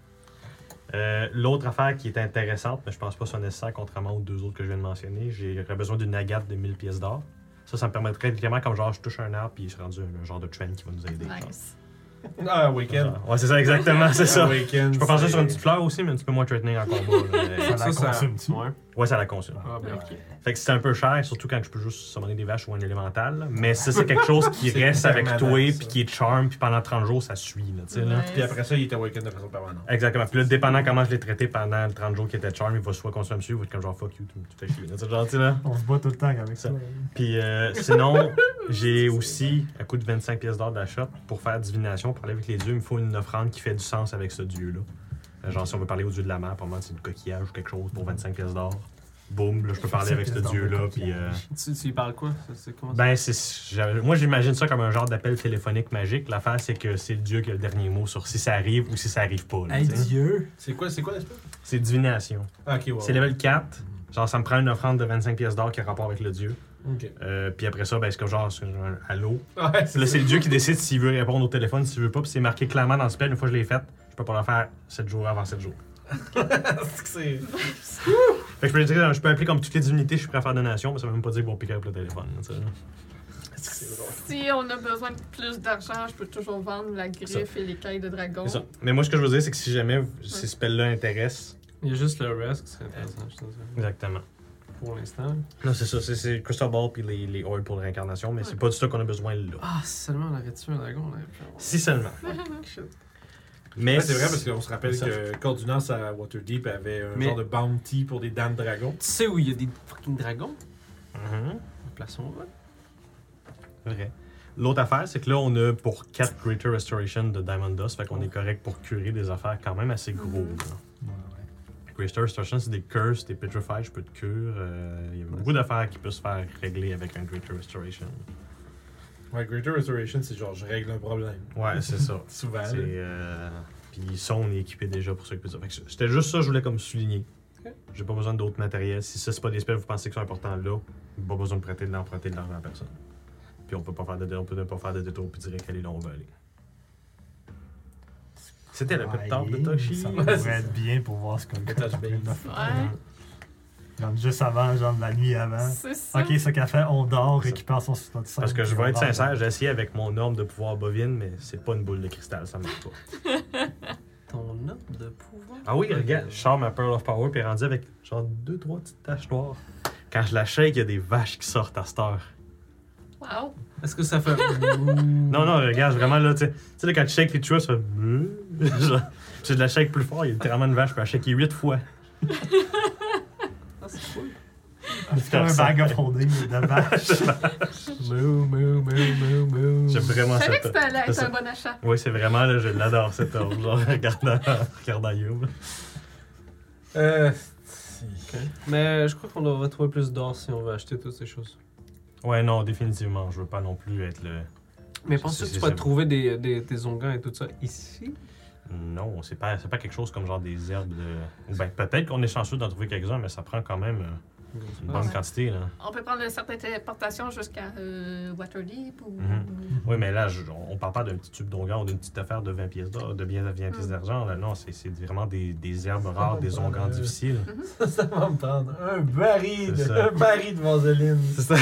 L'autre affaire qui est intéressante, mais je pense pas que ce soit nécessaire, contrairement aux deux autres que je viens de mentionner, j'aurais besoin d'une agate de 1000 pièces d'or. Ça me permettrait vraiment comme genre je touche un arbre puis il se rendu un genre de trend qui va nous aider. Nice. Awaken. Ouais, c'est ça, exactement, c'est ça. Awaken, Je peux penser c'est- sur une petite fleur aussi, mais un petit peu moins threatening en combat. Là, mais- Ça la consomme-tu? Ouais. Ouais, ça la consomme. Ah, ben, Ok. Fait que c'est un peu cher, surtout quand je peux juste summoner des vaches ou un élémental. Là. Mais si c'est quelque chose qui C'est reste avec permanent, toi, ça. puis qui est charm, puis pendant 30 jours, ça suit. Là, tu sais, là. Ouais. Puis après ça, il est awaken de façon permanente. Exactement. Puis là, dépendant comment je l'ai traité pendant les 30 jours qui était charm, il va soit consommer dessus ou être comme genre fuck you, tout fait chier. là. Tu sais, genre, tu sais, là. On se bat tout le temps avec ça. Puis sinon, j'ai aussi, à coût de 25 pièces d'or d'achat, pour faire divination, pour parler avec les dieux, il me faut une offrande qui fait du sens avec ce dieu-là. Genre, si on veut parler au dieu de la mer, pour moi, c'est du coquillage ou quelque chose pour 25 pièces d'or. Boum, là, je peux parler avec ce dieu-là. Puis, Tu y parles quoi? C'est comment ça? ben, moi, j'imagine ça comme un genre d'appel téléphonique magique. L'affaire, c'est que c'est le dieu qui a le dernier mot sur si ça arrive ou si ça arrive pas. là, Hey tu sais. Dieu! C'est quoi l'espèce? C'est divination. Ah, ok, ouais. C'est level 4. Genre, ça me prend une offrande de 25 pièces d'or qui a rapport avec le dieu. Ok. Puis après ça, ben, c'est comme genre, c'est un allô. Ouais, Puis là, c'est le dieu qui décide s'il veut répondre au téléphone, s'il veut pas. Puis c'est marqué clairement dans le spell, une fois que je l'ai fait, je peux pas le faire 7 jours avant 7 jours. c'est. Fait que je peux appeler comme toutes les divinités, je suis prêt à faire donation, mais ça veut même pas dire qu'ils vont piquer up le téléphone. Tu sais. C'est drôle. Si on a besoin de plus d'argent, je peux toujours vendre la griffe et l'écaille de dragon. C'est ça. Mais moi, ce que je veux dire, c'est que si jamais ces spells-là intéressent. Il y a juste le rest qui serait intéressant, je pense. Exactement. Pour l'instant. Non, c'est ça. C'est Crystal Ball puis les oils pour la réincarnation, mais c'est pas du ça qu'on a besoin là. Ah, si seulement on avait tué un dragon, on avait pu avoir. Si seulement. Shit. Mais Ouais, c'est vrai parce qu'on se rappelle c'est ça. que Cordunas à Waterdeep avait un Mais- genre de bounty pour des dents de dragon. Tu sais où il y a des fucking dragons? Mhm. Plaçons-le. Vrai. L'autre affaire, c'est que là, on a pour 4 Greater Restoration de Diamond Dust, fait qu'on est correct pour curer des affaires quand même assez gros. Là. Ouais. Greater Restoration, c'est des curses, des petrified, je peux te cure. Il y a beaucoup d'affaires qui peuvent se faire régler avec un Greater Restoration. Ouais, Greater Restoration, c'est genre je règle un problème. Ouais, c'est ça. Souvent. C'est, puis ça, on est équipé déjà pour ça qui peut dire. Fait que c'était juste ça, je voulais comme souligner. Ok. J'ai pas besoin d'autres matériels. Si ça, c'est pas des spells que vous pensez qui sont importants là, pas besoin d'emprunter de l'argent à personne. Puis on peut pas faire de détour puis dire quel est là on veut aller. C'était le pep talk de Toshi. Ça Ouais, pourrait c'est être bien pour voir ce qu'on Le touch base. Ouais, Comme juste avant, genre de la nuit avant. c'est ça. Ok, ce qu'elle fait, on dort, C'est ça. récupère son support de sang. Parce que je puis vais on être dort. sincère, j'ai essayé avec mon norme de pouvoir bovine, mais c'est pas une boule de cristal, ça marche pas. Ton ordre de pouvoir. Ah oui, regarde, je sors ma Pearl of Power puis rendu avec genre 2-3 petites taches noires. Quand je la shake, il y a des vaches qui sortent à cette heure. Wow. Est-ce que ça fait. Non, non, regarde, vraiment là, tu sais, là, quand tu shakes les tuas, ça fait. Genre, puis je la shake plus fort, il y a littéralement une vache, je peux la shaker 8 fois. Ah, c'est cool. C'est comme un bag of holding de vache. J'aime vraiment Je savais cette que c'était allé c'est être ça. un bon achat. Oui, c'est vraiment, là, je l'adore cette ordre, genre, regardant Youb. Ok. Mais je crois qu'on devrait trouver plus d'or si on veut acheter toutes ces choses. Ouais, non, définitivement, je veux pas non plus être le. Mais penses-tu que tu vas trouver des onguents et tout ça ici? Non, c'est pas quelque chose comme genre des herbes de. Ben, peut-être qu'on est chanceux d'en trouver quelques-uns, mais ça prend quand même une bonne Ouais. quantité, là. On peut prendre une certaine téléportation jusqu'à Waterdeep ou. Mhm. Oui, mais là, on parle pas d'un petit tube d'onguent ou d'une petite affaire de 20 pièces d'or, de bien 20 pièces d'argent. Là. Non, c'est vraiment des herbes rares, des onguents difficiles. Ça va me prendre un baril C'est ça. de vaseline. C'est ça.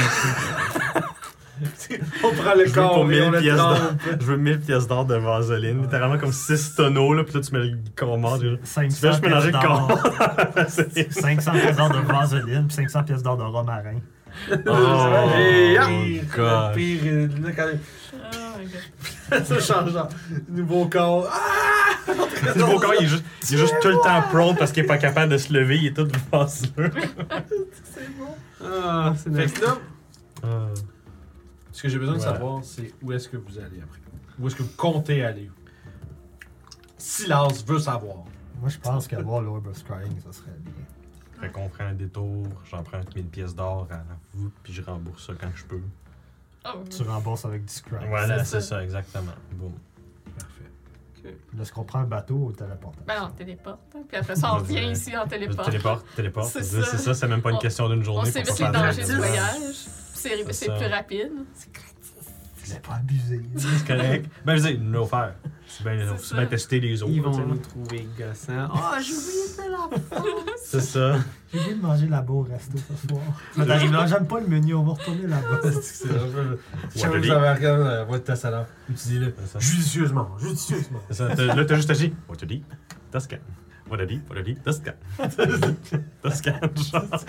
On prend le Je veux corps pour et on 1000 le pièces d'or. trempe. Je veux 1000 pièces d'or de vaseline. Littéralement comme 6 tonneaux, là, puis là, tu mets le corps mort. Tu fais 500 juste mélanger pièces le d'or. corps. C'est- 500 pièces d'or de vaseline, puis 500 pièces d'or de romarin. Oh, Et God. pire, là, quand Oh my god. ça change, genre, nouveau corps. Ah! Le beau corps, il est juste tout le temps prone parce qu'il est pas capable de se lever. Il est tout vasseux. C'est bon. Ah, c'est Fait nice. que là, ce que j'ai besoin de Ouais. savoir, c'est où est-ce que vous allez après. Où est-ce que vous comptez aller. Silas veut savoir. Moi, je pense qu'avoir l'Orb of Scrying, ça serait bien. Fait qu'on prend un détour, j'emprunte 1000 pièces d'or à vous, puis je rembourse ça quand je peux. Oh, Tu rembourses avec du scrying. Voilà, c'est c'est ça. ça, exactement. Boum. Parfait. Est-ce qu'on prend un bateau ou téléportation? ben on téléporte. Hein. Puis après ça, on Je revient dirais- ici en téléporte. Téléporte. C'est C'est ça. ça, c'est même pas une On- question d'une On journée. pour s'évite pas les faire de dangers du gratis. voyage. C'est C'est ça. plus rapide. Je l'ai pas abusé. C'est correct. Ben, je veux dire, nous faire. C'est bien, C'est c'est ça. bien tester les autres. Ils vont tu sais. nous trouver gossants. Ah, j'ai oublié de la C'est ça. J'ai oublié de manger là-bas au resto ce soir. Je t'arrive là, j'aime pas le menu, on va retourner là-bas. C'est dangereux. Si Waterdeep. vous avez regardé la voix de ta salade, utilisez-le C'est ça. judicieusement. Judicieusement. C'est ça. Là, t'as juste agi. Waterdeep, Tuscan. Waterdeep, Tuscan. Tuscan, genre.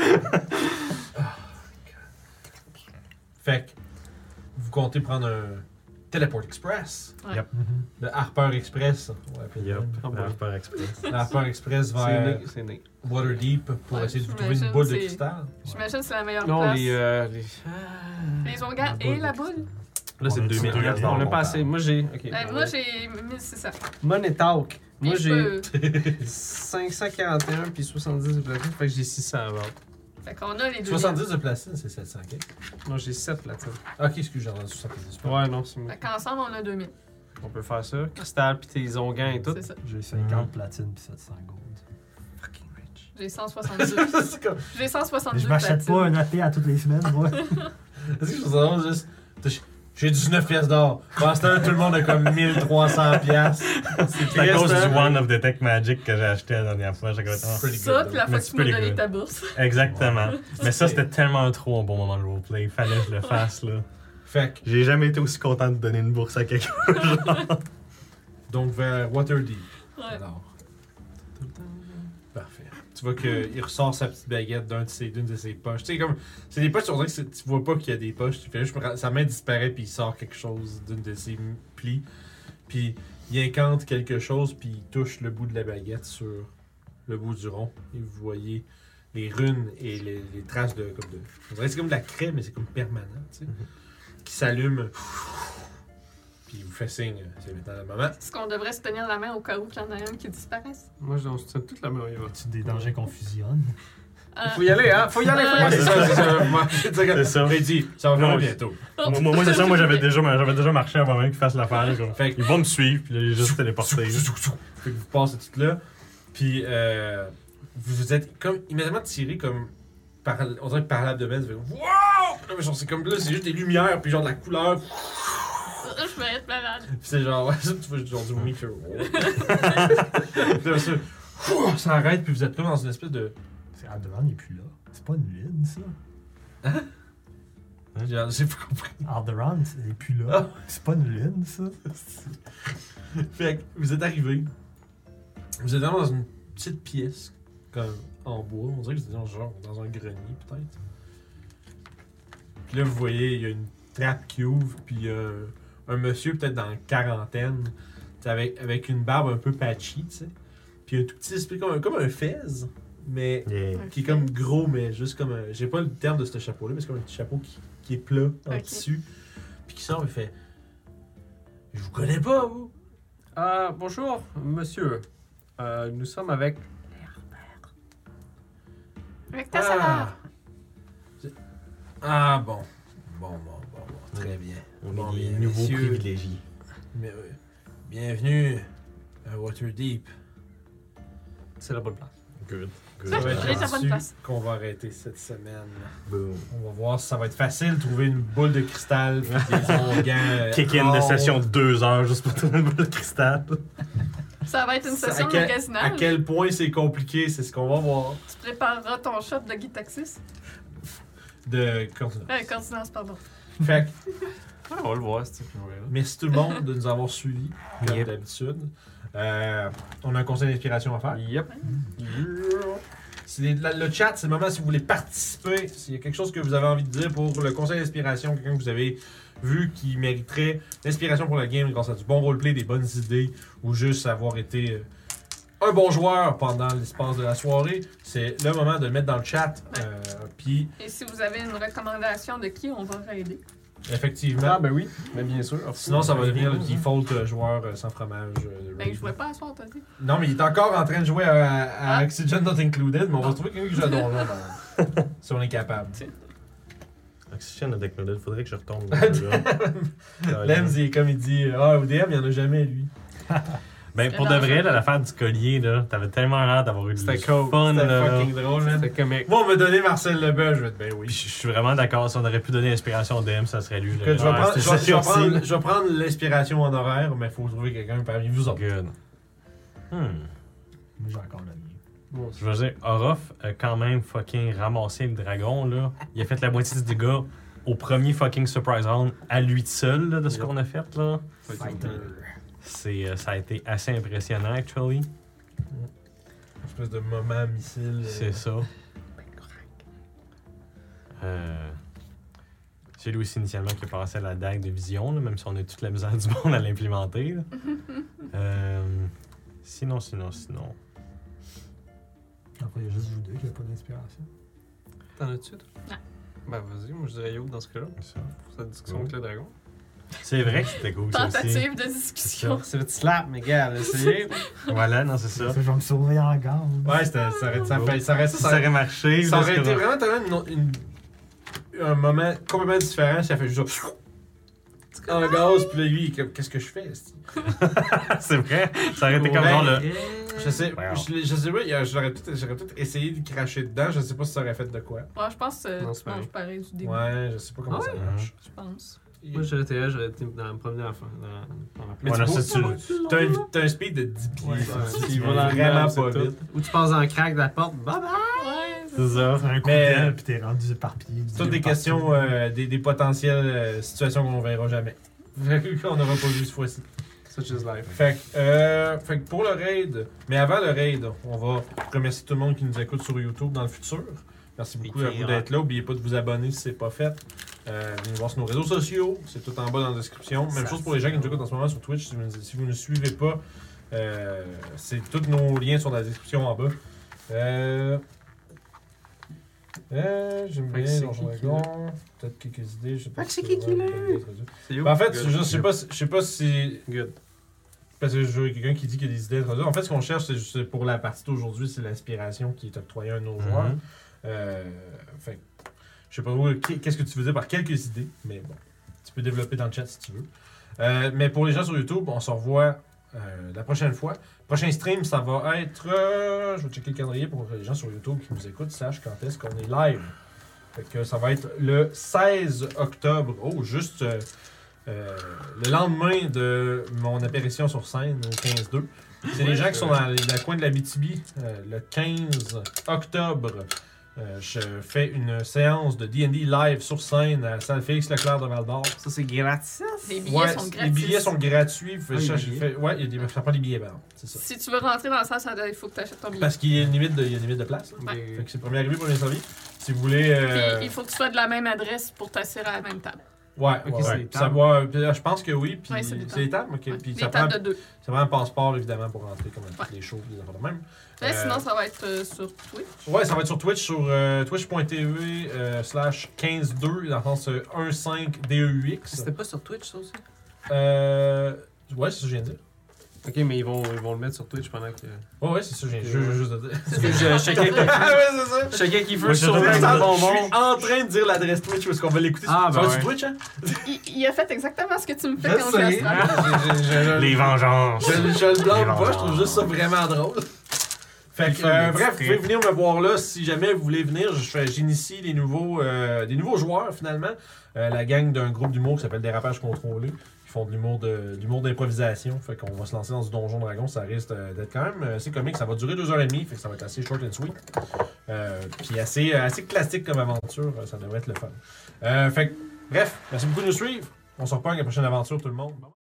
Fait que vous comptez prendre un Teleport Express. Ouais. Yep. Le Harper Express. On va appeler Yup. Ah, bon. Harper Express. le Harper Express C'est vers né, c'est né. Waterdeep pour Ouais, essayer de vous j'imagine, trouver une boule de c'est- cristal. J'imagine que c'est la meilleure Non, place. les. Les onguents et la boule. Là, c'est On a 2000 dit pièces deux, d'or. On n'a mon pas assez. père. Moi, j'ai. Ok. Moi, j'ai 1600. Money Talk. Moi, Puis j'ai je peux- 541 puis 70 de platine. Fait que j'ai 600 à vendre. Fait qu'on a les deux. 70 de platine, c'est 700. Ok, Moi, j'ai 7 platines. ok, excuse, j'ai entendu 70. Ouais, non, c'est mieux. Fait qu'ensemble, on a 2000. On peut faire ça. Cristal puis tes onguents et tout. C'est ça. J'ai 50 platines puis 700 gold. Fucking rich. J'ai 170. C'est comme. J'ai 170 Je m'achète pas un AP à toutes les semaines, moi. Est-ce que je trouve ça drôle, juste. J'ai 19 pièces d'or. Pendant ce temps, tout le monde a comme 1300 pièces. C'est à cause du One of Detect Magic que j'ai acheté la dernière fois. J'ai comme, ah. Pretty Ça, good, puis la Mais fois que c'est tu m'as pretty donné good. ta bourse. Exactement. Mais ça, c'était tellement trop un bon moment de roleplay. Il fallait que je le fasse, là. Fait que, J'ai jamais été aussi content de donner une bourse à quelqu'un. donc vers Waterdeep. Ouais. Alors. Parfait. Tu vois qu'il ressort sa petite baguette d'une de ses poches. Tu sais, comme. C'est des poches, on dirait que tu vois pas qu'il y a des poches. Tu fais juste. Sa main disparaît, puis il sort quelque chose d'une de ses plis. Puis il incante quelque chose, puis il touche le bout de la baguette sur le bout du rond. Et vous voyez les runes et les traces de. On dirait que c'est comme de la craie, mais c'est comme permanent, tu sais. Qui s'allume. Puis il vous fait signe. C'est maintenant le moment. Est-ce qu'on devrait se tenir la main au cas où qu'il y en a un qui disparaisse? Moi, je soutiens toute la main. Tu des dangers qu'on fusionne. Faut y aller, hein? Faut y aller, faut y Ouais, aller! c'est ça, c'est ça. Moi, C'est ça. Il dit, ça va Non, venir je- bientôt. Moi, c'est ça. Moi, j'avais déjà marché avant même qu'il fasse l'affaire. Comme. Fait que- Il va me suivre, puis là, il est juste téléporté. Fait que vous passez tout là. Puis vous êtes comme immédiatement tiré comme par, on dirait que par l'abdomen. Vous faites wow! Là, mais genre, c'est comme là, c'est juste des lumières, puis genre de la couleur. Je vais être malade. Puis c'est genre, ouais, ça, tu vois genre du vomi qui fait wow. Puis là, ça arrête, puis vous êtes comme dans une espèce de. C'est Alderan, il est plus là. C'est pas une lune, ça. J'ai pas compris. Alderan, il est plus là. C'est pas une lune, ça. Fait que vous êtes arrivé. Vous êtes vraiment dans une petite pièce, comme en bois. On dirait que vous êtes dans un grenier, peut-être. Puis là, vous voyez, il y a une trappe qui ouvre, puis il y a un monsieur, peut-être dans la quarantaine, avec une barbe un peu patchy, tu sais. Puis un tout petit esprit, comme un fez, mais Yeah. qui est comme gros, mais juste comme un. J'ai pas le terme de ce chapeau-là, mais c'est comme un petit chapeau qui est plat en Ok. tissu. Puis qui sort et fait. Je vous connais pas, vous! Bonjour, monsieur. Nous sommes avec... Avec ta salade. Ah bon. Bon. Très bien. On Bon, est des bien, nouveaux messieurs. privilégiés. Mais, bienvenue à Waterdeep. C'est la bonne place. Good. Ça, Ça va je être l'ai à bonne là-dessus place. qu'on va arrêter cette semaine. Boom. On va voir si ça va être facile de trouver une boule de cristal puis des onguents. Kick-in de session de 2 heures juste pour trouver une boule de cristal. Ça va être une session de À magasinage. quel point c'est compliqué, c'est ce qu'on va voir. Tu prépareras ton shot de Guitaxis. De continent. Continence, pardon. Fait que, On va le voir, c'est plus vrai. merci tout le monde de nous avoir suivis, comme Yep. d'habitude. On a un conseil d'inspiration à faire. Yep. Le chat, c'est le moment si vous voulez participer. S'il y a quelque chose que vous avez envie de dire pour le conseil d'inspiration, quelqu'un que vous avez vu qui mériterait l'inspiration pour la game grâce à du bon roleplay, des bonnes idées, ou juste avoir été un bon joueur pendant l'espace de la soirée, c'est le moment de le mettre dans le chat. Puis, Et si vous avez une recommandation de qui on va raider? effectivement, Ben oui, mais bien sûr. sinon ça va devenir le default joueur sans fromage. De Ben, raid. je jouais pas à soir, t'as dit. Non, mais il est encore en train de jouer à Ah. Oxygen Not Included, mais on va se trouver quelqu'un qui joue à Donjon si on est capable. Oxygène avec Nodel, faudrait que je retourne. Là. Lenz, il est comme il dit ODM, il n'y en a jamais, lui. Ben, pour de vrai, là, l'affaire du collier, là, t'avais tellement l'air d'avoir eu du C'était cool. fun, C'était là. fucking drôle, man. C'est comique. Moi, on m'a donné Marcel Lebel, je vais être ben Puis oui. je suis vraiment d'accord, si on aurait pu donner l'inspiration au DM, ça serait lui. Écoute, je vais Ouais, prendre- c'était je vais- je vais ça aussi. prendre- je vais prendre l'inspiration en horaire, mais il faut trouver quelqu'un parmi vous autres. Good. Moi, j'ai encore le mien. Bon, Je veux dire, Orof a quand même fucking ramassé le dragon, là. Il a fait la moitié des dégâts au premier fucking surprise round à lui seul, là, de ce Yep. qu'on a fait, là. Fighter. Ça a été assez impressionnant, actually. Une espèce de moment missile. C'est ça. C'est lui aussi initialement qui a passé à la dague de vision, là, même si on a toute la misère du monde à l'implémenter. Là. Sinon. Après, il y a juste vous deux qui n'avez pas d'inspiration. T'en as-tu, toi? Non. Ben vas-y, moi je dirais yo dans ce cas-là, Ça. pour cette discussion avec le dragon. C'est vrai que c'était cool, ça aussi. Tentative de discussion. C'est le petit slap, mes gars, essayez. Voilà, non, c'est ça. Ça, je vais me sauver en gaz. Ouais, ça aurait marché. Ça là, aurait c'est été comme- vraiment tellement un moment complètement différent si elle fait juste en gaz, puis là, lui, il est comme, qu'est-ce que je fais? esti? C'est vrai. Ça aurait été comme genre le. Je sais, Wow. je sais pas, j'aurais peut-être essayé de cracher dedans, je sais pas si ça aurait fait de quoi. Ouais, je pense que Non, tu c'est pareil. manges pareil du début. Ouais, je sais pas comment Ah ça ouais? marche. Je pense. Moi, j'aurais été là, j'aurais été dans me promener à la fin. Dans la Mais Ouais, tu non, vois, ça, tu- t'as un speed de 10 pieds. Ouais, Il va dans le vraiment meuble, pas c'est vite. Ou tu passes dans le crack de la porte, bye bye! Ouais, C'est ça. Un coup Mais- d'aile, puis t'es rendu éparpillé. C'est toutes des questions, des potentielles situations qu'on verra jamais. Qu'on n'aura pas vu cette fois-ci. Such is life. Fait que pour le raid, mais avant le raid, on va remercier tout le monde qui nous écoute sur YouTube dans le futur. Merci beaucoup à vous d'être là. N'oubliez pas de vous abonner si c'est pas fait. Venez nous voir sur nos réseaux sociaux. C'est tout en bas dans la description. Même chose pour les gens qui nous écoutent en ce moment sur Twitch. Si vous ne suivez pas, c'est tous nos liens sont dans la description en bas. J'aime Fait que bien c'est Donjon qui Dragon. Peut-être quelques idées. Je sais pas Fait que si c'est qui vraiment l'a? une bonne idée. C'est où? Ben, en fait, Good. je sais pas si. Good. Parce que je vois quelqu'un qui dit qu'il y a des idées à introduire. En fait, ce qu'on cherche, c'est juste pour la partie d'aujourd'hui, c'est l'inspiration qui est octroyée à un de nos joueurs. Fait que, je sais pas où, qu'est-ce que tu veux dire par quelques idées, mais bon, tu peux développer dans le chat si tu veux. Mais pour les gens sur YouTube, on se revoit la prochaine fois. Prochain stream, ça va être. Je vais checker le calendrier pour que les gens sur YouTube qui nous écoutent sachent quand est-ce qu'on est live. Fait que ça va être le 16 octobre. Oh, juste. Le lendemain de mon apparition sur scène au 15-2. C'est les gens qui sont dans le coin de la BTB. Le 15 octobre, je fais une séance de D&D live sur scène à la salle Félix Leclerc de Val-d'Or. Ça, c'est gratis. Les billets sont gratis. Les billets sont gratuits. Ah, il y a des billets. Ouais, ça prend des billets, pardon. C'est ça. Si tu veux rentrer dans la salle, il faut que tu achètes ton billet. Parce qu'il y a une limite de place. Là. Ouais. Fait que c'est premier arrivé, premier servi. Si vous voulez. Puis il faut que tu sois de la même adresse pour t'asseoir à la même table. Ouais, Ok, ouais, c'est ouais. les Ça tables. va, puis là, je pense que oui. Puis Ouais, c'est c'est les les tables. Ok. Ouais. Puis Les ça prend, tables de 2. ça prend un passeport évidemment pour rentrer comme à toutes les shows, des affaires de même. Mais sinon, ça va être sur Twitch. Ouais, ça va être sur Twitch, sur twitch.tv /15-2, dans le sens 15DEUX. C'était pas sur Twitch, ça aussi? Ouais, c'est ça que je viens de dire. Ok, mais ils vont le mettre sur Twitch pendant que. Ouais, c'est ça que je viens juste de dire. Parce que chacun Ah ouais, c'est ça! chacun qui veut Ouais, sauver Je je suis un en bonbon. train de dire l'adresse Twitch parce qu'on va l'écouter. Ah, Ça ben va ouais. sur Twitch, hein? Il a fait exactement ce que tu me fais Je quand je sais. suis à Les vengeances. Je le blâme Les pas, je vengeances. trouve juste ça vraiment drôle. Fait que, bref, vous pouvez venir me voir là si jamais vous voulez venir. J'initie des nouveaux joueurs finalement. La gang d'un groupe d'humour qui s'appelle Dérapage Contrôlé. Ils font de l'humour d'improvisation. Fait qu'on va se lancer dans ce Donjon Dragon. Ça risque d'être quand même assez comique. Ça va durer 2h30. Fait que ça va être assez short and sweet. Puis assez classique comme aventure. Ça devrait être le fun. Fait que, bref, merci beaucoup de nous suivre. On se reprend avec la prochaine aventure tout le monde.